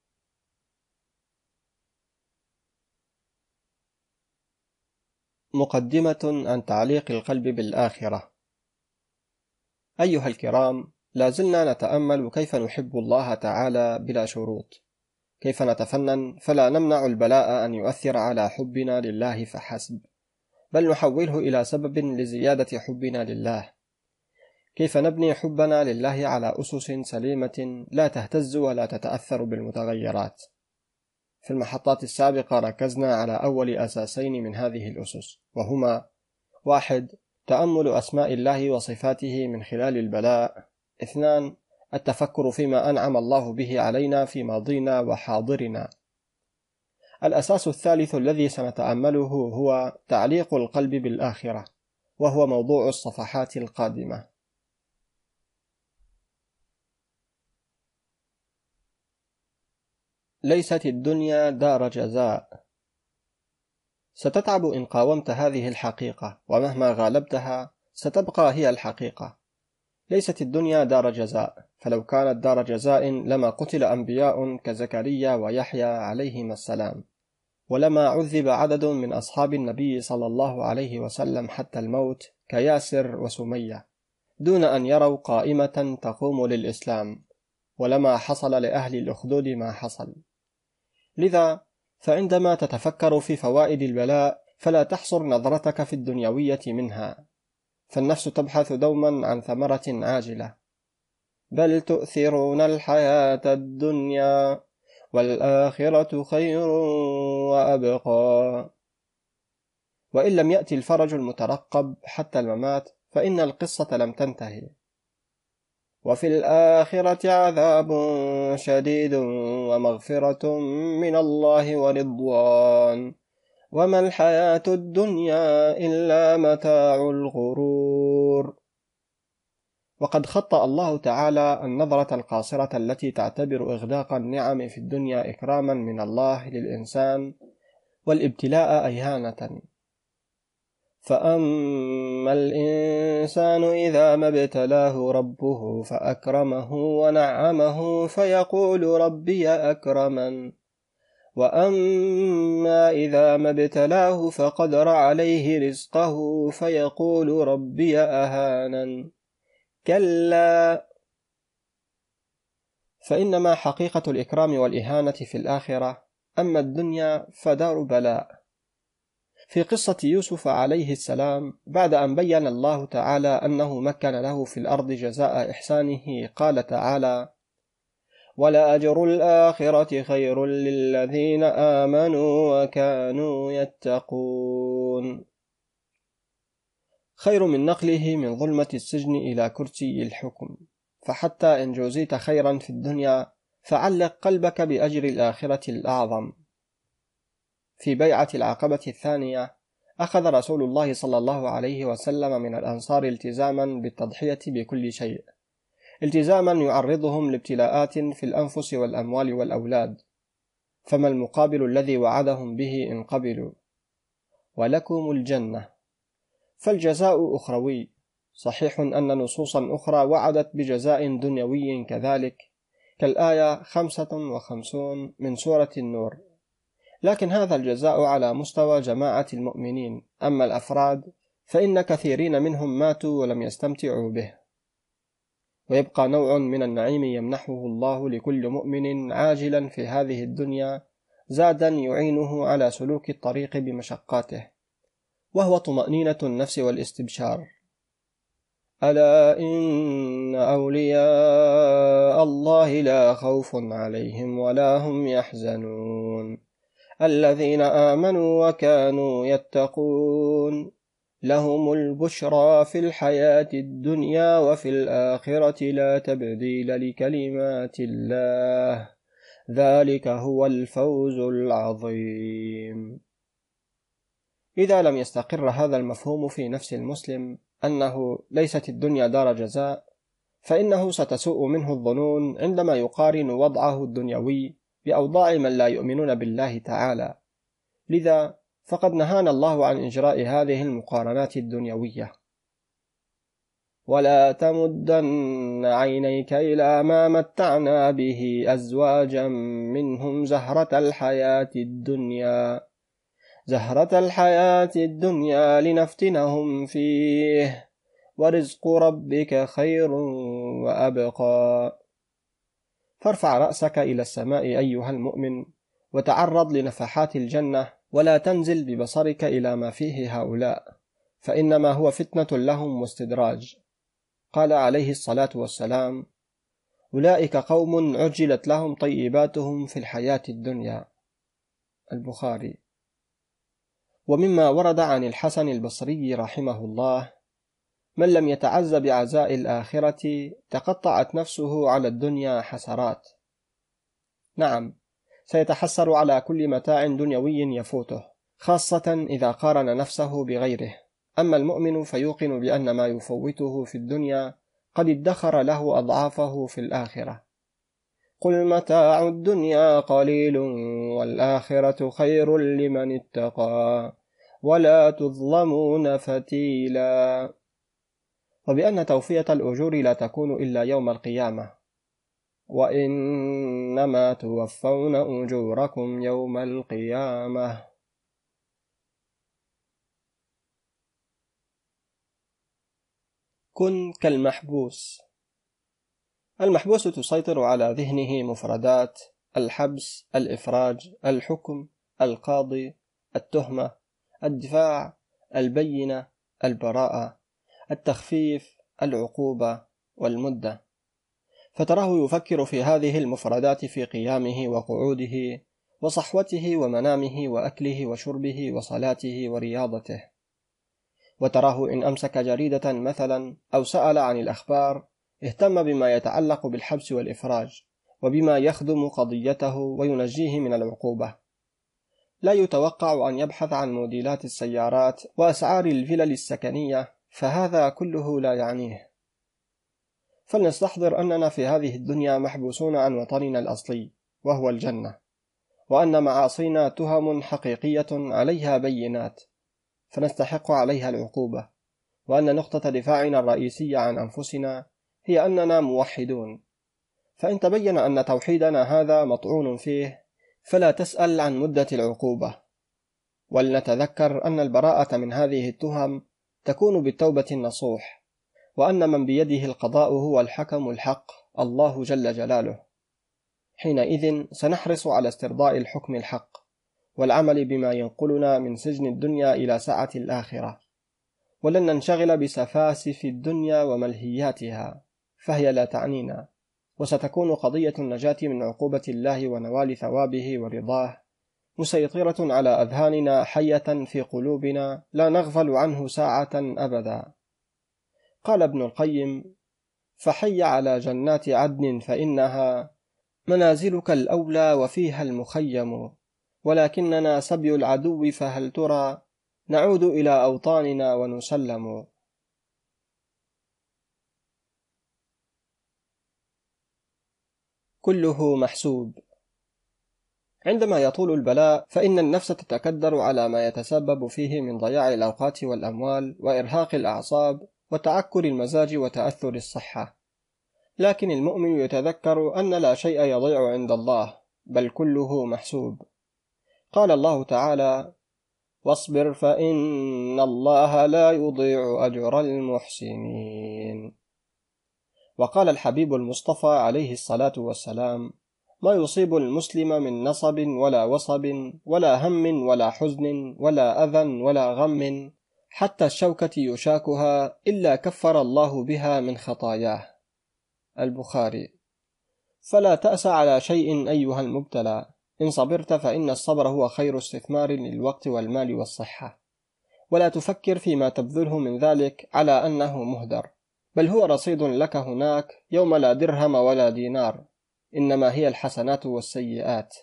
مقدمة عن تعليق القلب بالآخرة. أيها الكرام، لازلنا نتأمل كيف نحب الله تعالى بلا شروط، كيف نتفنن فلا نمنع البلاء أن يؤثر على حبنا لله فحسب، بل نحوله إلى سبب لزيادة حبنا لله، كيف نبني حبنا لله على أسس سليمة لا تهتز ولا تتأثر بالمتغيرات. في المحطات السابقة ركزنا على أول أساسين من هذه الأسس، وهما: واحد، تأمل أسماء الله وصفاته من خلال البلاء. اثنان، التفكر فيما أنعم الله به علينا في ماضينا وحاضرنا. الأساس الثالث الذي سنتأمله هو تعليق القلب بالآخرة، وهو موضوع الصفحات القادمة. ليست الدنيا دار جزاء. ستتعب إن قاومت هذه الحقيقة، ومهما غالبتها ستبقى هي الحقيقة. ليست الدنيا دار جزاء، فلو كانت دار جزاء لما قتل أنبياء كزكريا ويحيى عليهما السلام، ولما عذب عدد من أصحاب النبي صلى الله عليه وسلم حتى الموت كياسر وسمية دون أن يروا قائمة تقوم للإسلام، ولما حصل لأهل الأخدود ما حصل. لذا فعندما تتفكر في فوائد البلاء فلا تحصر نظرتك في الدنيوية منها، فالنفس تبحث دوما عن ثمرة عاجلة. بل تؤثرون الحياة الدنيا والآخرة خير وأبقى. وإن لم يأتي الفرج المترقب حتى الممات فإن القصة لم تنتهي. وفي الآخرة عذاب شديد ومغفرة من الله ورضوان وما الحياة الدنيا إلا متاع الغرور. وقد خطأ الله تعالى النظرة القاصرة التي تعتبر إغلاق النعم في الدنيا إكراما من الله للإنسان والابتلاء إهانة. فأما الإنسان إذا ما ابتلاه ربه فأكرمه ونعمه فيقول ربي أكرمن، وأما إذا ما ابتلاه فقدر عليه رزقه فيقول ربي أهانن. كلا، فإنما حقيقة الإكرام والإهانة في الآخرة، أما الدنيا فدار بلاء. في قصة يوسف عليه السلام بعد أن بين الله تعالى أنه مكن له في الأرض جزاء إحسانه قال تعالى: ولأجر الآخرة خير للذين آمنوا وكانوا يتقون. خير من نقله من ظلمة السجن إلى كرسي الحكم. فحتى إن جوزيت خيرا في الدنيا فعلق قلبك بأجر الآخرة الأعظم. في بيعة العقبة الثانية أخذ رسول الله صلى الله عليه وسلم من الأنصار التزاما بالتضحية بكل شيء، التزاما يعرضهم لابتلاءات في الأنفس والأموال والأولاد، فما المقابل الذي وعدهم به إن قبلوا؟ ولكم الجنة. فالجزاء أخروي. صحيح أن نصوصا أخرى وعدت بجزاء دنيوي كذلك، كالآية خمسة وخمسون من سورة النور، لكن هذا الجزاء على مستوى جماعة المؤمنين. أما الأفراد فإن كثيرين منهم ماتوا ولم يستمتعوا به. ويبقى نوع من النعيم يمنحه الله لكل مؤمن عاجلا في هذه الدنيا زادا يعينه على سلوك الطريق بمشقاته، وهو طمأنينة النفس والاستبشار. ألا إن أولياء الله لا خوف عليهم ولا هم يحزنون الذين آمنوا وكانوا يتقون لهم البشرى في الحياة الدنيا وفي الآخرة لا تبديل لكلمات الله ذلك هو الفوز العظيم. إذا لم يستقر هذا المفهوم في نفس المسلم أنه ليست الدنيا دار جزاء، فإنه ستسوء منه الظنون عندما يقارن وضعه الدنيوي بأوضاع من لا يؤمنون بالله تعالى. لذا فقد نهانا الله عن إجراء هذه المقارنات الدنيوية. ولا تمدن عينيك إلى ما متعنا به أزواجا منهم زهرة الحياة الدنيا زهرة الحياة الدنيا لنفتنهم فيه ورزق ربك خير وأبقى. فارفع رأسك إلى السماء أيها المؤمن وتعرض لنفحات الجنة، ولا تنزل ببصرك إلى ما فيه هؤلاء، فإنما هو فتنة لهم واستدراج. قال عليه الصلاة والسلام: أولئك قوم عجلت لهم طيباتهم في الحياة الدنيا. البخاري. ومما ورد عن الحسن البصري رحمه الله: من لم يتعز بعزاء الآخرة تقطعت نفسه على الدنيا حسرات. نعم، سيتحسر على كل متاع دنيوي يفوته، خاصة إذا قارن نفسه بغيره. أما المؤمن فيوقن بأن ما يفوته في الدنيا قد ادخر له أضعافه في الآخرة. قل متاع الدنيا قليل والآخرة خير لمن اتقى ولا تظلمون فتيلا. وبأن توفية الأجور لا تكون إلا يوم القيامة، وإنما توفون أجوركم يوم القيامة. كن كالمحبوس. المحبوس تسيطر على ذهنه مفردات الحبس، الإفراج، الحكم، القاضي، التهمة، الدفاع، البينة، البراءة، التخفيف، العقوبة، والمدة، فتراه يفكر في هذه المفردات في قيامه وقعوده وصحوته ومنامه وأكله وشربه وصلاته ورياضته. وتراه إن أمسك جريدة مثلا أو سأل عن الأخبار اهتم بما يتعلق بالحبس والإفراج وبما يخدم قضيته وينجيه من العقوبة. لا يتوقع أن يبحث عن موديلات السيارات وأسعار الفلل السكنية، فهذا كله لا يعنيه. فلنستحضر أننا في هذه الدنيا محبوسون عن وطننا الأصلي وهو الجنة، وأن معاصينا تهم حقيقية عليها بينات فنستحق عليها العقوبة، وأن نقطة دفاعنا الرئيسية عن أنفسنا هي أننا موحدون. فإن تبين أن توحيدنا هذا مطعون فيه فلا تسأل عن مدة العقوبة. ولنتذكر أن البراءة من هذه التهم تكون بالتوبة النصوح، وأن من بيده القضاء هو الحكم الحق الله جل جلاله. حينئذ سنحرص على استرضاء الحكم الحق والعمل بما ينقلنا من سجن الدنيا إلى سعة الآخرة، ولن ننشغل بسفاسف الدنيا وملهياتها فهي لا تعنينا، وستكون قضية النجاة من عقوبة الله ونوال ثوابه ورضاه مسيطرة على أذهاننا حية في قلوبنا لا نغفل عنه ساعة أبدا. قال ابن القيم: فحي على جنات عدن فإنها منازلك الأولى وفيها المخيم، ولكننا سبي العدو فهل ترى نعود إلى أوطاننا ونسلم. كله محسوب. عندما يطول البلاء فإن النفس تتكدر على ما يتسبب فيه من ضياع الأوقات والأموال وإرهاق الأعصاب وتعكر المزاج وتأثر الصحة، لكن المؤمن يتذكر أن لا شيء يضيع عند الله بل كله محسوب. قال الله تعالى: واصبر فإن الله لا يضيع أجر المحسنين. وقال الحبيب المصطفى عليه الصلاة والسلام: ما يصيب المسلم من نصب ولا وصب ولا هم ولا حزن ولا أذى ولا غم حتى الشوكة يشاكها إلا كفر الله بها من خطاياه. البخاري. فلا تأس على شيء أيها المبتلى، إن صبرت فإن الصبر هو خير استثمار للوقت والمال والصحة، ولا تفكر فيما تبذله من ذلك على أنه مهدر، بل هو رصيد لك هناك يوم لا درهم ولا دينار، إنما هي الحسنات والسيئات.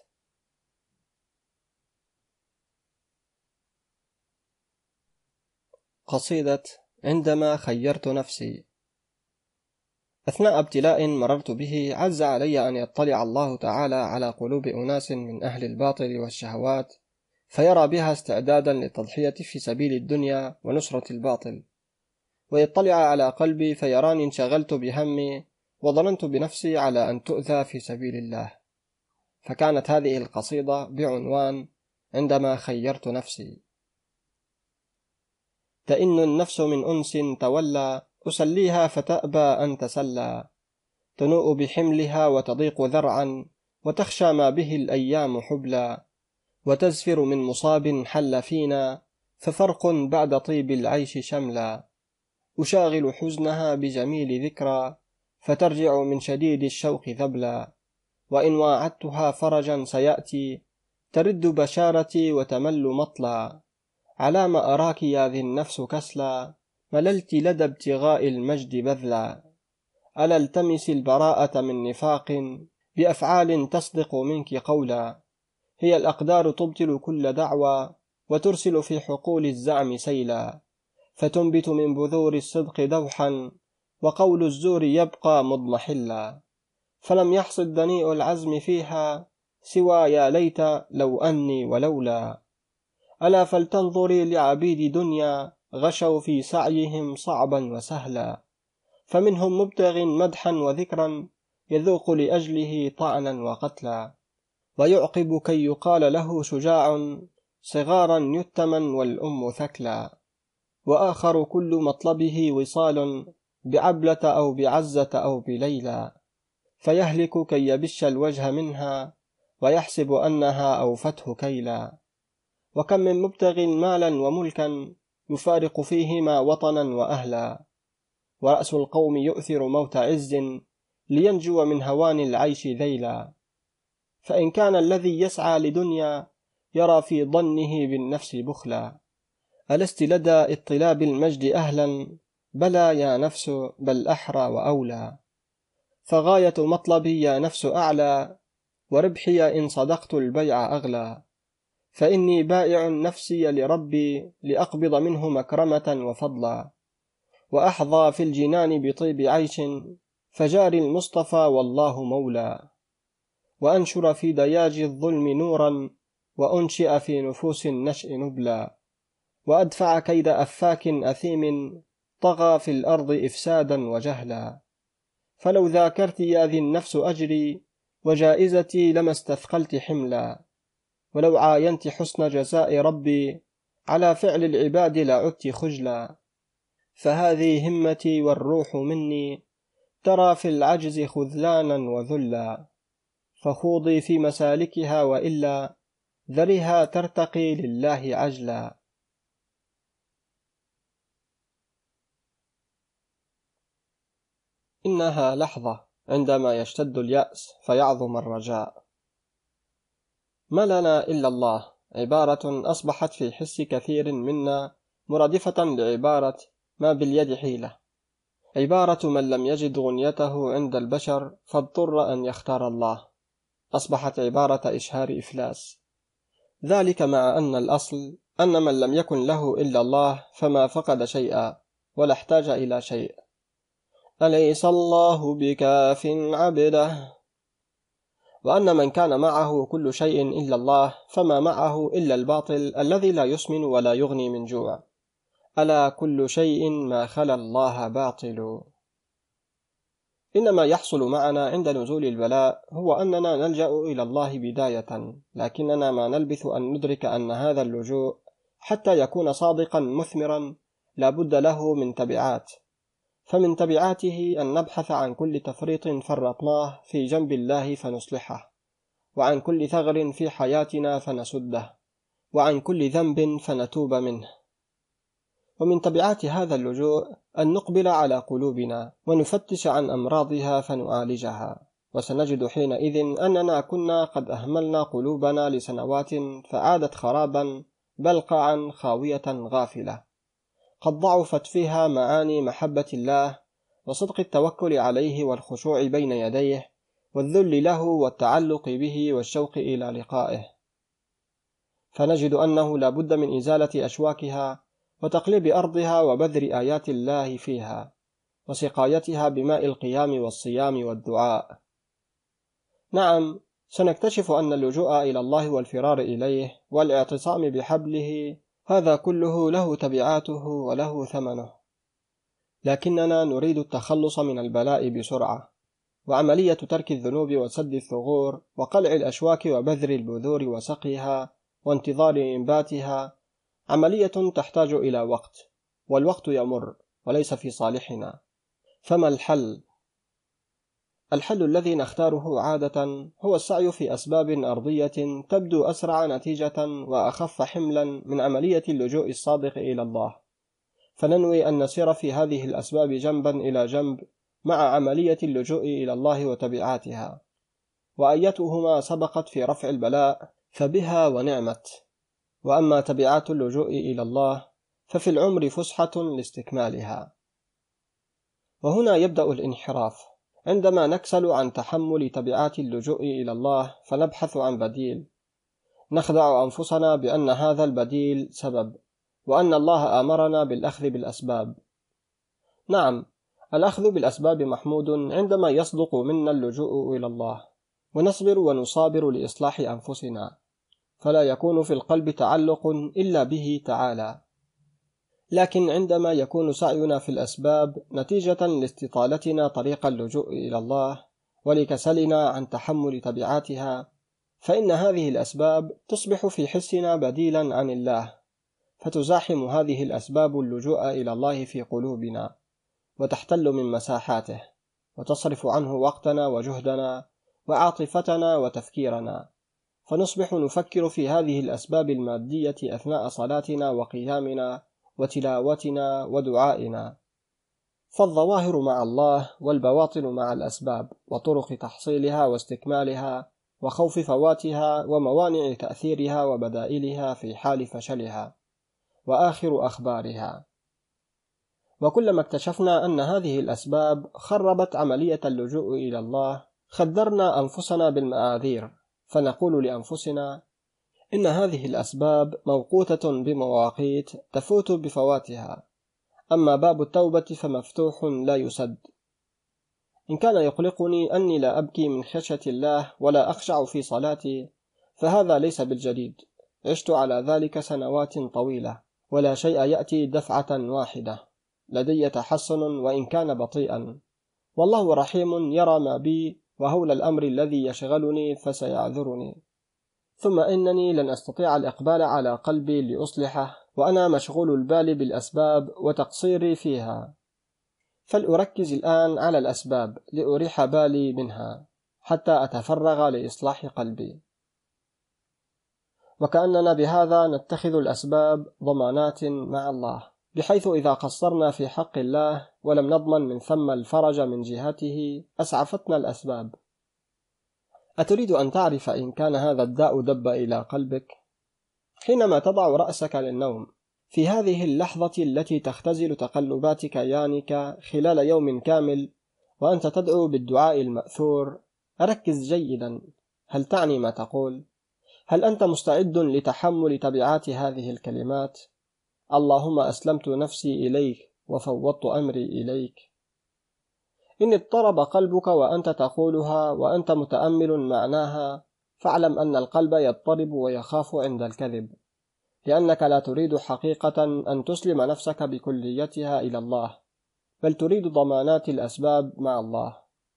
قصيدة عندما خيرت نفسي. أثناء ابتلاء مررت به عز علي أن يطلع الله تعالى على قلوب أناس من أهل الباطل والشهوات فيرى بها استعدادا للتضحية في سبيل الدنيا ونصرة الباطل، ويطلع على قلبي فيراني انشغلت بهمي وظننت بنفسي على أن تؤذى في سبيل الله، فكانت هذه القصيدة بعنوان عندما خيرت نفسي. تئن النفس من أنس تولى أسليها فتأبى أن تسلى، تنوء بحملها وتضيق ذرعا وتخشى ما به الأيام حبلا، وتزفر من مصاب حل فينا ففرق بعد طيب العيش شملا، أشاغل حزنها بجميل ذكرى فترجع من شديد الشوق ذبلا، وإن واعدتها فرجا سيأتي ترد بشارتي وتمل مطلا، على ما أراك يا ذي النفس كسلا مللت لدى ابتغاء المجد بذلا، ألا التمس البراءة من نفاق بأفعال تصدق منك قولا، هي الأقدار تبطل كل دعوى وترسل في حقول الزعم سيلا، فتنبت من بذور الصدق دوحا وقول الزور يبقى مضمحلا، فلم يحصد دنيء العزم فيها سوى يا ليت لو أني ولولا، ألا فلتنظري لعبيد دنيا غشوا في سعيهم صعبا وسهلا، فمنهم مبتغ مدحا وذكرا يذوق لأجله طعنا وقتلا، ويعقب كي يقال له شجاع صغارا يتما والأم ثكلا، وآخر كل مطلبه وصال بعبلة أو بعزة أو بليلى، فيهلك كي يبش الوجه منها ويحسب أنها أوفته كيلا، وكم من مبتغ مالا وملكا يفارق فيهما وطنا وأهلا، ورأس القوم يؤثر موت عز لينجو من هوان العيش ذيلا، فإن كان الذي يسعى لدنيا يرى في ظنه بالنفس بخلا، ألست لدى اطلاب المجد أهلا؟ بلى يا نفس بل أحرى وأولى، فغاية مطلبي يا نفس أعلى، وربحي إن صدقت البيع أغلى. فإني بائع نفسي لربي لأقبض منه مكرمة وفضلا، وأحظى في الجنان بطيب عيش، فجاري المصطفى والله مولى. وأنشر في دياج الظلم نورا، وأنشئ في نفوس النشء نبلا، وأدفع كيد أفاك أثيم طغى في الأرض إفسادا وجهلا. فلو ذاكرت يا ذي النفس أجري، وجائزتي لما استثقلت حملا. ولو عاينت حسن جزاء ربي، على فعل العباد لعدت خجلا. فهذه همتي والروح مني، ترى في العجز خذلانا وذلا. فخوضي في مسالكها وإلا، ذرها ترتقي لله عجلا. إنها لحظة عندما يشتد اليأس فيعظم الرجاء. ما لنا إلا الله عبارة أصبحت في حس كثير منا مرادفة لعبارة ما باليد حيلة، عبارة من لم يجد غنيته عند البشر فاضطر أن يختار الله، أصبحت عبارة إشهار إفلاس. ذلك مع أن الأصل أن من لم يكن له إلا الله فما فقد شيئا ولا احتاج إلى شيء. أليس الله بكاف عبده؟ وأن من كان معه كل شيء إلا الله فما معه إلا الباطل الذي لا يسمن ولا يغني من جوع. ألا كل شيء ما خلا الله باطل. إنما يحصل معنا عند نزول البلاء هو أننا نلجأ إلى الله بداية، لكننا ما نلبث أن ندرك أن هذا اللجوء حتى يكون صادقا مثمرا لا بد له من تبعات. فمن تبعاته أن نبحث عن كل تفريط فرطناه في جنب الله فنصلحه، وعن كل ثغر في حياتنا فنسده، وعن كل ذنب فنتوب منه. ومن تبعات هذا اللجوء أن نقبل على قلوبنا ونفتش عن أمراضها فنعالجها، وسنجد حينئذ أننا كنا قد أهملنا قلوبنا لسنوات فعادت خرابا بلقعا خاوية غافلة، قد ضعفت فيها معاني محبة الله وصدق التوكل عليه والخشوع بين يديه والذل له والتعلق به والشوق إلى لقائه. فنجد أنه لا بد من إزالة أشواكها وتقليب أرضها وبذر آيات الله فيها وسقايتها بماء القيام والصيام والدعاء. نعم، سنكتشف أن اللجوء إلى الله والفرار إليه والاعتصام بحبله هذا كله له تبعاته وله ثمنه، لكننا نريد التخلص من البلاء بسرعة، وعملية ترك الذنوب وسد الثغور وقلع الأشواك وبذر البذور وسقيها وانتظار إنباتها عملية تحتاج إلى وقت، والوقت يمر وليس في صالحنا. فما الحل؟ الحل الذي نختاره عادة هو السعي في أسباب أرضية تبدو أسرع نتيجة وأخف حملا من عملية اللجوء الصادق إلى الله، فننوي أن نسير في هذه الأسباب جنبا إلى جنب مع عملية اللجوء إلى الله وتبعاتها، وأيتهما سبقت في رفع البلاء فبها ونعمت. وأما تبعات اللجوء إلى الله ففي العمر فسحة لاستكمالها. وهنا يبدأ الانحراف، عندما نكسل عن تحمل تبعات اللجوء إلى الله فنبحث عن بديل، نخدع أنفسنا بأن هذا البديل سبب، وأن الله آمرنا بالأخذ بالأسباب. نعم، الأخذ بالأسباب محمود عندما يصدق منا اللجوء إلى الله، ونصبر ونصابر لإصلاح أنفسنا، فلا يكون في القلب تعلق إلا به تعالى. لكن عندما يكون سعينا في الأسباب نتيجة لاستطالتنا طريق اللجوء إلى الله ولكسلنا عن تحمل تبعاتها، فإن هذه الأسباب تصبح في حسنا بديلا عن الله، فتزاحم هذه الأسباب اللجوء إلى الله في قلوبنا وتحتل من مساحاته، وتصرف عنه وقتنا وجهدنا وعاطفتنا وتفكيرنا، فنصبح نفكر في هذه الأسباب المادية أثناء صلاتنا وقيامنا وتلاوتنا ودعائنا. فالظواهر مع الله والبواطن مع الأسباب وطرق تحصيلها واستكمالها وخوف فواتها وموانع تأثيرها وبدائلها في حال فشلها وآخر أخبارها. وكلما اكتشفنا أن هذه الأسباب خربت عملية اللجوء إلى الله خدرنا أنفسنا بالمآذير، فنقول لأنفسنا إن هذه الأسباب موقوتة بمواقيت تفوت بفواتها، أما باب التوبة فمفتوح لا يسد. إن كان يقلقني أني لا أبكي من خشية الله ولا أخشع في صلاتي فهذا ليس بالجديد، عشت على ذلك سنوات طويلة ولا شيء يأتي دفعة واحدة، لدي تحسن وإن كان بطيئا، والله رحيم يرى ما بي وهول الأمر الذي يشغلني فسيعذرني. ثم إنني لن أستطيع الإقبال على قلبي لأصلحه وأنا مشغول البال بالأسباب وتقصيري فيها، فلأركز الآن على الأسباب لأريح بالي منها حتى أتفرغ لإصلاح قلبي. وكأننا بهذا نتخذ الأسباب ضمانات مع الله، بحيث إذا قصرنا في حق الله ولم نضمن من ثم الفرج من جهته أسعفتنا الأسباب. أتريد أن تعرف إن كان هذا الداء دب إلى قلبك؟ حينما تضع رأسك للنوم في هذه اللحظة التي تختزل تقلبات كيانك خلال يوم كامل وأنت تدعو بالدعاء المأثور، أركز جيدا. هل تعني ما تقول؟ هل أنت مستعد لتحمل تبعات هذه الكلمات؟ اللهم أسلمت نفسي إليك وفوضت أمري إليك. إن اضطرب قلبك وأنت تقولها وأنت متأمل معناها، فاعلم أن القلب يضطرب ويخاف عند الكذب، لأنك لا تريد حقيقة أن تسلم نفسك بكليتها إلى الله، بل تريد ضمانات الأسباب مع الله.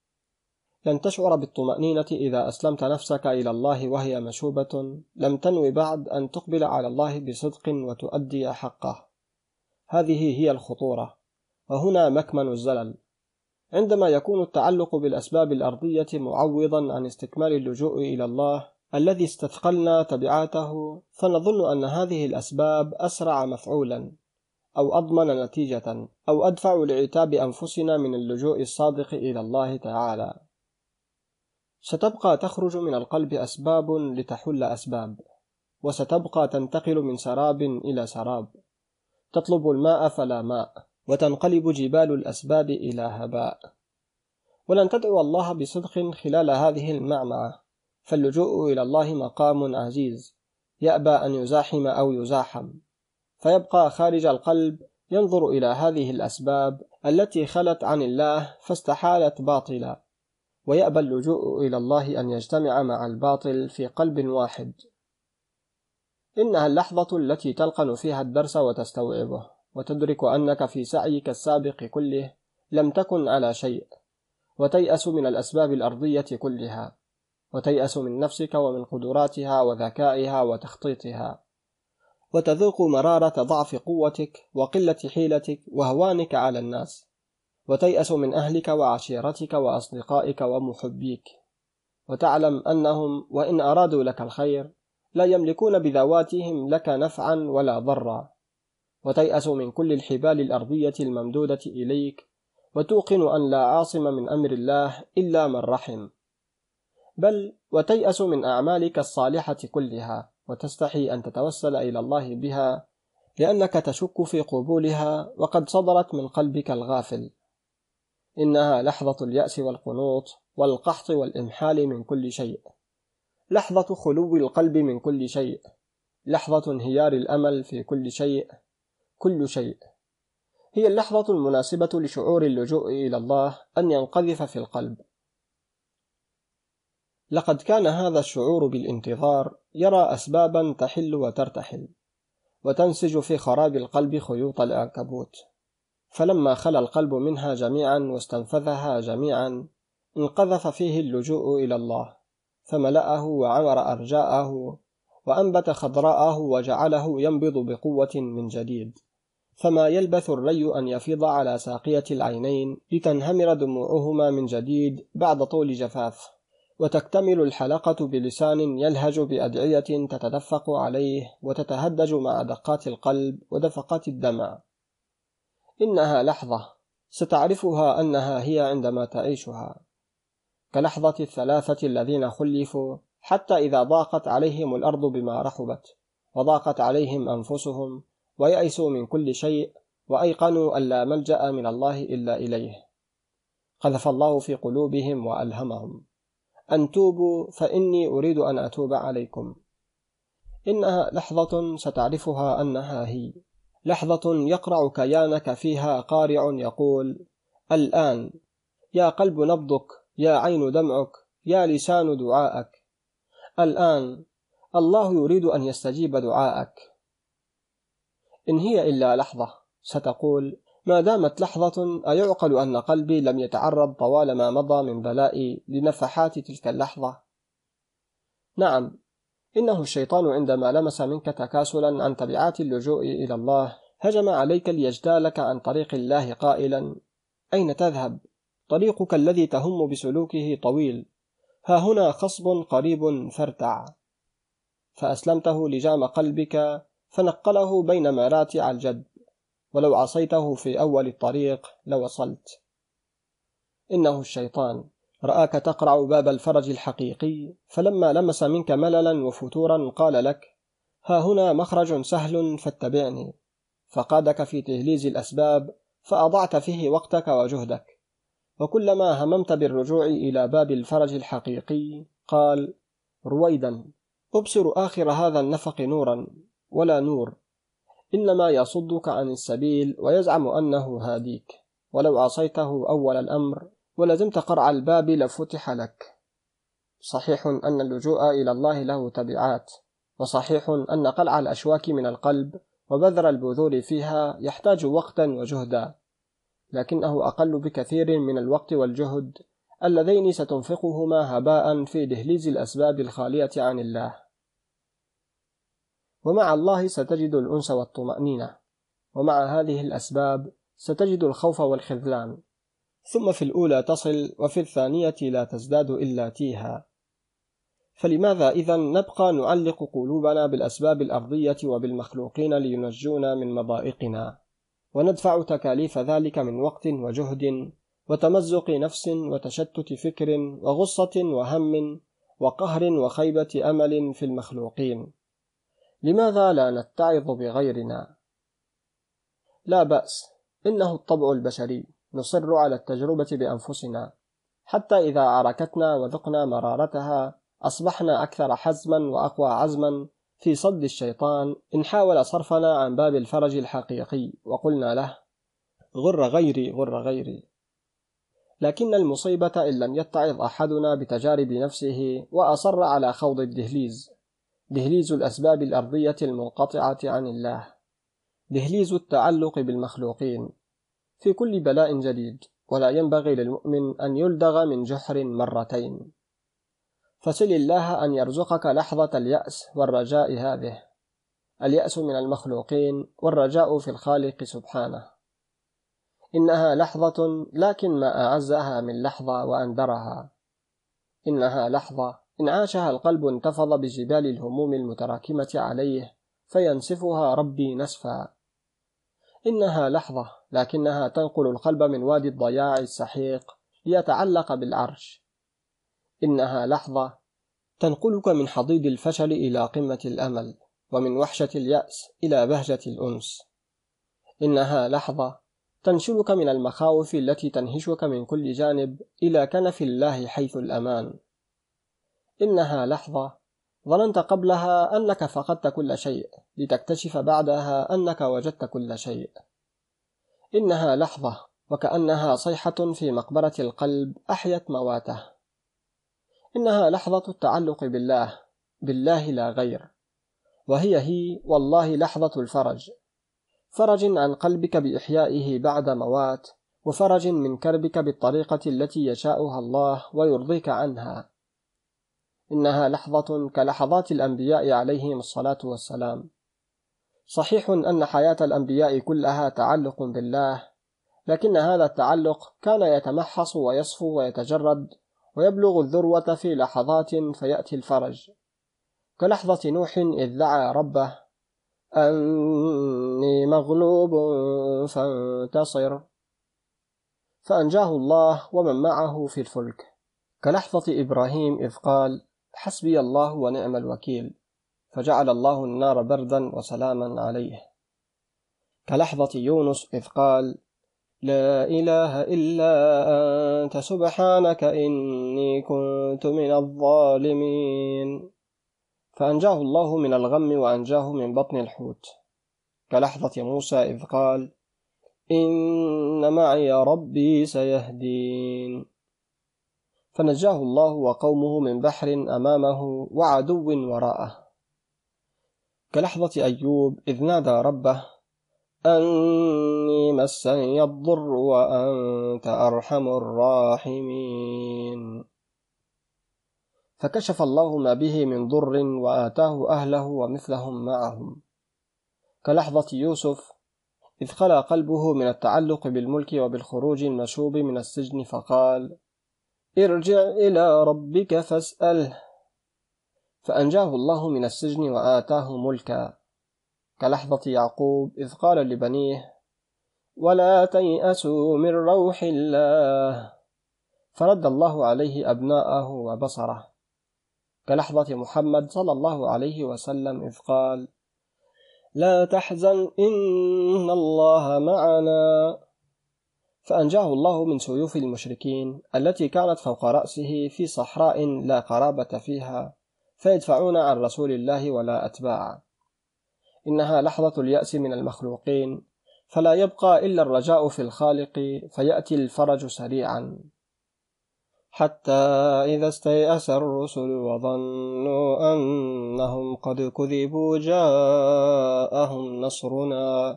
لن تشعر بالطمأنينة إذا أسلمت نفسك إلى الله وهي مشوبة، لم تنوي بعد أن تقبل على الله بصدق وتؤدي حقه. هذه هي الخطورة، وهنا مكمن الزلل. عندما يكون التعلق بالأسباب الأرضية معوضا عن استكمال اللجوء إلى الله الذي استثقلنا تبعاته، فنظن أن هذه الأسباب أسرع مفعولا أو أضمن نتيجة أو أدفع لعتاب أنفسنا من اللجوء الصادق إلى الله تعالى. ستبقى تخرج من القلب أسباب لتحل أسباب، وستبقى تنتقل من سراب إلى سراب، تطلب الماء فلا ماء، وتنقلب جبال الأسباب إلى هباء. ولن تدعو الله بصدق خلال هذه المعمعة، فاللجوء إلى الله مقام عزيز يأبى أن يزاحم أو يزاحم، فيبقى خارج القلب ينظر إلى هذه الأسباب التي خلت عن الله فاستحالت باطلا، ويأبى اللجوء إلى الله أن يجتمع مع الباطل في قلب واحد. إنها اللحظة التي تلقن فيها الدرس وتستوعبه، وتدرك أنك في سعيك السابق كله لم تكن على شيء، وتيأس من الأسباب الأرضية كلها، وتيأس من نفسك ومن قدراتها وذكائها وتخطيطها، وتذوق مرارة ضعف قوتك وقلة حيلتك وهوانك على الناس، وتيأس من أهلك وعشيرتك وأصدقائك ومحبيك، وتعلم أنهم وإن أرادوا لك الخير لا يملكون بذواتهم لك نفعا ولا ضرا، وتيأس من كل الحبال الأرضية الممدودة إليك، وتوقن أن لا عاصم من أمر الله إلا من رحم، بل وتيأس من أعمالك الصالحة كلها، وتستحي أن تتوسل إلى الله بها لأنك تشك في قبولها وقد صدرت من قلبك الغافل. إنها لحظة اليأس والقنوط والقحط والإمحال من كل شيء، لحظة خلو القلب من كل شيء، لحظة انهيار الأمل في كل شيء. كل شيء هي اللحظة المناسبة لشعور اللجوء إلى الله أن ينقذف في القلب. لقد كان هذا الشعور بالانتظار يرى أسبابا تحل وترتحل، وتنسج في خراب القلب خيوط العنكبوت، فلما خلى القلب منها جميعا واستنفذها جميعا انقذف فيه اللجوء إلى الله، فملأه وعمر أرجاءه وأنبت خضراءه وجعله ينبض بقوة من جديد، فما يلبث الري أن يفيض على ساقية العينين لتنهمر دموعهما من جديد بعد طول جفاف، وتكتمل الحلقة بلسان يلهج بأدعية تتدفق عليه وتتهدج مع دقات القلب ودفقات الدمع. إنها لحظة ستعرفها أنها هي عندما تعيشها، كلحظة الثلاثة الذين خلفوا حتى إذا ضاقت عليهم الأرض بما رحبت، وضاقت عليهم أنفسهم، ويأسوا من كل شيء، وأيقنوا أن لا ملجأ من الله إلا إليه. قذف الله في قلوبهم وألهمهم أن توبوا فإني أريد أن أتوب عليكم. إنها لحظة ستعرفها أنها هي، لحظة يقرع كيانك فيها قارع يقول: الآن، يا قلب نبضك، يا عين دمعك، يا لسان دعاءك. الآن الله يريد أن يستجيب دعاءك. إن هي إلا لحظة، ستقول: ما دامت لحظة أيعقل أن قلبي لم يتعرض طوال ما مضى من بلائي لنفحات تلك اللحظة؟ نعم، إنه الشيطان عندما لمس منك تكاسلا عن تبعات اللجوء إلى الله هجم عليك ليجتالك عن طريق الله قائلا: أين تذهب؟ طريقك الذي تهم بسلوكه طويل، ها هنا خصب قريب فارتع. فأسلمته لجام قلبك فنقله بين مراتع الجد، ولو عصيته في أول الطريق لوصلت. إنه الشيطان رآك تقرع باب الفرج الحقيقي، فلما لمس منك مللا وفتورا قال لك: ها هنا مخرج سهل فاتبعني، فقادك في تهليز الأسباب فأضعت فيه وقتك وجهدك. وكلما هممت بالرجوع إلى باب الفرج الحقيقي قال: رويدا، أبصر آخر هذا النفق نورا، ولا نور، إنما يصدك عن السبيل ويزعم أنه هاديك، ولو عصيته أول الأمر ولزمت قرع الباب لفتح لك. صحيح أن اللجوء إلى الله له تبعات، وصحيح أن قلع الأشواك من القلب وبذر البذور فيها يحتاج وقتا وجهدا، لكنه أقل بكثير من الوقت والجهد اللذين ستنفقهما هباء في دهليز الأسباب الخالية عن الله. ومع الله ستجد الأنس والطمأنينة، ومع هذه الأسباب ستجد الخوف والخذلان، ثم في الأولى تصل وفي الثانية لا تزداد إلا تيها. فلماذا إذن نبقى نعلق قلوبنا بالأسباب الأرضية وبالمخلوقين لينجونا من مضائقنا، وندفع تكاليف ذلك من وقت وجهد وتمزق نفس وتشتت فكر وغصة وهم وقهر وخيبة أمل في المخلوقين؟ لماذا لا نتعظ بغيرنا؟ لا بأس، إنه الطبع البشري، نصر على التجربة بأنفسنا، حتى إذا عركتنا وذقنا مرارتها أصبحنا أكثر حزما وأقوى عزما في صد الشيطان إن حاول صرفنا عن باب الفرج الحقيقي، وقلنا له: غر غيري غر غيري. لكن المصيبة إن لم يتعظ أحدنا بتجارب نفسه وأصر على خوض الدهليز، دهليز الأسباب الأرضية المنقطعة عن الله، دهليز التعلق بالمخلوقين في كل بلاء جديد. ولا ينبغي للمؤمن أن يلدغ من جحر مرتين. فسل الله أن يرزقك لحظة اليأس والرجاء هذه، اليأس من المخلوقين والرجاء في الخالق سبحانه. إنها لحظة، لكن ما أعزها من لحظة وأندرها. إنها لحظة إن عاشها القلب انتفض بجبال الهموم المتراكمة عليه فينسفها ربي نسفا. إنها لحظة، لكنها تنقل القلب من وادي الضياع السحيق ليتعلق بالعرش. إنها لحظة تنقلك من حضيض الفشل إلى قمة الأمل، ومن وحشة اليأس إلى بهجة الأنس. إنها لحظة تنشلك من المخاوف التي تنهشك من كل جانب إلى كنف الله حيث الأمان. إنها لحظة ظننت قبلها أنك فقدت كل شيء لتكتشف بعدها أنك وجدت كل شيء. إنها لحظة وكأنها صيحة في مقبرة القلب أحيت مواته. إنها لحظة التعلق بالله، بالله لا غير، وهي هي والله لحظة الفرج، فرج عن قلبك بإحيائه بعد موات، وفرج من كربك بالطريقة التي يشاؤها الله ويرضيك عنها. إنها لحظة كلحظات الأنبياء عليهم الصلاة والسلام. صحيح أن حياة الأنبياء كلها تعلق بالله، لكن هذا التعلق كان يتمحص ويصفو ويتجرد ويبلغ الذروة في لحظات فيأتي الفرج، كلحظة نوح إذ دعا ربه: أني مغلوب فانتصر، فأنجاه الله ومن معه في الفلك، كلحظة إبراهيم إذ قال: حسبي الله ونعم الوكيل، فجعل الله النار بردا وسلاما عليه، كلحظة يونس إذ قال: لا إله إلا أنت سبحانك إني كنت من الظالمين، فأنجاه الله من الغم وأنجاه من بطن الحوت. كلحظة موسى إذ قال: إن معي ربي سيهدين، فنجاه الله وقومه من بحر أمامه وعدو وراءه. كلحظة أيوب إذ نادى ربه: أني مسني الضر وأنت أرحم الراحمين، فكشف الله ما به من ضر وآتاه أهله ومثلهم معهم. كلحظة يوسف إذ خلا قلبه من التعلق بالملك وبالخروج المشوب من السجن فقال: ارجع إلى ربك فاسأله، فأنجاه الله من السجن وآتاه ملكا. كلحظة يعقوب إذ قال لبنيه: ولا تيأسوا من روح الله، فرد الله عليه أبناءه وبصره. كلحظة محمد صلى الله عليه وسلم إذ قال: لا تحزن إن الله معنا، فأنجاه الله من سيوف المشركين التي كانت فوق رأسه في صحراء لا قرابة فيها، فيدفعون عن رسول الله ولا أتباع. إنها لحظة اليأس من المخلوقين، فلا يبقى إلا الرجاء في الخالق، فيأتي الفرج سريعا. حتى إذا استيأس الرسل وظنوا أنهم قد كذبوا جاءهم نصرنا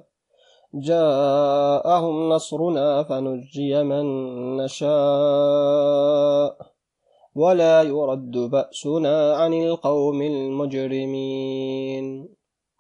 جاءهم نصرنا فنجي من نشاء ولا يرد بأسنا عن القوم المجرمين.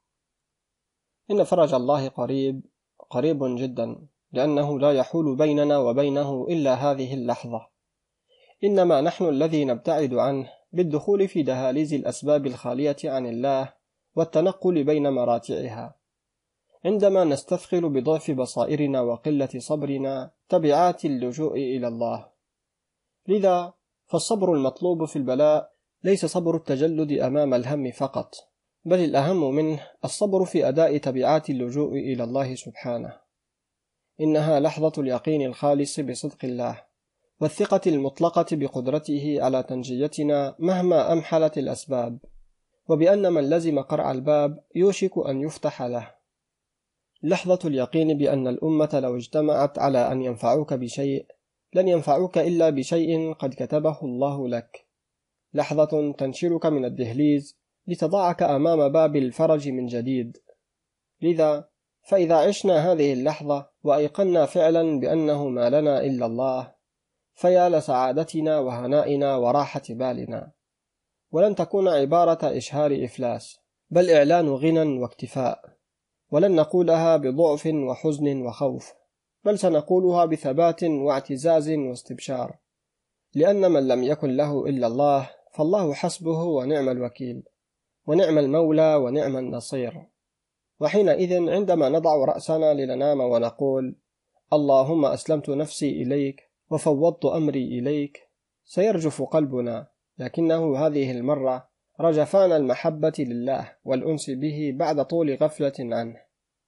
إن فرج الله قريب قريب جدا، لأنه لا يحول بيننا وبينه إلا هذه اللحظة، إنما نحن الذي نبتعد عنه بالدخول في دهاليز الأسباب الخالية عن الله والتنقل بين مراتعها، عندما نستثقل بضعف بصائرنا وقلة صبرنا تبعات اللجوء إلى الله. لذا فالصبر المطلوب في البلاء ليس صبر التجلد أمام الهم فقط، بل الأهم منه الصبر في أداء تبعات اللجوء إلى الله سبحانه. إنها لحظة اليقين الخالص بصدق الله، والثقة المطلقة بقدرته على تنجيتنا مهما أمحلت الأسباب، وبأن من لزم قرع الباب يوشك أن يفتح له. لحظة اليقين بأن الأمة لو اجتمعت على أن ينفعوك بشيء لن ينفعوك إلا بشيء قد كتبه الله لك. لحظة تنشرك من الدهليز لتضعك أمام باب الفرج من جديد. لذا فإذا عشنا هذه اللحظة وأيقنا فعلا بأنه ما لنا إلا الله، فيا لسعادتنا وهنائنا وراحة بالنا، ولن تكون عبارة إشهار إفلاس، بل إعلان غنى واكتفاء. ولن نقولها بضعف وحزن وخوف، بل سنقولها بثبات واعتزاز واستبشار، لأن من لم يكن له إلا الله فالله حسبه ونعم الوكيل، ونعم المولى ونعم النصير. وحينئذ عندما نضع رأسنا لننام ونقول: اللهم أسلمت نفسي إليك وفوضت أمري إليك، سيرجف قلبنا، لكنه هذه المرة رجفان المحبة لله والأنس به بعد طول غفلة عنه.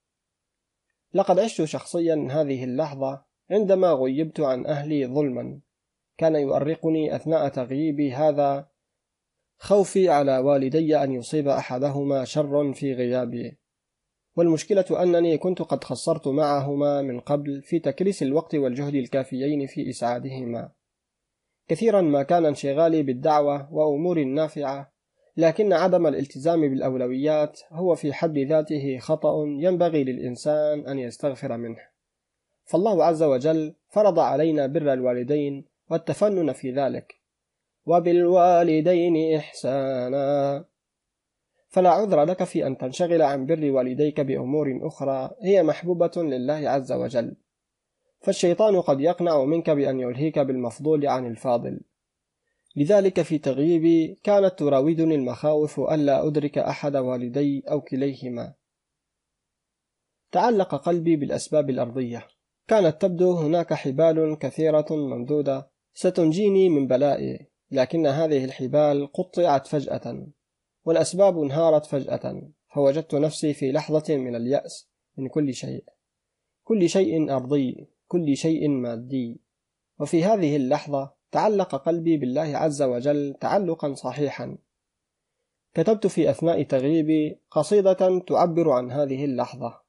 لقد عشت شخصيا هذه اللحظة عندما غيبت عن أهلي ظلما، كان يؤرقني أثناء تغييبي هذا خوفي على والدي أن يصيب أحدهما شر في غيابي، والمشكلة أنني كنت قد خسرت معهما من قبل في تكريس الوقت والجهد الكافيين في إسعادهما. كثيرا ما كان انشغالي بالدعوة وأمور نافعة، لكن عدم الالتزام بالأولويات هو في حد ذاته خطأ ينبغي للإنسان أن يستغفر منه. فالله عز وجل فرض علينا بر الوالدين والتفنن في ذلك: وبالوالدين إحسانا. فلا عذر لك في أن تنشغل عن بر والديك بأمور أخرى هي محبوبة لله عز وجل، فالشيطان قد يقنع منك بأن يلهيك بالمفضول عن الفاضل. لذلك في تغييبي كانت تراودني المخاوف ألا أدرك أحد والدي أو كليهما. تعلق قلبي بالأسباب الأرضية، كانت تبدو هناك حبال كثيرة ممدودة ستنجيني من بلائي، لكن هذه الحبال قطعت فجأة، والأسباب انهارت فجأة، فوجدت نفسي في لحظة من اليأس من كل شيء. كل شيء أرضي، كل شيء مادي. وفي هذه اللحظة تعلق قلبي بالله عز وجل تعلقا صحيحا. كتبت في أثناء تغييبي قصيدة تعبر عن هذه اللحظة: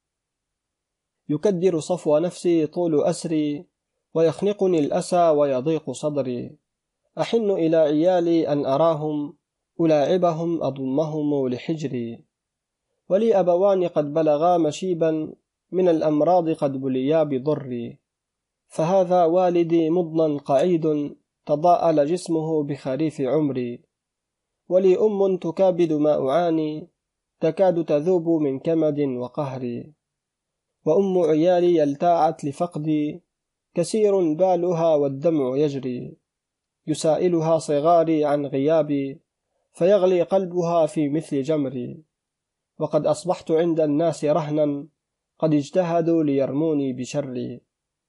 يكدر صفو نفسي طول أسري، ويخنقني الأسى ويضيق صدري. أحن إلى عيالي أن أراهم، ألاعبهم أضمهم لحجري. ولي أبوان قد بلغا مشيبا، من الأمراض قد بليا بضري. فهذا والدي مضنى قعيد، تضاءل جسمه بخريف عمري. ولي أم تكابد ما أعاني، تكاد تذوب من كمد وقهري. وأم عيالي التاعت لفقدي، كثير بالها والدمع يجري. يسائلها صغاري عن غيابي، فيغلي قلبها في مثل جمري. وقد أصبحت عند الناس رهنا، قد اجتهدوا ليرموني بشري.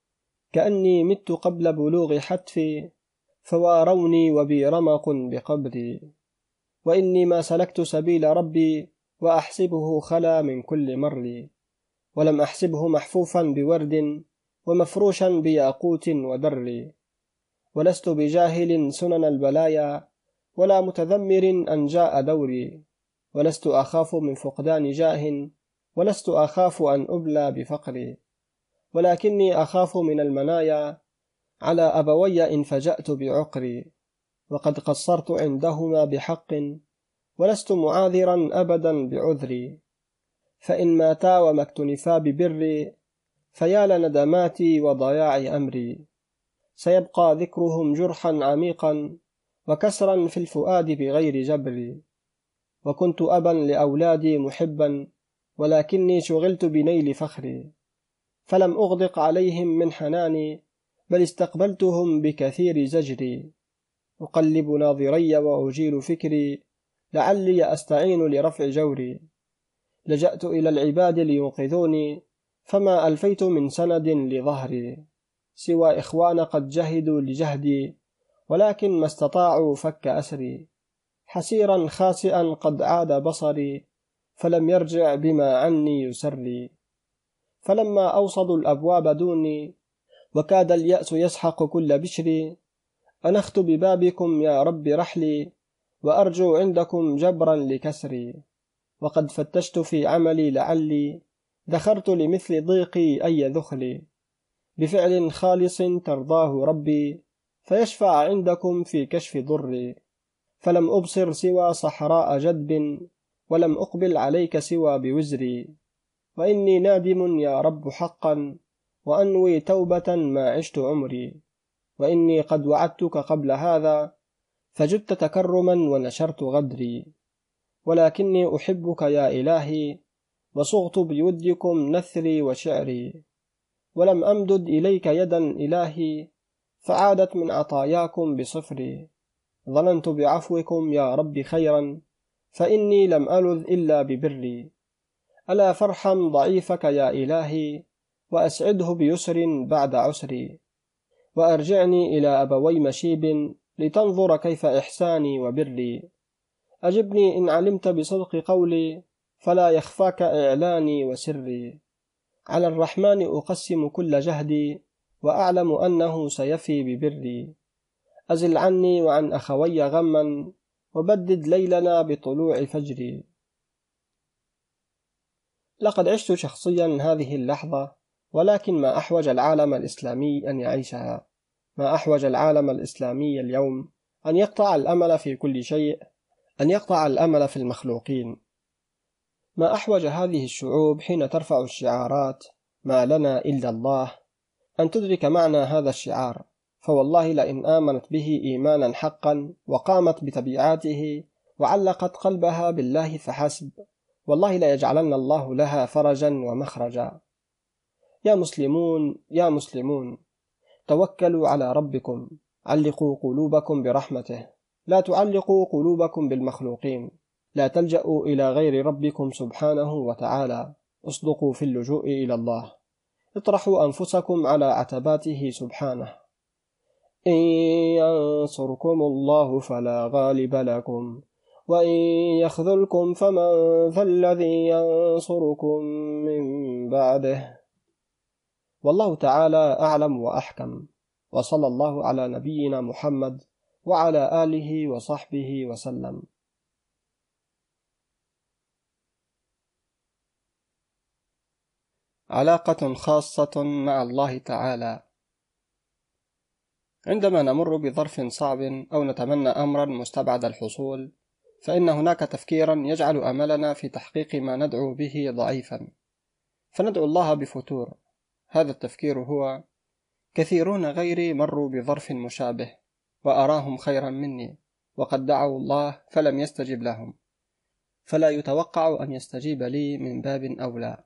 كأني مت قبل بلوغ حتفي، فواروني وبي رمق بقبري. وإني ما سلكت سبيل ربي، وأحسبه خلا من كل مر. ولم أحسبه محفوفا بورد، ومفروشا بياقوت ودر. ولست بجاهل سنن البلايا، ولا متذمر أن جاء دوري. ولست أخاف من فقدان جاه، ولست أخاف أن أبلى بفقري. ولكني أخاف من المنايا، على أبوي إن فجأت بعقري. وقد قصرت عندهما بحق، ولست معاذرا أبدا بعذري. فإن ماتا وما اكتنفا ببري، فيا لندماتي وضياع أمري. سيبقى ذكرهم جرحا عميقا، وكسرا في الفؤاد بغير جبر. وكنت أبا لأولادي محبا، ولكني شغلت بنيل فخري. فلم أغدق عليهم من حناني، بل استقبلتهم بكثير زجري. أقلب ناظري وأجيل فكري، لعلي أستعين لرفع جوري. لجأت إلى العباد لينقذوني، فما ألفيت من سند لظهري، سوى إخوان قد جهدوا لجهدي، ولكن ما استطاعوا فك أسري. حسيرا خاسئا قد عاد بصري، فلم يرجع بما عني يسري. فلما أوصدوا الأبواب دوني، وكاد اليأس يسحق كل بشري، أنخت ببابكم يا رب رحلي، وأرجو عندكم جبرا لكسري. وقد فتشت في عملي لعلي، ذخرت لمثل ضيقي أي ذخلي. بفعل خالص ترضاه ربي، فيشفع عندكم في كشف ضري. فلم أبصر سوى صحراء جدب، ولم أقبل عليك سوى بوزري. وإني نادم يا رب حقا، وأنوي توبة ما عشت عمري. وإني قد وعدتك قبل هذا، فجدت تكرما ونشرت غدري. ولكني أحبك يا إلهي، وصغت بودكم نثري وشعري. ولم أمدد إليك يدا إلهي، فعادت من عطاياكم بصفري. ظننت بعفوكم يا رب خيرا، فإني لم ألذ إلا ببري. ألا فارحم ضعيفك يا إلهي، وأسعده بيسر بعد عسري. وأرجعني إلى أبوي مشيب، لتنظر كيف إحساني وبري. أجبني إن علمت بصدق قولي، فلا يخفاك إعلاني وسري. على الرحمن أقسم كل جهدي، وأعلم أنه سيفي ببري. أزل عني وعن أخوي غما، وبدد ليلنا بطلوع فجري. لقد عشت شخصيا هذه اللحظة، ولكن ما أحوج العالم الإسلامي أن يعيشها. ما أحوج العالم الإسلامي اليوم أن يقطع الأمل في كل شيء، أن يقطع الأمل في المخلوقين. ما أحوج هذه الشعوب حين ترفع الشعارات ما لنا إلا الله أن تدرك معنى هذا الشعار. فوالله لئن آمنت به إيمانا حقا، وقامت بتبعاته، وعلقت قلبها بالله فحسب، والله لا يجعلن الله لها فرجا ومخرجا. يا مسلمون يا مسلمون، توكلوا على ربكم، علقوا قلوبكم برحمته، لا تعلقوا قلوبكم بالمخلوقين، لا تلجأوا إلى غير ربكم سبحانه وتعالى، اصدقوا في اللجوء إلى الله، اطرحوا أنفسكم على عتباته سبحانه. إن ينصركم الله فلا غالب لكم، وإن يخذلكم فمن ذا الذي ينصركم من بعده. والله تعالى أعلم وأحكم، وصلى الله على نبينا محمد وعلى آله وصحبه وسلم. علاقة خاصة مع الله تعالى. عندما نمر بظرف صعب أو نتمنى أمرا مستبعد الحصول، فإن هناك تفكيرا يجعل أملنا في تحقيق ما ندعو به ضعيفا، فندعو الله بفتور. هذا التفكير هو: كثيرون غيري مروا بظرف مشابه وأراهم خيرا مني، وقد دعوا الله فلم يستجب لهم، فلا يتوقع أن يستجيب لي من باب أولى.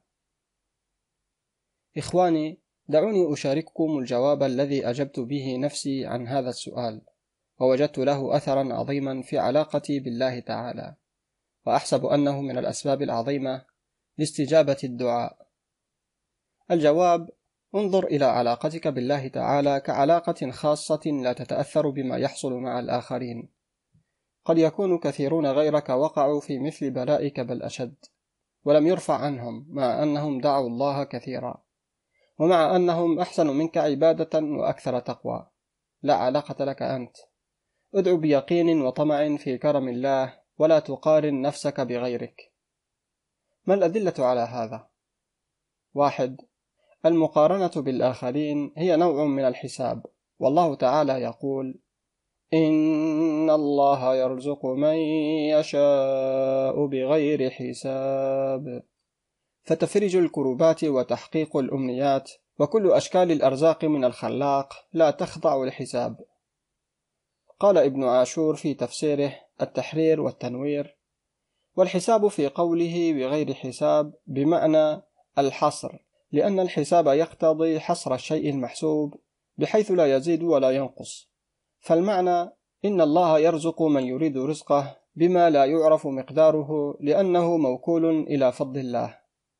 إخواني، دعوني أشارككم الجواب الذي أجبت به نفسي عن هذا السؤال، ووجدت له أثرا عظيما في علاقتي بالله تعالى، وأحسب أنه من الأسباب العظيمة لاستجابة الدعاء. الجواب: انظر إلى علاقتك بالله تعالى كعلاقة خاصة لا تتأثر بما يحصل مع الآخرين. قد يكون كثيرون غيرك وقعوا في مثل بلائك بل أشد، ولم يرفع عنهم، مع أنهم دعوا الله كثيرا، ومع أنهم أحسن منك عبادة وأكثر تقوى. لا علاقة لك أنت. ادعو بيقين وطمع في كرم الله، ولا تقارن نفسك بغيرك. ما الأدلة على هذا؟ واحد: المقارنة بالآخرين هي نوع من الحساب، والله تعالى يقول: إن الله يرزق من يشاء بغير حساب. فتفرج الكربات وتحقيق الأمنيات وكل أشكال الأرزاق من الخلاق لا تخضع للحساب. قال ابن عاشور في تفسيره التحرير والتنوير: والحساب في قوله بغير حساب بمعنى الحصر، لأن الحساب يقتضي حصر الشيء المحسوب بحيث لا يزيد ولا ينقص. فالمعنى: إن الله يرزق من يريد رزقه بما لا يعرف مقداره، لأنه موكول إلى فضل الله.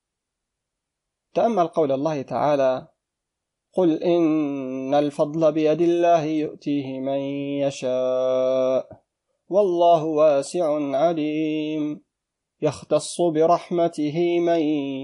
تأمل قول الله تعالى: قل إن الفضل بيد الله يؤتيه من يشاء والله واسع عليم، يختص برحمته من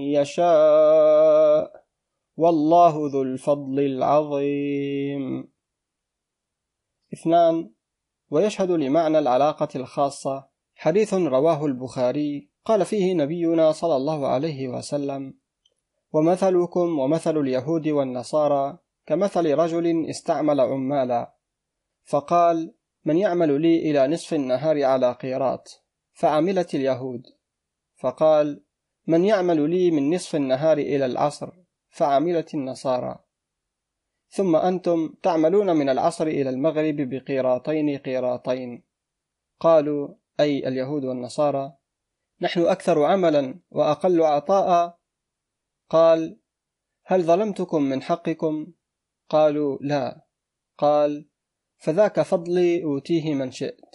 يشاء والله ذو الفضل العظيم. اثنان: ويشهد لمعنى العلاقة الخاصة حديث رواه البخاري قال فيه نبينا صلى الله عليه وسلم: ومثلكم ومثل اليهود والنصارى كمثل رجل استعمل عمالا، فقال: من يعمل لي إلى نصف النهار على قيراط؟ فعملت اليهود. فقال: من يعمل لي من نصف النهار إلى العصر؟ فعملت النصارى. ثم أنتم تعملون من العصر إلى المغرب بقيراطين قيراطين. قالوا: أي اليهود والنصارى: نحن أكثر عملا وأقل عطاء. قال: هل ظلمتكم من حقكم؟ قالوا: لا. قال: فذاك فضلي أوتيه من شئت.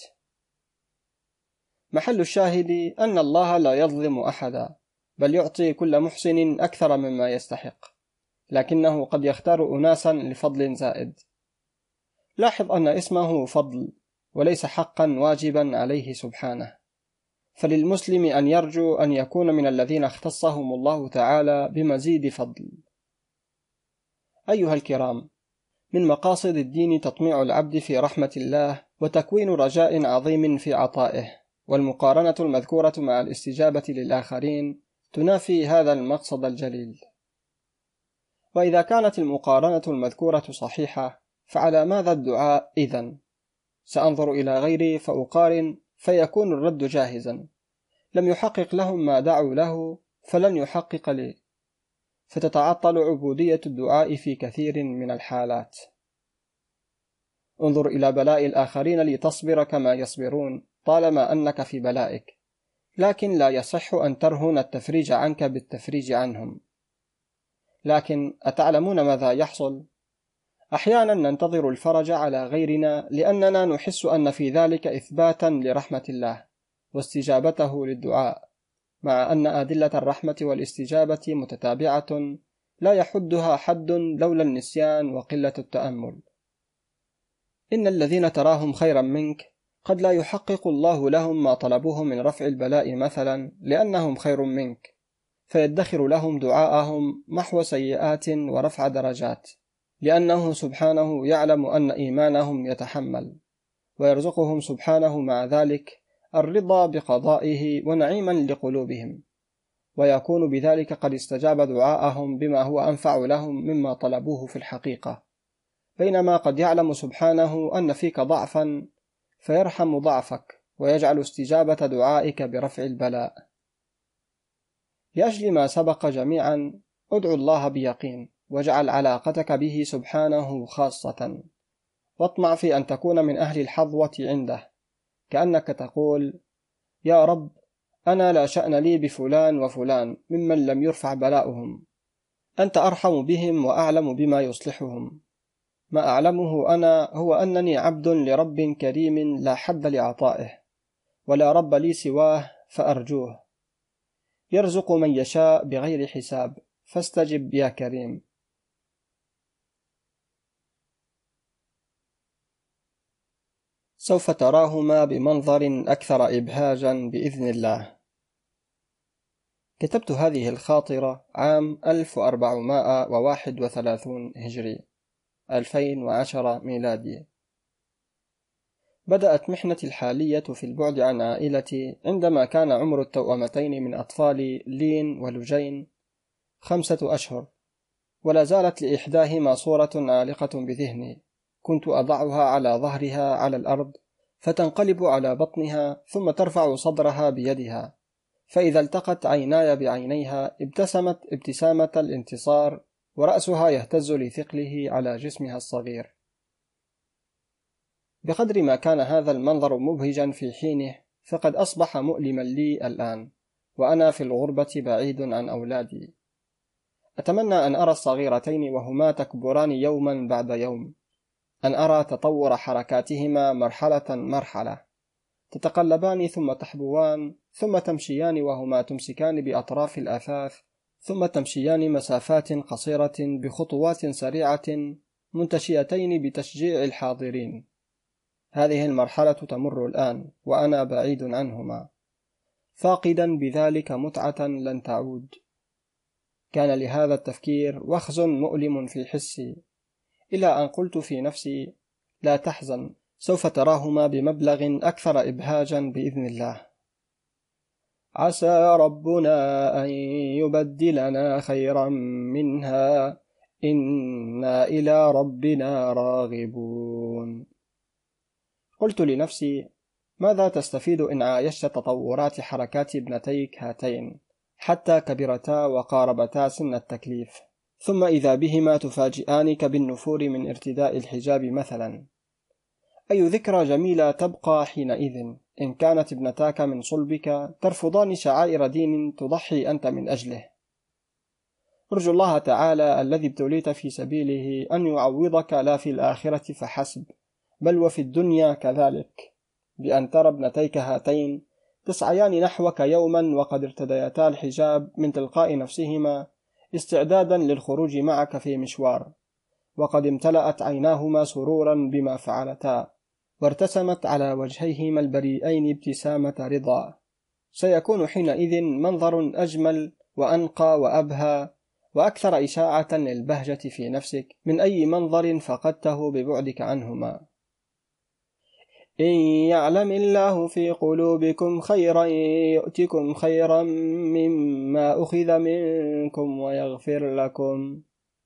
محل الشاهد أن الله لا يظلم أحدا، بل يعطي كل محسن أكثر مما يستحق، لكنه قد يختار أناسا لفضل زائد. لاحظ أن اسمه فضل وليس حقا واجبا عليه سبحانه، فللمسلم أن يرجو أن يكون من الذين اختصهم الله تعالى بمزيد فضل. أيها الكرام، من مقاصد الدين تطميع العبد في رحمة الله وتكوين رجاء عظيم في عطائه، والمقارنة المذكورة مع الاستجابة للآخرين تنافي هذا المقصد الجليل. وإذا كانت المقارنة المذكورة صحيحة، فعلى ماذا الدعاء إذن؟ سأنظر إلى غيري فأقارن فيكون الرد جاهزا: لم يحقق لهم ما دعوا له فلن يحقق لي، فتتعطل عبودية الدعاء في كثير من الحالات. انظر إلى بلاء الآخرين لتصبر كما يصبرون طالما أنك في بلائك، لكن لا يصح أن ترهن التفريج عنك بالتفريج عنهم. لكن أتعلمون ماذا يحصل؟ أحيانا ننتظر الفرج على غيرنا لأننا نحس أن في ذلك إثباتا لرحمة الله واستجابته للدعاء، مع أن أدلة الرحمة والاستجابة متتابعة لا يحدها حد لولا النسيان وقلة التأمل. إن الذين تراهم خيرا منك قد لا يحقق الله لهم ما طلبوه من رفع البلاء مثلا لأنهم خير منك، فيدخر لهم دعاءهم محو سيئات ورفع درجات، لأنه سبحانه يعلم أن إيمانهم يتحمل، ويرزقهم سبحانه مع ذلك الرضا بقضائه ونعيما لقلوبهم، ويكون بذلك قد استجاب دعاءهم بما هو أنفع لهم مما طلبوه في الحقيقة، بينما قد يعلم سبحانه أن فيك ضعفا فيرحم ضعفك ويجعل استجابة دعائك برفع البلاء. لأجل ما سبق جميعا ادعو الله بيقين، واجعل علاقتك به سبحانه خاصة، واطمع في أن تكون من أهل الحظوة عنده، كأنك تقول: يا رب، أنا لا شأن لي بفلان وفلان ممن لم يرفع بلاؤهم، أنت أرحم بهم وأعلم بما يصلحهم. ما أعلمه أنا هو أنني عبد لرب كريم لا حد لعطائه، ولا رب لي سواه فأرجوه، يرزق من يشاء بغير حساب، فاستجب يا كريم. سوف تراهما بمنظر أكثر إبهاجا بإذن الله. كتبت هذه الخاطرة عام ألف وأربعمائة وواحد وثلاثين هجري، ألفين وعشرة ميلادي. بدأت محنتي الحالية في البعد عن عائلتي عندما كان عمر التوأمتين من أطفالي لين ولجين خمسة أشهر، ولا زالت لإحداهما صورة عالقة بذهني، كنت أضعها على ظهرها على الأرض فتنقلب على بطنها ثم ترفع صدرها بيدها، فإذا التقت عيناي بعينيها ابتسمت ابتسامة الانتصار، ورأسها يهتز لثقله على جسمها الصغير. بقدر ما كان هذا المنظر مبهجا في حينه، فقد أصبح مؤلما لي الآن، وأنا في الغربة بعيد عن أولادي. أتمنى أن أرى الصغيرتين وهما تكبران يوما بعد يوم، أن أرى تطور حركاتهما مرحلة مرحلة، تتقلبان ثم تحبوان، ثم تمشيان وهما تمسكان بأطراف الأثاث، ثم تمشيان مسافات قصيرة بخطوات سريعة منتشيتين بتشجيع الحاضرين. هذه المرحلة تمر الآن وأنا بعيد عنهما، فاقدا بذلك متعة لن تعود. كان لهذا التفكير وخز مؤلم في حسي، إلى أن قلت في نفسي: لا تحزن، سوف تراهما بمبلغ أكثر إبهاجا بإذن الله. عسى ربنا أن يبدلنا خيرا منها إنا إلى ربنا راغبون. قلت لنفسي: ماذا تستفيد إن عايشت تطورات حركات ابنتيك هاتين حتى كبرتا وقاربتا سن التكليف، ثم إذا بهما تفاجئانك بالنفور من ارتداء الحجاب مثلا؟ أي ذكرى جميلة تبقى حينئذ إن كانت ابنتاك من صلبك ترفضان شعائر دين تضحي أنت من أجله. أرجو الله تعالى الذي ابتليت في سبيله أن يعوضك لا في الآخرة فحسب، بل وفي الدنيا كذلك، بأن ترى ابنتيك هاتين تسعيان نحوك يوما وقد ارتديتا الحجاب من تلقاء نفسهما استعدادا للخروج معك في مشوار، وقد امتلأت عيناهما سرورا بما فعلتا، وارتسمت على وجهيهما البريئين ابتسامة رضا. سيكون حينئذ منظر أجمل وأنقى وأبهى وأكثر إشاعة للبهجة في نفسك من أي منظر فقدته ببعدك عنهما. إن يعلم الله في قلوبكم خيرا يؤتكم خيرا مما أخذ منكم ويغفر لكم.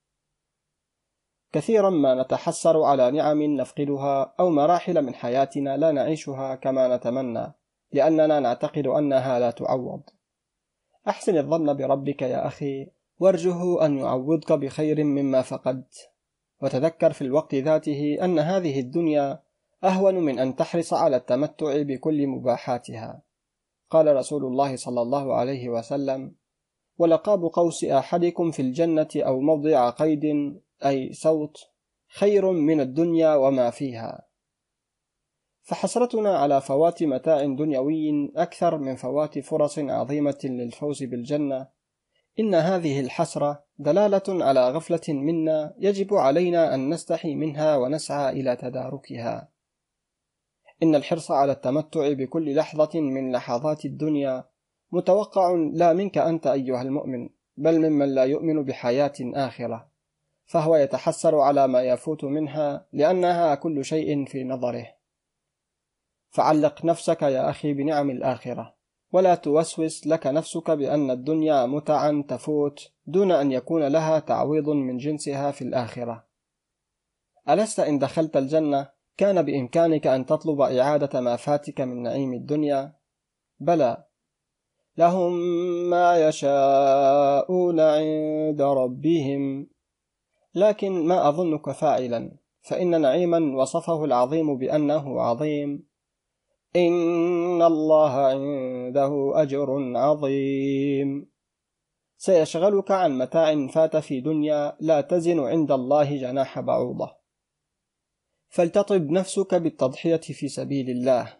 كثيرا ما نتحسر على نعم نفقدها أو مراحل من حياتنا لا نعيشها كما نتمنى، لأننا نعتقد أنها لا تعوض. أحسن الظن بربك يا أخي، وارجه أن يعوضك بخير مما فقدت، وتذكر في الوقت ذاته أن هذه الدنيا أهون من أن تحرص على التمتع بكل مباحاتها. قال رسول الله صلى الله عليه وسلم: ولقاب قوس أحدكم في الجنة أو موضع قيد أي صوت خير من الدنيا وما فيها. فحسرتنا على فوات متاع دنيوي أكثر من فوات فرص عظيمة للفوز بالجنة. إن هذه الحسرة دلالة على غفلة منا يجب علينا أن نستحي منها ونسعى إلى تداركها. إن الحرص على التمتع بكل لحظة من لحظات الدنيا متوقع لا منك أنت أيها المؤمن، بل ممن لا يؤمن بحياة آخرة، فهو يتحسر على ما يفوت منها لأنها كل شيء في نظره. فعلق نفسك يا أخي بنعم الآخرة، ولا توسوس لك نفسك بأن الدنيا متعا تفوت دون أن يكون لها تعويض من جنسها في الآخرة. ألست إن دخلت الجنة كان بإمكانك أن تطلب إعادة ما فاتك من نعيم الدنيا؟ بلى، لهم ما يشاءون عند ربهم، لكن ما أظنك فاعلا، فإن نعيما وصفه العظيم بأنه عظيم، إن الله عنده أجر عظيم، سيشغلك عن متاع فات في دنيا لا تزن عند الله جناح بعوضة. فلتطب نفسك بالتضحية في سبيل الله.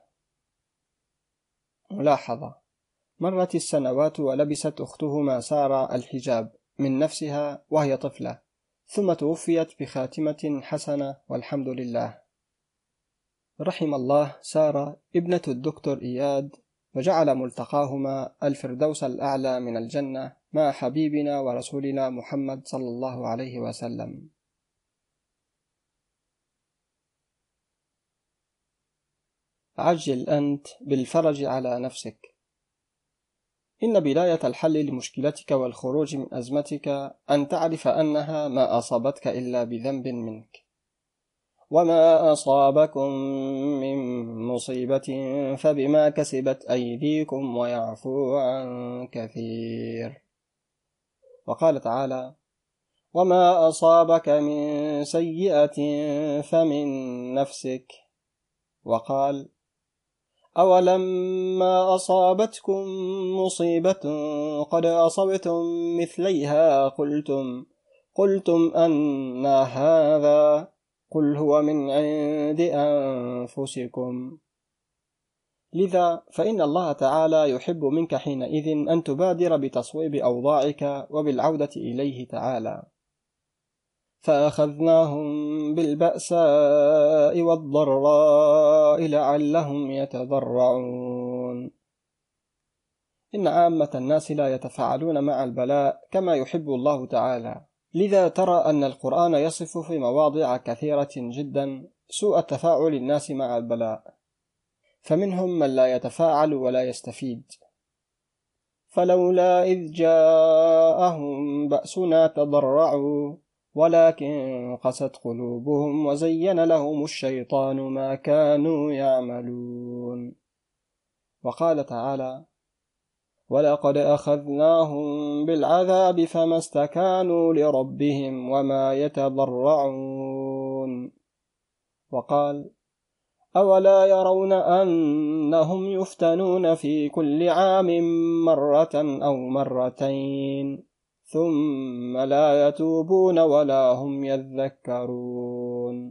ملاحظة: مرت السنوات ولبست أختهما سارة الحجاب من نفسها وهي طفلة، ثم توفيت بخاتمة حسنة والحمد لله. رحم الله سارة ابنة الدكتور إياد، وجعل ملتقاهما الفردوس الأعلى من الجنة مع حبيبنا ورسولنا محمد صلى الله عليه وسلم. عجل أنت بالفرج على نفسك. إن بداية الحل لمشكلتك والخروج من أزمتك أن تعرف أنها ما أصابتك إلا بذنب منك، وما أصابكم من مصيبة فبما كسبت أيديكم ويعفو عن كثير. وقال تعالى: وما أصابك من سيئة فمن نفسك. وقال: أولما أصابتكم مصيبة قد أصبتم مثليها قلتم قلتم أنى هذا قل هو من عند أنفسكم. لذا فإن الله تعالى يحب منك حينئذ أن تبادر بتصويب أوضاعك وبالعودة إليه تعالى. فأخذناهم بالبأساء والضراء لعلهم يتضرعون. إن عامة الناس لا يتفاعلون مع البلاء كما يحب الله تعالى، لذا ترى أن القرآن يصف في مواضع كثيرة جدا سوء تفاعل الناس مع البلاء، فمنهم من لا يتفاعل ولا يستفيد. فلولا إذ جاءهم بأسنا تضرعوا ولكن قست قلوبهم وزين لهم الشيطان ما كانوا يعملون. وقال تعالى: ولقد أخذناهم بالعذاب فما استكانوا لربهم وما يتضرعون. وقال: أولا يرون أنهم يفتنون في كل عام مرة أو مرتين ثم لا يتوبون ولا هم يذكرون.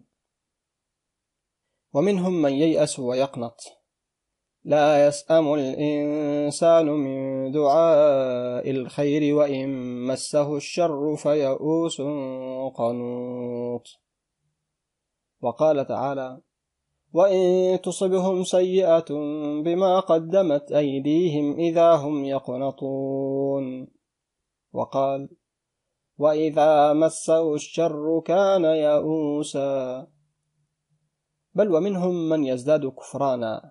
ومنهم من ييأس ويقنط: لا يسأم الإنسان من دعاء الخير وإن مسه الشر فيئوس قنوط. وقال تعالى: وإن تصبهم سيئة بما قدمت أيديهم إذا هم يقنطون. وقال: وإذا مسه الشر كان يئوسا. بل ومنهم من يزداد كفرانا: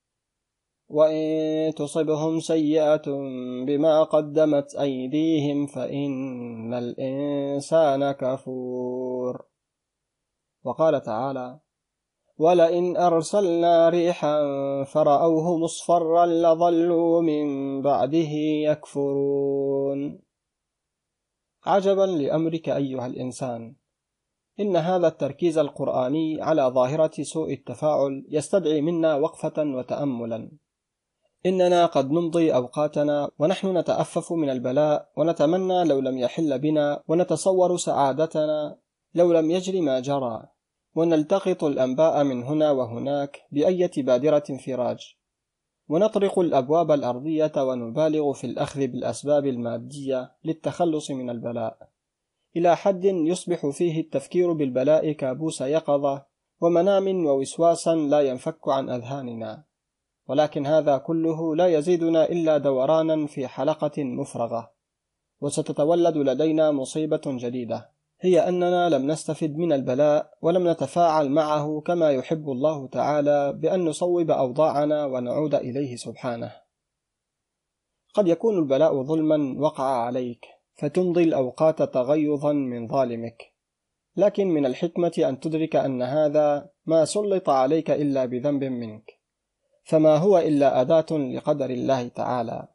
وإن تصبهم سيئة بما قدمت أيديهم فإن الإنسان كفور. وقال تعالى: ولئن أرسلنا ريحا فرأوه مصفرا لظلوا من بعده يكفرون. عجبا لأمرك أيها الإنسان، إن هذا التركيز القرآني على ظاهرة سوء التفاعل يستدعي منا وقفة وتأملا. إننا قد نمضي أوقاتنا ونحن نتأفف من البلاء ونتمنى لو لم يحل بنا، ونتصور سعادتنا لو لم يجري ما جرى، ونلتقط الأنباء من هنا وهناك بأية بادرة انفراج، ونطرق الأبواب الأرضية ونبالغ في الأخذ بالأسباب المادية للتخلص من البلاء، إلى حد يصبح فيه التفكير بالبلاء كابوس يقظة ومنام ووسواسا لا ينفك عن أذهاننا. ولكن هذا كله لا يزيدنا إلا دورانا في حلقة مفرغة، وستتولد لدينا مصيبة جديدة، هي أننا لم نستفد من البلاء ولم نتفاعل معه كما يحب الله تعالى بأن نصوب أوضاعنا ونعود إليه سبحانه. قد يكون البلاء ظلما وقع عليك فتمضي الأوقات تغيظا من ظالمك، لكن من الحكمة أن تدرك أن هذا ما سلط عليك إلا بذنب منك، فما هو إلا أداة لقدر الله تعالى.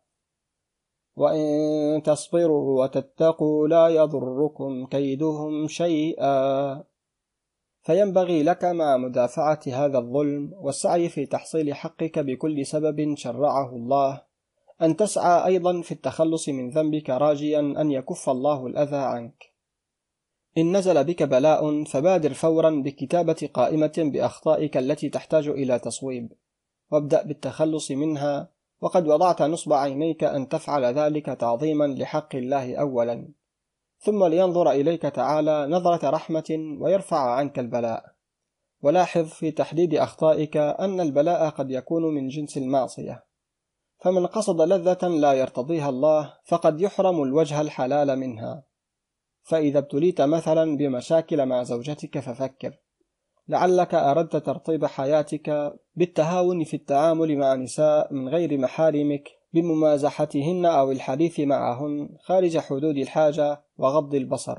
وإن تصبروا وتتقوا لا يضركم كيدهم شيئا. فينبغي لك مع مدافعة هذا الظلم والسعي في تحصيل حقك بكل سبب شرعه الله أن تسعى أيضا في التخلص من ذنبك راجيا أن يكف الله الأذى عنك. إن نزل بك بلاء فبادر فورا بكتابة قائمة بأخطائك التي تحتاج إلى تصويب، وابدأ بالتخلص منها، وقد وضعت نصب عينيك أن تفعل ذلك تعظيما لحق الله أولا، ثم لينظر إليك تعالى نظرة رحمة ويرفع عنك البلاء. ولاحظ في تحديد أخطائك أن البلاء قد يكون من جنس المعصية، فمن قصد لذة لا يرتضيها الله فقد يحرم الوجه الحلال منها. فإذا ابتليت مثلا بمشاكل مع زوجتك ففكر، لعلك أردت ترطيب حياتك بالتهاون في التعامل مع نساء من غير محارمك بممازحتهن أو الحديث معهن خارج حدود الحاجة وغض البصر،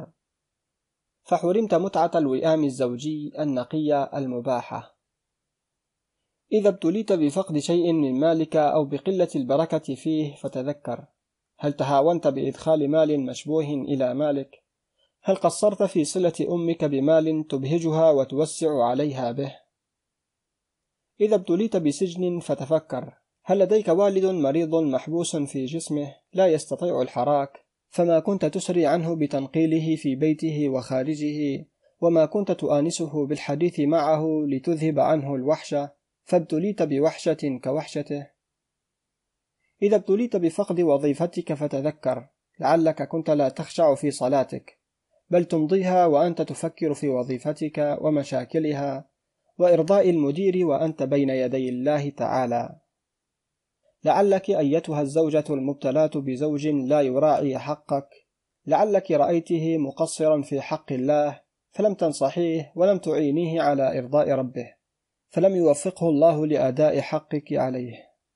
فحرمت متعة الوئام الزوجي النقية المباحة. إذا ابتليت بفقد شيء من مالك أو بقلة البركة فيه فتذكر، هل تهاونت بإدخال مال مشبوه إلى مالك؟ هل قصرت في صلة أمك بمال تبهجها وتوسع عليها به؟ إذا ابتليت بسجن فتفكر، هل لديك والد مريض محبوس في جسمه لا يستطيع الحراك، فما كنت تسري عنه بتنقيله في بيته وخارجه، وما كنت تؤانسه بالحديث معه لتذهب عنه الوحشة، فابتليت بوحشة كوحشته؟ إذا ابتليت بفقد وظيفتك فتذكر، لعلك كنت لا تخشع في صلاتك، بل تمضيها وأنت تفكر في وظيفتك ومشاكلها وإرضاء المدير وأنت بين يدي الله تعالى. لعلك أيتها الزوجة المبتلاة بزوج لا يراعي حقك، لعلك رأيته مقصرا في حق الله فلم تنصحيه ولم تعينيه على إرضاء ربه، فلم يوفقه الله لأداء حقك عليه.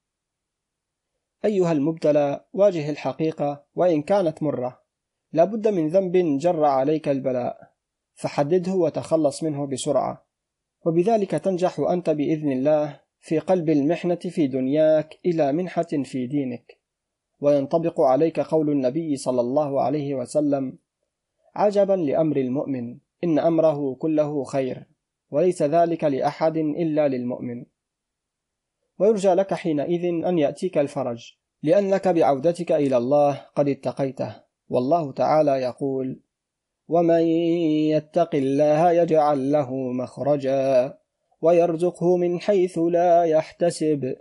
أيها المبتلى، واجه الحقيقة وإن كانت مرة، لابد من ذنب جر عليك البلاء، فحدده وتخلص منه بسرعة، وبذلك تنجح أنت بإذن الله في قلب المحنة في دنياك إلى منحة في دينك. وينطبق عليك قول النبي صلى الله عليه وسلم: عجبا لأمر المؤمن، إن أمره كله خير، وليس ذلك لأحد إلا للمؤمن. ويرجى لك حينئذ أن يأتيك الفرج، لأنك بعودتك إلى الله قد اتقيته، والله تعالى يقول: ومن يتق الله يجعل له مخرجا ويرزقه من حيث لا يحتسب.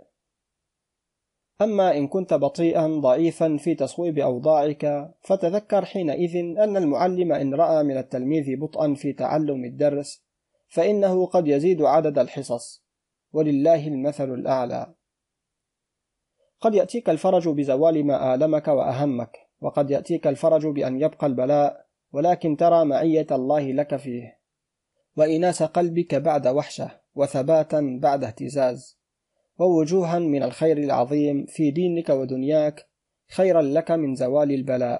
أما إن كنت بطيئا ضعيفا في تصويب أوضاعك فتذكر حينئذ أن المعلم إن رأى من التلميذ بطئا في تعلم الدرس فإنه قد يزيد عدد الحصص، ولله المثل الأعلى. قد يأتيك الفرج بزوال ما آلمك وأهمك، وقد يأتيك الفرج بأن يبقى البلاء، ولكن ترى معية الله لك فيه، وإناس قلبك بعد وحشة، وثباتا بعد اهتزاز، ووجوها من الخير العظيم في دينك ودنياك خيرا لك من زوال البلاء.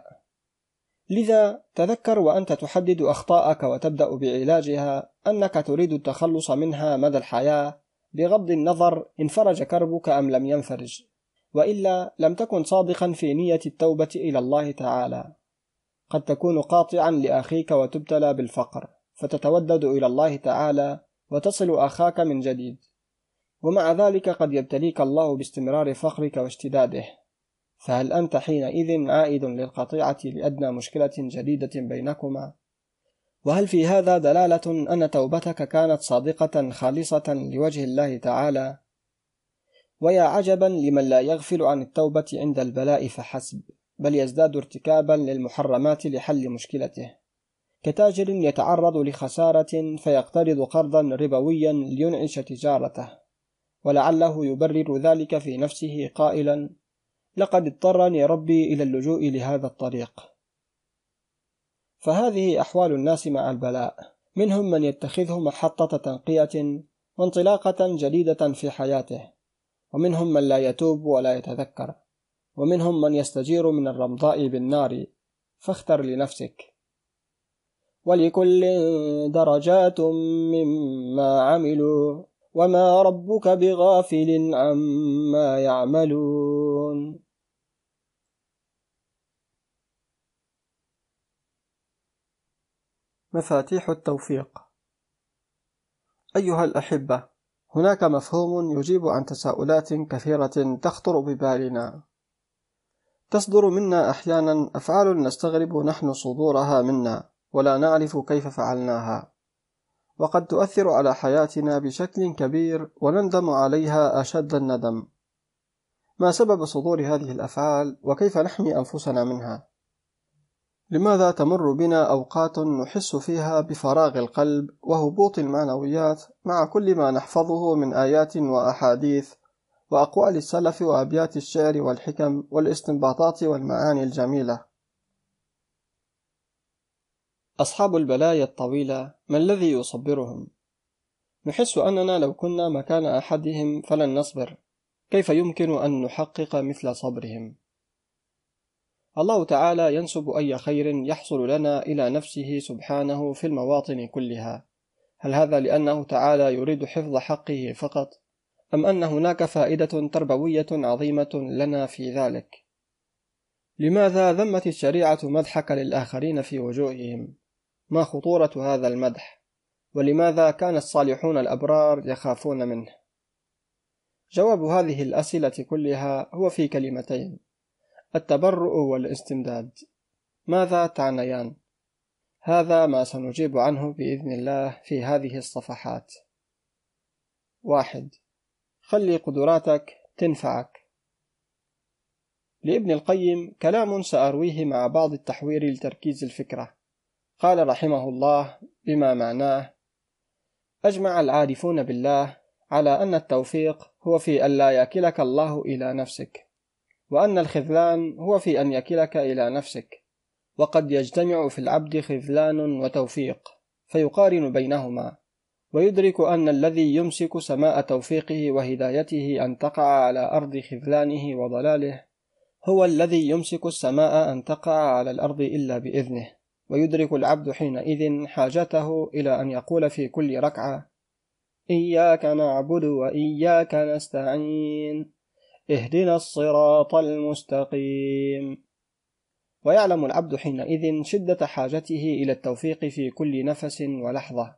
لذا تذكر وأنت تحدد أخطاءك وتبدأ بعلاجها أنك تريد التخلص منها مدى الحياة، بغض النظر إن فرج كربك أم لم ينفرج، وإلا لم تكن صادقا في نية التوبة إلى الله تعالى. قد تكون قاطعا لأخيك وتبتلى بالفقر، فتتودد إلى الله تعالى وتصل أخاك من جديد، ومع ذلك قد يبتليك الله باستمرار فقرك واشتداده، فهل أنت حينئذ عائد للقطيعة لأدنى مشكلة جديدة بينكما؟ وهل في هذا دلالة أن توبتك كانت صادقة خالصة لوجه الله تعالى؟ ويا عجبا لمن لا يغفل عن التوبة عند البلاء فحسب، بل يزداد ارتكابا للمحرمات لحل مشكلته، كتاجر يتعرض لخسارة فيقترض قرضا ربويا لينعش تجارته، ولعله يبرر ذلك في نفسه قائلا: لقد اضطرني ربي إلى اللجوء لهذا الطريق. فهذه أحوال الناس مع البلاء، منهم من يتخذه محطة تنقية وانطلاقة جديدة في حياته، ومنهم من لا يتوب ولا يتذكر، ومنهم من يستجير من الرمضاء بالنار، فاختر لنفسك. ولكل درجات مما عملوا وما ربك بغافل عما يعملون. مفاتيح التوفيق. أيها الأحبة، هناك مفهوم يجيب عن تساؤلات كثيرة تخطر ببالنا. تصدر منا أحيانا أفعال نستغرب نحن صدورها منا ولا نعرف كيف فعلناها، وقد تؤثر على حياتنا بشكل كبير ونندم عليها أشد الندم. ما سبب صدور هذه الأفعال وكيف نحمي أنفسنا منها؟ لماذا تمر بنا أوقات نحس فيها بفراغ القلب وهبوط المعنويات مع كل ما نحفظه من آيات وأحاديث وأقوال السلف وأبيات الشعر والحكم والاستنباطات والمعاني الجميلة؟ أصحاب البلايا الطويلة ما الذي يصبرهم؟ نحس أننا لو كنا مكان أحدهم فلن نصبر، كيف يمكن أن نحقق مثل صبرهم؟ الله تعالى ينسب أي خير يحصل لنا إلى نفسه سبحانه في المواطن كلها. هل هذا لأنه تعالى يريد حفظ حقه فقط، أم أن هناك فائدة تربوية عظيمة لنا في ذلك؟ لماذا ذمت الشريعة مدحك للآخرين في وجوههم؟ ما خطورة هذا المدح؟ ولماذا كان الصالحون الأبرار يخافون منه؟ جواب هذه الأسئلة كلها هو في كلمتين: التبرؤ والاستمداد. ماذا تعنيان؟ هذا ما سنجيب عنه بإذن الله في هذه الصفحات. واحد. خلي قدراتك تنفعك. لابن القيم كلام سأرويه مع بعض التحوير لتركيز الفكرة. قال رحمه الله بما معناه: أجمع العارفون بالله على أن التوفيق هو في أن لا يكلك الله إلى نفسك، وأن الخذلان هو في أن يكلك إلى نفسك، وقد يجتمع في العبد خذلان وتوفيق فيقارن بينهما، ويدرك أن الذي يمسك سماء توفيقه وهدايته أن تقع على أرض خذلانه وضلاله هو الذي يمسك السماء أن تقع على الأرض إلا بإذنه. ويدرك العبد حينئذ حاجته إلى أن يقول في كل ركعة: إياك نعبد وإياك نستعين، اهدنا الصراط المستقيم. ويعلم العبد حينئذ شدة حاجته إلى التوفيق في كل نفس ولحظة.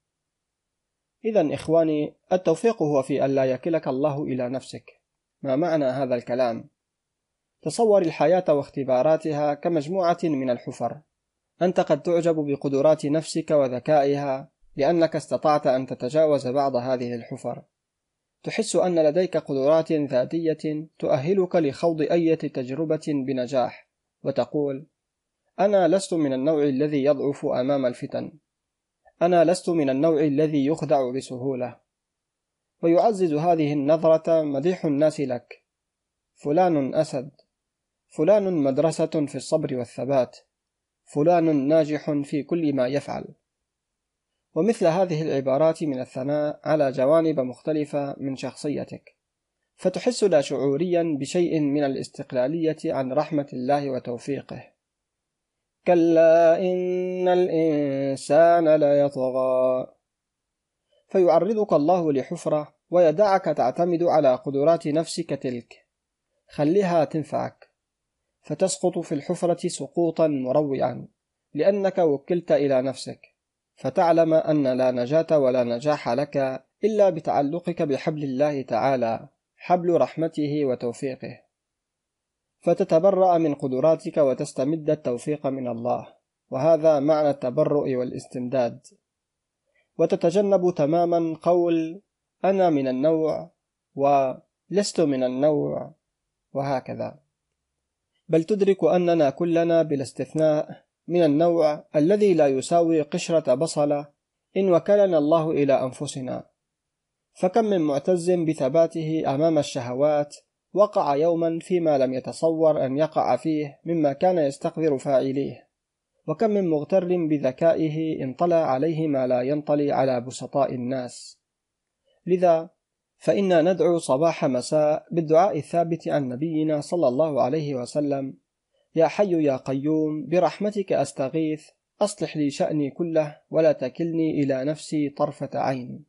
إذن إخواني، التوفيق هو في أن لا يكلك الله إلى نفسك. ما معنى هذا الكلام؟ تصور الحياة واختباراتها كمجموعة من الحفر. أنت قد تعجب بقدرات نفسك وذكائها لأنك استطعت أن تتجاوز بعض هذه الحفر. تحس أن لديك قدرات ذاتية تؤهلك لخوض أي تجربة بنجاح، وتقول: أنا لست من النوع الذي يضعف أمام الفتن، أنا لست من النوع الذي يخدع بسهولة. ويعزز هذه النظرة مديح الناس لك: فلان أسد، فلان مدرسة في الصبر والثبات، فلان ناجح في كل ما يفعل. ومثل هذه العبارات من الثناء على جوانب مختلفة من شخصيتك، فتحس لا شعوريا بشيء من الاستقلالية عن رحمة الله وتوفيقه. كلا إن الإنسان ليطغى. فيعرضك الله لحفرة ويدعك تعتمد على قدرات نفسك تلك. خليها تنفعك، فتسقط في الحفرة سقوطا مروعا لأنك وكلت إلى نفسك، فتعلم أن لا نجاة ولا نجاح لك إلا بتعلقك بحبل الله تعالى، حبل رحمته وتوفيقه، فتتبرأ من قدراتك وتستمد التوفيق من الله، وهذا معنى التبرؤ والاستمداد. وتتجنب تماما قول أنا من النوع ولست من النوع وهكذا، بل تدرك أننا كلنا بلا استثناء من النوع الذي لا يساوي قشرة بصلة إن وكلنا الله إلى أنفسنا. فكم من معتز بثباته أمام الشهوات وقع يوما فيما لم يتصور أن يقع فيه مما كان يستقذر فاعليه، وكم من مغتر بذكائه انطلى عليه ما لا ينطلي على بسطاء الناس. لذا فإنا ندعو صباح مساء بالدعاء الثابت عن نبينا صلى الله عليه وسلم: يا حي يا قيوم برحمتك أستغيث، أصلح لي شأني كله ولا تكلني إلى نفسي طرفة عين.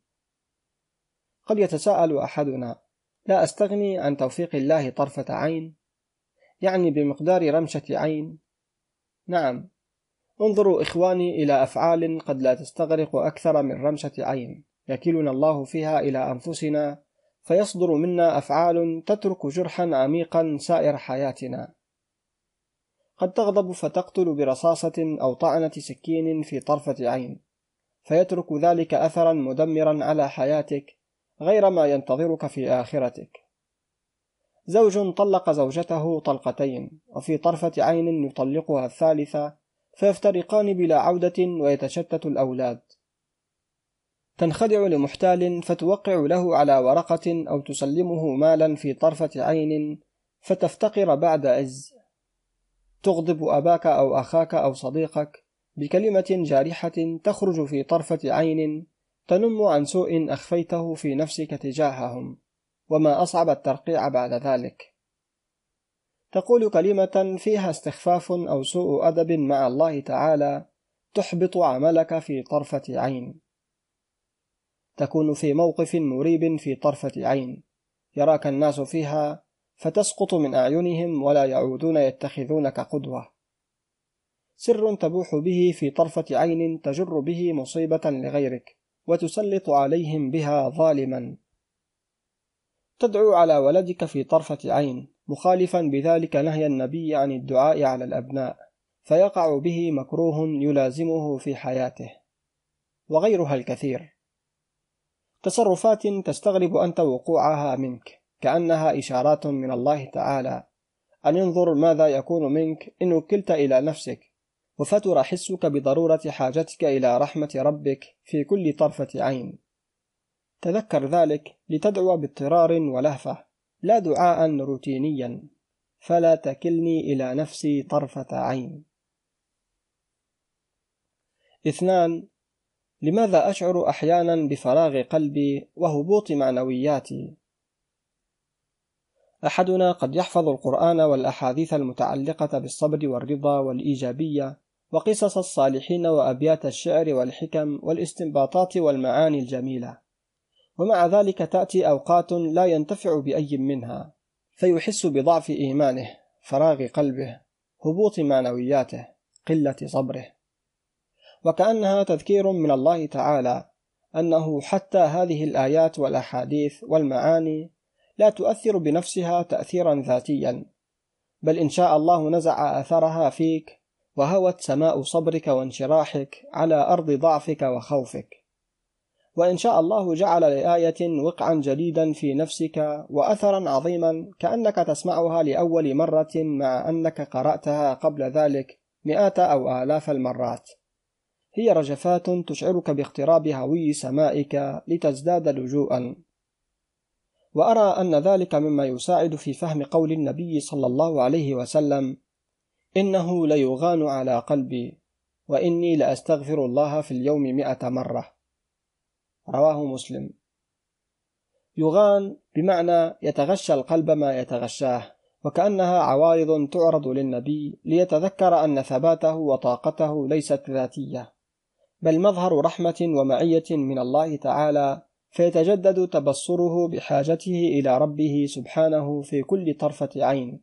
قد يتساءل أحدنا: لا أستغني عن توفيق الله طرفة عين؟ يعني بمقدار رمشة عين؟ نعم، انظروا إخواني إلى أفعال قد لا تستغرق أكثر من رمشة عين يكلنا الله فيها إلى أنفسنا، فيصدر منا أفعال تترك جرحا عميقا سائر حياتنا. قد تغضب فتقتل برصاصة أو طعنة سكين في طرفة عين، فيترك ذلك أثرا مدمرا على حياتك غير ما ينتظرك في آخرتك. زوج طلق زوجته طلقتين وفي طرفة عين يطلقها الثالثة، فيفترقان بلا عودة ويتشتت الأولاد. تنخدع لمحتال فتوقع له على ورقة أو تسلمه مالا في طرفة عين فتفتقر بعد عز. تغضب أباك أو أخاك أو صديقك بكلمة جارحة تخرج في طرفة عين تنم عن سوء أخفيته في نفسك تجاههم، وما أصعب الترقيع بعد ذلك. تقول كلمة فيها استخفاف أو سوء أدب مع الله تعالى تحبط عملك في طرفة عين. تكون في موقف مريب في طرفة عين يراك الناس فيها فتسقط من أعينهم ولا يعودون يتخذونك قدوة. سر تبوح به في طرفة عين تجر به مصيبة لغيرك وتسلط عليهم بها ظالما. تدعو على ولدك في طرفة عين مخالفا بذلك نهي النبي عن الدعاء على الأبناء، فيقع به مكروه يلازمه في حياته، وغيرها الكثير. تصرفات تستغرب أنت وقوعها منك كأنها إشارات من الله تعالى أن ينظر ماذا يكون منك إن وكلت إلى نفسك، وفتر حسك بضرورة حاجتك إلى رحمة ربك في كل طرفة عين. تذكر ذلك لتدعو باضطرار ولهفة، لا دعاء روتينيا: فلا تكلني إلى نفسي طرفة عين. اثنان: لماذا أشعر أحيانا بفراغ قلبي وهبوط معنوياتي؟ أحدنا قد يحفظ القرآن والأحاديث المتعلقة بالصبر والرضا والإيجابية وقصص الصالحين وأبيات الشعر والحكم والاستنباطات والمعاني الجميلة، ومع ذلك تأتي أوقات لا ينتفع بأي منها، فيحس بضعف إيمانه، فراغ قلبه، هبوط معنوياته، قلة صبره، وكأنها تذكير من الله تعالى أنه حتى هذه الآيات والأحاديث والمعاني لا تؤثر بنفسها تأثيرا ذاتيا، بل إن شاء الله نزع أثرها فيك وهوت سماء صبرك وانشراحك على أرض ضعفك وخوفك، وإن شاء الله جعل لآية وقعا جديدا في نفسك وأثرا عظيما كأنك تسمعها لأول مرة مع أنك قرأتها قبل ذلك مئات أو آلاف المرات. هي رجفات تشعرك باقتراب هوي سمائك لتزداد لجوءا. وأرى أن ذلك مما يساعد في فهم قول النبي صلى الله عليه وسلم: إنه ليغان على قلبي وإني لأستغفر الله في اليوم مئة مرة. رواه مسلم. يغان بمعنى يتغشى القلب ما يتغشاه، وكأنها عوارض تعرض للنبي ليتذكر أن ثباته وطاقته ليست ذاتية، بل مظهر رحمة ومعية من الله تعالى، فيتجدد تبصره بحاجته إلى ربه سبحانه في كل طرفة عين.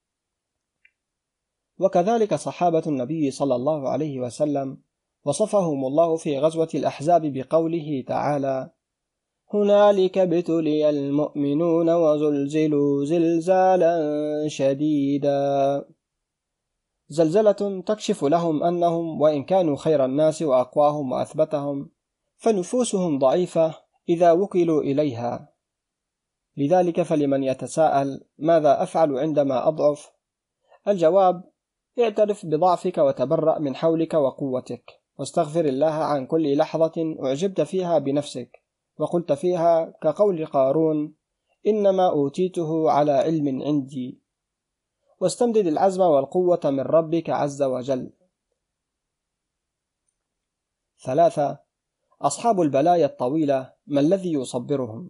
وكذلك صحابة النبي صلى الله عليه وسلم وصفهم الله في غزوة الأحزاب بقوله تعالى: هنالك ابتلي المؤمنون وزلزلوا زلزالا شديدا. زلزلة تكشف لهم أنهم وإن كانوا خير الناس وأقواهم وأثبتهم فنفوسهم ضعيفة إذا وكلوا إليها. لذلك فلمن يتساءل ماذا أفعل عندما أضعف؟ الجواب: اعترف بضعفك وتبرأ من حولك وقوتك، واستغفر الله عن كل لحظة أعجبت فيها بنفسك وقلت فيها كقول قارون: إنما أوتيته على علم عندي. واستمدد العزم والقوة من ربك عز وجل. ثلاثة. أصحاب البلايا الطويلة ما الذي يصبرهم؟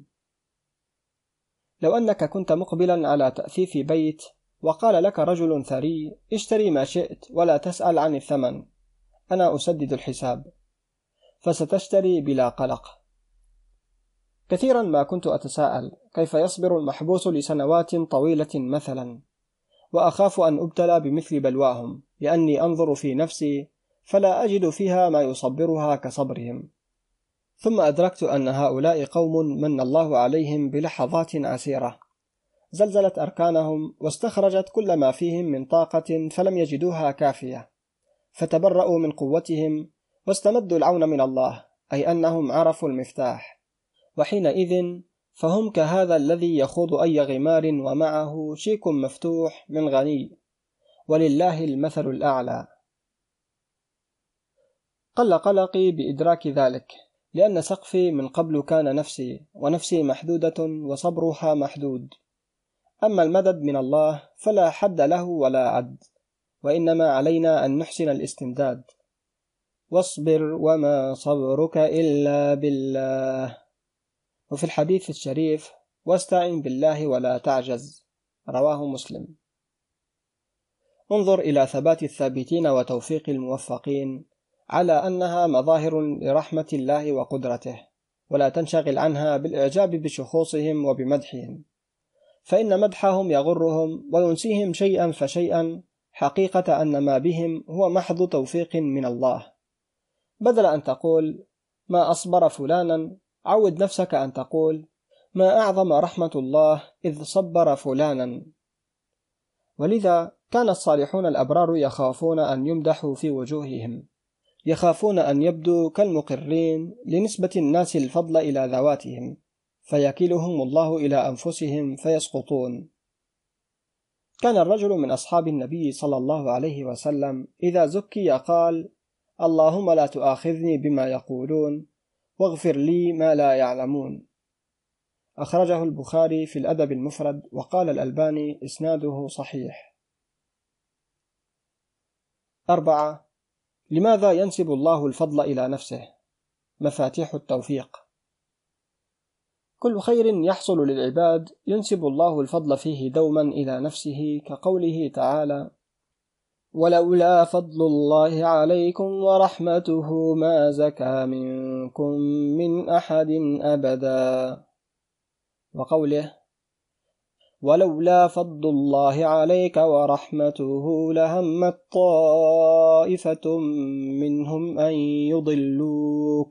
لو أنك كنت مقبلا على تأثيث بيت وقال لك رجل ثري: اشتري ما شئت ولا تسأل عن الثمن، أنا أسدد الحساب، فستشتري بلا قلق. كثيرا ما كنت أتساءل كيف يصبر المحبوس لسنوات طويلة مثلا، وأخاف أن أبتلى بمثل بلواهم، لأني أنظر في نفسي فلا أجد فيها ما يصبرها كصبرهم. ثم أدركت أن هؤلاء قوم من الله عليهم بلحظات عسيرة زلزلت أركانهم واستخرجت كل ما فيهم من طاقة فلم يجدوها كافية، فتبرؤوا من قوتهم واستمدوا العون من الله، أي أنهم عرفوا المفتاح، وحينئذ فهم كهذا الذي يخوض أي غمار ومعه شيك مفتوح من غني، ولله المثل الأعلى. قل قلقي بإدراك ذلك، لأن سقفي من قبل كان نفسي، ونفسي محدودة وصبرها محدود. أما المدد من الله فلا حد له ولا عد، وإنما علينا أن نحسن الاستمداد. واصبر وما صبرك إلا بالله. وفي الحديث الشريف: واستعن بالله ولا تعجز، رواه مسلم. انظر إلى ثبات الثابتين وتوفيق الموفقين على أنها مظاهر لرحمة الله وقدرته، ولا تنشغل عنها بالإعجاب بشخوصهم وبمدحهم، فإن مدحهم يغرهم وينسيهم شيئا فشيئا حقيقة أن ما بهم هو محض توفيق من الله. بدل أن تقول ما أصبر فلانا، عود نفسك أن تقول ما أعظم رحمة الله إذ صبر فلانا. ولذا كان الصالحون الأبرار يخافون أن يمدحوا في وجوههم، يخافون أن يبدوا كالمقرين لنسبة الناس الفضل إلى ذواتهم، فيكلهم الله إلى أنفسهم فيسقطون. كان الرجل من أصحاب النبي صلى الله عليه وسلم إذا زكي قال: اللهم لا تؤاخذني بما يقولون واغفر لي ما لا يعلمون. أخرجه البخاري في الأدب المفرد، وقال الألباني إسناده صحيح. أربعة. لماذا ينسب الله الفضل إلى نفسه؟ مفاتيح التوفيق. كل خير يحصل للعباد ينسب الله الفضل فيه دوما إلى نفسه، كقوله تعالى: ولولا فضل الله عليكم ورحمته ما زكى منكم من أحد أبدا، وقوله: ولولا فضل الله عليك ورحمته لهمت طائفة منهم أن يضلوك،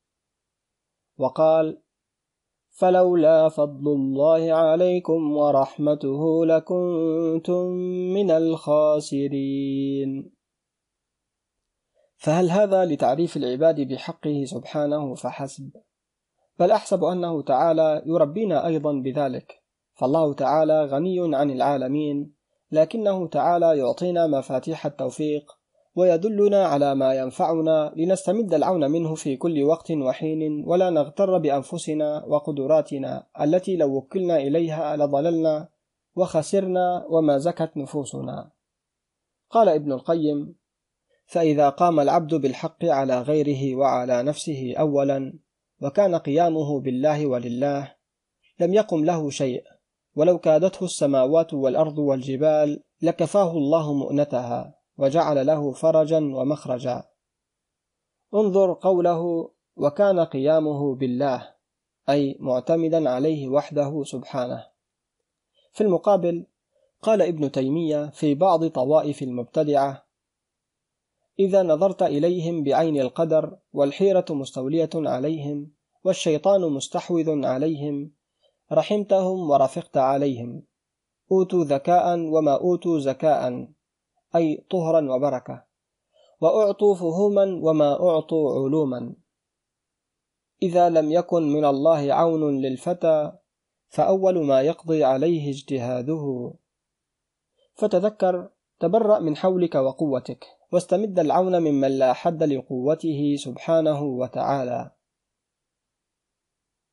وقال: فلولا فضل الله عليكم ورحمته لكنتم من الخاسرين. فهل هذا لتعريف العباد بحقه سبحانه فحسب؟ بل أحسب أنه تعالى يربينا أيضا بذلك، فالله تعالى غني عن العالمين، لكنه تعالى يعطينا مفاتيح التوفيق ويدلنا على ما ينفعنا لنستمد العون منه في كل وقت وحين، ولا نغتر بأنفسنا وقدراتنا التي لو وكلنا إليها لضللنا وخسرنا وما زكت نفوسنا. قال ابن القيم: فإذا قام العبد بالحق على غيره وعلى نفسه أولا، وكان قيامه بالله ولله، لم يقم له شيء، ولو كادته السماوات والأرض والجبال لكفاه الله مؤنتها وجعل له فرجا ومخرجا. انظر قوله: وكان قيامه بالله، أي معتمدا عليه وحده سبحانه. في المقابل قال ابن تيمية في بعض طوائف المبتدعة: إذا نظرت إليهم بعين القدر والحيرة مستولية عليهم والشيطان مستحوذ عليهم، رحمتهم ورفقت عليهم، أوتوا ذكاء وما أوتوا زكاء، أي طهرا وبركة، وأعطوا فهوما وما أعطوا علوما. إذا لم يكن من الله عون للفتى فأول ما يقضي عليه اجتهاده. فتذكر، تبرأ من حولك وقوتك، واستمد العون ممن لا حد لقوته سبحانه وتعالى.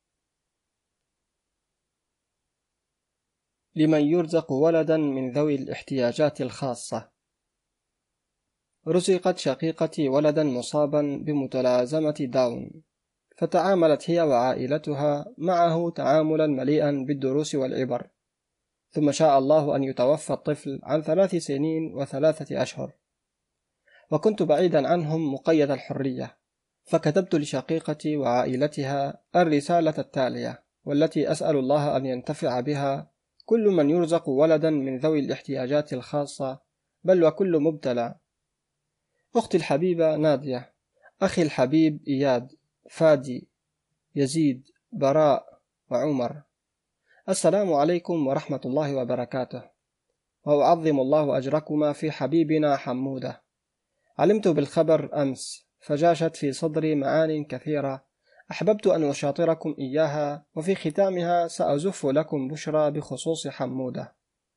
لمن يرزق ولدا من ذوي الاحتياجات الخاصة. رزقت شقيقتي ولدا مصابا بمتلازمة داون، فتعاملت هي وعائلتها معه تعاملا مليئا بالدروس والعبر، ثم شاء الله أن يتوفى الطفل عن ثلاث سنين وثلاثة أشهر، وكنت بعيدا عنهم مقيد الحرية، فكتبت لشقيقتي وعائلتها الرسالة التالية، والتي أسأل الله أن ينتفع بها كل من يرزق ولدا من ذوي الاحتياجات الخاصة، بل وكل مبتلى. أختي الحبيبة نادية، أخي الحبيب إياد، فادي، يزيد، براء، وعمر، السلام عليكم ورحمة الله وبركاته، وأعظم الله أجركما في حبيبنا حمودة. علمت بالخبر أمس، فجاشت في صدري معان كثيرة أحببت أن أشاطركم إياها، وفي ختامها سأزف لكم بشرى بخصوص حمودة.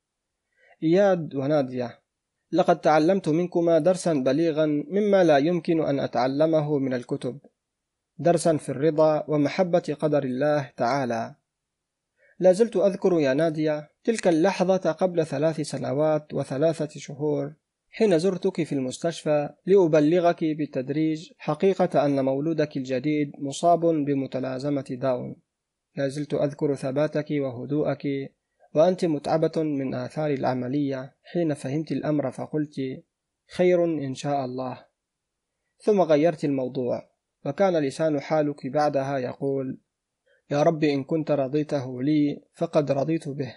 إياد ونادية، لقد تعلمت منكما درسا بليغا مما لا يمكن أن أتعلمه من الكتب، درسا في الرضا ومحبة قدر الله تعالى. لا زلت أذكر يا نادية تلك اللحظة قبل ثلاث سنوات وثلاثة شهور، حين زرتك في المستشفى لأبلغك بالتدريج حقيقة أن مولودك الجديد مصاب بمتلازمة داون. لا زلت أذكر ثباتك وهدوءك وأنت متعبة من آثار العملية حين فهمت الأمر فقلت خير إن شاء الله، ثم غيرت الموضوع، وكان لسان حالك بعدها يقول يا رب إن كنت رضيته لي فقد رضيت به.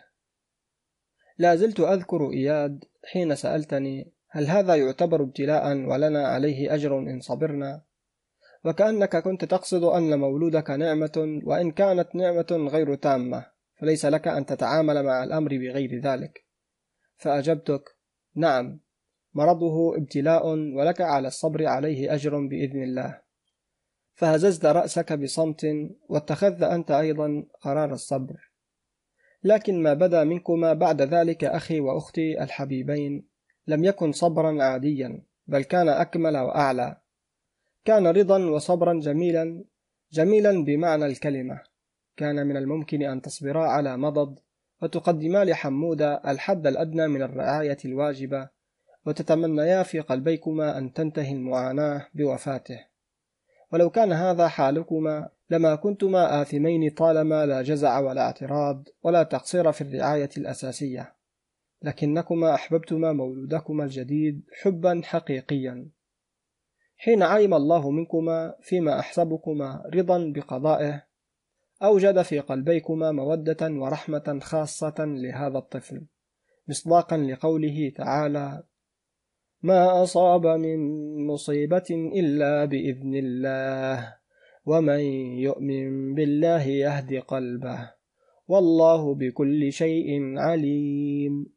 لا زلت أذكر إياد حين سألتني هل هذا يعتبر ابتلاء ولنا عليه أجر إن صبرنا، وكأنك كنت تقصد أن مولودك نعمة، وإن كانت نعمة غير تامة فليس لك أن تتعامل مع الأمر بغير ذلك. فأجبتك نعم، مرضه ابتلاء ولك على الصبر عليه أجر بإذن الله. فهززت رأسك بصمت، واتخذت أنت أيضا قرار الصبر. لكن ما بدا منكما بعد ذلك أخي وأختي الحبيبين لم يكن صبرا عاديا، بل كان أكمل وأعلى، كان رضا وصبرا جميلا، جميلا بمعنى الكلمة. كان من الممكن أن تصبرا على مضض وتقدما لحمودة الحد الأدنى من الرعاية الواجبة، وتتمنيا في قلبيكما أن تنتهي المعاناة بوفاته. ولو كان هذا حالكما لما كنتما آثمين طالما لا جزع ولا اعتراض ولا تقصير في الرعاية الأساسية، لكنكما أحببتما مولودكما الجديد حبا حقيقيا. حين علم الله منكما فيما أحسبكما رضا بقضائه، أوجد في قلبيكما مودة ورحمة خاصة لهذا الطفل، مصداقا لقوله تعالى ما أصاب من مصيبة إلا بإذن الله ومن يؤمن بالله يهد قلبه والله بكل شيء عليم.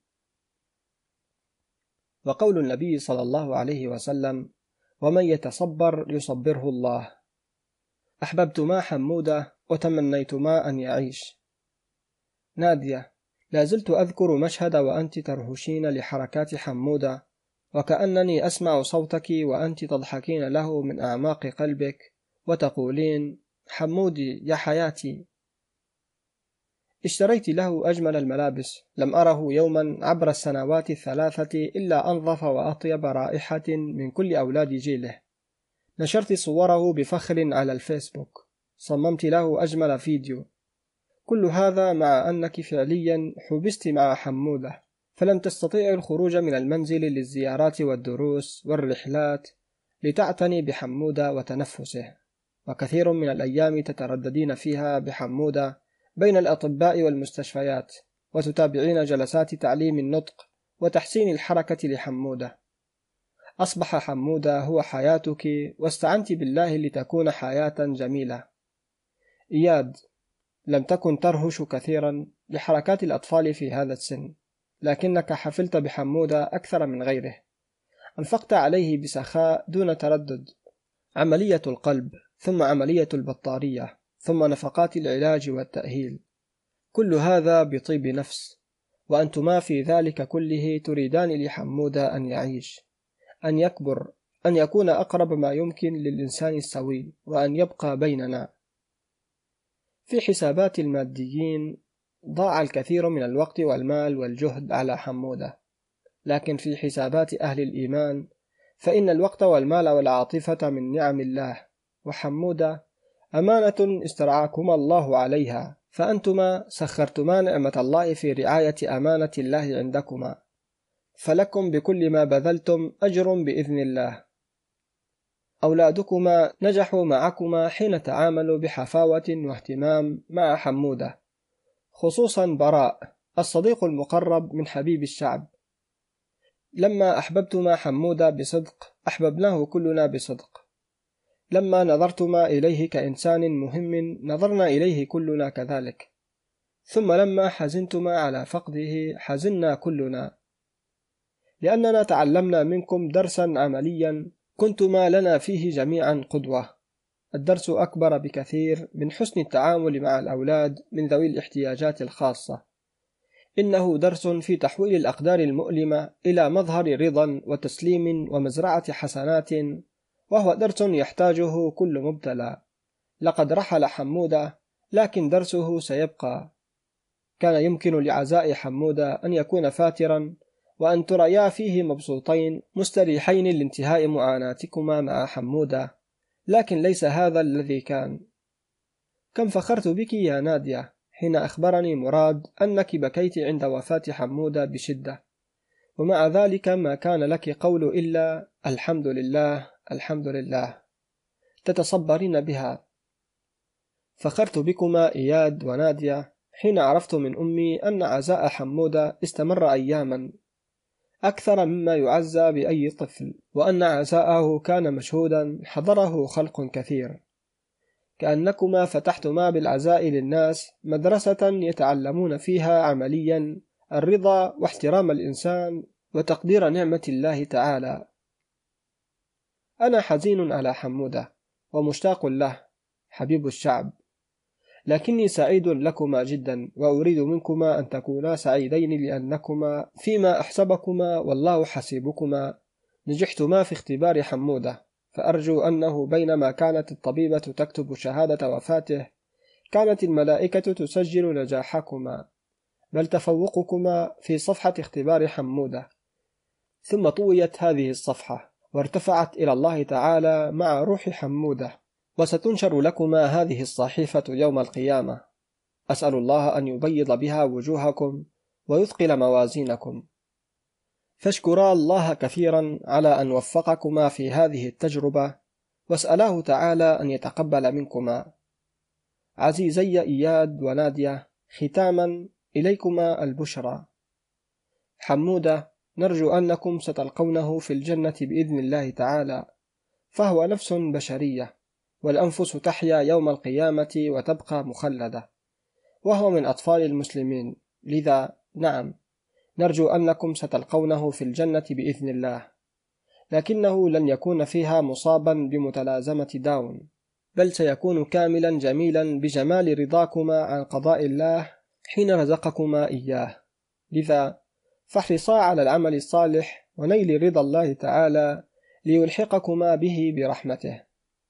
وقول النبي صلى الله عليه وسلم ومن يتصبر يصبره الله. أحببتما حمودة وتمنيتما أن يعيش. نادية، لا زلت أذكر مشهد وأنت ترهشين لحركات حمودة، وكأنني أسمع صوتك وأنت تضحكين له من أعماق قلبك وتقولين حمودي يا حياتي. اشتريت له أجمل الملابس، لم أره يوما عبر السنوات الثلاثة إلا أنظف وأطيب رائحة من كل أولاد جيله. نشرت صوره بفخر على الفيسبوك، صممت له أجمل فيديو. كل هذا مع أنك فعليا حبست مع حمودة، فلم تستطيع الخروج من المنزل للزيارات والدروس والرحلات لتعتني بحمودة وتنفسه، وكثير من الأيام تترددين فيها بحمودة بين الأطباء والمستشفيات، وتتابعين جلسات تعليم النطق وتحسين الحركة لحمودة. أصبح حمودة هو حياتك، واستعنت بالله لتكون حياة جميلة. إياد، لم تكن ترهش كثيرا لحركات الأطفال في هذا السن، لكنك حفلت بحمودة أكثر من غيره، أنفقت عليه بسخاء دون تردد، عملية القلب ثم عملية البطارية ثم نفقات العلاج والتأهيل، كل هذا بطيب نفس، وأنتما في ذلك كله تريدان لحمودة أن يعيش، أن يكبر، أن يكون أقرب ما يمكن للإنسان السوي، وأن يبقى بيننا. في حسابات الماديين ضاع الكثير من الوقت والمال والجهد على حمودة، لكن في حسابات أهل الإيمان فإن الوقت والمال والعاطفة من نعم الله، وحمودة أمانة استرعاكما الله عليها، فأنتما سخرتما نعمة الله في رعاية أمانة الله عندكما، فلكم بكل ما بذلتم أجر بإذن الله. أولادكما نجحوا معكما حين تعاملوا بحفاوة واهتمام مع حمودة، خصوصا براء الصديق المقرب من حبيب الشعب. لما أحببتما حمودة بصدق أحببناه كلنا بصدق، لما نظرتما إليه كإنسان مهم نظرنا إليه كلنا كذلك، ثم لما حزنتما على فقده حزنا كلنا، لأننا تعلمنا منكم درسا عمليا كنتما لنا فيه جميعا قدوة. الدرس أكبر بكثير من حسن التعامل مع الأولاد من ذوي الاحتياجات الخاصة، إنه درس في تحويل الأقدار المؤلمة إلى مظهر رضا وتسليم ومزرعة حسنات، وهو درس يحتاجه كل مبتلى. لقد رحل حمودة لكن درسه سيبقى. كان يمكن لعزاء حمودة أن يكون فاترا، وأن تريا فيه مبسوطين مستريحين لانتهاء معاناتكما مع حمودة، لكن ليس هذا الذي كان. كم فخرت بك يا نادية حين أخبرني مراد أنك بكيت عند وفاة حمودة بشدة، ومع ذلك ما كان لك قول إلا الحمد لله الحمد لله، تتصبرين بها. فخرت بكما إياد ونادية حين عرفت من أمي أن عزاء حمودة استمر أياما أكثر مما يعزى بأي طفل، وأن عزاءه كان مشهودا حضره خلق كثير، كأنكما فتحتما بالعزاء للناس مدرسة يتعلمون فيها عمليا الرضا واحترام الإنسان وتقدير نعمة الله تعالى. أنا حزين على حمودة ومشتاق له حبيب الشعب، لكني سعيد لكما جدا، وأريد منكما أن تكونا سعيدين لأنكما فيما أحسبكما والله حسيبكما نجحتما في اختبار حمودة. فأرجو أنه بينما كانت الطبيبة تكتب شهادة وفاته كانت الملائكة تسجل نجاحكما، بل تفوقكما في صفحة اختبار حمودة. ثم طويت هذه الصفحة وارتفعت إلى الله تعالى مع روح حمودة، وستنشر لكما هذه الصحيفة يوم القيامة. أسأل الله أن يبيض بها وجوهكم ويثقل موازينكم، فاشكرا الله كثيرا على أن وفقكما في هذه التجربة، واسألاه تعالى أن يتقبل منكما. عزيزي إياد ونادية، ختاما إليكما البشرى. حمودة نرجو أنكم ستلقونه في الجنة بإذن الله تعالى، فهو نفس بشرية، والأنفس تحيا يوم القيامة وتبقى مخلدة، وهو من أطفال المسلمين، لذا نعم نرجو أنكم ستلقونه في الجنة بإذن الله، لكنه لن يكون فيها مصابا بمتلازمة داون، بل سيكون كاملا جميلا بجمال رضاكما عن قضاء الله حين رزقكما إياه. لذا فاحرصا على العمل الصالح ونيل رضا الله تعالى ليلحقكما به برحمته.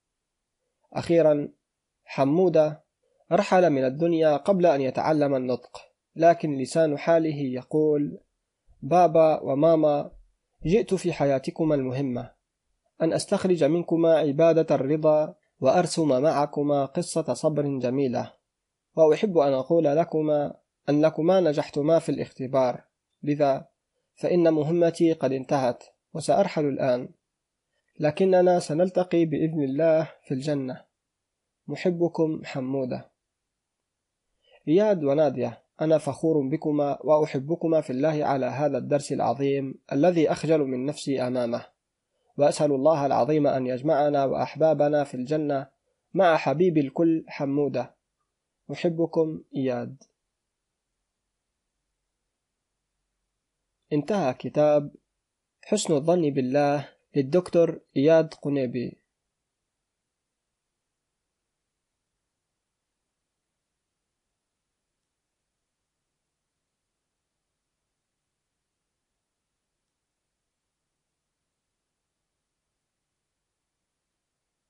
أخيرا، حمودة رحل من الدنيا قبل أن يتعلم النطق، لكن لسان حاله يقول: بابا وماما، جئت في حياتكما المهمة أن أستخرج منكما عبادة الرضا وأرسم معكما قصة صبر جميلة، وأحب أن أقول لكما أنكما نجحتما في الاختبار، لذا فإن مهمتي قد انتهت وسأرحل الآن، لكننا سنلتقي بإذن الله في الجنة. محبكم حمودة. إياد ونادية، أنا فخور بكما وأحبكما في الله على هذا الدرس العظيم الذي أخجل من نفسي أمامه، وأسأل الله العظيم أن يجمعنا وأحبابنا في الجنة مع حبيب الكل حمودة. أحبكم إياد. انتهى كتاب حسن الظن بالله للدكتور إياد قنيبي.